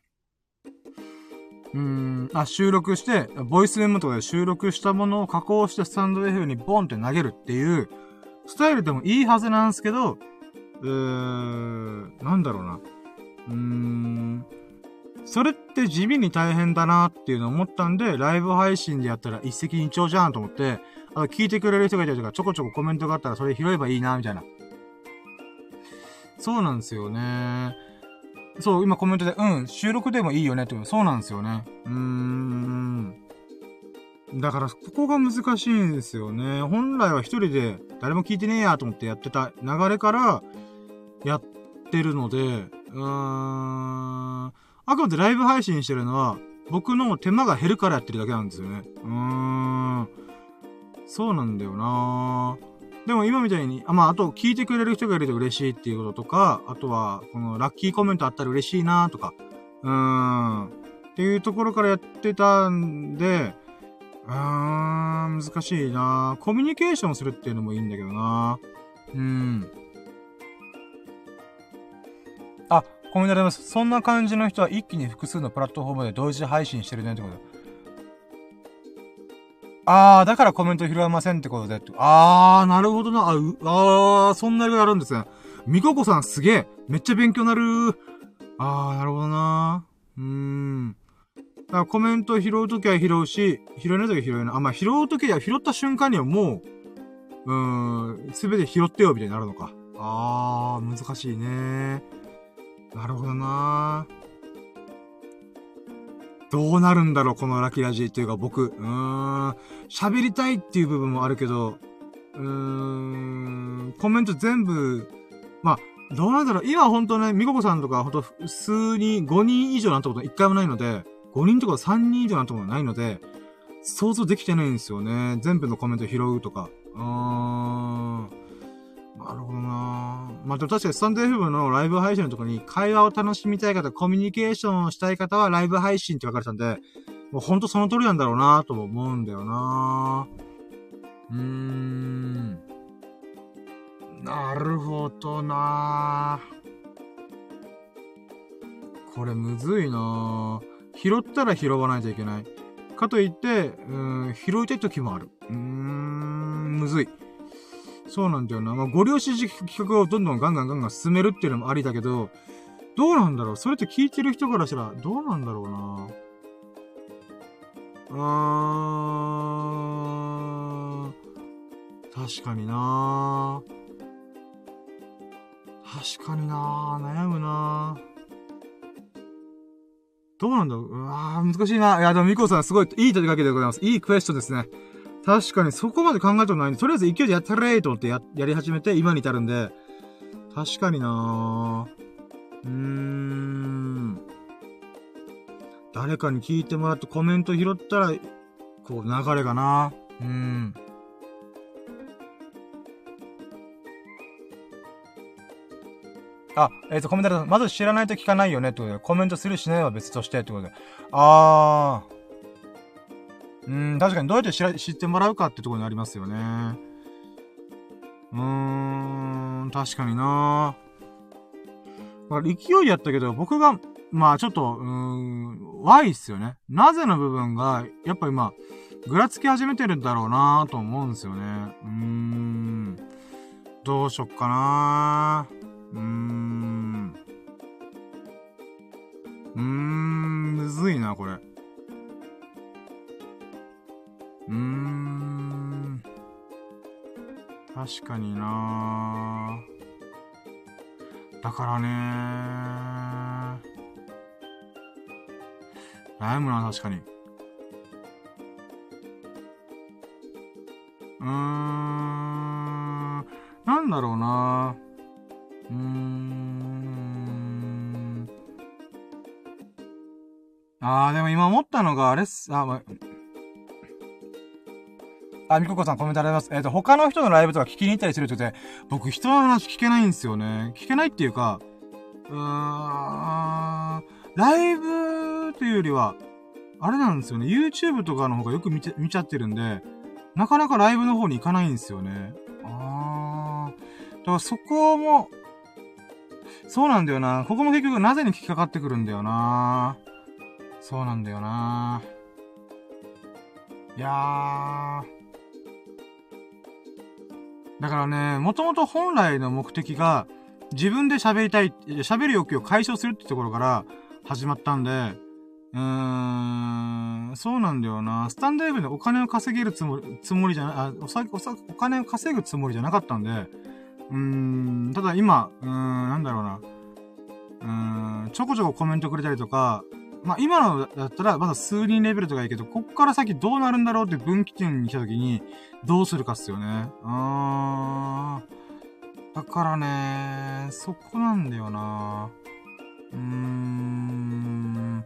う、うーん、あ、収録して、ボイスメモとかで収録したものを加工してスタンド エフエム にボンって投げるっていう、スタイルでもいいはずなんですけど、うーん、なんだろうな。うーん、それって地味に大変だなっていうのを思ったんで、ライブ配信でやったら一石二鳥じゃんと思って、あ、聞いてくれる人がいたりとか、ちょこちょこコメントがあったらそれ拾えばいいな、みたいな。そうなんですよね。そう、今コメントで、うん、収録でもいいよねってこと、そうなんですよね。うーん。 だから、ここが難しいんですよね。本来は一人で誰も聞いてねえやと思ってやってた流れから、やってるので、うーん、あくまでライブ配信してるのは、僕の手間が減るからやってるだけなんですよね。うーん。そうなんだよなでも今みたいに、あ、まあ、あと聞いてくれる人がいると嬉しいっていうこととか、あとは、このラッキーコメントあったら嬉しいなとか、うーん。っていうところからやってたんで、うーん、難しいなコミュニケーションするっていうのもいいんだけどなうん。あ、コメントあります。そんな感じの人は一気に複数のプラットフォームで同時配信してるねってこと。あー、だからコメント拾えませんってことで。あー、なるほどな。あ、う、あー、そんな理由あるんですね。みここさんすげえ。めっちゃ勉強なる。あー、なるほどな。うーん。だからコメント拾うときは拾うし、拾えないときは拾えない。あ、まあ、拾うときは拾った瞬間にはもう、うーん、すべて拾ってよみたいになるのか。あー、難しいね。なるほどなどうなるんだろう、このラキラジっていうか僕。うーん。喋りたいっていう部分もあるけど、うーん、コメント全部、まあ、どうなんだろう。今ほんとね、みここさんとかほんと数人、ごにん以上なったこと一回もないので、ごにんとかさんにん以上なったことないので、想像できてないんですよね。全部のコメント拾うとか。うーん。なるほどなまあ、でも確かにスタンド エフエム のライブ配信のところに、会話を楽しみたい方、コミュニケーションをしたい方はライブ配信って書かれてたんで、もうほんとその通りなんだろうなとも思うんだよなうーん。なるほどなこれむずいな拾ったら拾わないといけない。かといって、うーん、拾いたい時もある。うーん、むずい。そうなんだよな。まあ、ご了承企画をどんどんガンガンガンガン進めるっていうのもありだけど、どうなんだろうそれって聞いてる人からしたら、どうなんだろうなうーん。確かにな確かにな悩むなどうなんだろううわー難しいな。いや、でもミコさんすごいいい問いかけでございます。いいクエストですね。確かにそこまで考えたことないんで、とりあえず勢いでやったれーと思ってや、やり始めて今に至るんで、確かになーうーん。誰かに聞いてもらってコメント拾ったら、こう流れがなうーん。あ、えっと、コメントで、まず知らないと聞かないよねってことで、コメントするしないは別としてってことで。あー。うーん、確かにどうやって知ら、知ってもらうかってところにありますよね。うーん、確かになだから勢いやったけど、僕が、まあちょっと、うーん、ワイっすよね。なぜの部分が、やっぱ今、ぐらつき始めてるんだろうなと思うんですよね。うーん、どうしよっかなうーん、うーん、むずいな、これ。うーん。確かになだからね悩むな、確かに。うーん。なんだろうなうーん。あー、でも今思ったのが、あれっす、あ、ま、あ、みここさんコメントあります。えっと、他の人のライブとか聞きに行ったりするって言って、僕人の話聞けないんですよね。聞けないっていうか、うーん、ライブというよりは、あれなんですよね。YouTube とかの方がよく見ちゃ、見ちゃってるんで、なかなかライブの方に行かないんですよね。あー。だからそこも、そうなんだよな。ここも結局なぜに引っかかってくるんだよな。そうなんだよな。いやー。だからね、もともと本来の目的が、自分で喋りたい、喋る欲求を解消するってところから始まったんで、うーん、そうなんだよな。スタンド エフエム でお金を稼げるつもり、つもりじゃない、あ、おさ、おさ、お金を稼ぐつもりじゃなかったんで、うーん、ただ今、うーん、なんだろうな。うーん、ちょこちょこコメントくれたりとか、 まあ、今のだったらまだ数人レベルとかいいけど、こっから先どうなるんだろうって分岐点に来た時に、どうするかっすよね。あー。だからね、そこなんだよな。うーん。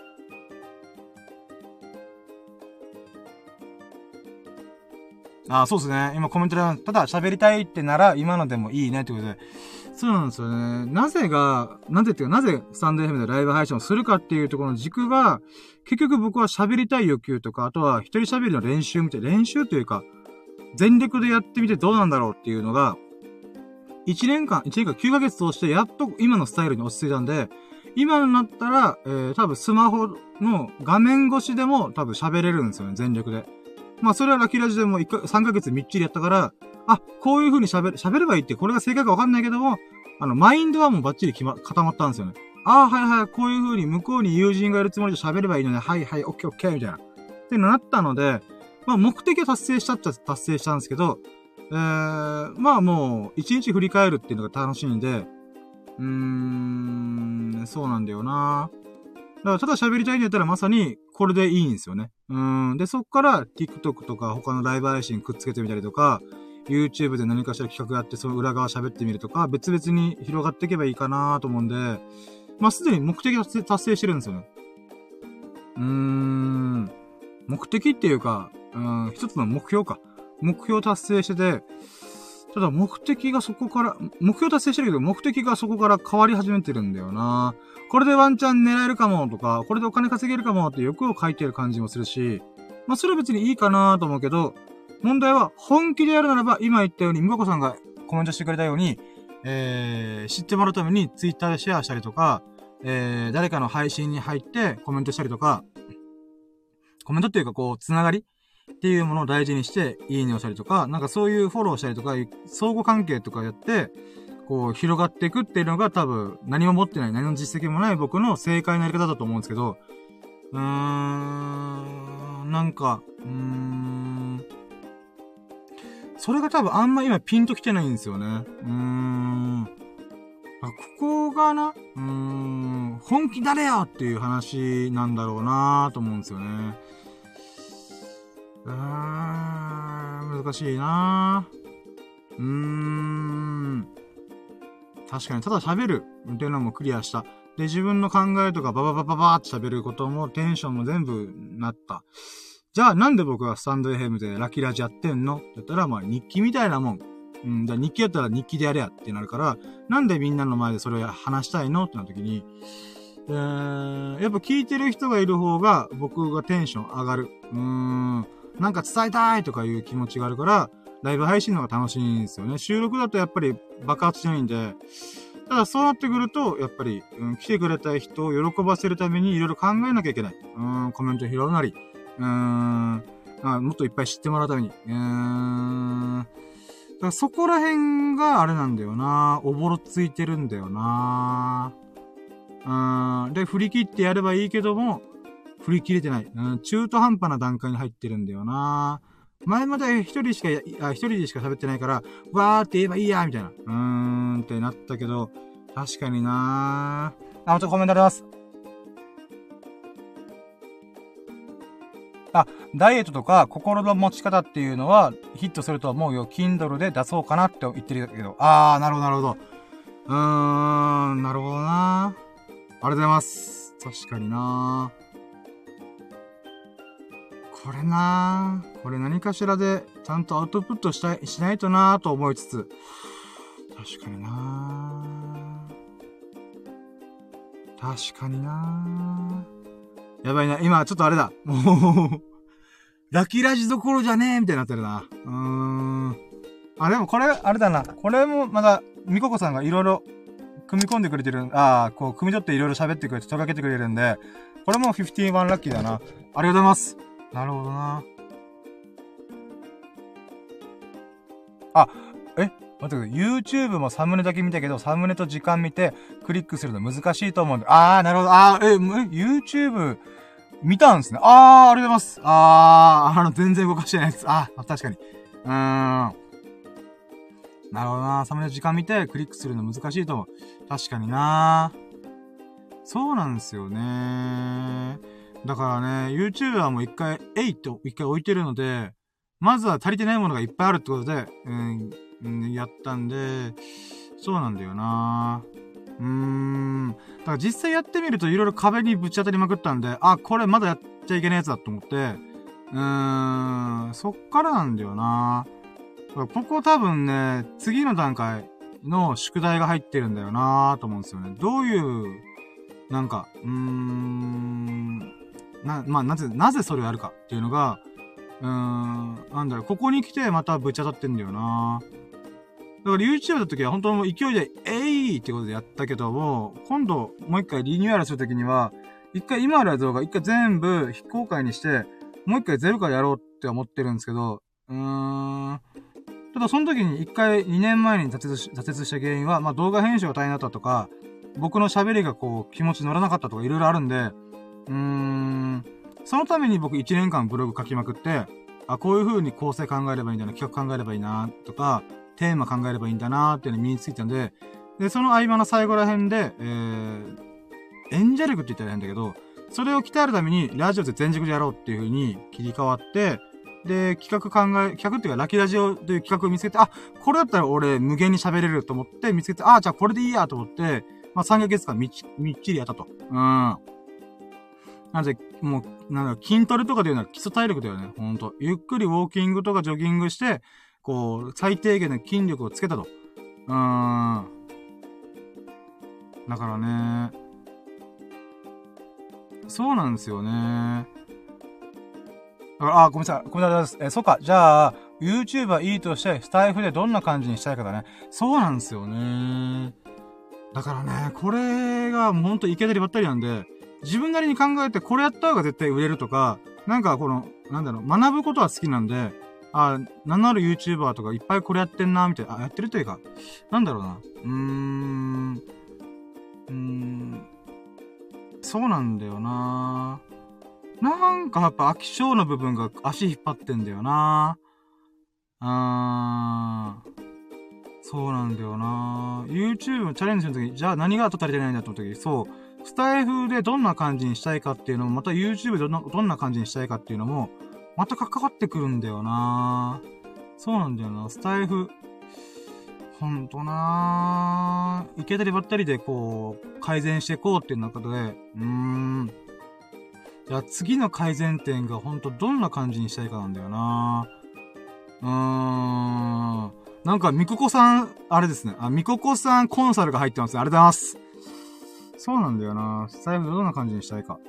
あ、そうですね。今コメントで、ただ喋りたいってなら今のでもいいねってことで。そうなんですよね。なぜが、なぜっていうか、なぜスタンド エフエム でライブ配信をするかっていうところの軸が、結局僕は喋りたい欲求とか、あとは一人喋りの練習みたいな、練習というか、全力でやってみてどうなんだろうっていうのが、一年間、一年間きゅうかげつ通してやっと今のスタイルに落ち着いたんで、今になったら、えー、多分スマホの画面越しでも多分喋れるんですよね、全力で。まあそれはラッキーラジでもいっかさんかげつみっちりやったから、あ、こういう風に喋る、喋ればいいって、これが正解かわかんないけども、あの、マインドはもうバッチリ決ま、固まったんですよね。ああ、はいはい、こういう風に向こうに友人がいるつもりで喋ればいいので、はいはい、オッケーオッケー、みたいな。っていうのになったので、まあ目的は達成したっちゃ達成したんですけど、えー、まあもう、一日振り返るっていうのが楽しいんで、うーん、そうなんだよな。だからただ喋りたいんだったらまさにこれでいいんですよね。うーん。で、そっから TikTok とか他のライブ配信くっつけてみたりとか、YouTube で何かしら企画やってその裏側喋ってみるとか、別々に広がっていけばいいかなと思うんで、まあすでに目的は達成してるんですよね。うーん。目的っていうか、うん、一つの目標か。目標達成してて、ただ目的がそこから、目標達成してるけど目的がそこから変わり始めてるんだよな。これでワンチャン狙えるかもとか、これでお金稼げるかもって欲を書いてる感じもするし、まあそれは別にいいかなと思うけど、問題は本気でやるならば、今言ったように、みかこさんがコメントしてくれたように、えー、知ってもらうためにツイッターでシェアしたりとか、えー、誰かの配信に入ってコメントしたりとか、コメントっていうかこう、つながりっていうものを大事にして、いいねをしたりとか、なんかそういうフォローしたりとか、相互関係とかやって、こう、広がっていくっていうのが多分、何も持ってない、何の実績もない僕の正解のやり方だと思うんですけど、うーん、なんか、うーん、それが多分あんま今ピンときてないんですよね。うーん、ここがな、うーん、本気だれよっていう話なんだろうなと思うんですよね。うーん、難しいなぁ。うーん。確かに、ただ喋るっていうのもクリアした。で、自分の考えとかバババババーって喋ることもテンションも全部なった。じゃあなんで僕はスタンド エフエム でラキラジやってんのって言ったら、まあ日記みたいなもん。うん、だ日記やったら日記でやれやってなるから、なんでみんなの前でそれを話したいのってなった時に、えー、やっぱ聞いてる人がいる方が僕がテンション上がる。うーん。なんか伝えたいとかいう気持ちがあるから、ライブ配信の方が楽しいんですよね。収録だとやっぱり爆発しないんで、ただそうなってくると、やっぱり、うん、来てくれた人を喜ばせるためにいろいろ考えなきゃいけない。うーん、コメント拾うなり、うーん、あ、もっといっぱい知ってもらうために。うーん。だからそこら辺があれなんだよな。おぼろついてるんだよな。うーん。で、振り切ってやればいいけども、振り切れてない。うん、中途半端な段階に入ってるんだよな。前まで一人しか、あ、一人でしか喋ってないから、わーって言えばいいや、みたいな。うーんってなったけど、確かになー。あ、もうちょっとコメントあります。あ、ダイエットとか心の持ち方っていうのはヒットすると思うよ。Kindle で出そうかなって言ってるけど。あー、なるほど、なるほど。うーん、なるほどなー。ありがとうございます。確かになー。これなぁ。これ何かしらでちゃんとアウトプットしたい、しないとなぁと思いつつ。確かになぁ。確かになぁ。やばいな。今ちょっとあれだ。もう、ラキラジどころじゃねえみたいになってるな。うーん。あ、でもこれ、あれだな。これもまだ、みここさんがいろいろ組み込んでくれてる。ああ、こう、組み取っていろいろ喋ってくれて、とかけてくれるんで、これもごじゅういちラッキーだな。ありがとうございます。なるほどな。あ、え待ってください。YouTube もサムネだけ見たけど、サムネと時間見て、クリックするの難しいと思うんで。あー、なるほど。あー、え、YouTube、見たんですね。あー、ありがとうございます。あー、あの、全然動かしてないです。あー、確かに。うーん。なるほどな。サムネの時間見て、クリックするの難しいと思う。確かにな。 そうなんですよね。だからね、YouTuber も一回、えいと一回置いてるので、まずは足りてないものがいっぱいあるってことで、うん、うん、やったんで、そうなんだよな。うーん。だから実際やってみるといろいろ壁にぶち当たりまくったんで、あ、これまだやっちゃいけないやつだと思って、うーん、そっからなんだよな。ここ多分ね、次の段階の宿題が入ってるんだよなと思うんですよね。どういう、なんか、うーん、な、まあ、なぜ、なぜそれをやるかっていうのが、うーん、なんだろう、ここに来てまたぶち当たってんだよな。だから YouTube の時は本当に勢いで、えいってことでやったけども、今度もう一回リニューアルする時には、一回今ある動画一回全部非公開にして、もう一回ゼロからやろうって思ってるんですけど、うーん。ただその時に一回にねんまえに挫折し、挫折した原因は、まあ動画編集が大変だったとか、僕の喋りがこう気持ち乗らなかったとかいろいろあるんで、うーん。そのために僕いちねんかんブログ書きまくって、あ、こういう風に構成考えればいいんだな、企画考えればいいな、とか、テーマ考えればいいんだなーっていうのに身についたんで、で、その合間の最後ら辺で、えー、演者力って言ったら変だけど、それを鍛えるためにラジオで全力でやろうっていう風に切り替わって、で、企画考え、企画っていうかラキラジオという企画を見つけて、あ、これだったら俺無限に喋れると思って見つけて、あ、じゃあこれでいいやと思って、まあさんかげつかんみっち、みっちりやったと。うん。なので、もう、なんだろ、筋トレとかで言うのは基礎体力だよね。ほんと。ゆっくりウォーキングとかジョギングして、こう、最低限の筋力をつけたと。うーん。だからね。そうなんですよね。だから、あ、ごめんなさい。ごめんなさい。え、そうか。じゃあ、YouTuber いいとして、スタイフでどんな感じにしたいかだね。そうなんですよね。だからね、これがもうほんとイケてりばったりなんで、自分なりに考えてこれやった方が絶対売れるとか、なんかこの、なんだろう、学ぶことは好きなんで、あ、名のある YouTuber とかいっぱいこれやってんな、みたいな、あ、やってるというか、なんだろうな。うーん、うーん、そうなんだよな。なんかやっぱ飽き性の部分が足引っ張ってんだよな。あー、そうなんだよな。YouTube チャレンジするとき、じゃあ何が後足りてないんだと思ったとき、そう、スタイフでどんな感じにしたいかっていうのも、また YouTube でどんな、どんな感じにしたいかっていうのも、また関わってくるんだよな。そうなんだよな。スタイフ、ほんとなー。いけたりばったりでこう、改善していこうっていう中で、うーん。じゃあ次の改善点がほんとどんな感じにしたいかなんだよな。うーん。なんか、みここさん、あれですね。あ、みここさんコンサルが入ってますね。ありがとうございます。そうなんだよな。スタイフどんな感じにしたいか。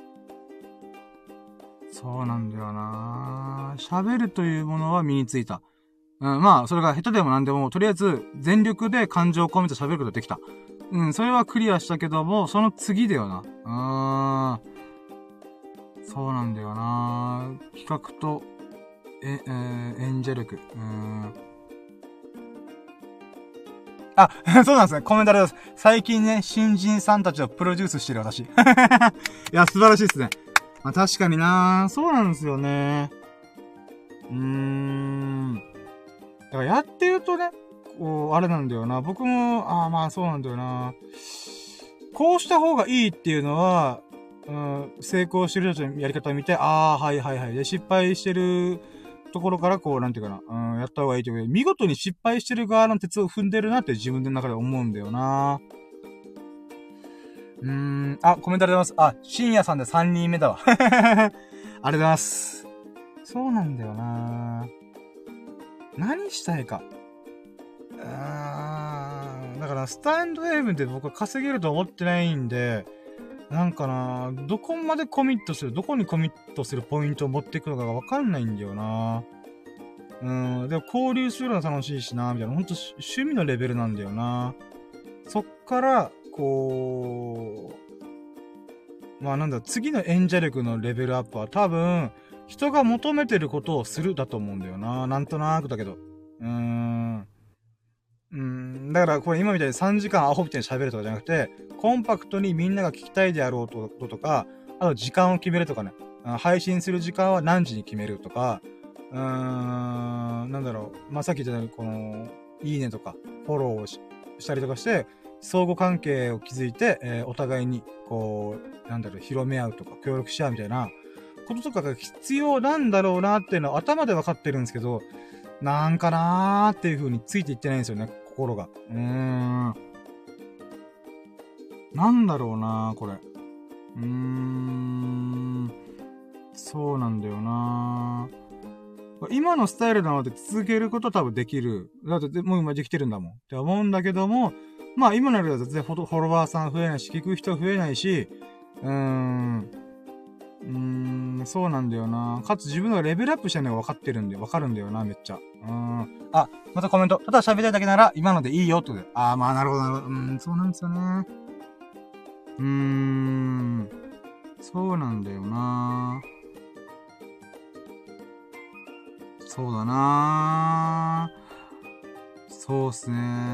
そうなんだよな。喋るというものは身についた。うん、まあ、それが下手でもなんでも、とりあえず、全力で感情を込めて喋ることができた。うん、それはクリアしたけども、その次だよな。うーん。そうなんだよな。企画と、え、えー、演者力。うーん。あ、そうなんですね。コメントありがとうございます。最近ね、新人さんたちをプロデュースしてる私。いや、素晴らしいですね。まあ、確かにな。そうなんですよね。うーん。だからやってるとね、こう、あれなんだよな。僕も、ああ、まあそうなんだよな。こうした方がいいっていうのは、うん、成功してる人たちのやり方を見て、ああ、はいはいはい。で、失敗してるところから、こう、なんていうかな、うん、やった方がいいということで、見事に失敗してる側の鉄を踏んでるなって自分の中で思うんだよな。うーん、あ、コメントありがとうございます。あ、深夜さんでさんにんめだわ。ありがとうございます。そうなんだよな。何したいか。うーん。だから、スタンドエイブで僕は稼げると思ってないんで、なんかな、どこまでコミットする、どこにコミットするポイントを持っていくのかがわかんないんだよな。うん。でも交流するの楽しいしな、みたいな。ほんと趣味のレベルなんだよな。そっから、こう、まあなんだ、次の演者力のレベルアップは多分、人が求めてることをするだと思うんだよな。なんとなくだけど。うーん。うん。だからこれ今みたいにさんじかんアホみたいに喋るとかじゃなくて、コンパクトにみんなが聞きたいであろうととか、あと時間を決めるとかね。配信する時間は何時に決めるとか、うーん、なんだろう。まあ、さっき言ったように、この、いいねとか、フォローを し, したりとかして、 相互関係を築いて、えー、お互いに、こう、なんだろう、広め合うとか、協力し合うみたいな、こととかが必要なんだろうなっていうのは頭で分かってるんですけど、なんかなーっていう風についていってないんですよね、心が。うーん。なんだろうなー、これ。うーん。そうなんだよなー。今のスタイルなので続けること多分できる。だってもう今できてるんだもん。って思うんだけども、まあ今のやりは全然フォロワーさん増えないし、聞く人増えないし、うーん。うーん、そうなんだよな。かつ自分がレベルアップしたのが分かってるんで、分かるんだよな、めっちゃ。うーん。あ、またコメント。ただ喋りたいだけなら、今のでいいよ、ってことで。あー、まあ、なるほど、なるほど。うーん、そうなんですよね。うーん。そうなんだよな。そうだな。そうっすね。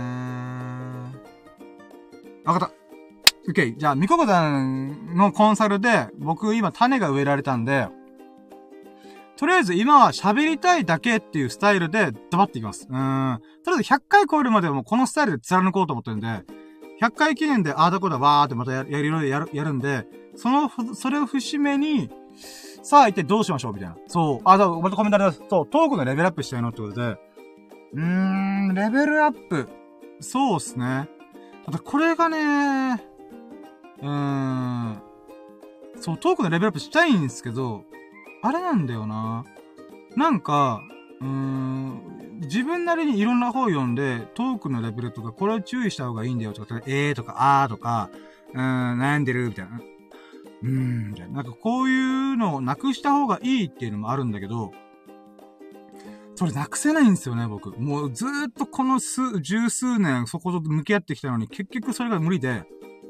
わかった。オッケー。じゃあ、みここさんのコンサルで、僕今種が植えられたんで、とりあえず今は喋りたいだけっていうスタイルでドバっていきます。うーん。とりあえずひゃっかい超えるまではもうこのスタイルで貫こうと思ってるんで、ひゃっかい記念であーだこだわーってまたやる、やる、やる、やるんで、その、それを節目に、さあ一体どうしましょうみたいな。そう。あ、そう、またコメントあります。そう、トークのレベルアップしたいのってことで、うーん、レベルアップ。そうっすね。ただこれがね、うーん。そう、トークのレベルアップしたいんですけど、あれなんだよな。なんか、うーん、自分なりにいろんな本読んで、トークのレベルとか、これを注意した方がいいんだよとか、えーとか、あーとか、うーん、悩んでる、みたいな。うーん、みたいな。なんかこういうのをなくした方がいいっていうのもあるんだけど、それなくせないんですよね、僕。もうずーっとこの数、十数年そこと向き合ってきたのに、結局それが無理で、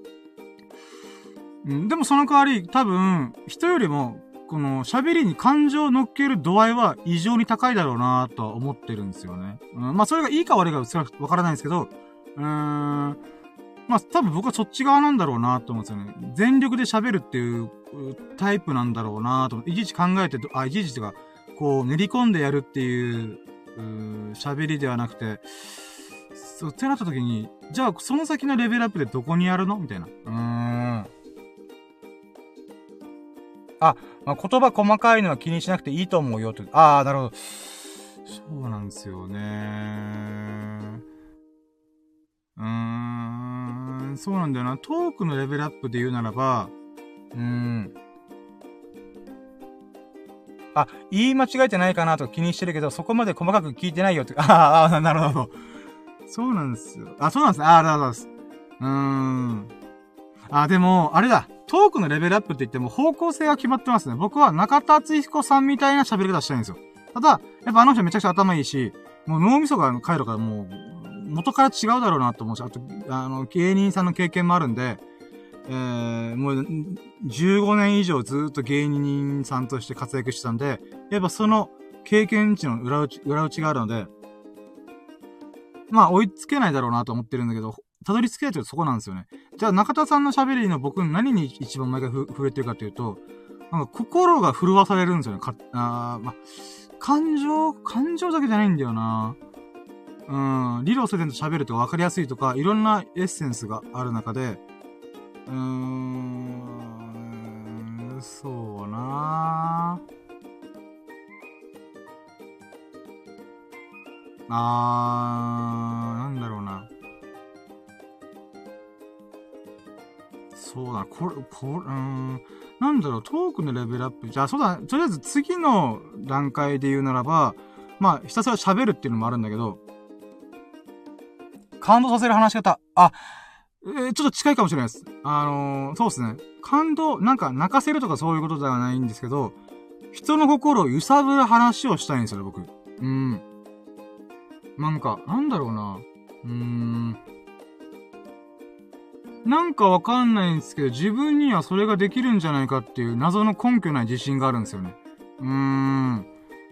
うん、でもその代わり、多分、人よりも、この喋りに感情を乗っける度合いは異常に高いだろうなとは思ってるんですよね。うん、まあそれがいいか悪いかわからないんですけど、うーん、まあ多分僕はそっち側なんだろうなと思うんですよね。全力で喋るっていうタイプなんだろうなと思って、いちいち考えて、あ、いちいちとか、こう練り込んでやるっていう、うー喋りではなくて、そう、ってなった時に、じゃあその先のレベルアップでどこにやるのみたいな。うーん。あ、まあ、言葉細かいのは気にしなくていいと思うよと。ああ、なるほど。そうなんですよね。うーん、そうなんだよな。トークのレベルアップで言うならば、うーん。あ、言い間違えてないかなとか気にしてるけど、そこまで細かく聞いてないよって。ああ、なるほど。そうなんですよ。あ、そうなんですね。ああ、なるほどです。うーん。あ、でも、あれだ。トークのレベルアップって言っても方向性が決まってますね。僕は中田敦彦さんみたいな喋り方したいんですよ。ただ、やっぱあの人めちゃくちゃ頭いいし、もう脳みそが回路がもう、元から違うだろうなと思うし、あと、あの、芸人さんの経験もあるんで、えー、もう、じゅうごねん以上ずっと芸人さんとして活躍してたんで、やっぱその経験値の裏打ち、裏打ちがあるので、まあ追いつけないだろうなと思ってるんだけど、たどり着けないというとそこなんですよね。じゃあ中田さんの喋りの僕何に一番毎回ふ触れてるかというと、なんか心が震わされるんですよね。か、あまあ、感情、感情だけじゃないんだよな。うん、理路整然と喋ると分かりやすいとか、いろんなエッセンスがある中で、うーん、そうなあー、なんだろうな。そうだ、これ、これ、うーん、なんだろう、トークのレベルアップ。じゃあ、そうだ、とりあえず次の段階で言うならば、まあ、ひたすら喋るっていうのもあるんだけど、感動させる話し方。あ、えー、ちょっと近いかもしれないです。あのー、そうですね。感動、なんか泣かせるとかそういうことではないんですけど、人の心を揺さぶる話をしたいんですよね、僕。うん。なんか、なんだろうな。うーん。なんかわかんないんですけど、自分にはそれができるんじゃないかっていう謎の根拠ない自信があるんですよね。うーん。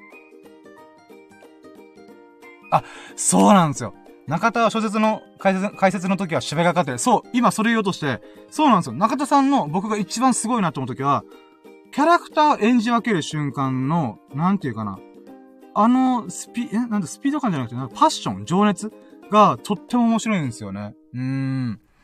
あ、そうなんですよ。中田は小説の解説、解説の時は芝居がかってる。そう、今それ言おうとして、そうなんですよ。中田さんの僕が一番すごいなと思う時は、キャラクターを演じ分ける瞬間の、なんていうかな。あの、スピ、え、なんだ、スピード感じゃなくて、なんかパッション、情熱がとっても面白いんですよね。うーん。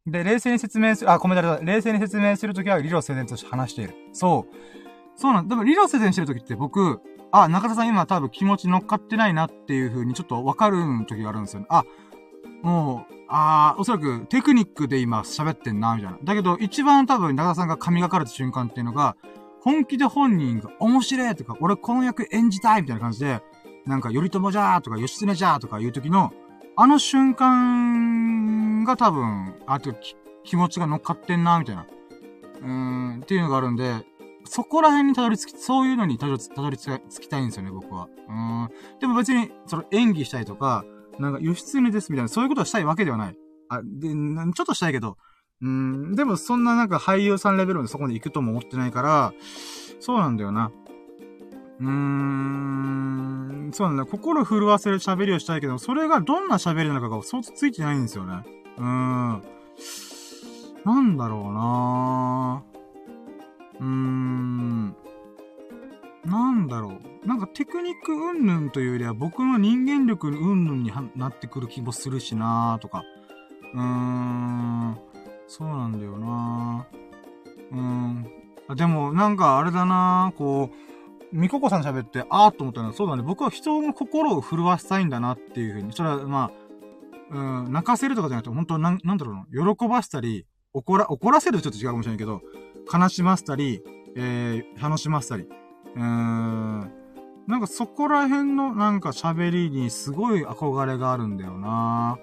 で、冷静に説明する、あ、コメントだ。冷静に説明するときは理路整然として話している。そう。そうなんだ。でも理路整然してるときって僕、あ、中田さん今多分気持ち乗っかってないなっていう風にちょっとわかるときがあるんですよね。あ、もう、あー、おそらくテクニックで今喋ってんな、みたいな。だけど、一番多分中田さんが神がかれた瞬間っていうのが、本気で本人が面白いとか、俺この役演じたいみたいな感じで、なんか、頼朝じゃーとか、義経じゃーとかいう時の、あの瞬間が多分、あと気持ちが乗っかってんな、みたいな。うーん、っていうのがあるんで、そこら辺にたどり着き、そういうのにたどりたどり着きたいんですよね、僕は。うーん。でも別に、その演技したいとか、なんか、義経ですみたいな、そういうことはしたいわけではない。あ、で、ちょっとしたいけど、うーん、でもそんななんか俳優さんレベルでそこまで行くとも思ってないから、そうなんだよな。うーん、そうなんだ。心震わせる喋りをしたいけど、それがどんな喋りなのかが想像ついてないんですよね。うーん。なんだろうなぁ。うーん。なんだろう。なんかテクニック云々というよりは僕の人間力云々になってくる気もするしなぁとか。うーん。そうなんだよなぁ。うーん。あ、でもなんかあれだなぁ。こう、みここさん喋って、あーっと思ったのは、そうだね。僕は人の心を震わせたいんだなっていうふうに。それはまあ、うん、泣かせるとかじゃなくて、本当なん、なんだろうな。喜ばせたり、怒ら、怒らせるとちょっと違うかもしれないけど、悲しませたり、えー、楽しませたり。うーん。なんかそこら辺のなんか喋りにすごい憧れがあるんだよな。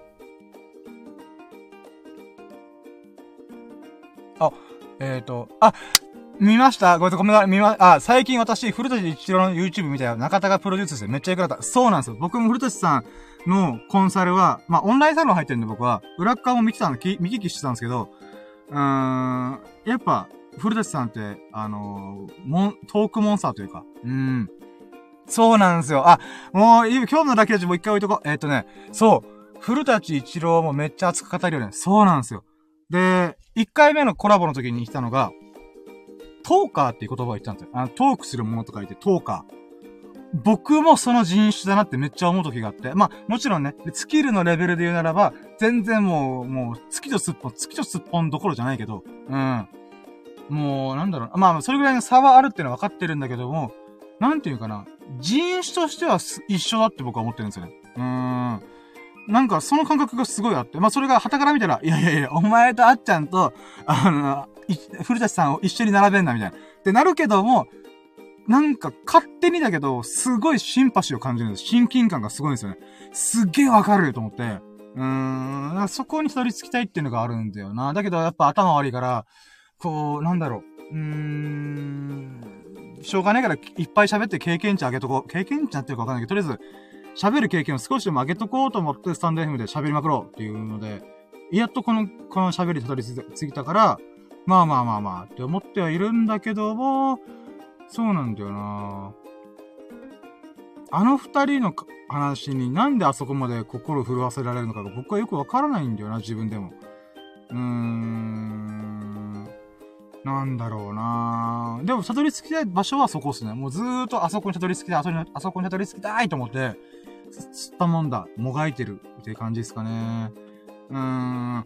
あ、えーと、あ、見ましたごめんなさい、ごめんなさい、見ま、あ、最近私、古舘一郎の YouTube 見たよ。中田がプロデュースしてめっちゃ良くなった。そうなんですよ。僕も古舘さんのコンサルは、まあ、オンラインサロン入ってるんで僕は、裏側も見てたの、見聞きしてたんですけど、うーん、やっぱ、古舘さんって、あのー、モン、トークモンスターというか、うん。そうなんですよ。あ、もう、今日のラキラジもう一回置いとこう。えー、っとね、そう、古舘一郎もめっちゃ熱く語るよね。そうなんですよ。で、一回目のコラボの時に言ったのが、トーカーっていう言葉を言ったんですよ。あの、トークするものと書いてトーカー。僕もその人種だなってめっちゃ思う時があって。まあ、もちろんね、スキルのレベルで言うならば、全然もう、もう、月とすっぽん、月とすっぽんどころじゃないけど、うん。もう、なんだろう。まあ、それぐらいの差はあるっていうのは分かってるんだけども、なんていうかな。人種としては一緒だって僕は思ってるんですよね。うーん。なんか、その感覚がすごいあって。まあ、それが旗から見たら、いやいやいや、お前とあっちゃんと、あの、古舘さんを一緒に並べんな、みたいな。ってなるけども、なんか、勝手にだけど、すごいシンパシーを感じるんです。親近感がすごいんですよね。すっげえわかると思って。うーん、そこにたどり着きたいっていうのがあるんだよな。だけど、やっぱ頭悪いから、こう、なんだろう。うーん、しょうがないからいっぱい喋って経験値上げとこう。経験値なんていうかわかんないけど、とりあえず、喋る経験を少しでも上げとこうと思って、スタンド エフエム で喋りまくろうっていうので、やっとこの、この喋りたどり着いたから、まあまあまあまあって思ってはいるんだけども、そうなんだよな。あの二人の話になんであそこまで心震わせられるのかが僕はよくわからないんだよな、自分でも。うーん。なんだろうな。でも、たどり着きたい場所はそこっすね。もうずーっとあそこにたどり着きたい、あそこに、あそこにたどり着きたいと思って、吸ったもんだ、もがいてるっていう感じですかね。うーん。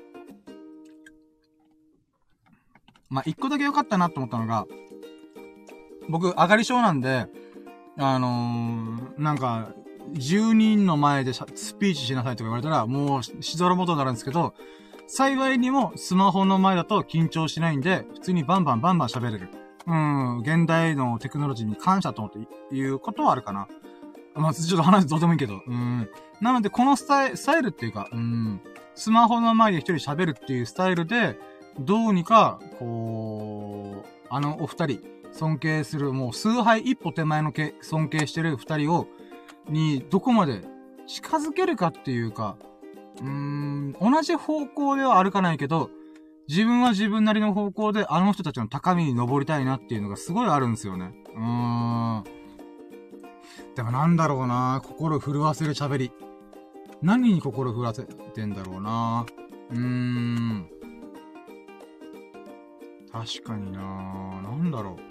まあ、一個だけ良かったなと思ったのが、僕、上がり症なんで、あのー、なんか、じゅうにんの前でスピーチしなさいとか言われたら、もう、しどろもとになるんですけど、幸いにもスマホの前だと緊張しないんで、普通にバンバンバンバン喋れる。うん、現代のテクノロジーに感謝と思っていうことはあるかな。まあ、ちょっと話どうでもいいけど。うん。なので、このスタイル、スタイルっていうか、うん、スマホの前で一人喋るっていうスタイルで、どうにか、こう、あのお二人、尊敬する、もう数杯一歩手前のけ尊敬してる二人を、に、どこまで近づけるかっていうか、うーん、同じ方向では歩かないけど、自分は自分なりの方向であの人たちの高みに登りたいなっていうのがすごいあるんですよね。うーん。でもなんだろうな、心震わせる喋り。何に心震わせてんだろうな。うーん。確かにな、なんだろう。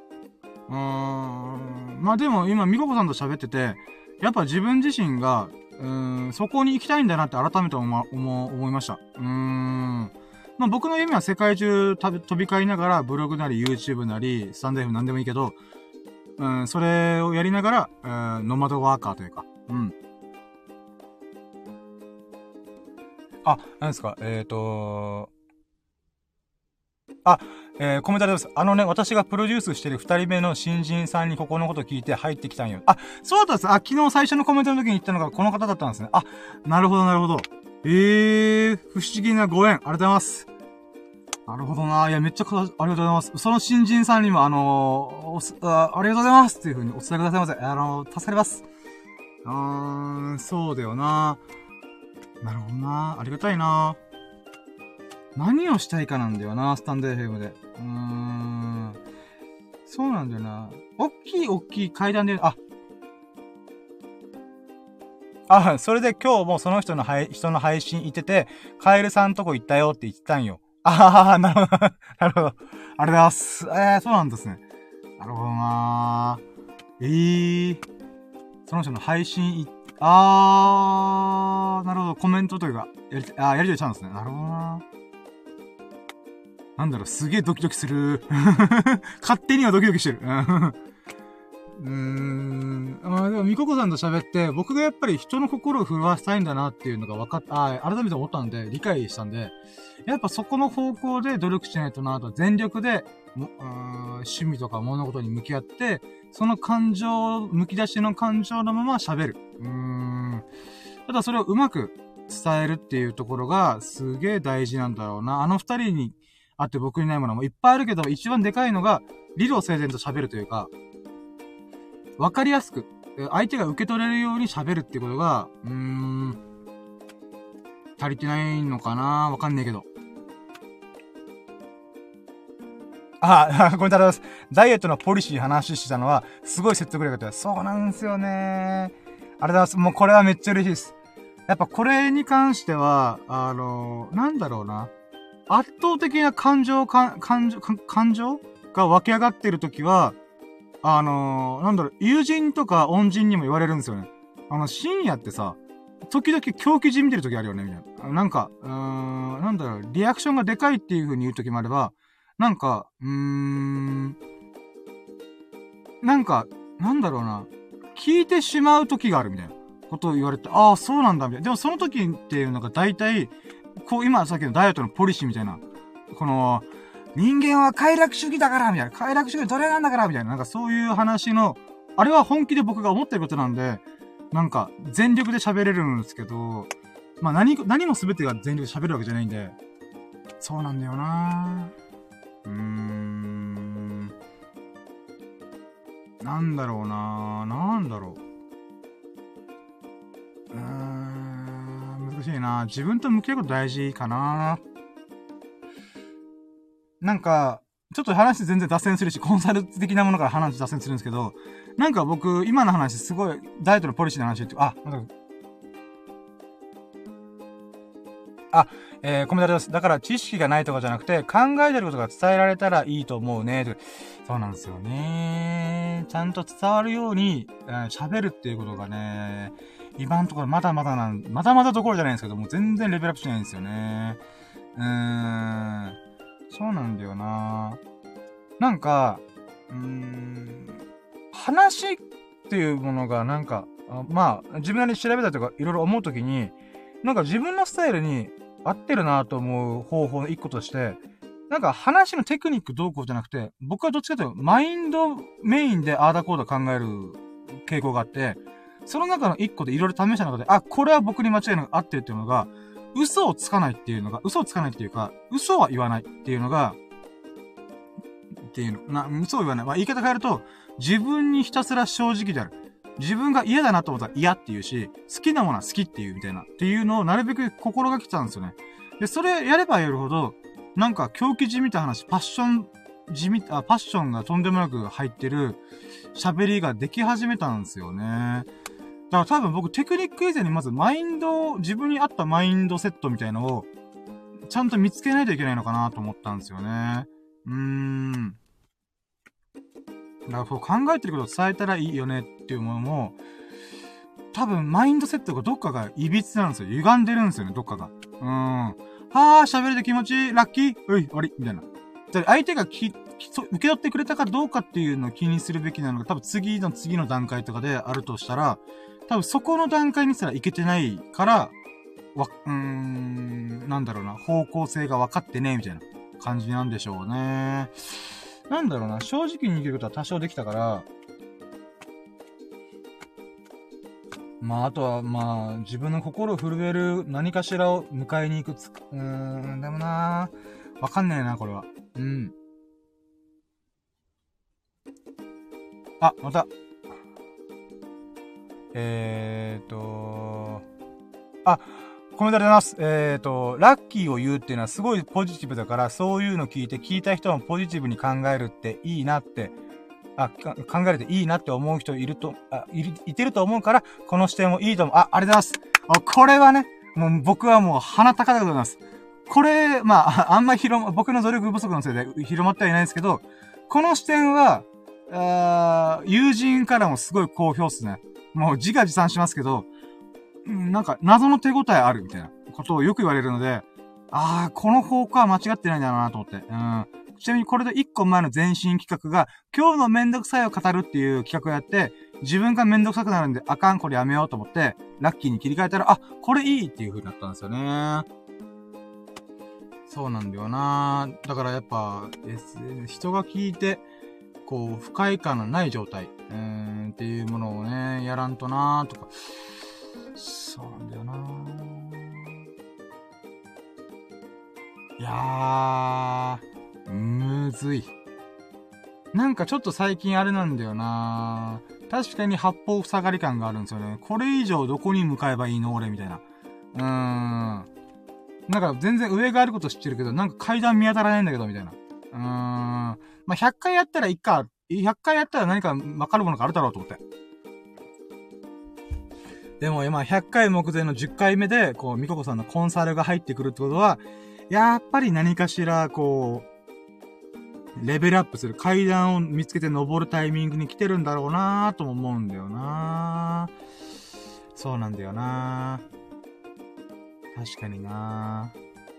うーん。まあでも今、みここさんと喋ってて、やっぱ自分自身が、 うーん、そこに行きたいんだなって改めて思、思、思いました。うーん。まあ、僕の夢は世界中飛び交いながら、ブログなり YouTube なり、スタンド エフエム なんでもいいけど、うん、それをやりながら、えー、ノマドワーカーというか、うん。あ、何ですか、えーとあ、えー、コメントあります。あのね、私がプロデュースしてる二人目の新人さんにここのこと聞いて入ってきたんよ。あ、そうだったんです。あ、昨日最初のコメントの時に言ったのがこの方だったんですね。あ、なるほど、なるほど。えー、不思議なご縁。ありがとうございます。なるほどな。いや、めっちゃか、ありがとうございます。その新人さんにも、あのー、おすあ、ありがとうございますっていう風にお伝えくださいませ。あのー、助かります。うーん、そうだよな。なるほどな。ありがたいな。何をしたいかなんだよな、スタンド エフエム で。うーん。そうなんだよな。おっきいおっきい階段で、あ、あ、それで今日もその人の配、人の配信行ってて、カエルさんとこ行ったよって言ってたんよ。ああ、なるほど。なるほど。ありがとうございます。えー、そうなんですね。なるほどなー。えー。その人の配信い、あー、なるほど。コメントというか、やり、あー、やりとりちゃうんですね。なるほどなー。なんだろう、すげえドキドキする。勝手にはドキドキしてる。うーん。まあでも、みここさんと喋って、僕がやっぱり人の心を震わせたいんだなっていうのが分かっあ改めて思ったんで、理解したんで、やっぱそこの方向で努力しないとなと、全力で、もうーん趣味とか物事に向き合って、その感情、剥き出しの感情のまま喋る。うーん。ただそれをうまく伝えるっていうところが、すげえ大事なんだろうな。あの二人にあって僕にないものもいっぱいあるけど、一番でかいのが、理路整然と喋るというか、わかりやすく、相手が受け取れるように喋るっていうことが、うーん、足りてないのかなわかんないけど。あ、ごめんなさい。ダイエットのポリシー話したのは、すごい説得力だった。そうなんですよね。ありがとうございます。もうこれはめっちゃ嬉しいです。やっぱこれに関しては、あの、なんだろうな。圧倒的な感情、か感情、感情が湧き上がってるときは、あのー、なんだろう、友人とか恩人にも言われるんですよね。あの、深夜ってさ、時々狂気じみてる時あるよね、みたいな。なんか、うーん、なんだろう、リアクションがでかいっていう風に言う時もあれば、なんか、うーん、なんか、なんだろうな、聞いてしまう時があるみたいなことを言われて、ああ、そうなんだ、みたいな。でもその時っていうのが大体、こう、今さっきのダイエットのポリシーみたいな、この、人間は快楽主義だからみたいな。快楽主義奴隷なんだからみたいな。なんかそういう話の、あれは本気で僕が思ってることなんで、なんか、全力で喋れるんですけど、まあ何、何も全てが全力で喋るわけじゃないんで、そうなんだよなぁ。うーん。なんだろうなぁ。なんだろう。うーん。難しいなぁ。自分と向き合うこと大事かなぁ。なんか、ちょっと話全然脱線するし、コンサル的なものから話脱線するんですけど、なんか僕、今の話すごい、ダイエットのポリシーの話って、あ、なんかあ、えー、コメントあります。だから知識がないとかじゃなくて、考えてることが伝えられたらいいと思うね。そうなんですよね。ちゃんと伝わるように、喋、えー、るっていうことがね、今のところまだまだなん、まだまだどころじゃないんですけども、全然レベルアップしないんですよね。うーん。そうなんだよな。なんか、うーん、話っていうものがなんか、あまあ、自分なりに調べたりとかいろいろ思うときに、なんか自分のスタイルに合ってるなと思う方法の一個として、なんか話のテクニックどうこうじゃなくて、僕はどっちかというとマインドメインでアーダコーダ考える傾向があって、その中の一個でいろいろ試した中で、あ、これは僕に間違いなく合ってるっていうのが、嘘をつかないっていうのが、嘘をつかないっていうか、嘘は言わないっていうのが、っていうの、な、嘘を言わない。まあ、言い方変えると、自分にひたすら正直である。自分が嫌だなと思ったら嫌っていうし、好きなものは好きっていうみたいな、っていうのをなるべく心がけてたんですよね。で、それやればやるほど、なんか狂気じみた話、パッション、じみ、あ、パッションがとんでもなく入ってる喋りができ始めたんですよね。だから多分僕テクニック以前にまずマインド、自分に合ったマインドセットみたいのを、ちゃんと見つけないといけないのかなと思ったんですよね。うーん。だからこう考えてることを伝えたらいいよねっていうものも、 多分マインドセットがどっかが歪なんですよ。歪んでるんですよね、どっかが。うーん。はぁ、喋れて気持ちいい、ラッキー、うい、終わり、みたいな。相手がき、受け取ってくれたかどうかっていうのを気にするべきなのが、多分次の次の段階とかであるとしたら、多分そこの段階にすらいけてないから、わ、うーん、なんだろうな、方向性が分かってねえ、みたいな感じなんでしょうね。なんだろうな、正直に生きることは多少できたから、まあ、あとは、まあ、自分の心を震える何かしらを迎えに行くつく、うーん、でもなぁ、わかんねえな、これは。うん。あ、また。えーと、あ、コメントありがとうございます。えーと、ラッキーを言うっていうのはすごいポジティブだから、そういうの聞いて、聞いた人もポジティブに考えるっていいなって、あ、考えるといいなって思う人いると、あ、いる、いてると思うから、この視点もいいと思う。あ、ありがとうございます。あ、これはね、もう僕はもう鼻高でございます。これ、まあ、あんまり広ま、僕の努力不足のせいで広まってはいないですけど、この視点は、あ友人からもすごい好評っすね。もう自画自賛しますけど、うん、なんか謎の手応えあるみたいなことをよく言われるので、ああ、この方向は間違ってないんだろうなと思って。うん。ちなみにこれで一個前の前進企画が、今日のめんどくさいを語るっていう企画をやって、自分がめんどくさくなるんで、あかん、これやめようと思って、ラッキーに切り替えたら、あ、これいいっていう風になったんですよね。そうなんだよな。だからやっぱ、S、人が聞いて、こう、不快感のない状態、うーん、っていうものをね、やらんとなーとか。そうなんだよなー。いやー、むずい。なんかちょっと最近あれなんだよなー。確かに八方塞がり感があるんですよね。これ以上どこに向かえばいいの俺みたいな。うーん。なんか全然上があること知ってるけど、なんか階段見当たらないんだけど、みたいな。うーん。まあ、ひゃっかいやったらいっか。ひゃっかいやったら何かわかるものがあるだろうと思って。でも今ひゃっかい目前のじゅっかいめで、こう、みここさんのコンサルが入ってくるってことは、やっぱり何かしら、こう、レベルアップする階段を見つけて登るタイミングに来てるんだろうなぁとも思うんだよなぁ。そうなんだよなぁ。確かにな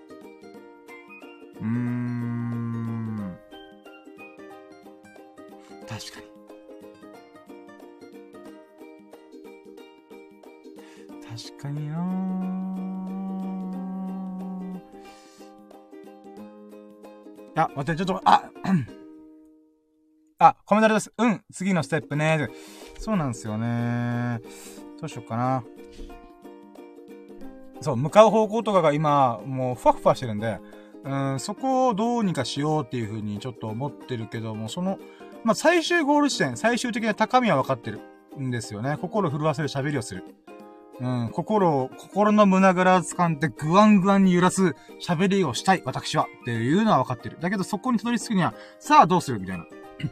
ぁ。うーん。確かに。確かになぁ。いや、待って、ちょっと、あ、あ、コメントです。うん、次のステップね。そうなんですよね。どうしようかな。そう、向かう方向とかが今、もう、ふわふわしてるんで、うん、そこをどうにかしようっていう風にちょっと思ってるけども、その、まあ、最終ゴール地点、最終的な高みは分かってるんですよね。心震わせる喋りをする。うん、心を、心の胸ぐらを掴んでグワングワンに揺らす喋りをしたい、私は。っていうのは分かってる。だけどそこにたどり着くには、さあどうするみたいな。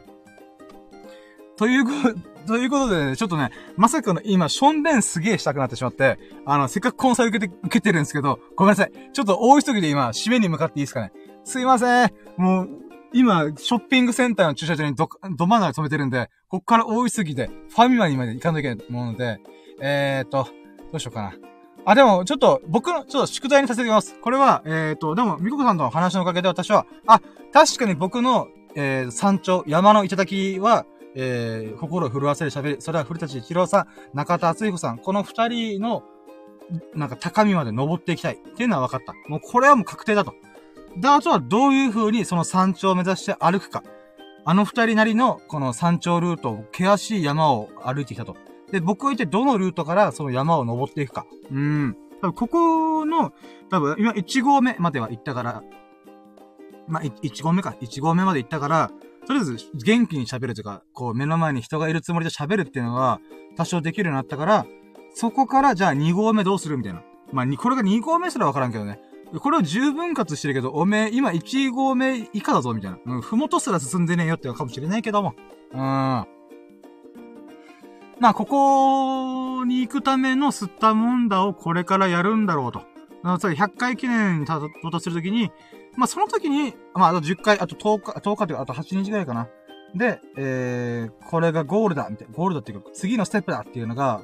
というこ、ということでね、ちょっとね、まさかの今、しょんべんすげえしたくなってしまって、あの、せっかくコンサル受けて、受けてるんですけど、ごめんなさい。ちょっと大急ぎで今、締めに向かっていいですかね。すいません。もう、今、ショッピングセンターの駐車場にど、ど真ん中止めてるんで、こっから大急ぎで、ファミマにまで行かなきゃいけないと思うので、えーと、どうしようかな。あ、でも、ちょっと、僕の、ちょっと宿題にさせていただきます。これは、えーと、でも、みここさんとの話のおかげで私は、あ、確かに僕の、えー、山頂、山の頂は、えー、心を震わせる喋り、それは古舘一郎さん、中田敦彦さん、この二人の、なんか高みまで登っていきたいっていうのは分かった。もうこれはもう確定だと。で、あとはどういう風にその山頂を目指して歩くか。あの二人なりのこの山頂ルートを、険しい山を歩いてきたと。で、僕は一体どのルートからその山を登っていくか。うーん。多分ここの、多分今いち号目までは行ったから、まあ、いち号目か。いち号目まで行ったから、とりあえず元気に喋るというか、こう目の前に人がいるつもりで喋るっていうのは多少できるようになったから、そこからじゃあに号目どうするみたいな。まあ、これがに号目すらわからんけどね。これをじゅう分割してるけど、おめえ、今いち号目以下だぞ、みたいな。うん、ふもとすら進んでねえよってのかもしれないけども。うーん。まあ、ここに行くための吸ったもんだをこれからやるんだろうと。つまりひゃっかい記念に到達するときに、まあ、その時に、まあ、あとじゅっかい、あととおか、とおかというか、あとはちにちぐらいかな。で、えー、これがゴールだ、みたいな。ゴールだっていうか、次のステップだっていうのが、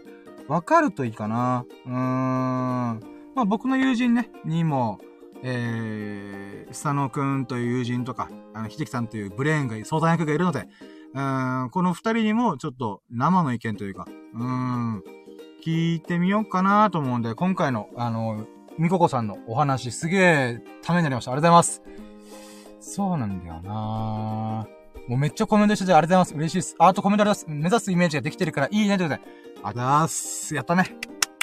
わかるといいかな。うーん。まあ僕の友人ね、にも、えー、佐野くんという友人とか、あの、秀樹さんというブレーンが、相談役がいるので、うーん、この二人にもちょっと生の意見というか、うーん、聞いてみようかなと思うんで、今回の、あの、みここさんのお話すげえためになりました。ありがとうございます。そうなんだよなもうめっちゃコメントしててありがとうございます。嬉しいです。あとコメントあります。目指すイメージができてるからいいねということで。ありがとうございます。やったね。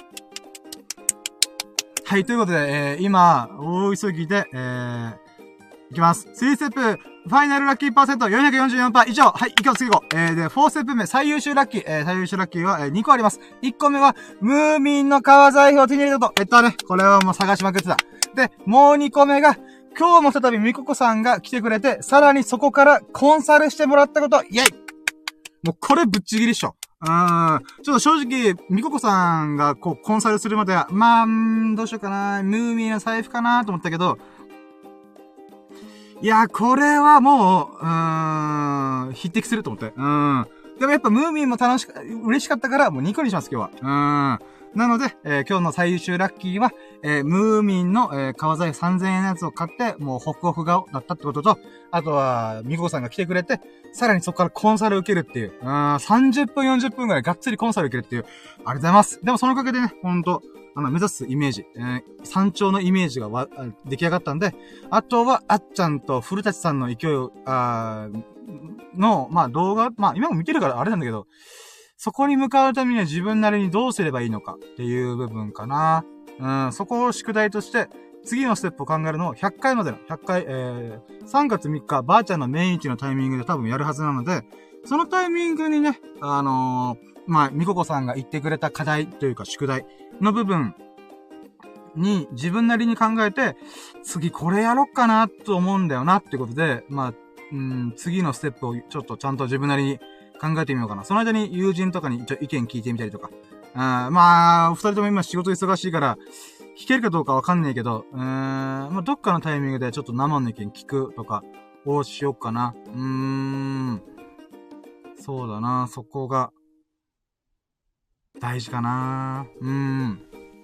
はい、ということで、えー、今、大急ぎで、えー、いきます。さんステップ、ファイナルラッキーパーセント よんひゃくよんじゅうよんパーセント 以上。はい、いきます、次行こう。えー、で、よんステップ目、最優秀ラッキー。えー、最優秀ラッキーは、えー、にこあります。いっこめは、ムーミンの革財布を手に入れたこと。えっとね、これはもう探しまくってた。で、もうにこめが、今日も再びみここさんが来てくれて、さらにそこからコンサルしてもらったこと。イェイもうこれぶっちぎりっしょ。うーん。ちょっと正直、みここさんがこうコンサルするまでは、まあ、んーどうしようかな。ムーミンの財布かなと思ったけど、いや、これはもう、うーん、匹敵すると思って。うん。でもやっぱムーミンも楽しか、嬉しかったから、もうにこにします、今日は。うん。なので、えー、今日の最優秀ラッキーは、えー、ムーミンの、えー、革財布さんぜんえんのやつを買って、もうホクホク顔だったってことと、あとは、みここさんが来てくれて、さらにそこからコンサル受けるっていう、うん、さんじゅっぷんよんじゅっぷんぐらいがっつりコンサル受けるっていう、ありがとうございます。でもそのおかげでね、ほんと、あの、目指すイメージ、えー、山頂のイメージがわ、出来上がったんで、あとは、あっちゃんと古舘さんの勢いを、あの、まあ動画、まあ今も見てるからあれなんだけど、そこに向かうためには自分なりにどうすればいいのかっていう部分かな。うん、そこを宿題として、次のステップを考えるのをひゃっかいまでの、ひゃっかい、えー、さんがつみっか、ばあちゃんの命日のタイミングで多分やるはずなので、そのタイミングにね、あのー、まあ、みここさんが言ってくれた課題というか宿題の部分に自分なりに考えて、次これやろっかなと思うんだよなってことで、まあ、うん、次のステップをちょっとちゃんと自分なりに考えてみようかな。その間に友人とかに一応意見聞いてみたりとか。あまあ、二人とも今仕事忙しいから、弾けるかどうかわかんないけど、うーん、まあ、どっかのタイミングでちょっと生の意見聞くとかをしようかな。うーん。そうだな、そこが、大事かな。うーん。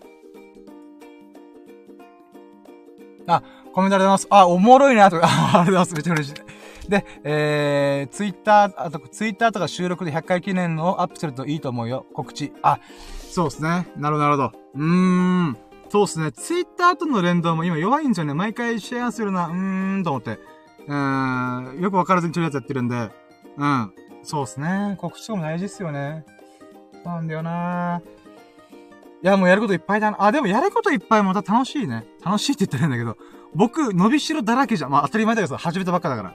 あ、コメントありがとうございます。あ、おもろいなとか、ありがとうございます。めっちゃ嬉しい。で、えー、ツイッター、あと、ツイッターとか収録でひゃっかい記念のをアップするといいと思うよ。告知。あ、そうですね。なるほど、なるほど。うーん。そうですね。ツイッターとの連動も今弱いんですよね。毎回シェアするな、うーん、と思って。うーん、よくわからずにとりあえずやってるんで。うん。そうですね。告知とかも大事ですよね。そうなんだよないや、もうやることいっぱいだな。あ、でもやることいっぱいまた楽しいね。楽しいって言ってるんだけど、僕、伸びしろだらけじゃん。まあ当たり前だけど、始めたばっかだから。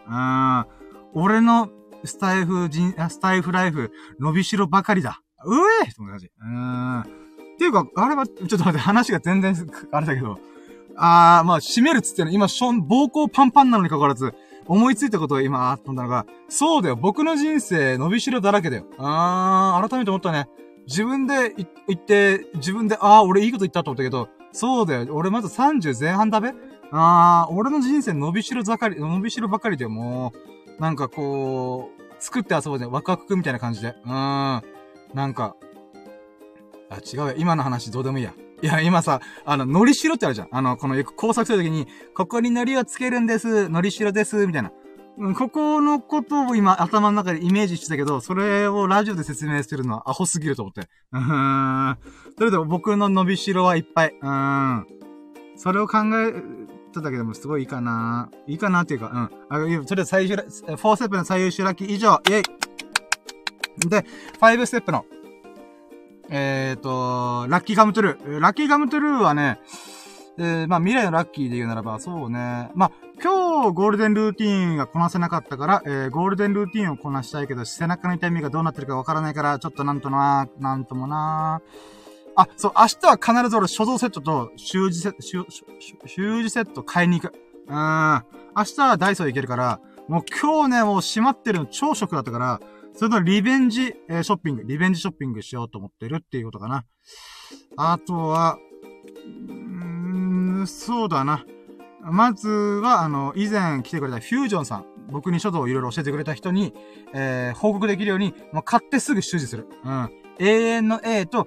うーん。俺のスタイフ人、スタイフライフ、伸びしろばかりだ。うえーって感じ。うーん。っていうか、あれは、ちょっと待って、話が全然、あれだけど。あー、まあ、締めるっつっての、今、ション、膀胱パンパンなのに関わらず、思いついたことを今、あったんだが、そうだよ。僕の人生、伸びしろだらけだよ。あー、改めて思ったね。自分で言って、自分で、あー、俺いいこと言ったと思ったけど、そうだよ。俺まずさんじゅう前半だべあー、俺の人生伸びしろばかり、伸びしろばかりだよ、もう。なんかこう、作って遊ぼうぜ。ワクワクくんみたいな感じで。うーん。なんか、あ、違うよ。今の話どうでもいいや。いや、今さ、あの、のりしろってあるじゃん。あの、このよく工作するときに、ここにのりをつけるんです。のりしろです。みたいな。うん、ここのことを今頭の中でイメージしてたけど、それをラジオで説明するのはアホすぎると思って。うーん。それでも僕の伸びしろはいっぱい。うーん。それを考えただけでもすごいいいかな。いいかなっていうか、うん。あ、それで最優秀、よんステップの最優秀ラッキー以上。イェイ。で、ごステップの、えーと、ラッキーガムトゥルー。ラッキーガムトゥルーはね、えー、まあ未来のラッキーで言うならば、そうね。まあ、今日ゴールデンルーティーンがこなせなかったから、えー、ゴールデンルーティーンをこなしたいけど、背中の痛みがどうなってるかわからないから、ちょっとなんとな、なんともなあ、そう、明日は必ず俺、所蔵セットと、習字セット、習、習字セット買いに行く。うーん。明日はダイソー行けるから、もう今日ね、もう閉まってるの超ショックだったから、それとリベンジ、えー、ショッピング、リベンジショッピングしようと思ってるっていうことかな。あとは、うーん、そうだな。まずは、あの、以前来てくれたフュージョンさん。僕に書道をいろいろ教えてくれた人に、えー、報告できるように、もう買ってすぐ習字する。うん。永遠の A と、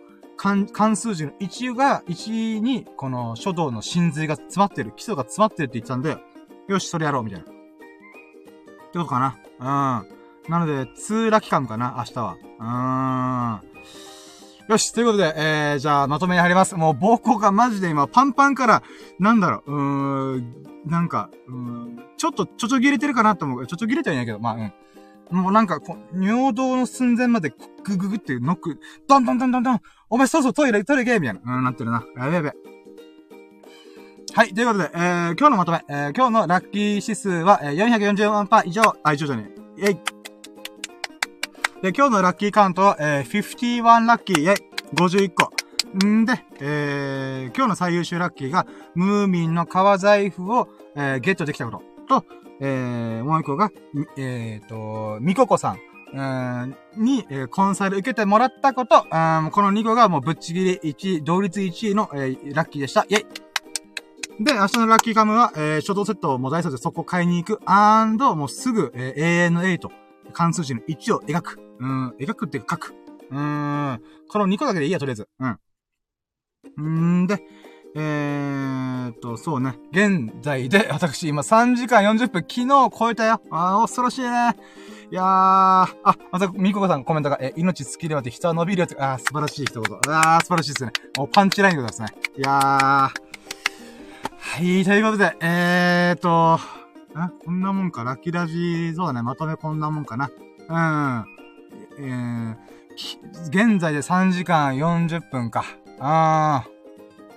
関、関数字のいちが、いちに、この書道の真髄が詰まってる、基礎が詰まってるって言ってたんで、よし、それやろう、みたいな。ってことかな。うん。なので、通ラ期間かな、明日は。うーん。よし、ということで、えー、じゃあ、まとめに入ります。もう、膀胱がマジで今、パンパンから、なんだろう、うーん、なんか、うーん、ちょっと、ちょちょ切れてるかなと思う。ちょちょ切れてはいないけど、まあ、うん。もうなんか、こう、尿道の寸前まで、グググってノック、ドンドンドンドンドン、お前そうそうトイレ、トイレ行けみたいな。うん、なってるな。やべやべ。はい、ということで、えー、今日のまとめ、えー、今日のラッキー指数は、えー、よんひゃくよんじゅうよんパー以上、あ、以上じゃねえ。イェイ。で、今日のラッキーカウントは、えー、ごじゅういちラッキー、イェイ。ごじゅういっこ。んで、えー、今日の最優秀ラッキーが、ムーミンの革財布を、えー、ゲットできたことと、えー、もう一個が、えーと、みここさん。に、えー、コンサル受けてもらったこと、うん、このにこがもうぶっちぎりいちい、同率いちいの、えー、ラッキーでした。イェイ。で、明日のラッキーカムは、えー、書道セットをもう大卒でそこ買いに行く、アンド、もうすぐ、えー、永遠のエイト、関数字のいちを描く。うん、描くっていうか書く。うーん、このにこだけでいいや、とりあえず。うん。んーで、えーっと、そうね。現在で、私、今さんじかんよんじゅっぷん、昨日超えたよ。あー、恐ろしいね。いやー、あ、また、みここさんコメントが、え、命尽きればって人は伸びるやつ、あー、素晴らしい一言。あー、素晴らしいですね。もうパンチラインでございますね。いやー。はい、ということで、えーっと、あ、こんなもんか。ラッキーラジ、そうだね。まとめこんなもんかな。うん。えー、現在でさんじかんよんじゅっぷんか。あー。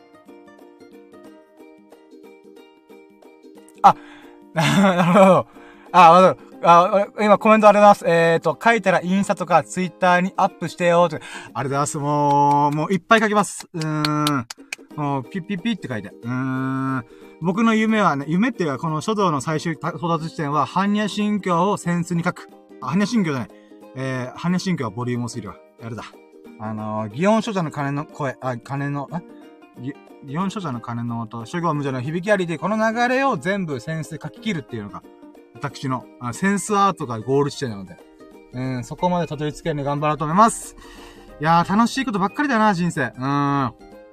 あ、なるほど。あ、わかる。あ、今コメントありがとうございます。えーと、書いたらインスタとかツイッターにアップしてよーって。ありがとうございます。もう、もういっぱい書きます。うーん。もう、ピッピッピッって書いて。うーん。僕の夢はね、夢っていうか、この書道の最終到達地点は、般若心経を扇子に書く。あ、般若心経じゃない。えー、般若心経はボリュームスリーは。やるだ。あのー、祇園書者の鐘の声、あ、鐘の、あ祇園書者の鐘の音、諸行無常の響きありで、この流れを全部扇子で書き切るっていうのが、私の、あ、センスアートがゴール地点なので、うん、そこまでたどり着けるように頑張ろうと思います。いやー、楽しいことばっかりだな、人生。うーん。あ、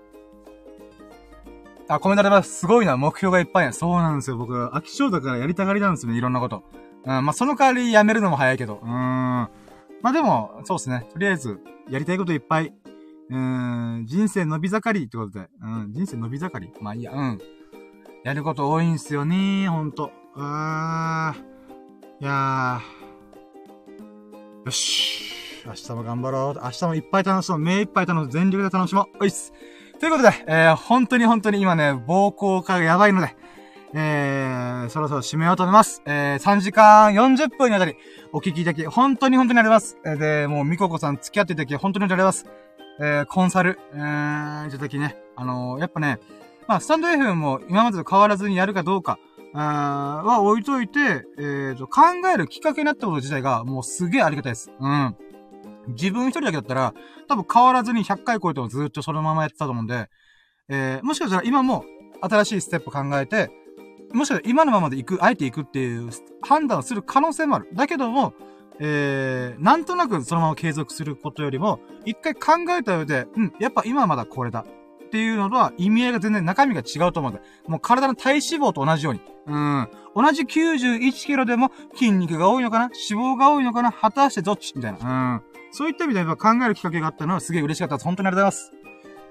コメントあります。すごいな、目標がいっぱいや。そうなんですよ、僕、飽き性だからやりたがりなんですよね、いろんなこと。うん、まあ、その代わりやめるのも早いけど。うーん。まあ、でも、そうですね。とりあえず、やりたいこといっぱい。うーん、人生伸び盛りってことで。うん、人生伸び盛り。まあいいや、うん。やること多いんすよね、ほんと。あー。いやー。よし。明日も頑張ろう。明日もいっぱい楽しもう。目いっぱい楽しもう。全力で楽しもう。おいっす。ということで、えー、本当に本当に今ね、膀胱化がやばいので、えー、そろそろ締めようと思います。えー、さんじかんよんじゅっぷんにあたり、お聞きいただき、本当に本当にありがとうございます。えー、で、もう、みここさん付き合っていただき、本当にありがとうございます。えー、コンサル、えー、いただきね、あのー、やっぱね、まあ、スタンド エフエム も今までと変わらずにやるかどうか、あーは置いといて、えーと、考えるきっかけになったこと自体が、もうすげえありがたいです。うん。自分一人だけだったら、多分変わらずにひゃっかい超えてもずっとそのままやってたと思うんで、えー、もしかしたら今も新しいステップ考えて、もしかしたら今のままで行く、あえて行くっていう判断をする可能性もある。だけども、えー、なんとなくそのまま継続することよりも、一回考えた上で、うん、やっぱ今はまだこれだ。っていうのとは意味合いが全然中身が違うと思うんで。もう体の体脂肪と同じように。うん。同じきゅうじゅういちキロでも筋肉が多いのかな脂肪が多いのかな果たしてどっちみたいな。うん。そういった意味では考えるきっかけがあったのはすげえ嬉しかったです。本当にありがとうございます。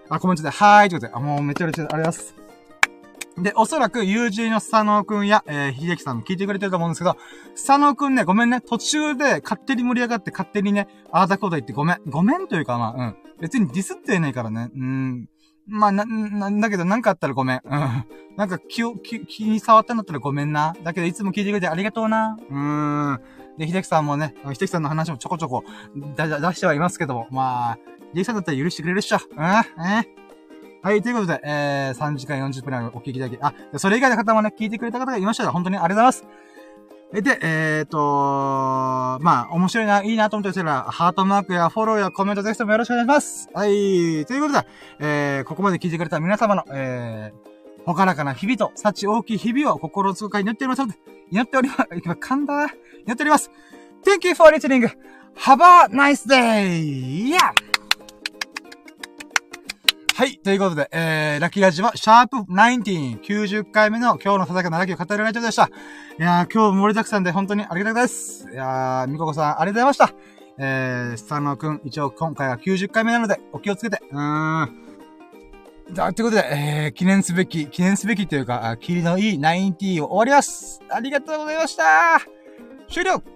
あ、コメントで、はーいということで。あ、もうめっちゃ嬉しいです。ありがとうございます。で、おそらく友人の佐野くんや、えー、秀樹さんも聞いてくれてると思うんですけど、佐野くんね、ごめんね。途中で勝手に盛り上がって勝手にね、あーだこうだ言ってごめん。ごめんというかまあ、うん。別にディスってないからね。うーん。まあ、な、なんだけど、なんかあったらごめん。うん。なんか気を、気、気に触ったんだったらごめんな。だけど、いつも聞いてくれてありがとうな。うーん。で、秀樹さんもね、秀樹さんの話もちょこちょこ、だ、だ、出してはいますけども、まあ、秀樹さんだったら許してくれるっしょ。うん、えはい、ということで、えー、さんじかんよんじゅっぷんお聞きいただき、あ、それ以外の方もね、聞いてくれた方がいましたら、本当にありがとうございます。で、えーとー、まあ、面白いな、いいなと思ってる人は、ハートマークやフォローやコメントぜひともよろしくお願いします。はい、ということで、えー、ここまで聞いてくれた皆様の、えー、ほからかな日々と、幸大きい日々を心をつくかに祈っておりますので、祈っております、今噛んだ、祈っております。Thank you for listening. Have a nice day! Yeah! はい。ということで、えー、ラッキーラジは、シャープじゅうきゅう、きゅうじゅっかいめの今日の佐々木のラッキーを語るラジオでした。いやー、今日盛りだくさんで本当にありがたいです。いやー、みここさん、ありがとうございました。えー、スタノくん、一応今回はきゅうじゅっかいめなので、お気をつけて。うーん。だ、ということで、えー、記念すべき、記念すべきというか、キリのいいナインティーを終わります。ありがとうございました。終了。